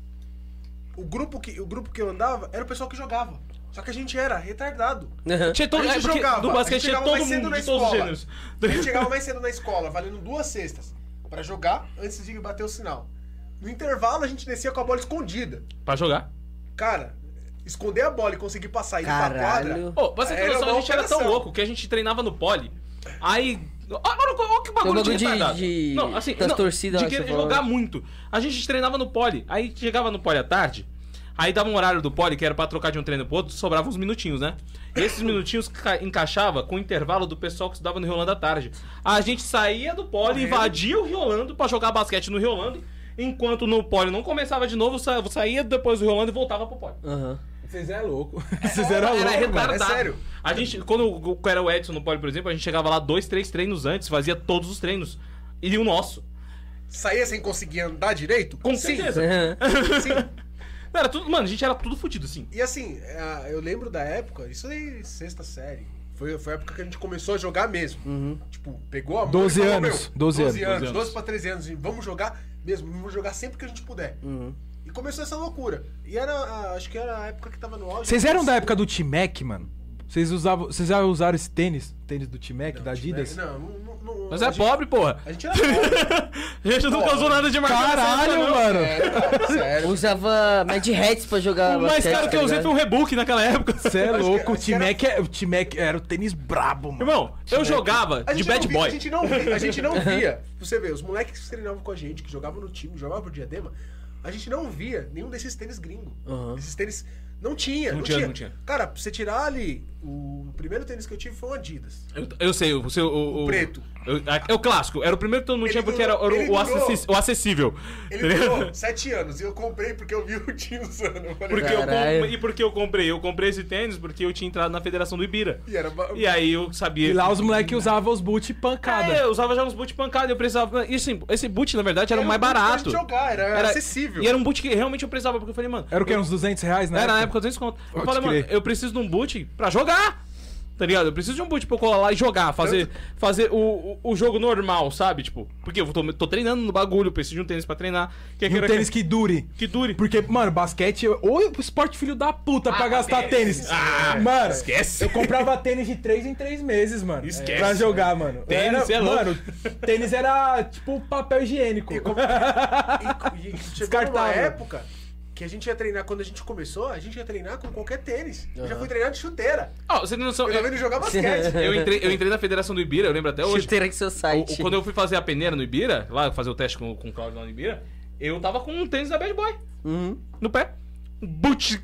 o grupo, que, o grupo que eu andava era o pessoal que jogava. Só que a gente era retardado. Aham. Tinha todo, A gente é porque jogava, do a basquete gente tinha chegava todo mais cedo mundo, na de todos os escola. gêneros. A gente chegava mais cedo na escola, valendo duas cestas, pra jogar antes de bater o sinal. No intervalo, a gente descia com a bola escondida. Pra jogar. Cara, esconder a bola e conseguir passar e ir pra quadra... Caralho. Ô, pra você ter Era noção, uma a gente era tão operação. louco que a gente treinava no pole. Aí. Olha, olha que bagulho, bagulho de, de- retardado. de- Não, assim, das não, torcidas, de acho querer que falou. jogar muito. A gente treinava no pole. Aí chegava no pole à tarde. Aí dava um horário do pole, que era pra trocar de um treino pro outro, sobrava uns minutinhos, né? E esses minutinhos ca- encaixava com o intervalo do pessoal que estudava no Rio Holando à tarde. A gente saía do pole, Correndo. invadia o Rio Holando pra jogar basquete no Rio Holando, enquanto no pole não começava de novo, sa- saía depois do Rio Holando e voltava pro pole. Aham. Vocês é louco. Vocês eram Era loucos, mano. retardado. é sério. A gente, quando o- era o Edson no pole, por exemplo, a gente chegava lá dois, três treinos antes, fazia todos os treinos. E o nosso. Saía sem conseguir andar direito? Com Sim. certeza. Aham. Sim. Não, era tudo, mano, a gente era tudo fudido, assim. E assim, é, eu lembro da época, isso aí, sexta série. Foi, foi a época que a gente começou a jogar mesmo. Uhum. Tipo, pegou a mão doze e falou, anos, meu, doze doze anos. anos, doze pra treze anos. E vamos jogar mesmo, vamos jogar sempre que a gente puder. Uhum. E começou essa loucura. E era, a- acho que era a época que tava no auge. Vocês eram da época do T-Mac, mano? Vocês usavam, vocês já usaram esse tênis? Tênis do T-Mac, da Adidas? Não, não, não, não Mas a é gente- pobre, porra. A gente era pobre. A gente nunca Porra. usou nada de marca. Caralho, não. mano! Sério, sério. Usava Mad Hats pra jogar O mais basquete, caro que tá eu usei ligado? foi um Rebook naquela época. Você é Acho que- louco, o acho que era- T-Mac é, o T-Mac era o tênis brabo, mano. Irmão, eu jogava A de gente não bad via- boy. A gente não via, a gente não via. Você vê, os moleques que treinavam com a gente, que jogavam no time, jogavam pro Diadema, a gente não via nenhum desses tênis gringos. Aham. Esses tênis não tinha, Não não, tinha, tinha, não tinha. Cara, pra você tirar ali, o primeiro tênis que eu tive foi um Adidas. Eu, eu sei, o seu. O, O preto. eu- é o clássico. Era o primeiro que todo mundo Ele tinha porque durou- era, era ele o, o, durou- acessi- o acessível. Ele Entendeu? durou sete anos e eu comprei porque eu vi o tio usando. Eu falei, Porque eu Caralho. comp- E por que eu comprei? Eu comprei esse tênis porque eu tinha entrado na Federação do Ibira. E era ba- E aí eu sabia. E lá os moleques usavam os boot pancada. É, eu usava já uns boot pancada, eu precisava. E assim, esse boot, na verdade, era, o mais um boot pra barato. gente jogar, era, acessível. E era um boot que realmente eu precisava, porque eu falei, mano. Era o quê? eu- Uns duzentos reais, né? Era na época duzentos conto. Eu Pode falei, mano, crer. eu preciso de um boot pra jogar. Tá ligado? Eu preciso de um boot pra eu colar lá e jogar, fazer, fazer o, o, o jogo normal, sabe? Tipo, porque eu tô, tô treinando no bagulho, eu preciso de um tênis pra treinar. Que, E um tênis que dure. que dure. Porque, mano, basquete, ou o esporte filho da puta pra gastar tênis. Ah, mano, esquece. eu comprava tênis de três em três meses, mano. Esquece. Pra jogar, mano. Tênis era, é louco. Mano, tênis era tipo papel higiênico. E, como- e- e chegou numa Descartável. época que a gente ia treinar, quando a gente começou, a gente ia treinar com qualquer tênis. Eu já fui treinar de chuteira. Ó, você tem noção. Eu Eu, tava indo jogar basquete. eu entrei, eu entrei na Federação do Ibira, eu lembro até hoje. Chuteira que seu O- site. o- quando eu fui fazer a peneira no Ibira, lá fazer o teste com, com o Claudio lá no Ibira, eu tava com um tênis da Bad Boy Uhum. no pé. Um boot.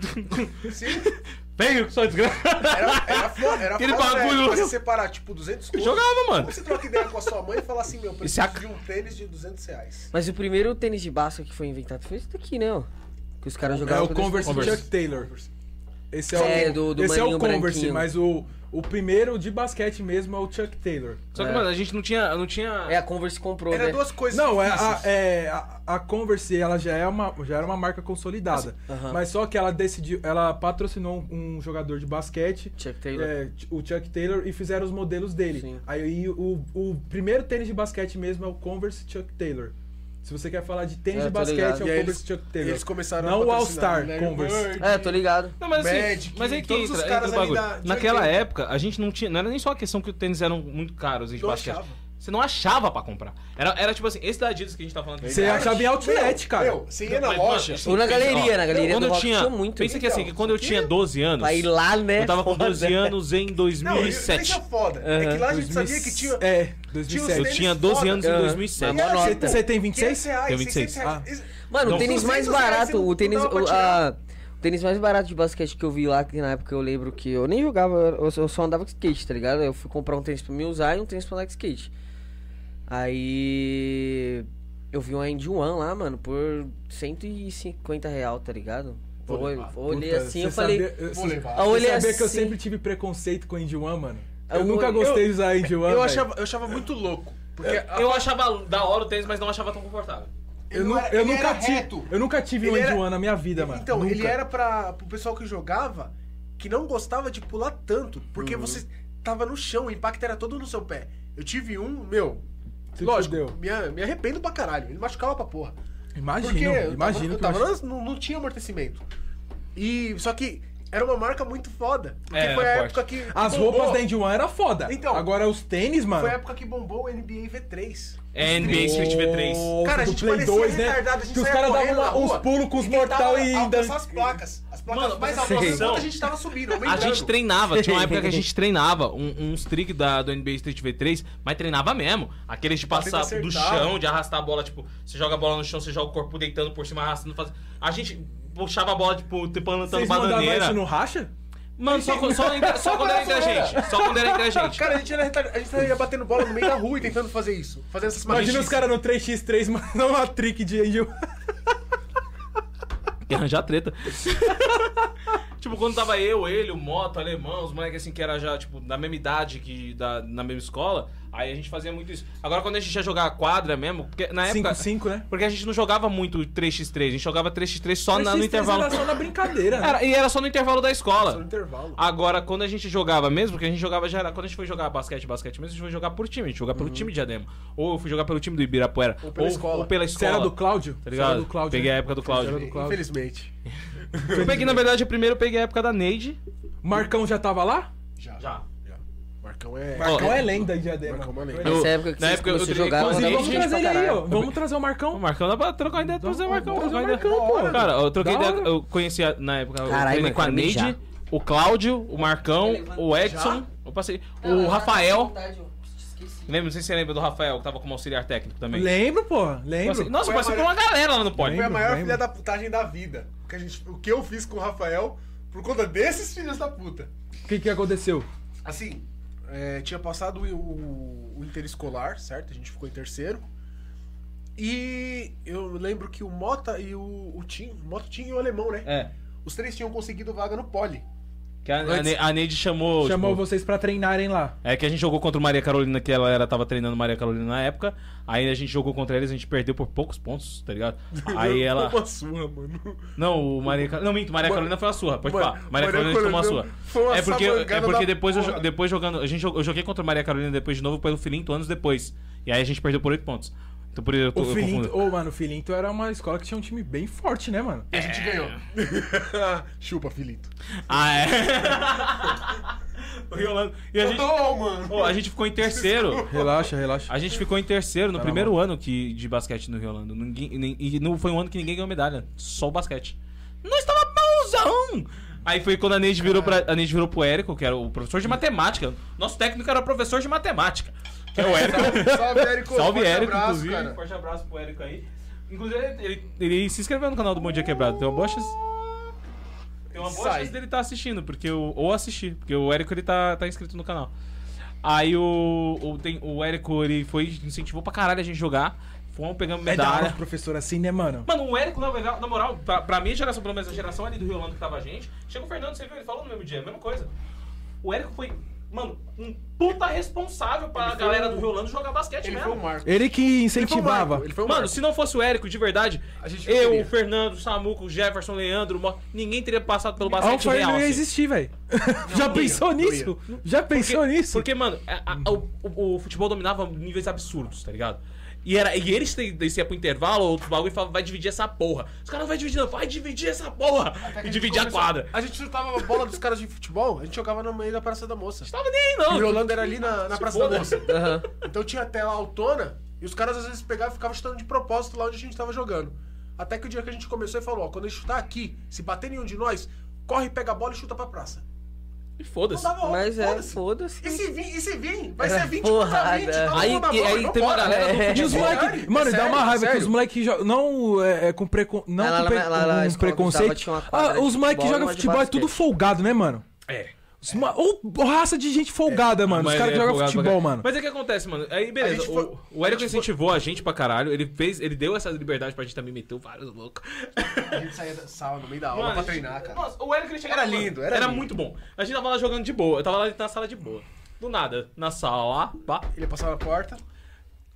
Sim, Feio, só desgraça. era, era foda, era Aquele foda, né? bagulho. Pra você separar, tipo, duzentos contos. Jogava, mano. Como você troca ideia com a sua mãe e fala assim, meu, preciso ac- de um tênis de duzentos reais. Mas o primeiro tênis de basquete que foi inventado foi esse daqui, né? Ó. Que os caras É jogavam o com Converse do Converse. Chuck Taylor. Esse é, É, o, do- do esse é o maninho Converse, branquinho. mas o, o primeiro de basquete mesmo é o Chuck Taylor. Só que, É. mano, a gente não tinha. Não tinha... É, a Converse comprou, Era né? duas coisas Não, é a, difíceis. é, a, a Converse ela já, é uma, já era uma marca consolidada. Aham. Mas só que ela decidiu, ela patrocinou um, um jogador de basquete, Chuck Taylor. é, o Chuck Taylor, e fizeram os modelos dele. Sim. Aí o, o primeiro tênis de basquete mesmo é o Converse Chuck Taylor. Se você quer falar de tênis É, de tô basquete, ligado. é o E aí Converse eles- Chuck Taylor. eles começaram a Não o patrocinar All-Star, Larry Converse. Bird, É, tô ligado. Não, mas assim, Magic, mas aí que todos os entra, caras entra o ali bagulho. da- de Naquela oitenta. época, a gente não tinha. Não era nem só a questão que os tênis eram muito caros de Não basquete. achava. Você não achava pra comprar. Era, era tipo assim, esse da Adidas que a gente tá falando aqui. Você achava em outlet, cara. Meu, você ia na Mas, loja. mano, Ou na galeria, ó, na galeria quando do eu rock tinha, tinha muito. Pensa que assim, que Então, quando eu isso tinha aqui- doze anos. Pra ir lá, né? Eu tava com Foda. doze anos em Não, dois mil e isso sete. é foda. É que lá a gente sabia que tinha... É, dois mil e tinha os sete. Eu tênis tinha doze foda. anos em Aham. dois mil e sete. Mas Você, nota. você tem vinte e quinhentos seis? reais, Tenho vinte e seis. seiscentos reais. Mano, Não, o tênis mais duzentos reais barato, não- o tênis, não dava o, pra tirar. a, o tênis mais barato de basquete que eu vi lá, que na época eu lembro que eu nem jogava, eu só- eu só andava com skate, tá ligado? Eu fui comprar um tênis pra me usar e um tênis pra andar com skate. Aí eu vi um End One lá, mano, por cento e cinquenta real, tá ligado? Vou Eu, levar. eu olhei Puta, assim, você eu falei... sabia- Vou você- levar. Eu olhei Você sabia que eu assim- sempre tive preconceito com Indy One, mano? Eu, Eu- nunca eu- gostei de usar Indy One, Eu velho. achava, eu achava muito louco. Porque a- Eu achava da hora o tênis, mas não achava tão confortável. Eu, Ele nu- não era- eu ele nunca era tive, reto. eu nunca tive um Ele era- End One na minha vida, mano. Então, Nunca. ele era pra, pro pessoal que jogava que não gostava de pular tanto. Porque Uhum. você tava no chão, o impacto era todo no seu pé. Eu tive um, meu. Se lógico, fudeu. me, me arrependo pra caralho. Ele machucava pra porra. Imagino, Porque eu imagino. tava, que eu tava machu- nas- não, não tinha amortecimento. E. Só que era uma marca muito foda. Porque É, foi a forte. época que. As bombou. roupas da End One era foda. Então, Agora os tênis, mano. Foi a época que bombou o N B A V três. É N B A Street V três. Nossa, Cara, a do gente Play parecia dois, né? retardado, a gente Que os saía caras davam correndo uma- na rua uns pulos com os e mortal tentava e ainda. alcançar as placas. As placas Mano, mais mas altas. noção- Enquanto a gente tava subindo, A aumentando. gente treinava, tinha uma época que a gente treinava um- uns tricks da, do N B A Street V três, mas treinava mesmo. Aqueles de Pra tentar passar do acertar. chão, de arrastar a bola, tipo, você joga a bola no chão, você joga o corpo deitando por cima, arrastando, faz... A gente puxava a bola, tipo, plantando Vocês mandavam bananeira. isso no racha? Mano, só, só, entre- só quando era entre a gente. Só quando era entre a gente. Cara, a gente, era retardado, a gente ia batendo bola no meio da rua e tentando fazer isso. Fazendo essas Imagina magias. os caras no três por três mandando uma trick de End One. Que arranjar treta. Tipo, quando tava eu, ele, o Moto, o Alemão, os moleques assim que era já, tipo, da mesma idade, que da, na mesma escola, aí a gente fazia muito isso. Agora, quando a gente ia jogar a quadra mesmo, porque na época... cinco cinco, né? Porque a gente não jogava muito três por três, a gente jogava três por três só na- no intervalo. Era só na brincadeira, né? Era, e era só no intervalo da escola. Só no intervalo. Agora, quando a gente jogava mesmo, porque a gente jogava já era, quando a gente foi jogar basquete, basquete mesmo, a gente foi jogar por time, a gente jogava pelo time de Diadema. Ou eu fui jogar pelo time do Ibirapuera. Ou pela escola. Ou pela Você escola. era do Cláudio? Tá Você ligado? era do Cláudio, Peguei né? a época do Cláudio. Você era do Cláudio. Infelizmente. Eu peguei, na verdade, primeiro eu peguei a época da Neide. Marcão já tava lá? Já. Já. Já. Marcão é. Marcão Ó, é lenda em Diadema. Marcão é uma lenda. Eu- Nessa época que na vocês época eu começaram a treinei jogar, com mandava ele, Vamos gente trazer pra ele aí, ó. caralho. Vamos trazer o O Marcão. Marcão dá pra trocar ideia, trazer o Marcão. Vamos trocar trazer o ideia. Marcão, pô. Cara, eu troquei Da ideia, hora. eu conhecia na época, eu Caralho, treinei com a Marcão, Neide, já. o Cláudio, o Marcão, o Edson, eu passei, o Rafael. Lembra, não sei se você lembra do Rafael, que tava como auxiliar técnico também. Lembro, pô. Passei- Lembro. Nossa, eu Foi a passei por maior- uma galera lá no pódio. Foi a maior lembro. filha da putagem da vida. O que, a gente, o que eu fiz com o Rafael por conta desses filhos da puta. O que que aconteceu? Assim, é, tinha passado o, o, o interescolar, certo? A gente ficou em terceiro. E eu lembro que o Mota e o, o Tim, o Mota, o Tim e o Alemão, né? É. Os três tinham conseguido vaga no pole. Que a, a, Ne- a Neide chamou. Chamou tipo, vocês pra treinarem lá. É que a gente jogou contra o Maria Carolina, que ela era, tava treinando Maria Carolina na época. Aí a gente jogou contra eles, a gente perdeu por poucos pontos, tá ligado? Aí ela. Foi uma surra, mano. Não, o Maria Carolina. Não, minto, Maria Ma- Carolina foi a surra, pode Ma- falar. Maria Maria Carolina tomou a surra. Carolina foi uma É porque, é samangada porque da depois, eu, porra. depois jogando. A gente, jogou- eu joguei contra o Maria Carolina depois de novo pelo Filinto anos depois. E aí a gente perdeu por oito pontos. Então por isso eu, tô, O eu Filinto, confundo. ô, mano, o Filinto era uma escola que tinha um time bem forte, né, mano? E a gente ganhou. Chupa, Filito. Ah, é? O Riolando. E a gente, Não, mano. Pô, a gente ficou em terceiro. Relaxa, relaxa. A gente ficou em terceiro no Tá na primeiro ano que, de basquete no Rio Orlando. Ninguém, nem- e não foi um ano que ninguém ganhou medalha. Só o basquete. Nós tava bonzão! Aí foi quando a Neide virou, pra, a Neide virou pro Érico, que era o professor de matemática. Nosso técnico era professor de matemática. Que é o Érico. Salve, Érico. Salve, Forte Érico, abraço, inclusive. cara. Forte abraço pro Érico aí. Inclusive, ele, ele se inscreveu no canal do Bom Dia Quebrado. Tem uma boa chance. Tem uma boa Sai. chance dele estar assistindo, porque o, ou assistir, porque o Érico ele tá, tá inscrito no canal. Aí o, o, tem, o Érico ele foi, incentivou pra caralho a gente jogar. Fomos pegando É da hora medalha. os professor assim, né, mano? Mano, o Érico, na, verdade- na moral, pra, pra minha geração, pelo menos a geração ali do Rio Orlando que tava a gente, chega o Fernando, você viu, ele falou no mesmo dia, a mesma coisa. O Érico foi, mano, um puta responsável pra Ele foi galera o- do Rio Orlando jogar basquete Ele mesmo. foi o Marco. Ele que Ele foi o incentivava. Marco, Ele foi o Mano, Marco. se não fosse o Érico, de verdade, A gente não eu, teria. o Fernando, o Samuco, o Jefferson, o Leandro, o Mo... ninguém teria passado pelo A basquete Alfire real. não ia assim. existir, velho. Já não pensou ia, não nisso? Já pensou nisso? Porque, mano, a- a- o, o- o futebol dominava níveis absurdos, tá ligado? E, era, e eles desciam pro intervalo, outros bagulho e falavam, vai dividir essa porra. Os caras não vai dividir, não, vai dividir essa porra! Até que E gente dividir a começou- quadra. A gente chutava a bola dos caras de futebol, a gente jogava no meio da Praça da Moça. Não tava nem aí, não. E o Rolando era ali na, na Se Praça foda. da Moça. Aham. Então tinha tela autona e os caras às vezes pegavam e ficavam chutando de propósito lá onde a gente tava jogando. Até que o dia que a gente começou e falou, ó, quando a gente chutar aqui, se bater nenhum de nós, corre, pega a bola e chuta pra praça. E Não foda-se. dava outra, Mas é, foda-se. foda-se. E se vir, e se vir, vai Era ser vinte contra vinte, porrada. todo Aí, mundo na e, bola, aí não tem uma pode. galera do É. E os futebol. moleques. sério, Mano, dá sério, uma raiva que sério. os moleques jogam. Não é, é com, precon... não Lá com, na- pre... lá na com escola que eu estudava preconceito. tinha uma quadra Ah, de os moleques que futebol e jogam uma de futebol é tudo basquete. folgado, né, mano? É. Os ma- Ou raça de gente folgada, mano. Os Mas caras é que jogam folgado pra futebol, caralho. mano. Mas é que acontece, mano. Aí, beleza. A gente foi- O, o Érico a gente incentivou a gente pra caralho. Ele fez, ele deu essa liberdade pra gente também, meteu vários loucos. A gente saía da sala no meio da aula Mano, pra a gente- treinar, cara. Nossa, o Érico ele chegava Era lá, lindo, era lindo. muito bom. A gente tava lá jogando de boa. Eu tava lá na sala de boa. Do nada, na sala lá, pá. Ele passava na porta.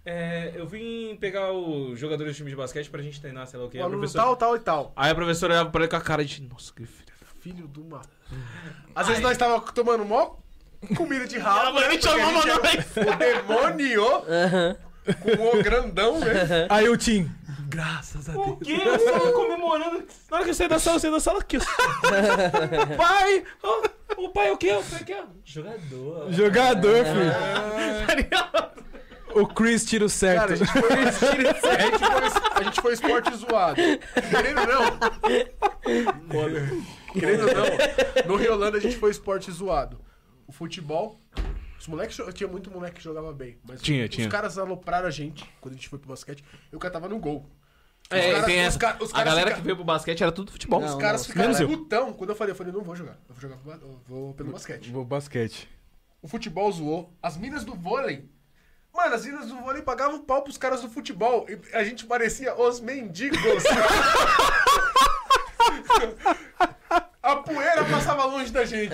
é, eu vim pegar os jogadores do time de basquete pra gente treinar, sei lá o que. O aluno tal, tal e tal. Aí a professora olhava pra ele com a cara de, nossa, que filho. Filho do uma. Às vezes nós tava tomando mó comida de rabo. Ela né? me Porque chamou, a gente mano. era o demônio com o grandão, né? Aí o Tim. Graças a O Deus. quê? Eu tava comemorando. Na hora que eu saí da sala, eu saí da sala aqui. ó. Pai! ó, O pai é o quê? O pai é o quê? Jogador. Jogador, filho. Tá ligado? O Chris tira o certo. Cara, a gente foi, a gente foi, a gente foi esporte zoado. Querendo ou não. Querendo ou não, no Rio Holanda a gente foi esporte zoado. O futebol. Os moleques, tinha muito moleque que jogava bem. Mas Tinha, os tinha. caras alopraram a gente quando a gente foi pro basquete. Eu catava no gol. Os É, caras- tem os essa. ca- os a caras galera fica- que veio pro basquete era tudo futebol. Os Não, caras não, ficaram menos eu. putão quando eu falei, eu falei, não vou jogar. Eu vou jogar pro ba- eu vou pelo basquete. Vou basquete. O futebol zoou. As minas do vôlei. Mano, as minas do vôlei pagavam pau pros caras do futebol. E a gente parecia os mendigos. A poeira passava longe da gente.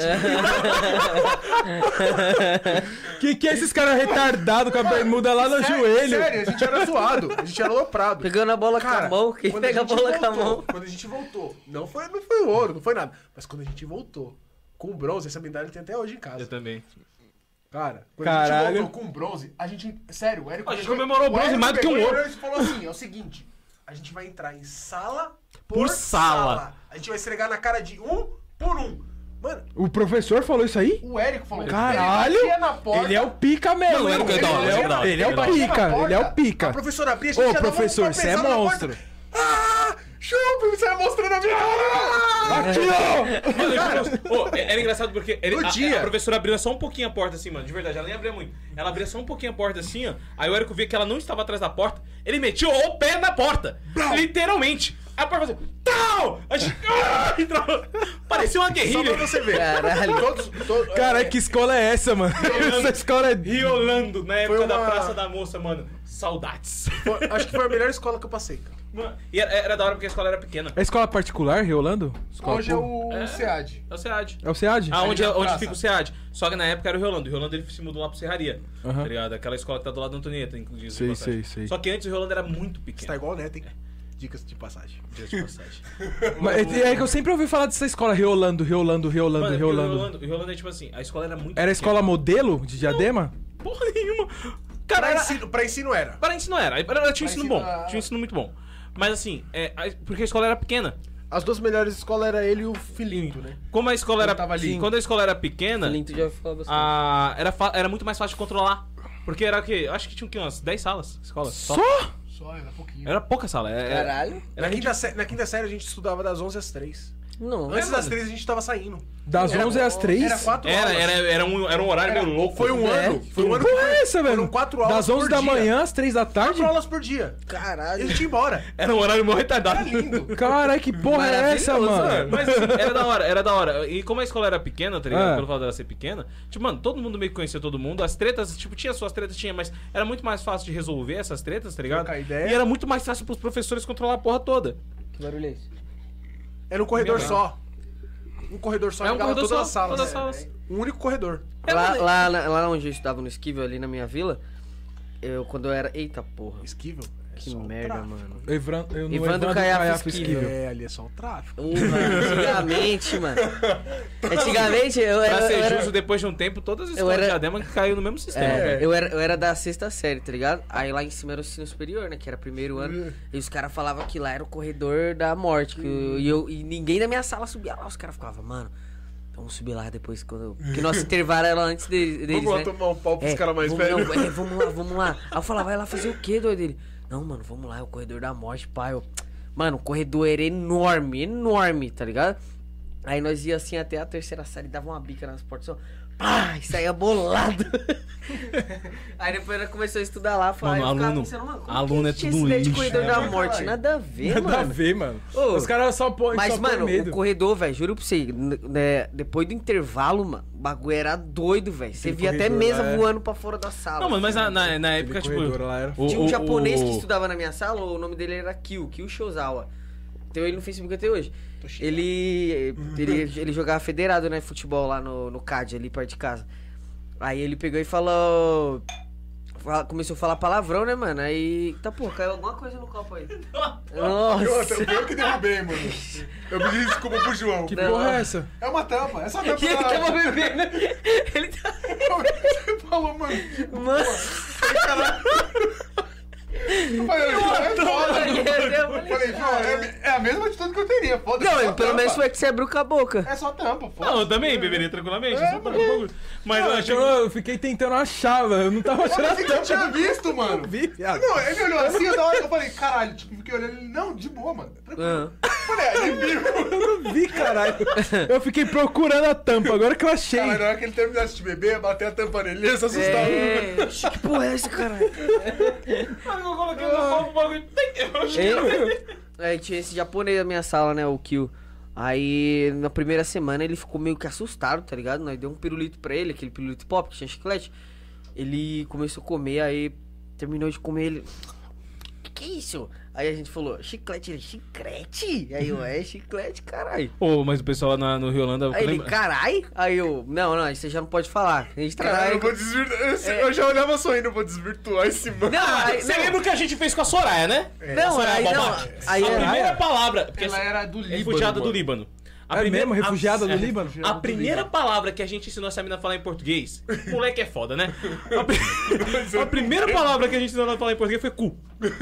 Que que é esses caras retardados com a bermuda lá no Sério, joelho? Sério, a gente era zoado. A gente era aloprado. Pegando a bola Cara, com a mão, quem quando pega a gente bola com a voltou- mão. Quando a gente voltou, não foi, não foi ouro, não foi nada. Mas quando a gente voltou com bronze, essa medalha tem até hoje em casa. Eu também. Cara, quando a Caralho. gente voltou com bronze, a gente. Sério, o Érico. A gente pegou- comemorou o bronze Érico mais do que um pegou ouro. e falou assim: é o seguinte, a gente vai entrar em sala por, Por sala. A gente vai esfregar na cara de um por um. Mano, O professor falou isso aí? o Érico falou: Caralho! ele batia na porta. Ele é o pica mesmo. Não, o Érico é da hora, ele, ele é é, da o- hora, ele é ele é o da hora. pica, Na ele é o porta, pica. A professora abria, a gente Ô, já dava um professor, pé você é pesado na monstro. porta. Ah! Chupa, você vai mostrando a minha. Aqui, ó! Ô, era engraçado porque ele, No a, dia. a professora abria só um pouquinho a porta assim, mano. De verdade, ela nem abria muito. Ela abria só um pouquinho a porta assim, ó. Aí o Érico via que ela não estava atrás da porta. Ele metia o pé na porta. Literalmente. Aí a porta fazia. Tal! A gente. Ah, entrava. Parecia uma Só pra guerrilha. você ver. Caralho. Todos, todos, Caralho, que escola é essa, mano? Essa escola é... Riolando na época Foi da uma- Praça da Moça, mano. Saudades. Foi- acho que foi a melhor escola que eu passei, cara. Mano, e era, era da hora porque a escola era pequena. É escola particular, Riolando? Escola Hoje é pública? o É. SEAD. É o SEAD. É o SEAD? Aonde, Ali na onde praça. fica o SEAD. Só que na época era o Riolando. O Riolando ele se mudou lá pro Serraria. Aham. Tá ligado? Aquela escola que tá do lado da Antonieta, inclusive. de Sei, passagem. sei, sei. Só que antes o Riolando era muito Você pequeno. tá igual o Neto, hein? Dicas de passagem. Dias de passagem. Mas é é que eu sempre ouvi falar dessa escola Riolando, Riolando, Riolando, Mano, o Riolando. Riolando, o Riolando é tipo assim, a escola era muito Era a pequena. escola modelo de Diadema? Porra nenhuma. Cara, Pra era... ensino, pra ensino era. Para ensino era. Era- Tinha um ensino ensino bom. era- Tinha um ensino muito bom. Mas assim, é, a- porque a escola era pequena. As duas melhores escolas era ele e o Filinto, né? Como a escola Ele era... tava ali. Sim, quando a escola era pequena, Linto já falou bastante. a... era, fa- era muito mais fácil de controlar. Porque era o quê? Acho que tinha o quê? Umas dez salas. Escola. Só? Só, era pouquinho. Era pouca sala. é- é- Caralho. Na quinta, sé- na quinta série a gente estudava das onze às três. Não, Antes das mano. três a gente tava saindo. Das Era- onze às três? Era quatro Era, aulas. era, era, um, era um horário Era- meio louco. Foi um É. ano. Foi um ano Porra é essa, velho? Foram quatro aulas Das onze por da dia. manhã às três da tarde? Quatro aulas por dia. E Caralho. a gente ia embora. Era um horário meio retardado. Era lindo. Caralho, que porra é essa, Maravilhoso, mano? Mas assim, era da hora, era da hora. E como a escola era pequena, tá ligado? Ah. Pelo fato dela ser pequena, tipo, mano, todo mundo meio que conhecia todo mundo. As tretas, tipo, tinha suas tretas, tinha, mas era muito mais fácil de resolver essas tretas, tá ligado? Trocar ideia. E era muito mais fácil pros professores controlar a porra toda. Que barulho é esse? Era um corredor Meu só. Um corredor só É um ligava corredor todas só, as salas. todas as salas. Um único corredor. Lá, lá, na- lá onde eu estudava no Esquivel, ali na minha vila, eu quando eu era. Eita porra. Esquivel. É Que só um merda, tráfico. mano. Evran- eu não- Evandro Caiafa Esquivel. É, ali é só um tráfico. Porra, antigamente, mano. Antigamente eu Pra era. ser eu era- justo, depois de um tempo, todas as eu escolas era- de Diadema que caiu no mesmo sistema. É, velho. eu era, eu era da sexta série, tá ligado? Aí lá em cima era o ensino superior, né? Que era primeiro ano. E os caras falavam que lá era o corredor da morte. Que eu- e, eu, e ninguém da minha sala subia lá. Os caras ficavam, mano, vamos subir lá depois quando. Porque nosso intervalo era antes deles, deles Vamos lá né? tomar um pau pros É, caras mais vamos, velhos. não, é, vamos lá, vamos lá. Aí eu falava, vai lá fazer o quê, doido? Ele, não, mano, vamos lá, é o corredor da morte, pai. Eu, mano, o corredor era enorme, enorme, tá ligado? Aí nós ia assim até a terceira série, dava uma bica nas portas, só, pá, e saía bolado. Aí depois ela começou a estudar lá, falava, Mano, eu ficava aluno- pensando, mano, como aluno que é tinha tudo esse ideia de lixo, corredor né, da mano? morte? Caralho. Nada a ver, Nada a mano. ver, mano. Ô, Os caras só põem Mas, só põem mano, medo. o corredor, velho, juro pra você, n- né, depois do intervalo, mano, o bagulho era doido, velho. Você Aquele via até corredor mesa lá é- voando pra fora da sala. Não, mano, mas na, assim, na, na Aquele época, tipo. corredor lá era- o- Tinha um o- japonês o- que estudava na minha sala, o nome dele era Kyo, Kyo Shozawa. Tenho ele no Facebook até hoje. Ele, ele, ele jogava federado, né, futebol lá no, no C A D, ali perto de casa. Aí ele pegou e falou... fala- começou a falar palavrão, né, mano? Aí, tá, pô, caiu alguma coisa no copo aí. E outra, Nossa. foi eu que derrubei, mano. Eu pedi desculpa pro João. Que Não. porra é essa? É uma tampa, essa tampa E ele da- tava bebendo. Ele tá... Você falou, mano. Mano... Eu falei, João, é foda. Eu Eu falei, João, é, é a mesma atitude que eu teria. Foda-se. Não, só pelo tampa. menos foi que você abriu com a boca. É só tampa, foda. Não, eu também beberia tranquilamente. É, só por mano. um pouco. Mas eu Eu, achei que... eu fiquei tentando achar, velho. Eu não tava achando a Mas eu não tampa. tinha visto, mano. Eu vi, viado. Não, ele olhou assim, eu, da hora que eu falei, caralho, tipo, fiquei olhando ele, não, de boa, mano. Ah. Falei, é, ele viu. Eu não vi, caralho. Eu fiquei procurando a tampa, agora que eu achei. Caralho, na hora que ele terminasse de beber, ia bater a tampa nele, ele ia se assustar. É, Oxi, que porra é essa, caralho? Ah, eu coloquei no copo, o bagulho... Eu acho que... Hein? Aí tinha esse japonês na minha sala, né, o Kill. Aí, na primeira semana, ele ficou meio que assustado, tá ligado? Nós deu um pirulito pra ele, aquele pirulito pop que tinha chiclete. Ele começou a comer, aí terminou de comer, ele... Que que é isso? Aí a gente falou, chiclete, ele, chiclete? Aí eu, é chiclete, caralho. Ô, mas o pessoal lá na- no Rio Holanda... Aí ele, lembra- carai? Aí eu, não, não, aí você já não pode falar. A gente Caralho, trabalha eu com... vou desvirtuar. Eu, É. eu já olhava sorrindo, eu vou desvirtuar esse mano. Não, aí, Você não, lembra o que a gente fez com a Soraya, né? não, Soraya aí não, Balbate? aí a é- primeira palavra... Porque Ela era do Líbano. refugiada do mano. Líbano. A É primeira- mesmo? Refugiada a- do é, Líbano? A primeira palavra que a gente ensinou essa menina a falar em português... Moleque é foda, né? A, pri- a primeira palavra que a gente ensinou ela a falar em português foi cu.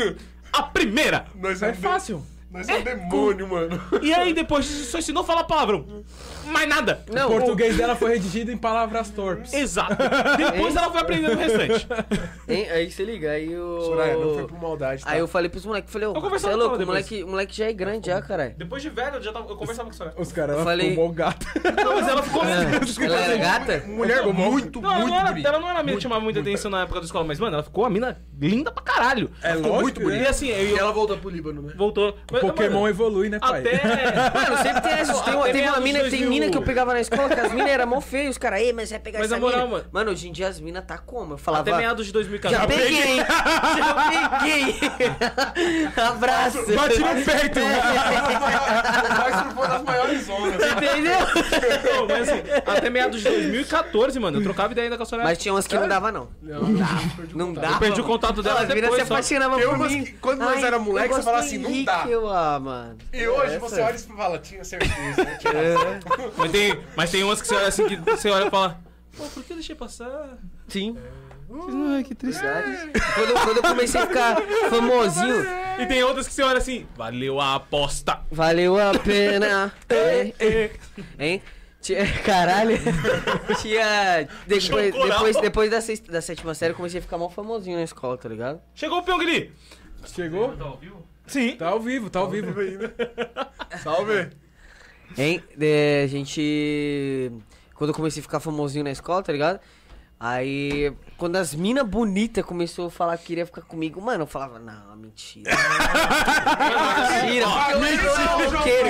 A primeira! Nós É um de- fácil. Nós é um demônio, mano. E aí depois só ensinou a falar palavrão. Mais nada. O não, português dela foi redigido em palavras torpes. Exato. Depois ela foi aprendendo o restante. hein, aí você liga, aí o... Soraya, não foi por maldade, tá? Aí eu falei pros moleques, falei, ô, Eu você conversava é com louco, ela o moleque, o moleque já é grande já, caralho. Depois de velho, eu, já tava, eu conversava com a Soraya. Os caras, Eu ela falei- ficou mó gata. Não, mas ela ficou... Ela era gata? Mulher muito, Não, ela muito não era, bonita. ela não era a mina que chamava muita atenção na época da escola, mas, mano, ela ficou uma mina linda pra caralho. É Ficou lógico, muito bonita. E assim, eu, E ela voltou pro Líbano, né? voltou. O Pokémon evolui, né, pai? Até... Mano, sempre tem essas. Tem, uma- Até teve uma meados mina, de tem dois mil. mina que eu pegava na escola, que as minas eram mó feias, os caras, ei, mas você vai pegar Mas essa na moral, mina. mano- Mano, hoje em dia as minas tá como? Eu falava. Até meados de dois mil e Já quatorze. peguei! Já peguei! Abraço! Bate no peito! Mas se for das maiores ondas. Entendeu? Não, mas assim, até meados de dois mil e quatorze, mano, eu trocava ideia ainda com a Soraya. Mas tinha umas que não dava, não. Não, dá. Não dava. Eu perdi o contato dela As minas se depois, só. apaixonavam Tem por umas mim. que, quando nós Ai, era eu moleque, você gosto fala do assim, não Henrique, dá. Eu, ah, mano. E hoje Essa. você olha e fala, tinha certeza. né? Tinha É. Mas tem, mas tem umas que você olha assim, que você olha e fala... Pô, por que eu deixei passar? Sim. Ai, que triste. Quando, eu- quando eu comecei a ficar famosinho, E tem outras que você olha assim, valeu a aposta. valeu a pena. É, É. Hein? Tinha, caralho. Tinha. Depois, Chocoral. depois, depois da, sexta- da sétima série, eu comecei a ficar mal famosinho na escola, tá ligado? Chegou o Pyongyi. Chegou? Sim. Tá ao vivo, tá ao vivo. Salve. Hein? É, a gente. Quando eu comecei a ficar famosinho na escola, tá ligado? Aí, quando as minas bonitas começou a falar que queria ficar comigo, mano, eu falava, não, mentira. mentira, porque eu era roqueiro.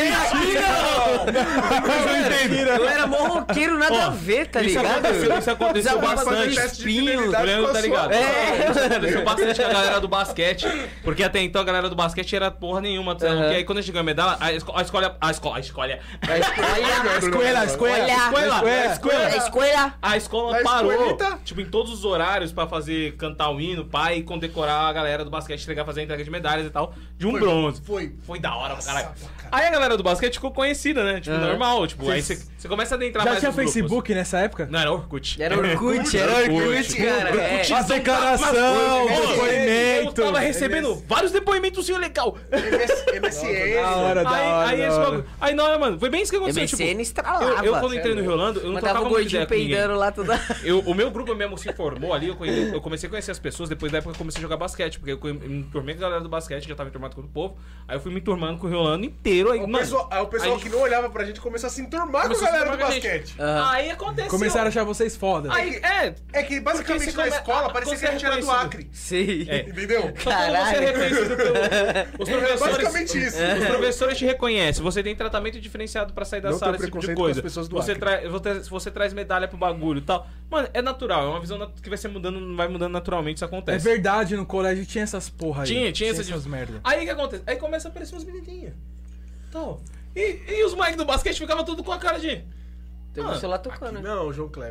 Mentira! Eu era mó roqueiro, nada Ó, a ver, tá isso ligado? aconteceu- isso aconteceu Usava bastante. bastante espinho. Eu lembro, tá ligado? É. Aconteceu bastante com a galera do basquete. Porque até então a galera do basquete era porra nenhuma. Uhum. Aham. Porque aí quando a gente ganhou a medalha, a escola. A escola. A escola. A escola. A escola. Escola, escola. Olha. Escola. A Escola. escola. A escola Na parou, escolita. tipo, em todos os horários pra fazer, cantar o hino, pai, e condecorar a galera do basquete, entregar, fazer a entrega de medalhas e tal, de um Foi, bronze. Foi. Foi da hora pra Nossa, caralho. pra caralho. Aí a galera do basquete ficou conhecida, né? Tipo, Aham. normal, tipo, aí você você começa a adentrar Já mais tinha nos grupos. Facebook nessa época? Não, era Orkut. Era Orkut, era Orkut, cara. É. A declaração, Ô, Eu depoimento. tava recebendo vários depoimentos legal. M S M S N. Da hora, da Aí, hora. aí, da esse hora. bagulho. Aí na hora, mano, foi bem isso que aconteceu. M S N tipo, estralava. eu, eu quando entrei no Rio Holanda, eu não Mandava trocava o muita ideia gordinho com ninguém. peidando lá toda. Eu, o meu grupo mesmo se formou ali, eu, conhe- eu comecei a conhecer as pessoas depois da época que eu comecei a jogar basquete, porque eu conhe- me enturmei com a galera do basquete, já tava enturmado com o povo, aí eu fui me enturmando com o Rio Holanda inteiro, aí, O mano, pessoal, aí o pessoal aí- que não olhava pra gente começou a se enturmar com a Começou a se galera do enturmar com a basquete. Aham. aí aconteceu. Começaram a achar vocês foda. Aí, é, É que basicamente Porque você na come- escola ah, parecia você que a gente era do reconhecido. Acre. Sim. É. Entendeu? então quando você é Caralho. reconhecido pelo... Os professores... Basicamente isso. Os professores te reconhecem, você tem tratamento diferenciado pra sair da Não sala, tenho esse tipo de preconceito com coisa. as pessoas do Você, Acre. traz, você, você traz medalha pro bagulho e tal. Mano, é natural, é uma visão nat- que vai ser mudando, vai mudando naturalmente, isso É acontece. verdade, no colégio tinha essas porra aí. Tinha, tinha essa essas de- merda. Aí o que acontece? Aí começa a aparecer uns menininhos. Então, e, e os moleques do basquete ficavam tudo com a cara de... Tem Ah, você lá tocando, né? Não, João Kleber.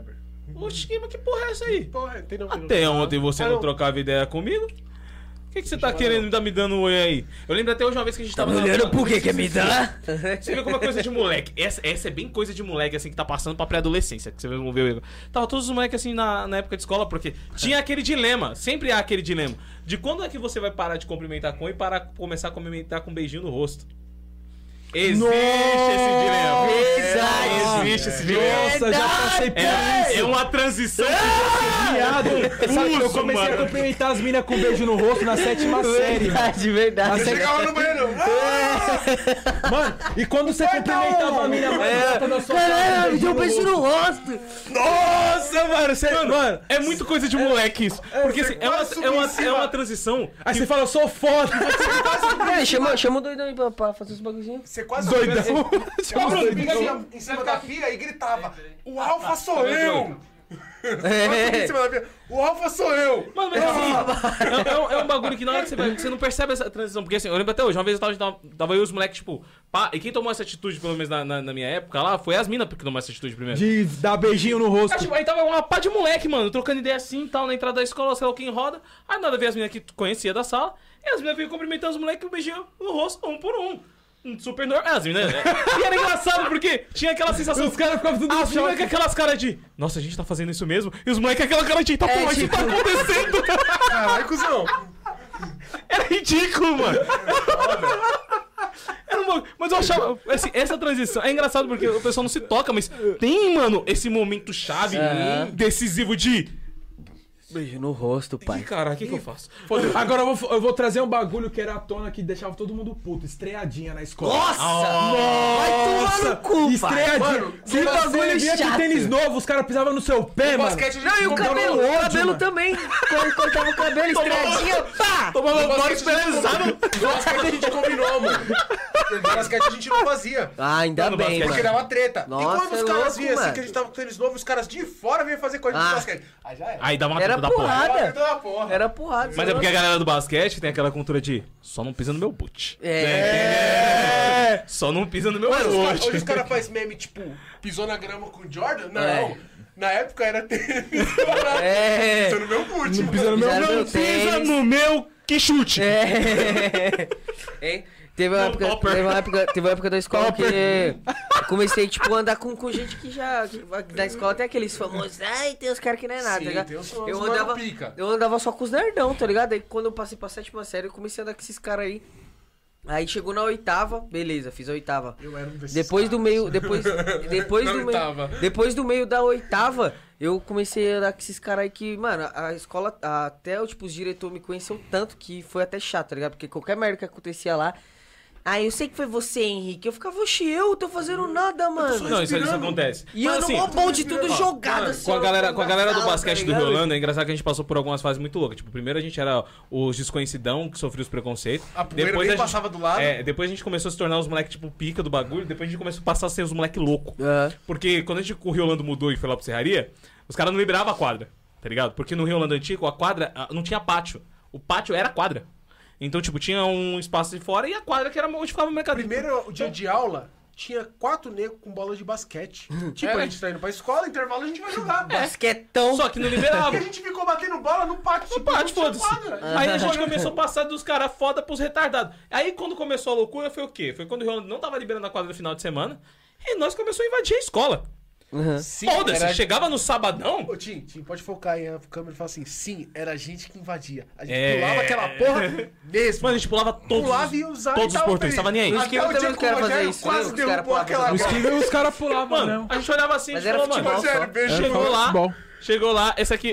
Oxi, mas que porra é essa aí? Porra, tem não, tem não. Até ontem você Ah, não não. trocava ideia comigo? O que, que você tá querendo tá me dando um oi aí? Eu lembro até hoje uma vez que a gente tava... na- Olhando por que quer me dar? Você vê como é coisa de moleque. Essa, essa é bem coisa de moleque, assim, que tá passando pra pré-adolescência. Que você vão ver. Tava todos os moleques, assim, na, na época de escola, porque tinha aquele dilema. Sempre há aquele dilema. De quando é que você vai parar de cumprimentar com e para começar a cumprimentar com um beijinho no rosto. Existe esse dilema. Verdade. Existe esse dilema. Nossa, já passei por É, isso. é uma transição. Viado. Sabe que eu Pulso, comecei mano. a cumprimentar as minas com um beijo no rosto na sétima série. Verdade, verdade. Na Você chegava no banheiro. Mano, e quando você cumprimentava a mina mais alta da sua Caralho, me casa, deu um beijo no rosto. Nossa, mano, você, mano. É muito coisa de moleque isso. Porque assim, é uma, é, uma, é uma transição. Aí você fala, eu sou foda. Peraí, chama, chama o doidão aí pra, pra fazer os bagulhinhos. Você quase Doidão. Eu subia em cima da pia e gritava: O Alfa sou eu! É. Em cima da pia, O Alfa sou eu! Mano, mas assim, é, é um, é um bagulho que na hora que você vai, você não percebe essa transição. Porque assim, eu lembro até hoje, uma vez eu tava, tava, tava eu e os moleques, tipo, pá, e quem tomou essa atitude, pelo menos na, na, na minha época lá, foi as minas que tomou essa atitude primeiro. De dar beijinho no rosto. Aí, tipo, aí tava uma pá de moleque, mano, trocando ideia assim e tal, na entrada da escola, sei lá o que em roda. Aí nada, veio as minas que tu conhecia da sala, e as minas veio cumprimentando os moleques com um beijinho no rosto, um por um. Um super normal. As minas. E era engraçado porque tinha aquela sensação. Os caras ficavam tudo As no minas choque. com aquelas caras de. Nossa, a gente tá fazendo isso mesmo? E os moleques com aquela cara de. Tá, É, porra, isso tipo- tá acontecendo? Caralho, cuzão! Era ridículo, mano. Era uma... Mas eu achava. Assim, essa transição é engraçado porque o pessoal não se toca, mas tem, mano, esse momento chave, Aham. decisivo de. Beijo no rosto, pai. Ih, caralho, o que, que eu faço? Agora eu vou, eu vou trazer um bagulho que era à tona que deixava todo mundo puto. Estreadinha na escola. Nossa! Vai tomar no cu, pai. Estreadinha. Mano, Se que você bagulho via que chato. tênis novo, os caras pisavam no seu pé, mano. Basquete a gente Não, e o combinou- cabelo, o ódio, cabelo mano. também. Quando cortava o cabelo, estreadinha, pá! Tomava No bola basquete a gente esperançado. combinou- no basquete a gente combinou, mano. No basquete a gente não fazia. Ah, ainda Não, no bem, basquete Porque mano. dava treta. Nossa, e quando os é caras louco, viam assim mano. que a gente tava com tênis novo, os caras de fora vinham fazer coisa de Ah. basquete. Aí já era. Aí dá uma Era treta da porra. porrada. Então, porra. Era porrada. Mas é porque a galera do basquete tem aquela cultura de. Só não pisa no meu boot. É. Só não pisa no meu Mano, os cara- boot. hoje os caras fazem meme, tipo, pisou na grama com o Jordan? Não. É. Na época era tênis. É. Pisou no meu boot. Não pisa no meu Pisaram não. meu Pisa tênis. no meu que chute. É. Hein? Teve uma, No época, topper. teve, uma época, teve uma época da escola que eu comecei, tipo, a andar com, com gente que já... Que, na escola tem aqueles famosos... Ai, tem os caras que não é nada, Sim, tá ligado? tem os- os eu, mano andava, pica. eu andava só com os nerdão, tá ligado? Aí quando eu passei pra sétima série, eu comecei a andar com esses caras aí. Aí chegou na oitava, beleza, fiz a oitava. Eu era um desses Depois do caras. meio, depois, depois Na do meio, oitava. depois do meio da oitava, eu comecei a andar com esses caras aí que, mano, a escola, até o tipo, os diretores me conheceu tanto que foi até chato, tá ligado? Porque qualquer merda que acontecia lá, ah, eu sei que foi você, Henrique. Eu ficava, oxi, eu tô fazendo nada, mano. Não, isso, isso acontece. E Mas, eu assim, no bonde tudo jogado Mano, assim. com a ó, galera, com a galera do sala, basquete tá do ligado? Rio Holanda, é engraçado que a gente passou por algumas fases muito loucas. Tipo, primeiro a gente era os desconhecidão que sofriam os preconceitos. A poeira depois nem a gente, passava do lado. É, depois a gente começou a se tornar os moleques tipo pica do bagulho. Depois a gente começou a passar a ser os moleques loucos. É. Porque quando a gente, o Rio Holanda mudou e foi lá pra Serraria, os caras não liberavam a quadra, tá ligado? Porque no Rio Holanda antigo, a quadra ah, não tinha pátio. O pátio era a quadra. Então, tipo, tinha um espaço de fora e a quadra que era onde ficava o mercado. Primeiro, o dia de aula, tinha quatro negros com bola de basquete. Tipo, É. a gente tá indo pra escola, intervalo a gente vai jogar. Basquetão. Só que não E liberava. a gente ficou batendo bola no pátio. No pátio, não tinha foda-se. quadra. Aí a gente começou a passar dos caras foda pros retardados. Aí quando começou a loucura foi o quê? Foi quando o Rio Holanda não tava liberando a quadra no final de semana e nós começamos a invadir a escola. Uhum. Sim, Foda-se, era- chegava no sabadão. Ô, Tim, Tim, pode focar aí a câmera e falar assim, sim, era a gente que invadia. A gente É. pulava aquela porra mesmo. Mano, a gente pulava todos, pulava os- e usava todos os portões, tava nem aí. No Até esquema o dia também os que o caras faziam Rogério isso, quase né? Os caras derrubou pulavam aquela No todos. bola. esquiva os caras pulavam Mano, mesmo. a gente olhava assim, Mas a gente era falou, mano, futebol Rogério, só. beijo. chegou lá, futebol. chegou lá, esse aqui...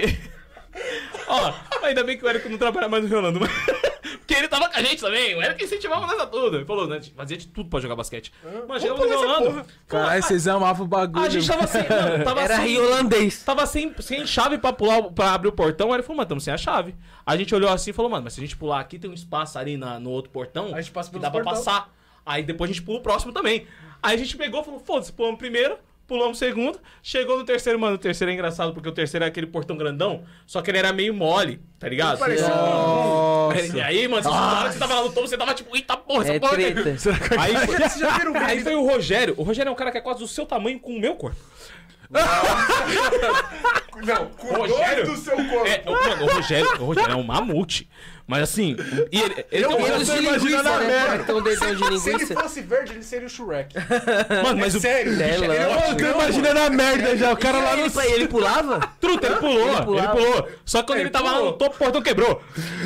Ó, ainda bem que o Érico não trabalha mais no Rio Holanda, mas... Porque ele tava com a gente também, o Érico incentivava nós a tudo. Ele falou, né, fazia de tudo pra jogar basquete. Mano, chegava no Rio Holanda... Caralho, vocês amavam o bagulho. A gente tava sem... Mano, tava Era sem- rio holandês. Tava sem, sem chave pra pular, pra abrir o portão, aí ele falou, mano, estamos sem a chave. A gente olhou assim e falou, mano, mas se a gente pular aqui, tem um espaço ali na, no outro portão A gente passa que pelos dá pra portão. passar. Aí depois a gente pula o próximo também. Aí a gente pegou e falou, foda-se, pulamos o primeiro, pulamos o segundo, chegou no terceiro, mano, o terceiro é engraçado, porque o terceiro é aquele portão grandão, só que ele era meio mole, tá ligado? Parecia E aí, mano, você, na hora que você tava lá no topo, você tava tipo, eita porra, essa É porra... treta. Aí, Vocês já viram o aí meme? veio o Rogério, o Rogério é um cara que é quase do seu tamanho com o meu corpo. Não, com O Rogério- dois do seu corpo. É, o, mano, o Rogério, o Rogério é um mamute. Mas assim, e ele, ele Eu- tem um- eu Dedos tô de imaginando linguiça, a né? merda. Como é que tem um dedão de Se ele linguiça? fosse verde, ele seria o Shrek. Mano, mas é o sério. É, bicho, ele é lógico. Eu tô ótimo. imaginando a merda já. O cara lá no. Ele, ele pulava? truta, ele pulou, Ele ele pulava. pulou. Só que quando ele, Ele tava lá pulou. no topo, o portão quebrou.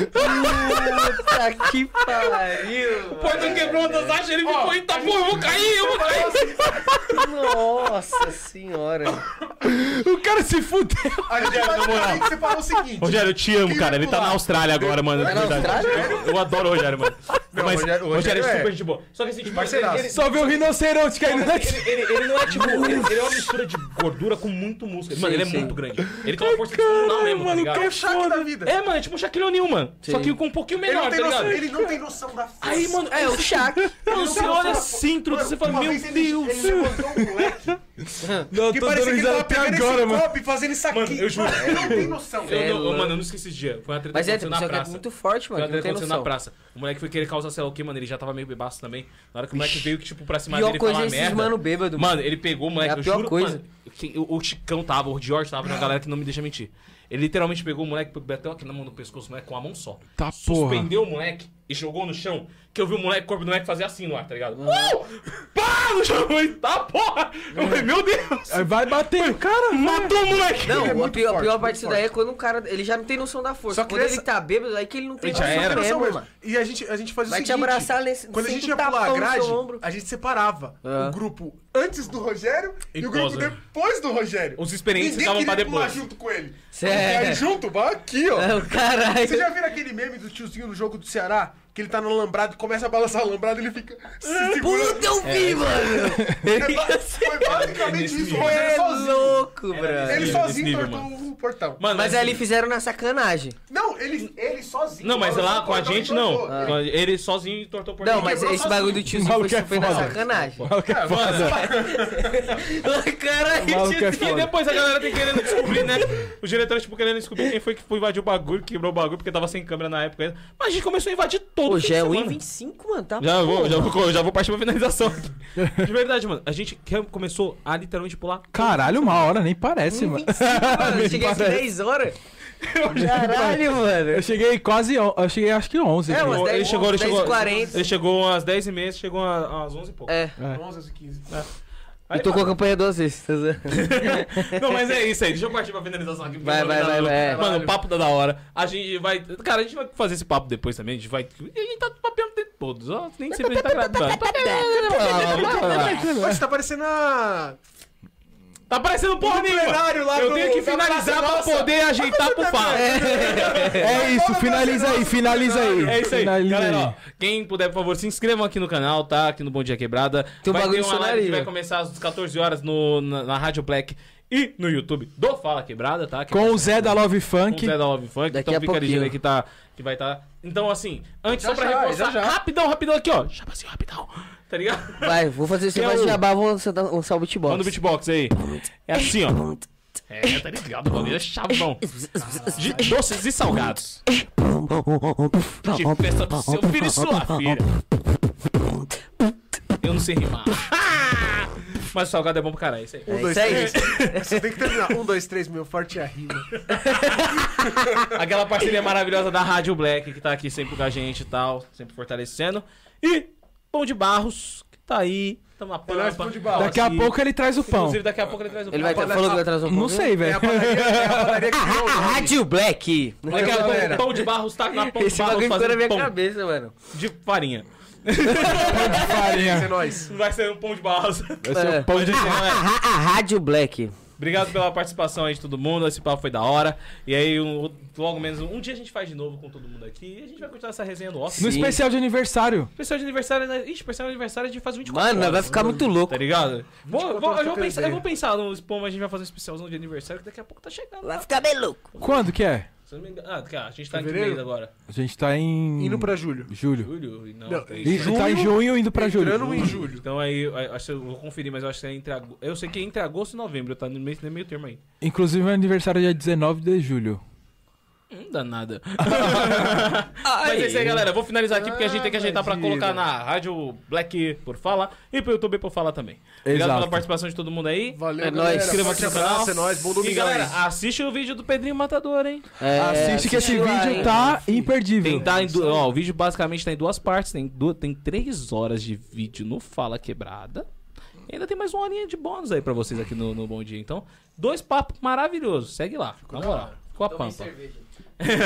Puta que pariu. O portão quebrou das achas, ele ficou, eita porra, eu vou cair, eu vou cair. Nossa senhora. O cara se fudeu. A gente Rogério, na moral. basicamente separou o seguinte. Rogério, eu te amo, Quem cara. vai Ele tá pular? na Austrália agora, mano. Tá na de verdade. Austrália? Eu, eu adoro o Rogério, mano. Não, Mas o Rogério- o o Rogério é Rogério super é- de boa. Só que assim, tipo, ele, Parceiraço. ele, Só vê o rinoceronte caindo na ele, ele, ele não é tipo. Ele, ele é uma mistura de gordura com muito músculo. Mano, Sim, ele é sim. muito grande. Ele tem uma força descomunal mesmo, tá mano, ligado? É o Shaq da vida. É, mano, é tipo um Shaquille O'Neal, mano. Só Sim. que com um pouquinho Ele menor, não, tá tem noção, ligado? ele não tem noção da força. Aí, mano, É, o Shaq. Mano, você olha assim, truta, você fala, Uma meu vez ele- Deus. Ele levantou um moleque Não, que tô parecia dando que ele risada tava até pegando agora, esse mano. copo e fazendo isso aqui. Mano, eu juro. Ele não tem noção. Eu, É não- louco. mano, eu não esqueci esse dia. Foi uma treta Mas que é, aconteceu só na que é praça. muito forte, Foi mano. uma Não treta que tem aconteceu na noção. praça. O moleque foi querer causar sei lá o que, mano. Ele já tava meio bebaço também. Na hora que o moleque veio, que, tipo, pra cima Pior dele coisa falar é esses merda. mano bêbado. Mano, ele pegou o moleque, É a eu pior juro, coisa. mano. que O, o Chicão tava, o George tava, uma galera que não me deixa mentir. Ele literalmente pegou o moleque, bateu aqui na mão no pescoço, o moleque com a mão só. Tá, Suspendeu o moleque e jogou no chão. Que eu vi o moleque, o corpo do moleque fazer assim no ar, tá ligado? Uh! Pá! No chão, eu falei, tá porra! Eu falei, meu Deus! Aí vai bater. Cara, Matou o moleque! Não, Ele é a muito pior, a forte, pior muito parte disso forte. daí é quando o cara, ele já não tem noção da força. Só que Quando essa- ele tá bêbado, aí que ele não tem Já noção era. mesmo, mesmo. mano. E a gente, a gente fazia Vai o te seguinte, abraçar nesse- quando a gente senta ia o pular a tapão no grade, seu ombro. a gente separava Ah. o grupo antes do Rogério E e, o grupo pós, né? depois do Rogério. Os experientes Ninguém ficavam pra queria pular depois. junto com ele. Sério? Aí junto, vai aqui, ó. É, o caralho. Você já viram aquele meme do tiozinho no jogo do Ceará? Que ele tá no alambrado e começa a balançar o alambrado e ele fica se segurando. Puta, eu vi, mano. É ba- Foi basicamente nesse isso, o nível. Rogério É sozinho. louco, Era bro. nesse Ele nível, sozinho nesse nível, tortou o portão. Mano, Mas aí eles fizeram na sacanagem. Não, ele, ele sozinho. Não, mas balançou lá o com a portão e gente não. tortou. Com a- Ele sozinho tortou por Não, dentro. mas quebrou esse sozinho. bagulho do tiozinho Maluco foi, é foi na foda. sacanagem. É, mano. Caralho, Maluco é E foda. depois a galera tem querendo descobrir, né? Os diretores, tipo, querendo descobrir quem foi que foi invadir o bagulho, que quebrou o bagulho, porque tava sem câmera na época ainda. Mas a gente começou a invadir todo Pô, fim já de é um semana. e vinte e cinco, mano, tá? Já vou, já vou, já vou partir pra finalização aqui. De verdade, mano. A gente que- começou a literalmente pular. Caralho, uma hora, nem parece, um e mano. vinte e cinco, mano. Nem Eu cheguei aqui parece. dez horas. Caralho, mano. Eu cheguei quase. on- Eu cheguei acho que onze. É, aqui. umas Ele dez, chegou, ele dez e chegou, quarenta. ele chegou às dez e meia, chegou às onze e pouco. É. onze e quinze. Aí, E tocou a campanha duas vezes. tá zoando? Não, mas é isso aí. Deixa eu partir pra finalização aqui. porque Vai, eu vou vai, finalizar vai, no- vai. Mano, o papo tá da hora. A gente vai. Cara, a gente vai fazer esse papo depois também. A gente vai. A gente tá papeando o tempo todo. Ó, nem sempre a gente tá gravando. Pô, você tá parecendo a... Tá parecendo porra nenhuma. plenário lá Eu do- tenho que da finalizar Praça pra Nossa. poder ajeitar pro Fala. É isso, finaliza aí, finaliza aí. É isso aí. Finaliza Galera, aí. ó, quem puder, por favor, se inscrevam aqui no canal, tá? Aqui no Bom Dia Quebrada. Tem um vai bagulho ter uma no live que vai nariz, começar às catorze horas no, na, na Rádio Black e no YouTube do Fala Quebrada, tá? Que Com vai o Zé da Love com o Funk. Zé da Love Funk. Daqui Então a fica pouquinho. ligeiro aí que, tá, que vai estar. Tá. Então, assim, antes, Já só pra já, reforçar, já já. rapidão, rapidão aqui, ó. Chama assim, rapidão. Tá ligado? Vai, vou fazer esse Que é negócio o- de jabá, vou lançar, lançar o beatbox. Manda o beatbox aí. É assim, ó. É, tá ligado? O bagulho é chavão. De doces e salgados. De festa pro seu filho e sua filha. Eu não sei rimar. Mas o salgado é bom pro caralho, é isso aí. Um, É dois, isso aí. três. Você tem que terminar. Um, dois, três, meu forte é a rima. Aquela parceria maravilhosa da Rádio Black, que tá aqui sempre com a gente e tal, sempre fortalecendo. E Pão de Barros, que tá aí, tamo na nóis, pampa. Pão de Barros. Daqui a pouco ele traz o pão. Inclusive, daqui a pouco ele traz o Ele vai pão. tra- falou que vai trazer um Não pão, sei, É velho. a padaria, é a padaria que A, criou o a nome. Rádio Black. Daqui a pouco galera. o Pão de Barros tá na Pão de Esse Barros bagulho ficou na fazendo minha pão cabeça, mano. de farinha. Farinha. É nóis. Vai ser um Pão de Barros. Vai ser É. o pão de... A, a- a Rádio Black. Obrigado pela participação aí de todo mundo, esse papo foi da hora. E aí, um, logo menos, um dia a gente faz de novo com todo mundo aqui e a gente vai continuar essa resenha do off. No Sim. especial de aniversário. Especial de aniversário, né? Ixi, especial de aniversário a gente faz vinte e quatro Mano, horas. vai ficar muito louco. Tá ligado? Vou, vou- eu, vou trocando pensar, eu ideia. vou pensar no spam, a gente vai fazer um especialzão de aniversário que daqui a pouco tá chegando. Vai ficar bem louco. Quando que é? Se eu não me engano. Ah, cara, a gente tá em que Fevereiro? mês agora? A gente tá em... Indo pra julho. Julho. Julho? Não, Não, tá E, isso. Junho, tá em junho indo pra julho. Entrando em julho. Então aí, eu acho que eu vou conferir, mas eu acho que é entre agosto. Eu sei que é entre agosto e novembro, tá no meio, no meio termo aí. Inclusive, meu aniversário é dia dezenove de julho. Não dá nada. Mas é isso aí, galera. Vou finalizar aqui porque a gente tem que ajeitar pra colocar na Rádio Black por falar e pro YouTube por falar também. Obrigado Exato. pela participação de todo mundo aí. Valeu, É galera. nóis. Forte Inscreva-se no canal. abraço, é nóis. Bom E domingo, galera, aí. assiste o vídeo do Pedrinho Matador, hein? É, Assiste que esse assiste lá, vídeo hein? tá imperdível. Tem, tá em du- ó, o vídeo basicamente tá em duas partes. Tem, du- tem três horas de vídeo no Fala Quebrada. E ainda tem mais uma horinha de bônus aí pra vocês aqui no, no Bom Dia. Então, dois papos maravilhosos. Segue lá, na moral. Ficou a pampa.